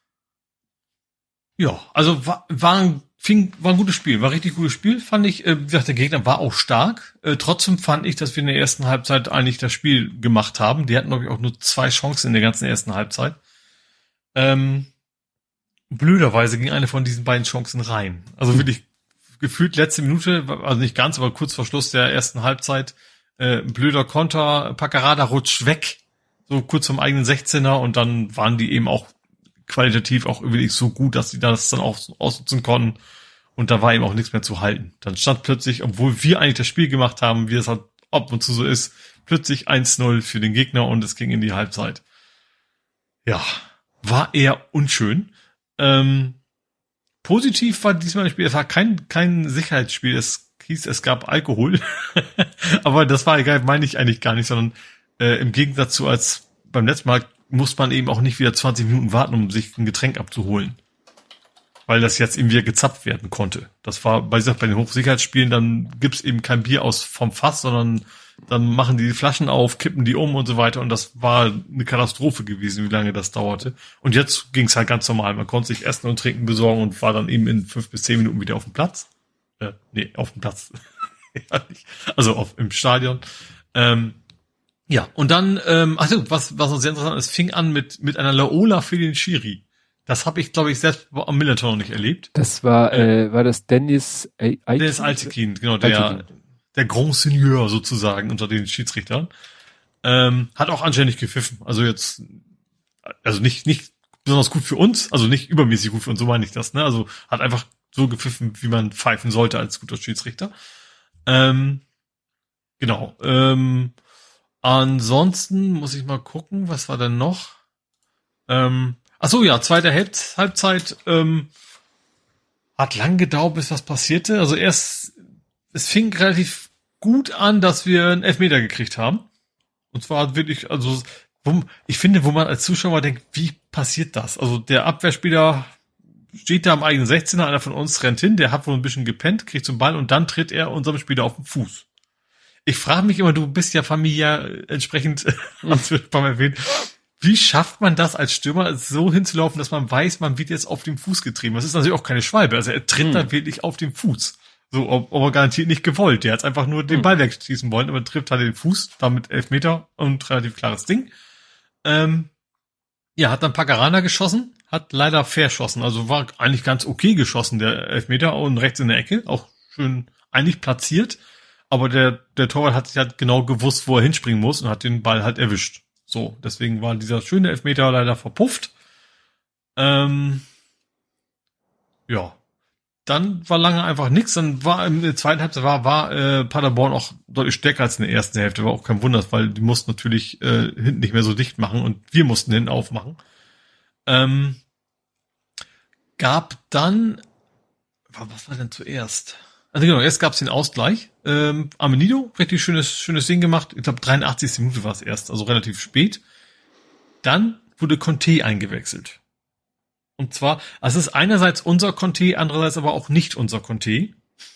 ja, also war, war, ein, fing, war ein gutes Spiel. War ein richtig gutes Spiel, fand ich. Äh, wie gesagt, der Gegner war auch stark. Äh, trotzdem fand ich, dass wir in der ersten Halbzeit eigentlich das Spiel gemacht haben. Die hatten, glaube ich, auch nur zwei Chancen in der ganzen ersten Halbzeit. Ähm, blöderweise ging eine von diesen beiden Chancen rein. Also wirklich gefühlt letzte Minute, also nicht ganz, aber kurz vor Schluss der ersten Halbzeit, äh, blöder Konter, Paccarada rutscht weg, so kurz vom eigenen sechzehner und dann waren die eben auch qualitativ auch wirklich so gut, dass sie das dann auch ausnutzen konnten und da war eben auch nichts mehr zu halten. Dann stand plötzlich, obwohl wir eigentlich das Spiel gemacht haben, wie es halt ab und zu so ist, plötzlich eins null für den Gegner und es ging in die Halbzeit. Ja, war eher unschön. Ähm, positiv war diesmal das Spiel, es war kein, kein Sicherheitsspiel, es hieß, es gab Alkohol. Aber das war egal, meine ich eigentlich gar nicht, sondern äh, im Gegensatz zu als beim letzten Mal muss man eben auch nicht wieder zwanzig Minuten warten, um sich ein Getränk abzuholen. Weil das jetzt eben wieder gezapft werden konnte. Das war, bei, bei den Hochsicherheitsspielen, dann gibt's eben kein Bier aus vom Fass, sondern dann machen die Flaschen auf, kippen die um und so weiter. Und das war eine Katastrophe gewesen, wie lange das dauerte. Und jetzt ging's halt ganz normal. Man konnte sich Essen und Trinken besorgen und war dann eben in fünf bis zehn Minuten wieder auf dem Platz. Äh, nee, auf dem Platz. Also auf, im Stadion. Ähm, ja, und dann, ähm, also was, was noch sehr interessant ist, fing an mit, mit einer Laola für den Schiri. Das habe ich, glaube ich, selbst am Millantor noch nicht erlebt. Das war, äh, war das Dennis Aikin? Dennis Aikin, genau, der, der Grand Seigneur sozusagen unter den Schiedsrichtern. Ähm, hat auch anständig gepfiffen. Also jetzt, also nicht, nicht besonders gut für uns, also nicht übermäßig gut für uns, so meine ich das, ne? Also hat einfach so gepfiffen, wie man pfeifen sollte als guter Schiedsrichter. Ähm, genau. Ähm, ansonsten muss ich mal gucken, was war denn noch? Ähm, Ach so, ja, zweite Halbzeit ähm, hat lang gedauert, bis was passierte. Also erst, es fing relativ gut an, dass wir einen Elfmeter gekriegt haben. Und zwar wirklich, also wo, ich finde, wo man als Zuschauer denkt, wie passiert das? Also der Abwehrspieler steht da am eigenen sechzehner, einer von uns rennt hin, der hat wohl ein bisschen gepennt, kriegt zum Ball und dann tritt er unserem Spieler auf den Fuß. Ich frage mich immer, du bist ja familiär entsprechend, als wird beim erwähnt, wie schafft man das als Stürmer so hinzulaufen, dass man weiß, man wird jetzt auf den Fuß getrieben? Das ist natürlich auch keine Schwalbe. Also er tritt hm. da wirklich auf den Fuß. So, aber garantiert nicht gewollt. Der hat einfach nur den Ball wegschießen wollen, aber trifft halt den Fuß, damit Elfmeter und relativ klares Ding. Ähm, ja, hat dann Paccarana geschossen, hat leider verschossen. Also war eigentlich ganz okay geschossen, der Elfmeter, und rechts in der Ecke, auch schön eigentlich platziert. Aber der, der Torwart hat sich halt genau gewusst, wo er hinspringen muss und hat den Ball halt erwischt. So, deswegen war dieser schöne Elfmeter leider verpufft. Ähm, ja, dann war lange einfach nichts. Dann war in der zweiten Halbzeit war, war äh, Paderborn auch deutlich stärker als in der ersten Hälfte. War auch kein Wunder, weil die mussten natürlich äh, hinten nicht mehr so dicht machen und wir mussten hinten aufmachen. Ähm, gab dann, was war denn zuerst? Also genau, erst gab's den Ausgleich. Ähm, Amenido, richtig schönes schönes Ding gemacht. Ich glaube, dreiundachtzigste Minute war es erst, also relativ spät. Dann wurde Conte eingewechselt. Und zwar, also es ist einerseits unser Conte, andererseits aber auch nicht unser Conte.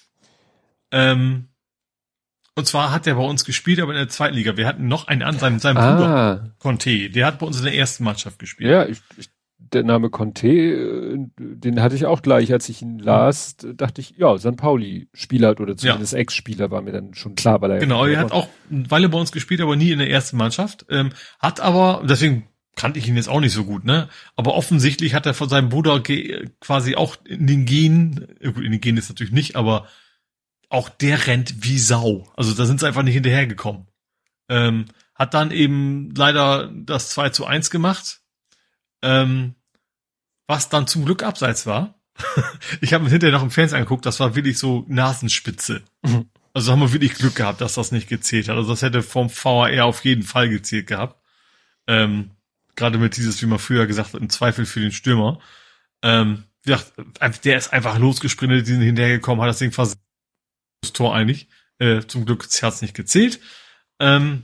Ähm, und zwar hat er bei uns gespielt, aber in der zweiten Liga. Wir hatten noch einen an seinem, seinem ah. Bruder, Conte. Der hat bei uns in der ersten Mannschaft gespielt. Ja, ich, ich der Name Conte, den hatte ich auch gleich, als ich ihn las, dachte ich, ja, Sankt Pauli-Spieler oder zumindest ja. Ex-Spieler war mir dann schon klar, weil er genau, er hat auch eine Weile bei uns gespielt, aber nie in der ersten Mannschaft. Ähm, hat aber, deswegen kannte ich ihn jetzt auch nicht so gut, ne? Aber offensichtlich hat er von seinem Bruder ge- quasi auch in den Genen, gut, in den Genen ist natürlich nicht, aber auch der rennt wie Sau. Also da sind sie einfach nicht hinterhergekommen. Ähm, hat dann eben leider das zwei zu eins gemacht. Ähm, was dann zum Glück abseits war. Ich habe mir hinterher noch im Fernsehen angeguckt, das war wirklich so Nasenspitze. Mhm. Also haben wir wirklich Glück gehabt, dass das nicht gezählt hat. Also das hätte vom V A R auf jeden Fall gezählt gehabt. Ähm, gerade mit dieses, wie man früher gesagt hat, im Zweifel für den Stürmer. Ähm, ja, der ist einfach losgesprintet, die sind hinterhergekommen, hat das Ding fast das Tor eigentlich. Äh, zum Glück hat es nicht gezählt. Ähm,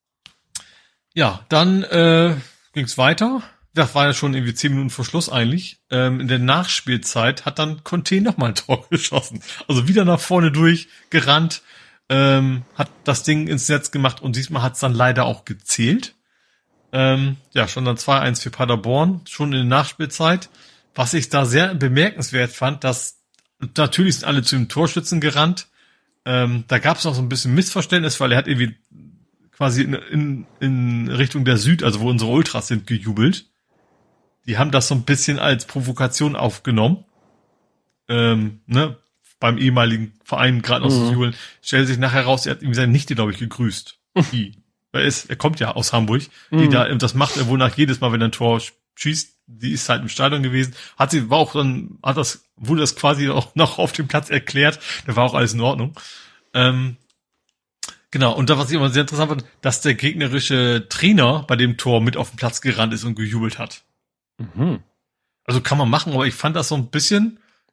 ja, dann äh, ging es weiter. Das war ja schon irgendwie zehn Minuten vor Schluss eigentlich. Ähm, in der Nachspielzeit hat dann Conte nochmal ein Tor geschossen. Also wieder nach vorne durch, gerannt, ähm, hat das Ding ins Netz gemacht und diesmal hat es dann leider auch gezählt. Ähm, ja, schon dann zwei eins für Paderborn, schon in der Nachspielzeit. Was ich da sehr bemerkenswert fand, dass natürlich sind alle zu dem Torschützen gerannt. Ähm, da gab es noch so ein bisschen Missverständnis, weil er hat irgendwie quasi in, in, in Richtung der Süd, also wo unsere Ultras sind, gejubelt. Die haben das so ein bisschen als Provokation aufgenommen. Ähm, ne, beim ehemaligen Verein gerade noch mhm. so jubeln. Stellt sich nachher raus, er hat ihm seine Nichte, glaube ich, gegrüßt. Die. Er ist, er kommt ja aus Hamburg. Die mhm. da, das macht er wohl nach jedes Mal, wenn er ein Tor schießt. Die ist halt im Stadion gewesen. Hat sie, war auch dann, hat das, wurde das quasi auch noch auf dem Platz erklärt. Da war auch alles in Ordnung. Ähm, genau. Und da, was ich immer sehr interessant fand, dass der gegnerische Trainer bei dem Tor mit auf den Platz gerannt ist und gejubelt hat. Mhm. Also kann man machen, aber ich fand das so ein bisschen,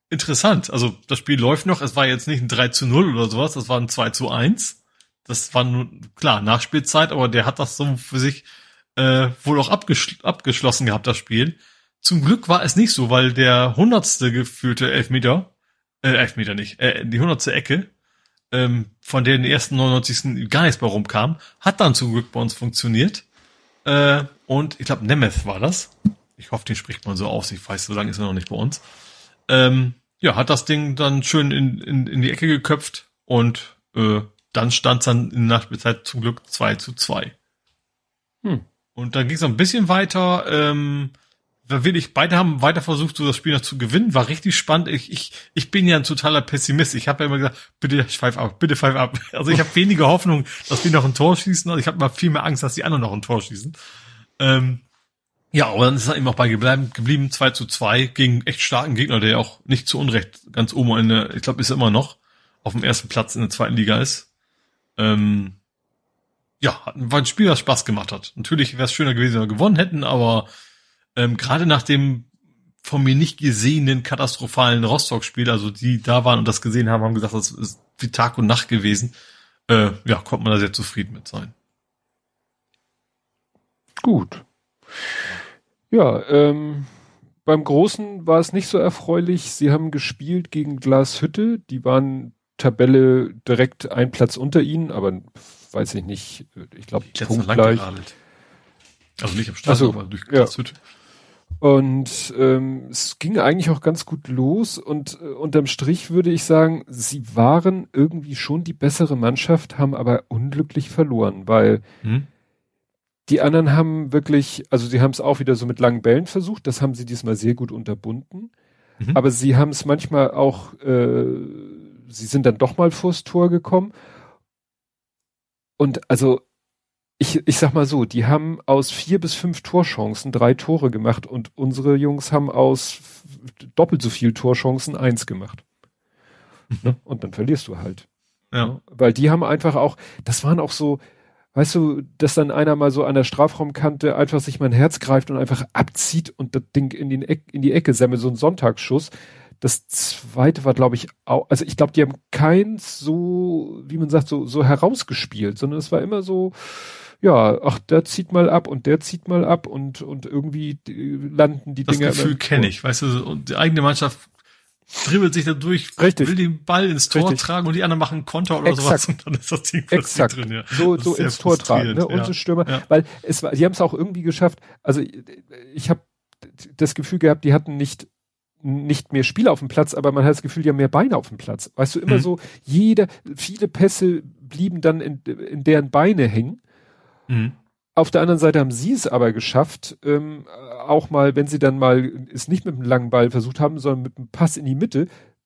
interessant. Also das Spiel läuft noch. Es war jetzt nicht ein drei zu null oder sowas. Das war ein zwei zu eins. Das war nur, klar, Nachspielzeit, aber der hat das so für sich äh, wohl auch abgeschl- abgeschlossen gehabt, das Spiel. Zum Glück war es nicht so, weil der hundertste gefühlte Elfmeter, äh, Elfmeter nicht, äh, die hundertste Ecke, ähm, von der in den ersten neunundneunzigsten gar nichts mehr rumkam, hat dann zum Glück bei uns funktioniert. Äh, und ich glaube, Nemeth war das. Ich hoffe, den spricht man so aus. Ich weiß, so lange ist er noch nicht bei uns. Ähm, ja, hat das Ding dann schön in, in, in die Ecke geköpft und äh, dann stand es dann in der Nachspielzeit zum Glück zwei zu zwei. Hm. Und dann ging es noch ein bisschen weiter. Ähm, da will ich, beide haben weiter versucht, so das Spiel noch zu gewinnen. War richtig spannend. Ich, ich, ich bin ja ein totaler Pessimist. Ich habe ja immer gesagt, bitte pfeif ab, bitte pfeif ab. Also ich habe weniger Hoffnung, dass wir noch ein Tor schießen. Also ich habe mal viel mehr Angst, dass die anderen noch ein Tor schießen. Ähm, ja, aber dann ist er eben auch bei geblieben, geblieben zwei zu zwei gegen echt starken Gegner, der ja auch nicht zu Unrecht ganz oben in der, ich glaube, ist er immer noch auf dem ersten Platz in der zweiten Liga ist. Ähm, ja, war ein Spiel, das Spaß gemacht hat. Natürlich wäre es schöner gewesen, wenn wir gewonnen hätten, aber ähm, gerade nach dem von mir nicht gesehenen katastrophalen Rostock-Spiel, also die da waren und das gesehen haben, haben gesagt, das ist wie Tag und Nacht gewesen. Äh, ja, konnte man da sehr zufrieden mit sein. Gut. Ja, ähm, beim Großen war es nicht so erfreulich. Sie haben gespielt gegen Glashütte. Die waren Tabelle direkt ein Platz unter ihnen, aber weiß ich nicht. Ich glaube, punktgleich. Also nicht am Start, so, aber durch Glashütte. Ja. Und ähm, es ging eigentlich auch ganz gut los und äh, unterm Strich würde ich sagen, sie waren irgendwie schon die bessere Mannschaft, haben aber unglücklich verloren, weil hm? die anderen haben wirklich, also sie haben es auch wieder so mit langen Bällen versucht, das haben sie diesmal sehr gut unterbunden, mhm. aber sie haben es manchmal auch, äh, sie sind dann doch mal vors Tor gekommen und also Ich, ich sag mal so, die haben aus vier bis fünf Torchancen drei Tore gemacht und unsere Jungs haben aus doppelt so viel Torchancen eins gemacht. Mhm. Und dann verlierst du halt. Ja. Weil die haben einfach auch, das waren auch so, weißt du, dass dann einer mal so an der Strafraumkante einfach sich mal ein Herz greift und einfach abzieht und das Ding in, den Eck, in die Ecke semmelt, so ein Sonntagsschuss. Das zweite war, glaube ich, auch, also ich glaube, die haben keins so, wie man sagt, so, so herausgespielt, sondern es war immer so, ja, ach, der zieht mal ab und der zieht mal ab und, und irgendwie landen die das Dinger. Das Gefühl kenne ich, weißt du, und die eigene Mannschaft dribbelt sich da durch, Richtig. will den Ball ins Tor Richtig. tragen und die anderen machen Konter oder Exakt. sowas und dann ist das Ding Exakt. drin. Ja. So, so ins Tor tragen, ne? Unsere ja. Stürmer, ja. weil es war, die haben es auch irgendwie geschafft, also ich habe das Gefühl gehabt, die hatten nicht nicht mehr Spieler auf dem Platz, aber man hat das Gefühl, die haben mehr Beine auf dem Platz. Weißt du, immer mhm. so, jeder, viele Pässe blieben dann in, in deren Beine hängen. Mhm. Auf der anderen Seite haben sie es aber geschafft, ähm, auch mal, wenn sie dann mal es nicht mit einem langen Ball versucht haben, sondern mit einem Pass in die Mitte,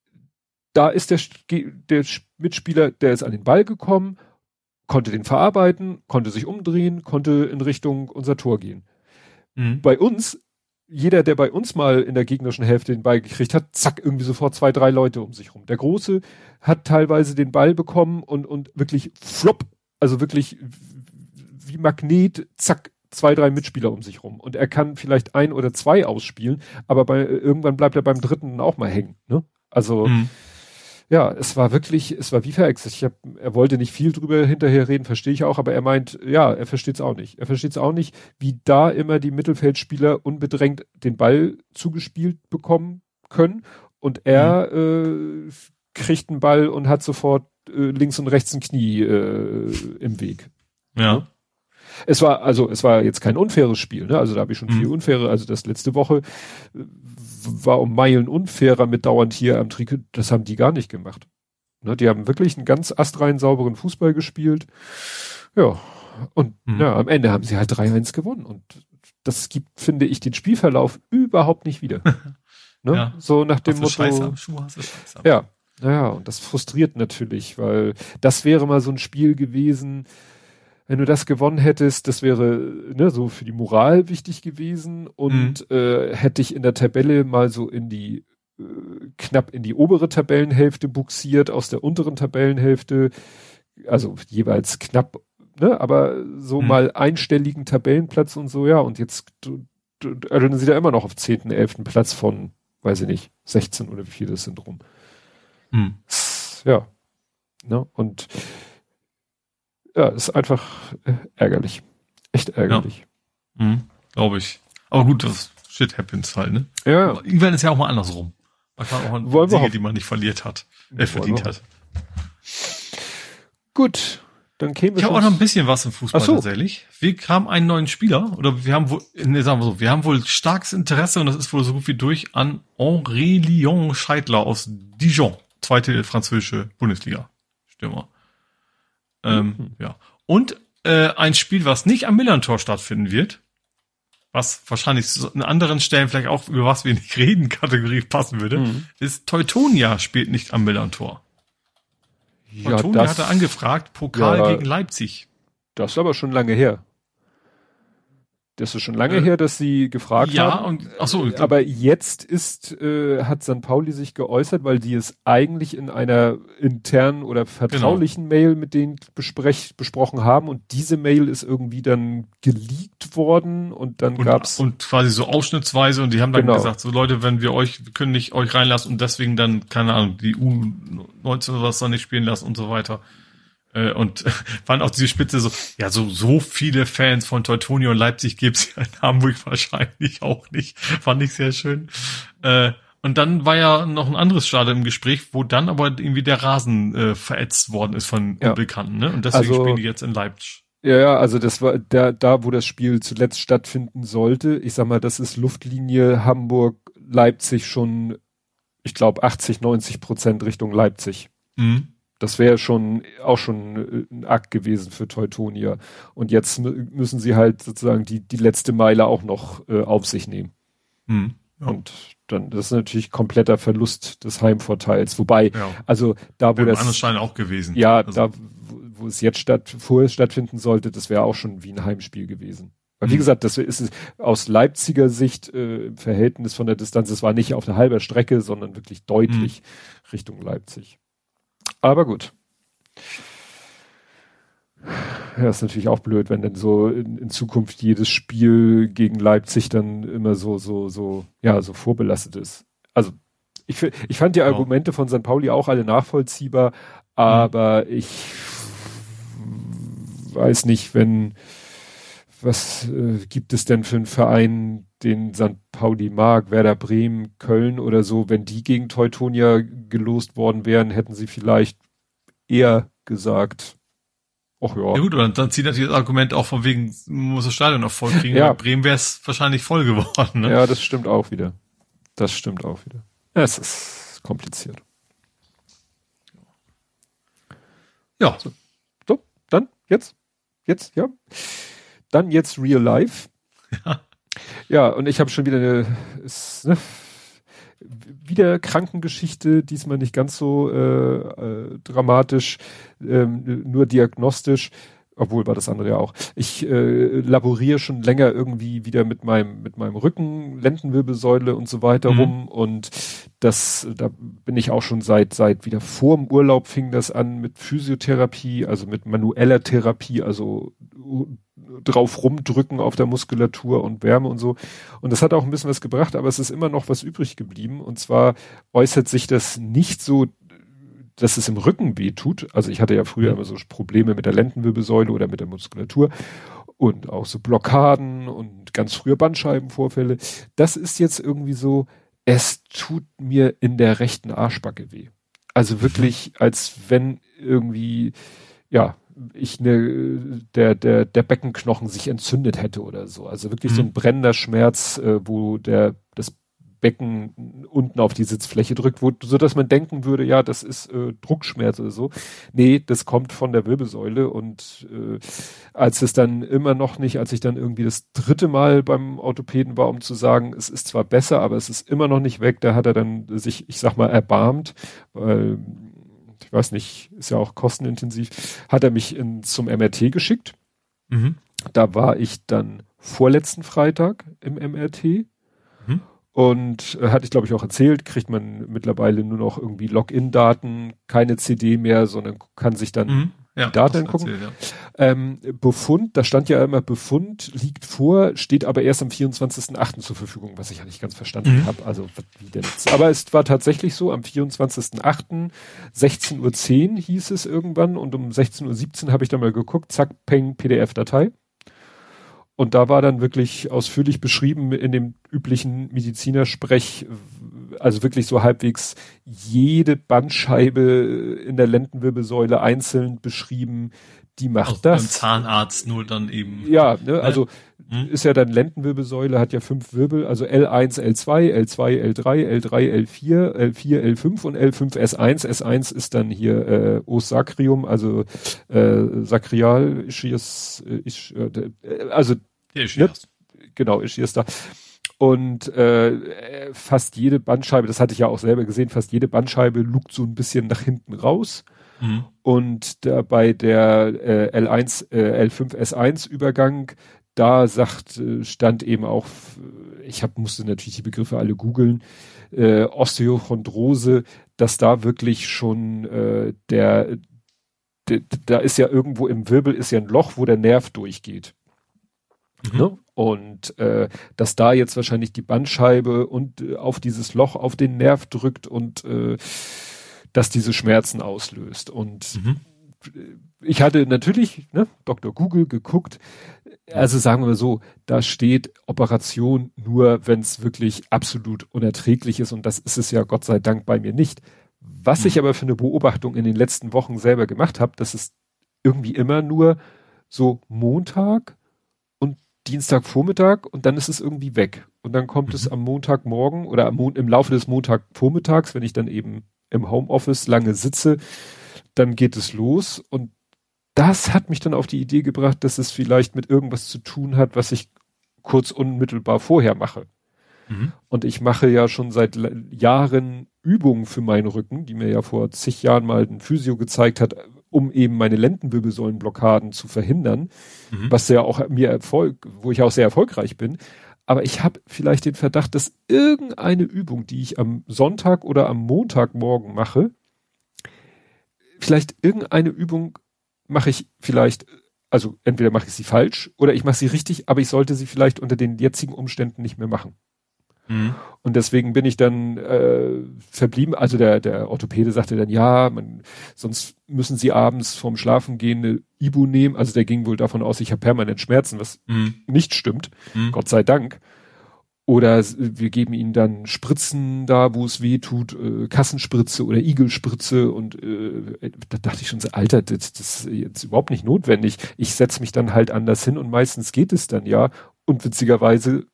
da ist der, der Mitspieler, der ist an den Ball gekommen, konnte den verarbeiten, konnte sich umdrehen, konnte in Richtung unser Tor gehen. Mhm. Bei uns, jeder, der bei uns mal in der gegnerischen Hälfte den Ball gekriegt hat, zack, irgendwie sofort zwei, drei Leute um sich rum. Der Große hat teilweise den Ball bekommen und, und wirklich flop, also wirklich wie Magnet, zack, zwei, drei Mitspieler um sich rum. Und er kann vielleicht ein oder zwei ausspielen, aber bei, irgendwann bleibt er beim dritten auch mal hängen, ne? Also, mhm. ja, es war wirklich, es war wie verhext. Ich hab, er wollte nicht viel drüber hinterher reden, verstehe ich auch, aber er meint, ja, er versteht es auch nicht. Er versteht es auch nicht, wie da immer die Mittelfeldspieler unbedrängt den Ball zugespielt bekommen können und er mhm. äh, kriegt einen Ball und hat sofort äh, links und rechts ein Knie äh, im Weg. Ja. Ne? Es war, also, es war jetzt kein unfaires Spiel, ne? Also, da habe ich schon mhm. viel unfaire, also das letzte Woche äh, war um Meilen unfairer mit dauernd hier am Trikot, das haben die gar nicht gemacht. Ne? Die haben wirklich einen ganz astrein sauberen Fußball gespielt. Ja. Und, mhm. ja, am Ende haben sie halt drei eins gewonnen und das gibt, finde ich, den Spielverlauf überhaupt nicht wieder. Ne? Ja. So nach dem hast Motto. Scheiße am Schuh, hast du Scheiße am ja. Ja, und das frustriert natürlich, weil das wäre mal so ein Spiel gewesen, wenn du das gewonnen hättest, das wäre ne, so für die Moral wichtig gewesen und mhm. äh, hätte ich in der Tabelle mal so in die äh, knapp in die obere Tabellenhälfte buxiert, aus der unteren Tabellenhälfte, also jeweils knapp, ne, aber so mhm. mal einstelligen Tabellenplatz und so, ja, und jetzt du, du, also dann sind ja immer noch auf zehnten, elften Platz von weiß ich nicht, sechzehn oder wie viele das sind rum. Hm. Ja. Ne? Und ja, ist einfach äh, ärgerlich. Echt ärgerlich. Ja. Hm, glaube ich. Aber gut, das Shit happens halt, ne? Ja, ja. Irgendwann ist ja auch mal andersrum. Man kann auch Wollen wir Siege, hoffen. die man nicht verliert hat, äh, verdient hat. Gut, dann kämen wir Ich habe auch noch ein bisschen was im Fußball Ach so. tatsächlich. Wir haben einen neuen Spieler, oder wir haben wohl, ne, sagen wir so, wir haben wohl starkes Interesse, und das ist wohl so gut wie durch, an Aurélien Scheidler aus Dijon, zweite französische Bundesliga-Stürmer. Ähm, Mhm. ja. Und äh, ein Spiel, was nicht am Millantor stattfinden wird, was wahrscheinlich so an anderen Stellen vielleicht auch, über was wir nicht reden, Kategorie passen würde, Mhm. ist Teutonia spielt nicht am Millantor. Ja, Teutonia das, hatte angefragt, Pokal ja, gegen Leipzig. das ist aber schon lange her. Das ist schon lange Äh, her, dass sie gefragt ja, haben. und ach so, Äh, aber jetzt ist, äh, hat Sankt Pauli sich geäußert, weil die es eigentlich in einer internen oder vertraulichen genau. Mail mit denen besprech, besprochen haben, und diese Mail ist irgendwie dann geleakt worden, und dann und, gab's und quasi so ausschnittsweise, und die haben dann genau. gesagt, so Leute, wenn wir euch, wir können nicht euch reinlassen und deswegen dann, keine Ahnung, die U neunzehn oder was dann nicht spielen lassen und so weiter. Und waren auch diese Spitze so, ja, so, so viele Fans von Teutonia und Leipzig gibt's ja in Hamburg wahrscheinlich auch nicht. Fand ich sehr schön. Und dann war ja noch ein anderes Stadion im Gespräch, wo dann aber irgendwie der Rasen äh, verätzt worden ist von ja. Unbekannten, ne? Und deswegen also, spielen die jetzt in Leipzig. Ja, ja, also das war da, da, wo das Spiel zuletzt stattfinden sollte. Ich sag mal, das ist Luftlinie Hamburg-Leipzig schon, ich glaube, achtzig, neunzig Prozent Richtung Leipzig. Mhm. Das wäre schon auch schon ein Akt gewesen für Teutonia. Und jetzt müssen sie halt sozusagen die, die letzte Meile auch noch äh, auf sich nehmen. Mhm. Ja. Und dann, das ist natürlich kompletter Verlust des Heimvorteils. Wobei, ja. also da, wo Wäre das... Stein auch gewesen. Ja, also. da, wo, wo es jetzt statt, vorher stattfinden sollte, das wäre auch schon wie ein Heimspiel gewesen. Weil, wie mhm. gesagt, das ist aus Leipziger Sicht äh, im Verhältnis von der Distanz, es war nicht auf der halber Strecke, sondern wirklich deutlich mhm. Richtung Leipzig. Aber gut. Ja, ist natürlich auch blöd, wenn dann so in, in Zukunft jedes Spiel gegen Leipzig dann immer so, so, so, ja, so vorbelastet ist. Also, ich, ich fand die ja. Argumente von Sankt Pauli auch alle nachvollziehbar, aber mhm. ich weiß nicht, wenn, was äh, gibt es denn für einen Verein, den Sankt Pauli mag, Werder Bremen, Köln oder so, wenn die gegen Teutonia gelost worden wären, hätten sie vielleicht eher gesagt, ach ja. Ja gut, aber dann zieht natürlich das Argument auch von wegen, muss das Stadion noch voll kriegen. Ja. Bei Bremen wäre es wahrscheinlich voll geworden. Ne? Ja, das stimmt auch wieder. Das stimmt auch wieder. Ja, es ist kompliziert. Ja. So, so dann, jetzt, jetzt, ja. Dann jetzt Real Life. Ja. Ja, und ich habe schon wieder eine, ist, ne, wieder Krankengeschichte, diesmal nicht ganz so äh, äh, dramatisch, ähm, nur diagnostisch, obwohl war das andere ja auch. Ich äh, laboriere schon länger irgendwie wieder mit meinem mit meinem Rücken, Lendenwirbelsäule und so weiter mhm. rum, und das, da bin ich auch schon seit seit wieder vor dem Urlaub fing das an mit Physiotherapie, also mit manueller Therapie, also drauf rumdrücken auf der Muskulatur und Wärme und so. Und das hat auch ein bisschen was gebracht, aber es ist immer noch was übrig geblieben. Und zwar äußert sich das nicht so, dass es im Rücken weh tut. Also ich hatte ja früher immer so Probleme mit der Lendenwirbelsäule oder mit der Muskulatur und auch so Blockaden und ganz früher Bandscheibenvorfälle. Das ist jetzt irgendwie so, es tut mir in der rechten Arschbacke weh. Also wirklich, als wenn irgendwie, ja, ich ne, der, der, der Beckenknochen sich entzündet hätte oder so. Also wirklich mhm. so ein brennender Schmerz, äh, wo der, das Becken unten auf die Sitzfläche drückt, wo, so dass man denken würde, ja, das ist äh, Druckschmerz oder so. Nee, das kommt von der Wirbelsäule, und äh, als es dann immer noch nicht, als ich dann irgendwie das dritte Mal beim Orthopäden war, um zu sagen, es ist zwar besser, aber es ist immer noch nicht weg, da hat er dann sich, ich sag mal, erbarmt, weil ich weiß nicht, ist ja auch kostenintensiv, hat er mich in, zum M R T geschickt. Mhm. Da war ich dann vorletzten Freitag im M R T. Mhm. Und äh, hatte ich, glaube ich, auch erzählt, kriegt man mittlerweile nur noch irgendwie Login-Daten, keine C D mehr, sondern kann sich dann mhm. ja, die Daten angucken. Erzählt, ja. ähm, Befund, da stand ja immer Befund, liegt vor, steht aber erst am vierundzwanzigsten achten zur Verfügung, was ich ja nicht ganz verstanden mhm. habe. Also wie denn jetzt? Aber es war tatsächlich so, am vierundzwanzigsten achten sechzehn Uhr zehn hieß es irgendwann und um sechzehn Uhr siebzehn habe ich dann mal geguckt, zack, peng, P D F-Datei. Und da war dann wirklich ausführlich beschrieben in dem üblichen Medizinersprech, also wirklich so halbwegs jede Bandscheibe in der Lendenwirbelsäule einzeln beschrieben, die macht also das. Beim Zahnarzt nur dann eben. Ja, ne, also hm? ist ja dann Lendenwirbelsäule, hat ja fünf Wirbel, also L eins, L zwei, L zwei, L drei, L drei, L vier, L vier, L fünf und L fünf S eins. S eins ist dann hier äh, Os Sacrum, also äh, Sakrial, Ischias, äh, Isch, äh, also ne, genau, Ischias da. Und äh, fast jede Bandscheibe, das hatte ich ja auch selber gesehen, fast jede Bandscheibe lugt so ein bisschen nach hinten raus. Mhm. Und da bei der äh, L eins, äh, L fünf S eins Übergang, da sagt, äh, stand eben auch, ich hab, musste natürlich die Begriffe alle googeln, äh, Osteochondrose, dass da wirklich schon äh, der, der, da ist ja irgendwo im Wirbel ist ja ein Loch, wo der Nerv durchgeht. Mhm. Ne? Und äh, dass da jetzt wahrscheinlich die Bandscheibe und äh, auf dieses Loch auf den Nerv drückt und äh, dass diese Schmerzen auslöst. Und mhm. ich hatte natürlich, ne, Doktor Google geguckt, also sagen wir so, da steht Operation nur, wenn es wirklich absolut unerträglich ist und das ist es ja Gott sei Dank bei mir nicht. Was mhm. ich aber für eine Beobachtung in den letzten Wochen selber gemacht habe, das ist irgendwie immer nur so Montag und Dienstagvormittag und dann ist es irgendwie weg. Und dann kommt mhm. es am Montagmorgen oder am Mon- im Laufe des Montagvormittags, wenn ich dann eben im Homeoffice lange sitze, dann geht es los und das hat mich dann auf die Idee gebracht, dass es vielleicht mit irgendwas zu tun hat, was ich kurz unmittelbar vorher mache. Mhm. Und ich mache ja schon seit Jahren Übungen für meinen Rücken, die mir ja vor zig Jahren mal ein Physio gezeigt hat, um eben meine Lendenwirbelsäulenblockaden zu verhindern, mhm. was ja auch mir Erfolg, wo ich auch sehr erfolgreich bin. Aber ich habe vielleicht den Verdacht, dass irgendeine Übung, die ich am Sonntag oder am Montagmorgen mache, vielleicht irgendeine Übung mache ich vielleicht, also entweder mache ich sie falsch oder ich mache sie richtig, aber ich sollte sie vielleicht unter den jetzigen Umständen nicht mehr machen. Mhm. Und deswegen bin ich dann äh, verblieben, also der, der Orthopäde sagte dann, ja, man, sonst müssen sie abends vorm Schlafengehen eine Ibu nehmen, also der ging wohl davon aus, ich habe permanent Schmerzen, was mhm. nicht stimmt, mhm. Gott sei Dank. Oder wir geben ihnen dann Spritzen da, wo es weh tut, äh, Kassenspritze oder Igelspritze und äh, da dachte ich schon so, Alter, das, das ist jetzt überhaupt nicht notwendig. Ich setze mich dann halt anders hin und meistens geht es dann ja und witzigerweise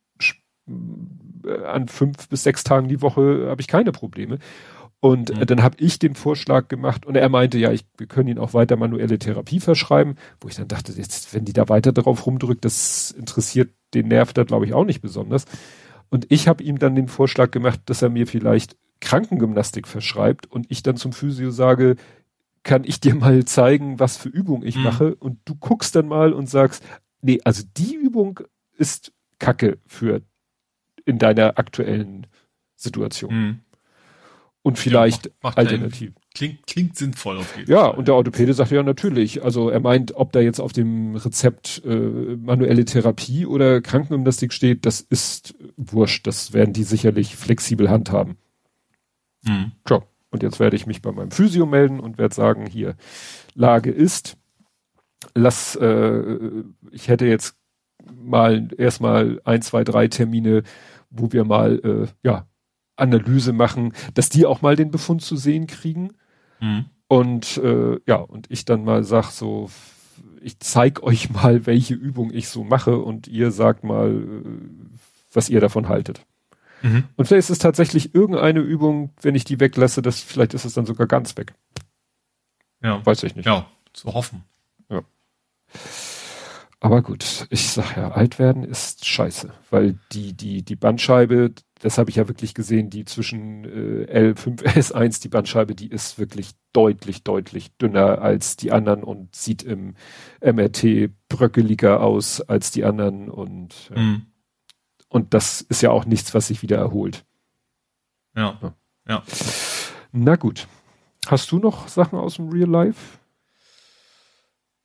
an fünf bis sechs Tagen die Woche habe ich keine Probleme. Und mhm. äh, dann habe ich den Vorschlag gemacht und er meinte, ja, ich, wir können Ihnen auch weiter manuelle Therapie verschreiben, wo ich dann dachte, jetzt, wenn die da weiter drauf rumdrückt, das interessiert den Nerv da, glaube ich, auch nicht besonders. Und ich habe ihm dann den Vorschlag gemacht, dass er mir vielleicht Krankengymnastik verschreibt und ich dann zum Physio sage, kann ich dir mal zeigen, was für Übung ich mhm. mache und du guckst dann mal und sagst, nee, also die Übung ist Kacke für in deiner aktuellen Situation. Mhm. Und vielleicht ja, macht, macht alternativ. Klingt, klingt sinnvoll auf jeden ja, Fall. Ja, und der Orthopäde sagt ja natürlich, also er meint, ob da jetzt auf dem Rezept äh, manuelle Therapie oder Krankengymnastik steht, das ist wurscht, das werden die sicherlich flexibel handhaben. Mhm. So, und jetzt werde ich mich bei meinem Physio melden und werde sagen, hier, Lage ist, lass, äh, ich hätte jetzt mal erstmal ein, zwei, drei Termine, wo wir mal, äh, ja, Analyse machen, dass die auch mal den Befund zu sehen kriegen. Mhm. Und äh, ja, und ich dann mal sag so, ich zeig euch mal, welche Übung ich so mache und ihr sagt mal, äh, was ihr davon haltet. Mhm. Und vielleicht ist es tatsächlich irgendeine Übung, wenn ich die weglasse, das, vielleicht ist es dann sogar ganz weg. Ja. Weiß ich nicht. Ja, zu hoffen. Ja. Aber gut, ich sag ja, alt werden ist scheiße, weil die, die, die Bandscheibe, das habe ich ja wirklich gesehen, die zwischen äh, L fünf S eins, die Bandscheibe, die ist wirklich deutlich, deutlich dünner als die anderen und sieht im M R T bröckeliger aus als die anderen und, äh, mhm. und das ist ja auch nichts, was sich wieder erholt. Ja, ja. ja. Na gut. Hast du noch Sachen aus dem Real Life?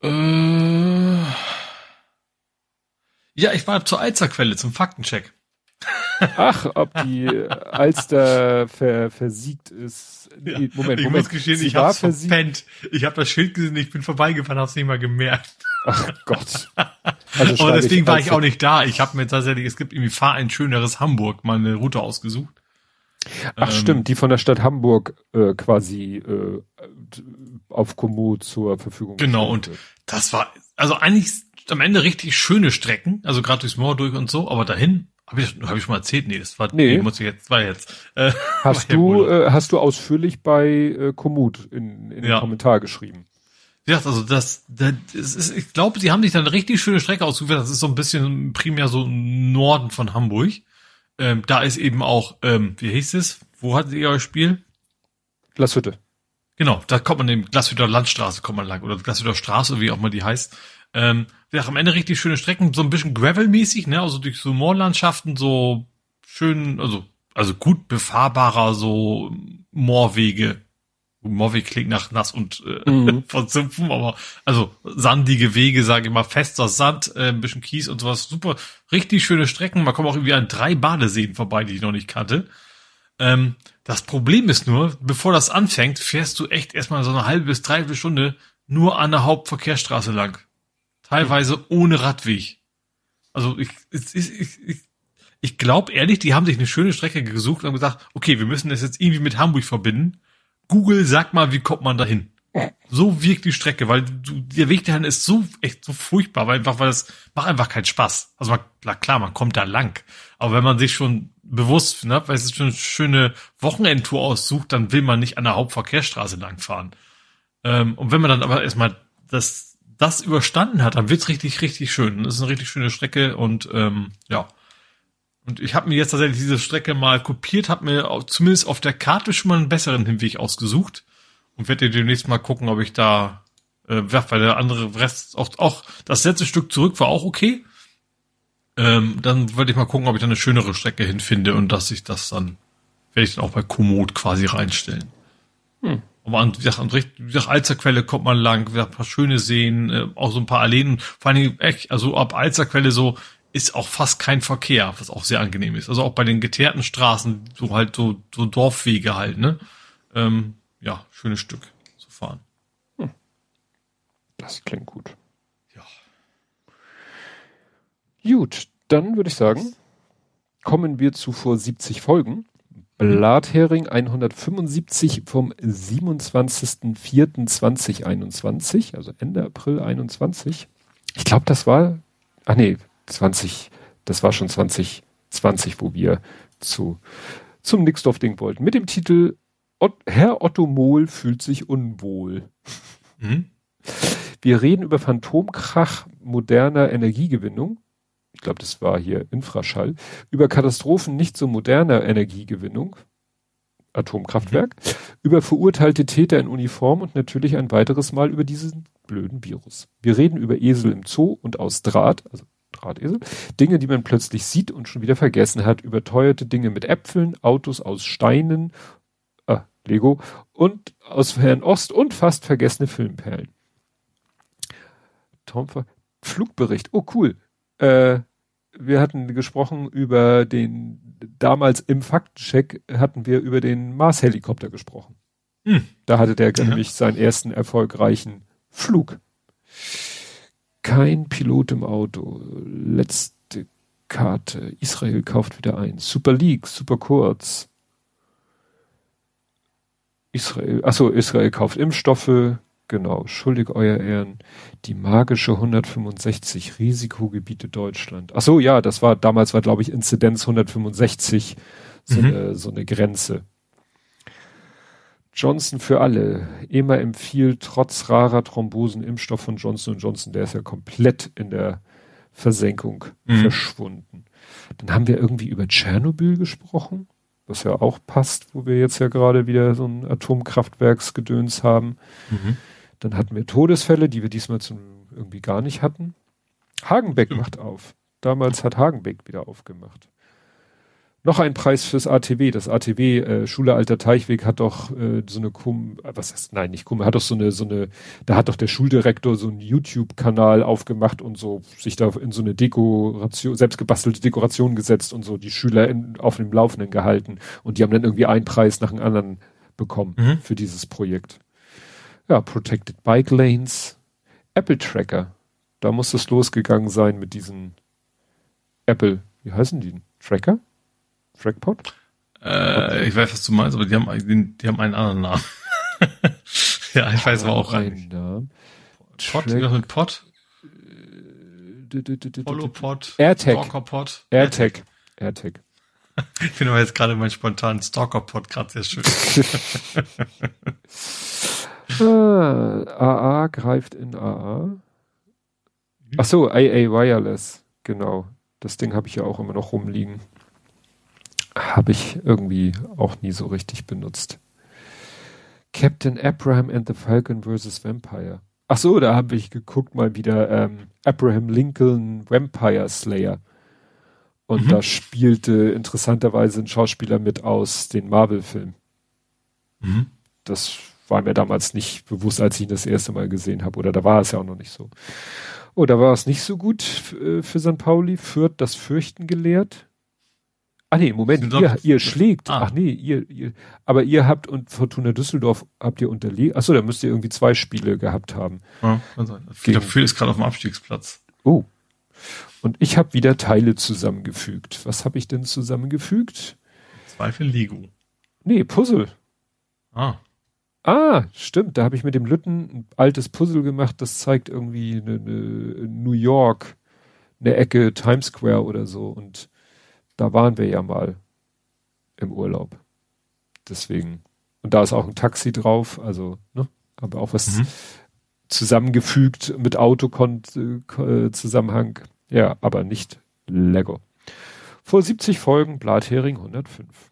Äh, ja, ich war zur Alsterquelle zum Faktencheck. Ach, ob die Alster ver, versiegt ist. Ja, Moment, Moment. Ich muss gestehen, ich hab's verpennt. Ich habe das Schild gesehen, ich bin vorbeigefahren, hab's nicht mal gemerkt. Ach Gott. Also aber deswegen ich war ich auch nicht da. Ich habe mir tatsächlich, es gibt irgendwie Fahr ein schöneres Hamburg, mal eine Route ausgesucht. Ach ähm, stimmt, die von der Stadt Hamburg äh, quasi äh, auf Komoot zur Verfügung genau, und wird. Das war, also eigentlich am Ende richtig schöne Strecken, also gerade durchs Moor durch und so, aber dahin, habe ich, hab ich schon mal erzählt? Nee, das war, nee, nee muss ich jetzt, war jetzt. Äh, hast war du, äh, hast du ausführlich bei äh, Komoot in, in ja. den Kommentar geschrieben. Ja, also das, das ist, ich glaube, sie haben sich da eine richtig schöne Strecke ausgesucht. Das ist so ein bisschen primär so im Norden von Hamburg. Ähm, da ist eben auch, ähm, wie hieß es? Wo hattet ihr euer Spiel? Glashütte. Genau, da kommt man in Glashütter Landstraße kommt man lang oder Glashütter Straße, wie auch mal die heißt. Ähm, ja, am Ende richtig schöne Strecken, so ein bisschen Gravel-mäßig, ne, also durch so Moorlandschaften, so schön, also also gut befahrbarer so Moorwege. Moorweg klingt nach nass und äh, mhm. versumpfen, aber also sandige Wege, sage ich mal, fester Sand, äh, ein bisschen Kies und sowas, super, richtig schöne Strecken. Man kommt auch irgendwie an drei Badeseen vorbei, die ich noch nicht kannte. Ähm, das Problem ist nur, bevor das anfängt, fährst du echt erstmal so eine halbe bis dreiviertel Stunde nur an der Hauptverkehrsstraße lang. Teilweise mhm. ohne Radweg. Also ich ich, ich, ich, ich glaube ehrlich, die haben sich eine schöne Strecke gesucht und haben gesagt, okay, wir müssen das jetzt irgendwie mit Hamburg verbinden. Google, sag mal, wie kommt man da hin? So wirkt die Strecke, weil du, der Weg dahin ist so, echt so furchtbar, weil einfach, weil es macht einfach keinen Spaß. Also man, klar, man kommt da lang. Aber wenn man sich schon bewusst, ne, weil es ist schon eine schöne Wochenendtour aussucht, dann will man nicht an der Hauptverkehrsstraße langfahren. Ähm, und wenn man dann aber erstmal das, das überstanden hat, dann wird's richtig, richtig schön. Das ist eine richtig schöne Strecke und, ähm, ja. Und ich habe mir jetzt tatsächlich diese Strecke mal kopiert, habe mir auch, zumindest auf der Karte schon mal einen besseren Hinweg ausgesucht und werde demnächst mal gucken, ob ich da, äh, weil der andere Rest, auch, auch das letzte Stück zurück war auch okay. Ähm, dann werde ich mal gucken, ob ich da eine schönere Strecke hinfinde und dass ich das dann, werde ich dann auch bei Komoot quasi reinstellen. Hm. Aber an, wie gesagt, an wie gesagt, Alsterquelle kommt man lang, wie gesagt, ein paar schöne Seen, äh, auch so ein paar Alleen, vor allen Dingen echt, also ab Alsterquelle so, ist auch fast kein Verkehr, was auch sehr angenehm ist. Also auch bei den geteerten Straßen, so halt so, so Dorfwege halt, ne? Ähm, ja, schönes Stück zu fahren. Hm. Das klingt gut. Ja. Gut, dann würde ich sagen, kommen wir zu vor siebzig Folgen. Blathering hundertfünfundsiebzig vom siebenundzwanzigsten vierten zweitausendeinundzwanzig, also Ende April einundzwanzig. Ich glaube, das war, ach nee, zwanzig, das war schon zwanzig zwanzig, wo wir zu, zum Nixdorf-Ding wollten. Mit dem Titel Ot- Herr Otto Mohl fühlt sich unwohl. Mhm. Wir reden über Phantomkrach moderner Energiegewinnung. Ich glaube, das war hier Infraschall. Über Katastrophen nicht so moderner Energiegewinnung. Atomkraftwerk. Mhm. Über verurteilte Täter in Uniform und natürlich ein weiteres Mal über diesen blöden Virus. Wir reden über Esel im Zoo und aus Draht, also Drahtesel, Dinge, die man plötzlich sieht und schon wieder vergessen hat, überteuerte Dinge mit Äpfeln, Autos aus Steinen, äh, Lego und aus Fernost und fast vergessene Filmperlen. Tom, Flugbericht, oh cool. Äh, wir hatten gesprochen über den, damals im Faktencheck hatten wir über den Mars-Helikopter gesprochen. Hm. Da hatte der ja. nämlich seinen ersten erfolgreichen Flug. Kein Pilot im Auto. Letzte Karte. Israel kauft wieder ein. Super League, super kurz. Israel, achso, Israel kauft Impfstoffe. Genau, schuldig euer Ehren. Die magische hundertfünfundsechzig, Risikogebiete Deutschland. Ach so, ja, das war, damals war, glaube ich, Inzidenz hundertfünfundsechzig, so, mhm. eine, so eine Grenze. Johnson für alle. E M A empfiehlt trotz rarer Thrombosen Impfstoff von Johnson und Johnson, der ist ja komplett in der Versenkung mhm. verschwunden. Dann haben wir irgendwie über Tschernobyl gesprochen, was ja auch passt, wo wir jetzt ja gerade wieder so ein Atomkraftwerksgedöns haben. Mhm. Dann hatten wir Todesfälle, die wir diesmal zum, irgendwie gar nicht hatten. Hagenbeck Stimmt. macht auf. Damals hat Hagenbeck wieder aufgemacht. Noch ein Preis fürs A T W. Das A T W, äh, Schule Alter Teichweg, hat doch äh, so eine Kum, was heißt, nein, nicht Kum, hat doch so eine, so eine, da hat doch der Schuldirektor so einen YouTube-Kanal aufgemacht und so sich da in so eine Dekoration, selbstgebastelte Dekoration gesetzt und so die Schüler in, auf dem Laufenden gehalten. Und die haben dann irgendwie einen Preis nach dem anderen bekommen mhm. für dieses Projekt. Ja, Protected Bike Lanes, Apple Tracker. Da muss es losgegangen sein mit diesen Apple, wie heißen die denn? Tracker? Trackpod? Äh, ich weiß, was du meinst, aber die haben, die, die haben einen anderen Namen. Ja, ich weiß aber auch einen Namen. Pod, irgendwas mit Pod? Holopod? AirTag. Stalkerpod? AirTag. AirTag. Ich finde aber jetzt gerade meinen spontanen Stalkerpod gerade sehr schön. ah, A A greift in A A. Ach so, A A Wireless. Genau. Das Ding habe ich ja auch immer noch rumliegen. Habe ich irgendwie auch nie so richtig benutzt. Captain Abraham and the Falcon versus Vampire. Ach so, da habe ich geguckt mal wieder ähm, Abraham Lincoln Vampire Slayer. Und mhm. da spielte interessanterweise ein Schauspieler mit aus den Marvel-Filmen. Mhm. Das war mir damals nicht bewusst, als ich ihn das erste Mal gesehen habe. Oder da war es ja auch noch nicht so. Oh, da war es nicht so gut für, für Sankt Pauli. Fürth das Fürchten gelehrt. Ah nee, Moment, ihr, ihr schlägt. Ah. Ach nee, ihr, ihr, aber ihr habt und Fortuna Düsseldorf habt ihr unterlegt. Achso, da müsst ihr irgendwie zwei Spiele gehabt haben. Ja, also, Fürth ist gerade auf dem Abstiegsplatz. Oh. Und ich habe wieder Teile zusammengefügt. Was habe ich denn zusammengefügt? Zweifel Lego. Nee, Puzzle. Ah. Ah, stimmt. Da habe ich mit dem Lütten ein altes Puzzle gemacht. Das zeigt irgendwie eine, eine New York, eine Ecke Times Square oder so. Und da waren wir ja mal im Urlaub. Deswegen. Und da ist auch ein Taxi drauf. Also, ne, haben wir auch was mhm. zusammengefügt mit Autokont-Zusammenhang. Ja, aber nicht Lego. Vor siebzig Folgen Blathering hundertfünf.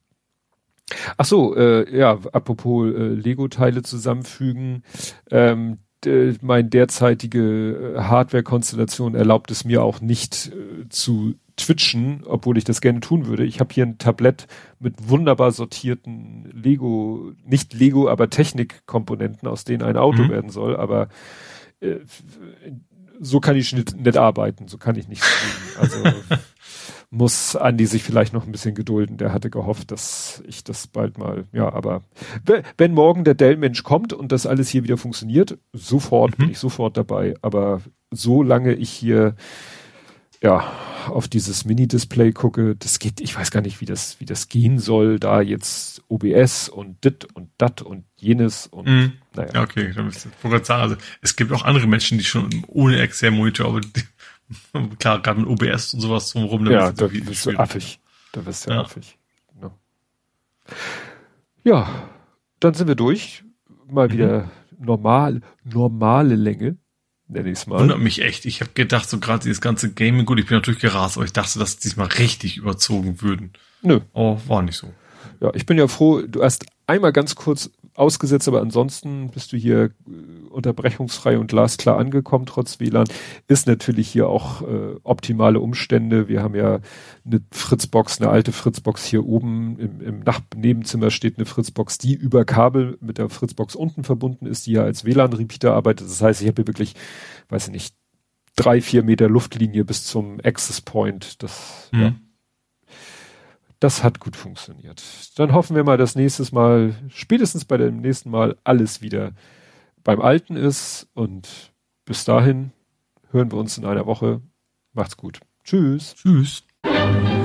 Ach so, äh, ja, apropos äh, Lego-Teile zusammenfügen. Ähm, d- mein derzeitige äh, Hardware-Konstellation erlaubt es mir auch nicht äh, zu twitchen, obwohl ich das gerne tun würde. Ich habe hier ein Tablett mit wunderbar sortierten Lego, nicht Lego, aber Technikkomponenten, aus denen ein Auto mhm. werden soll, aber äh, so kann ich nicht, nicht arbeiten, so kann ich nicht spielen. Also muss Andi sich vielleicht noch ein bisschen gedulden. Der hatte gehofft, dass ich das bald mal, ja, aber wenn morgen der Dell-Mensch kommt und das alles hier wieder funktioniert, sofort mhm. bin ich sofort dabei. Aber solange ich hier, ja, auf dieses Mini-Display gucke, das geht, ich weiß gar nicht, wie das, wie das gehen soll, da jetzt O B S und dit und dat und jenes und, mhm. naja. Ja, okay, dann müsste ich gerade sagen, also, es gibt auch andere Menschen, die schon ohne Extern-Monitor, aber die, klar, gerade mit O B S und sowas drumherum, da ja, da bist du affig. Da bist du ja. affig. Ja. ja, dann sind wir durch. Mal mhm. wieder normal, normale Länge, nenne ich es mal. Wundert mich echt. Ich habe gedacht, so gerade dieses ganze Gaming, gut, ich bin natürlich gerast, aber ich dachte, dass die diesmal richtig überzogen würden. Nö. Oh, war nicht so. Ja, ich bin ja froh, du hast einmal ganz kurz ausgesetzt, aber ansonsten bist du hier äh, unterbrechungsfrei und glasklar angekommen, trotz W L A N. Ist natürlich hier auch äh, optimale Umstände. Wir haben ja eine Fritzbox, eine alte Fritzbox hier oben. Im, im Nach-Nebenzimmer steht eine Fritzbox, die über Kabel mit der Fritzbox unten verbunden ist, die ja als W L A N-Repeater arbeitet. Das heißt, ich habe hier wirklich, weiß ich nicht, drei, vier Meter Luftlinie bis zum Access Point. Das, mhm. ja. Das hat gut funktioniert. Dann hoffen wir mal, dass nächstes Mal, spätestens bei dem nächsten Mal, alles wieder beim Alten ist. Und bis dahin hören wir uns in einer Woche. Macht's gut. Tschüss. Tschüss.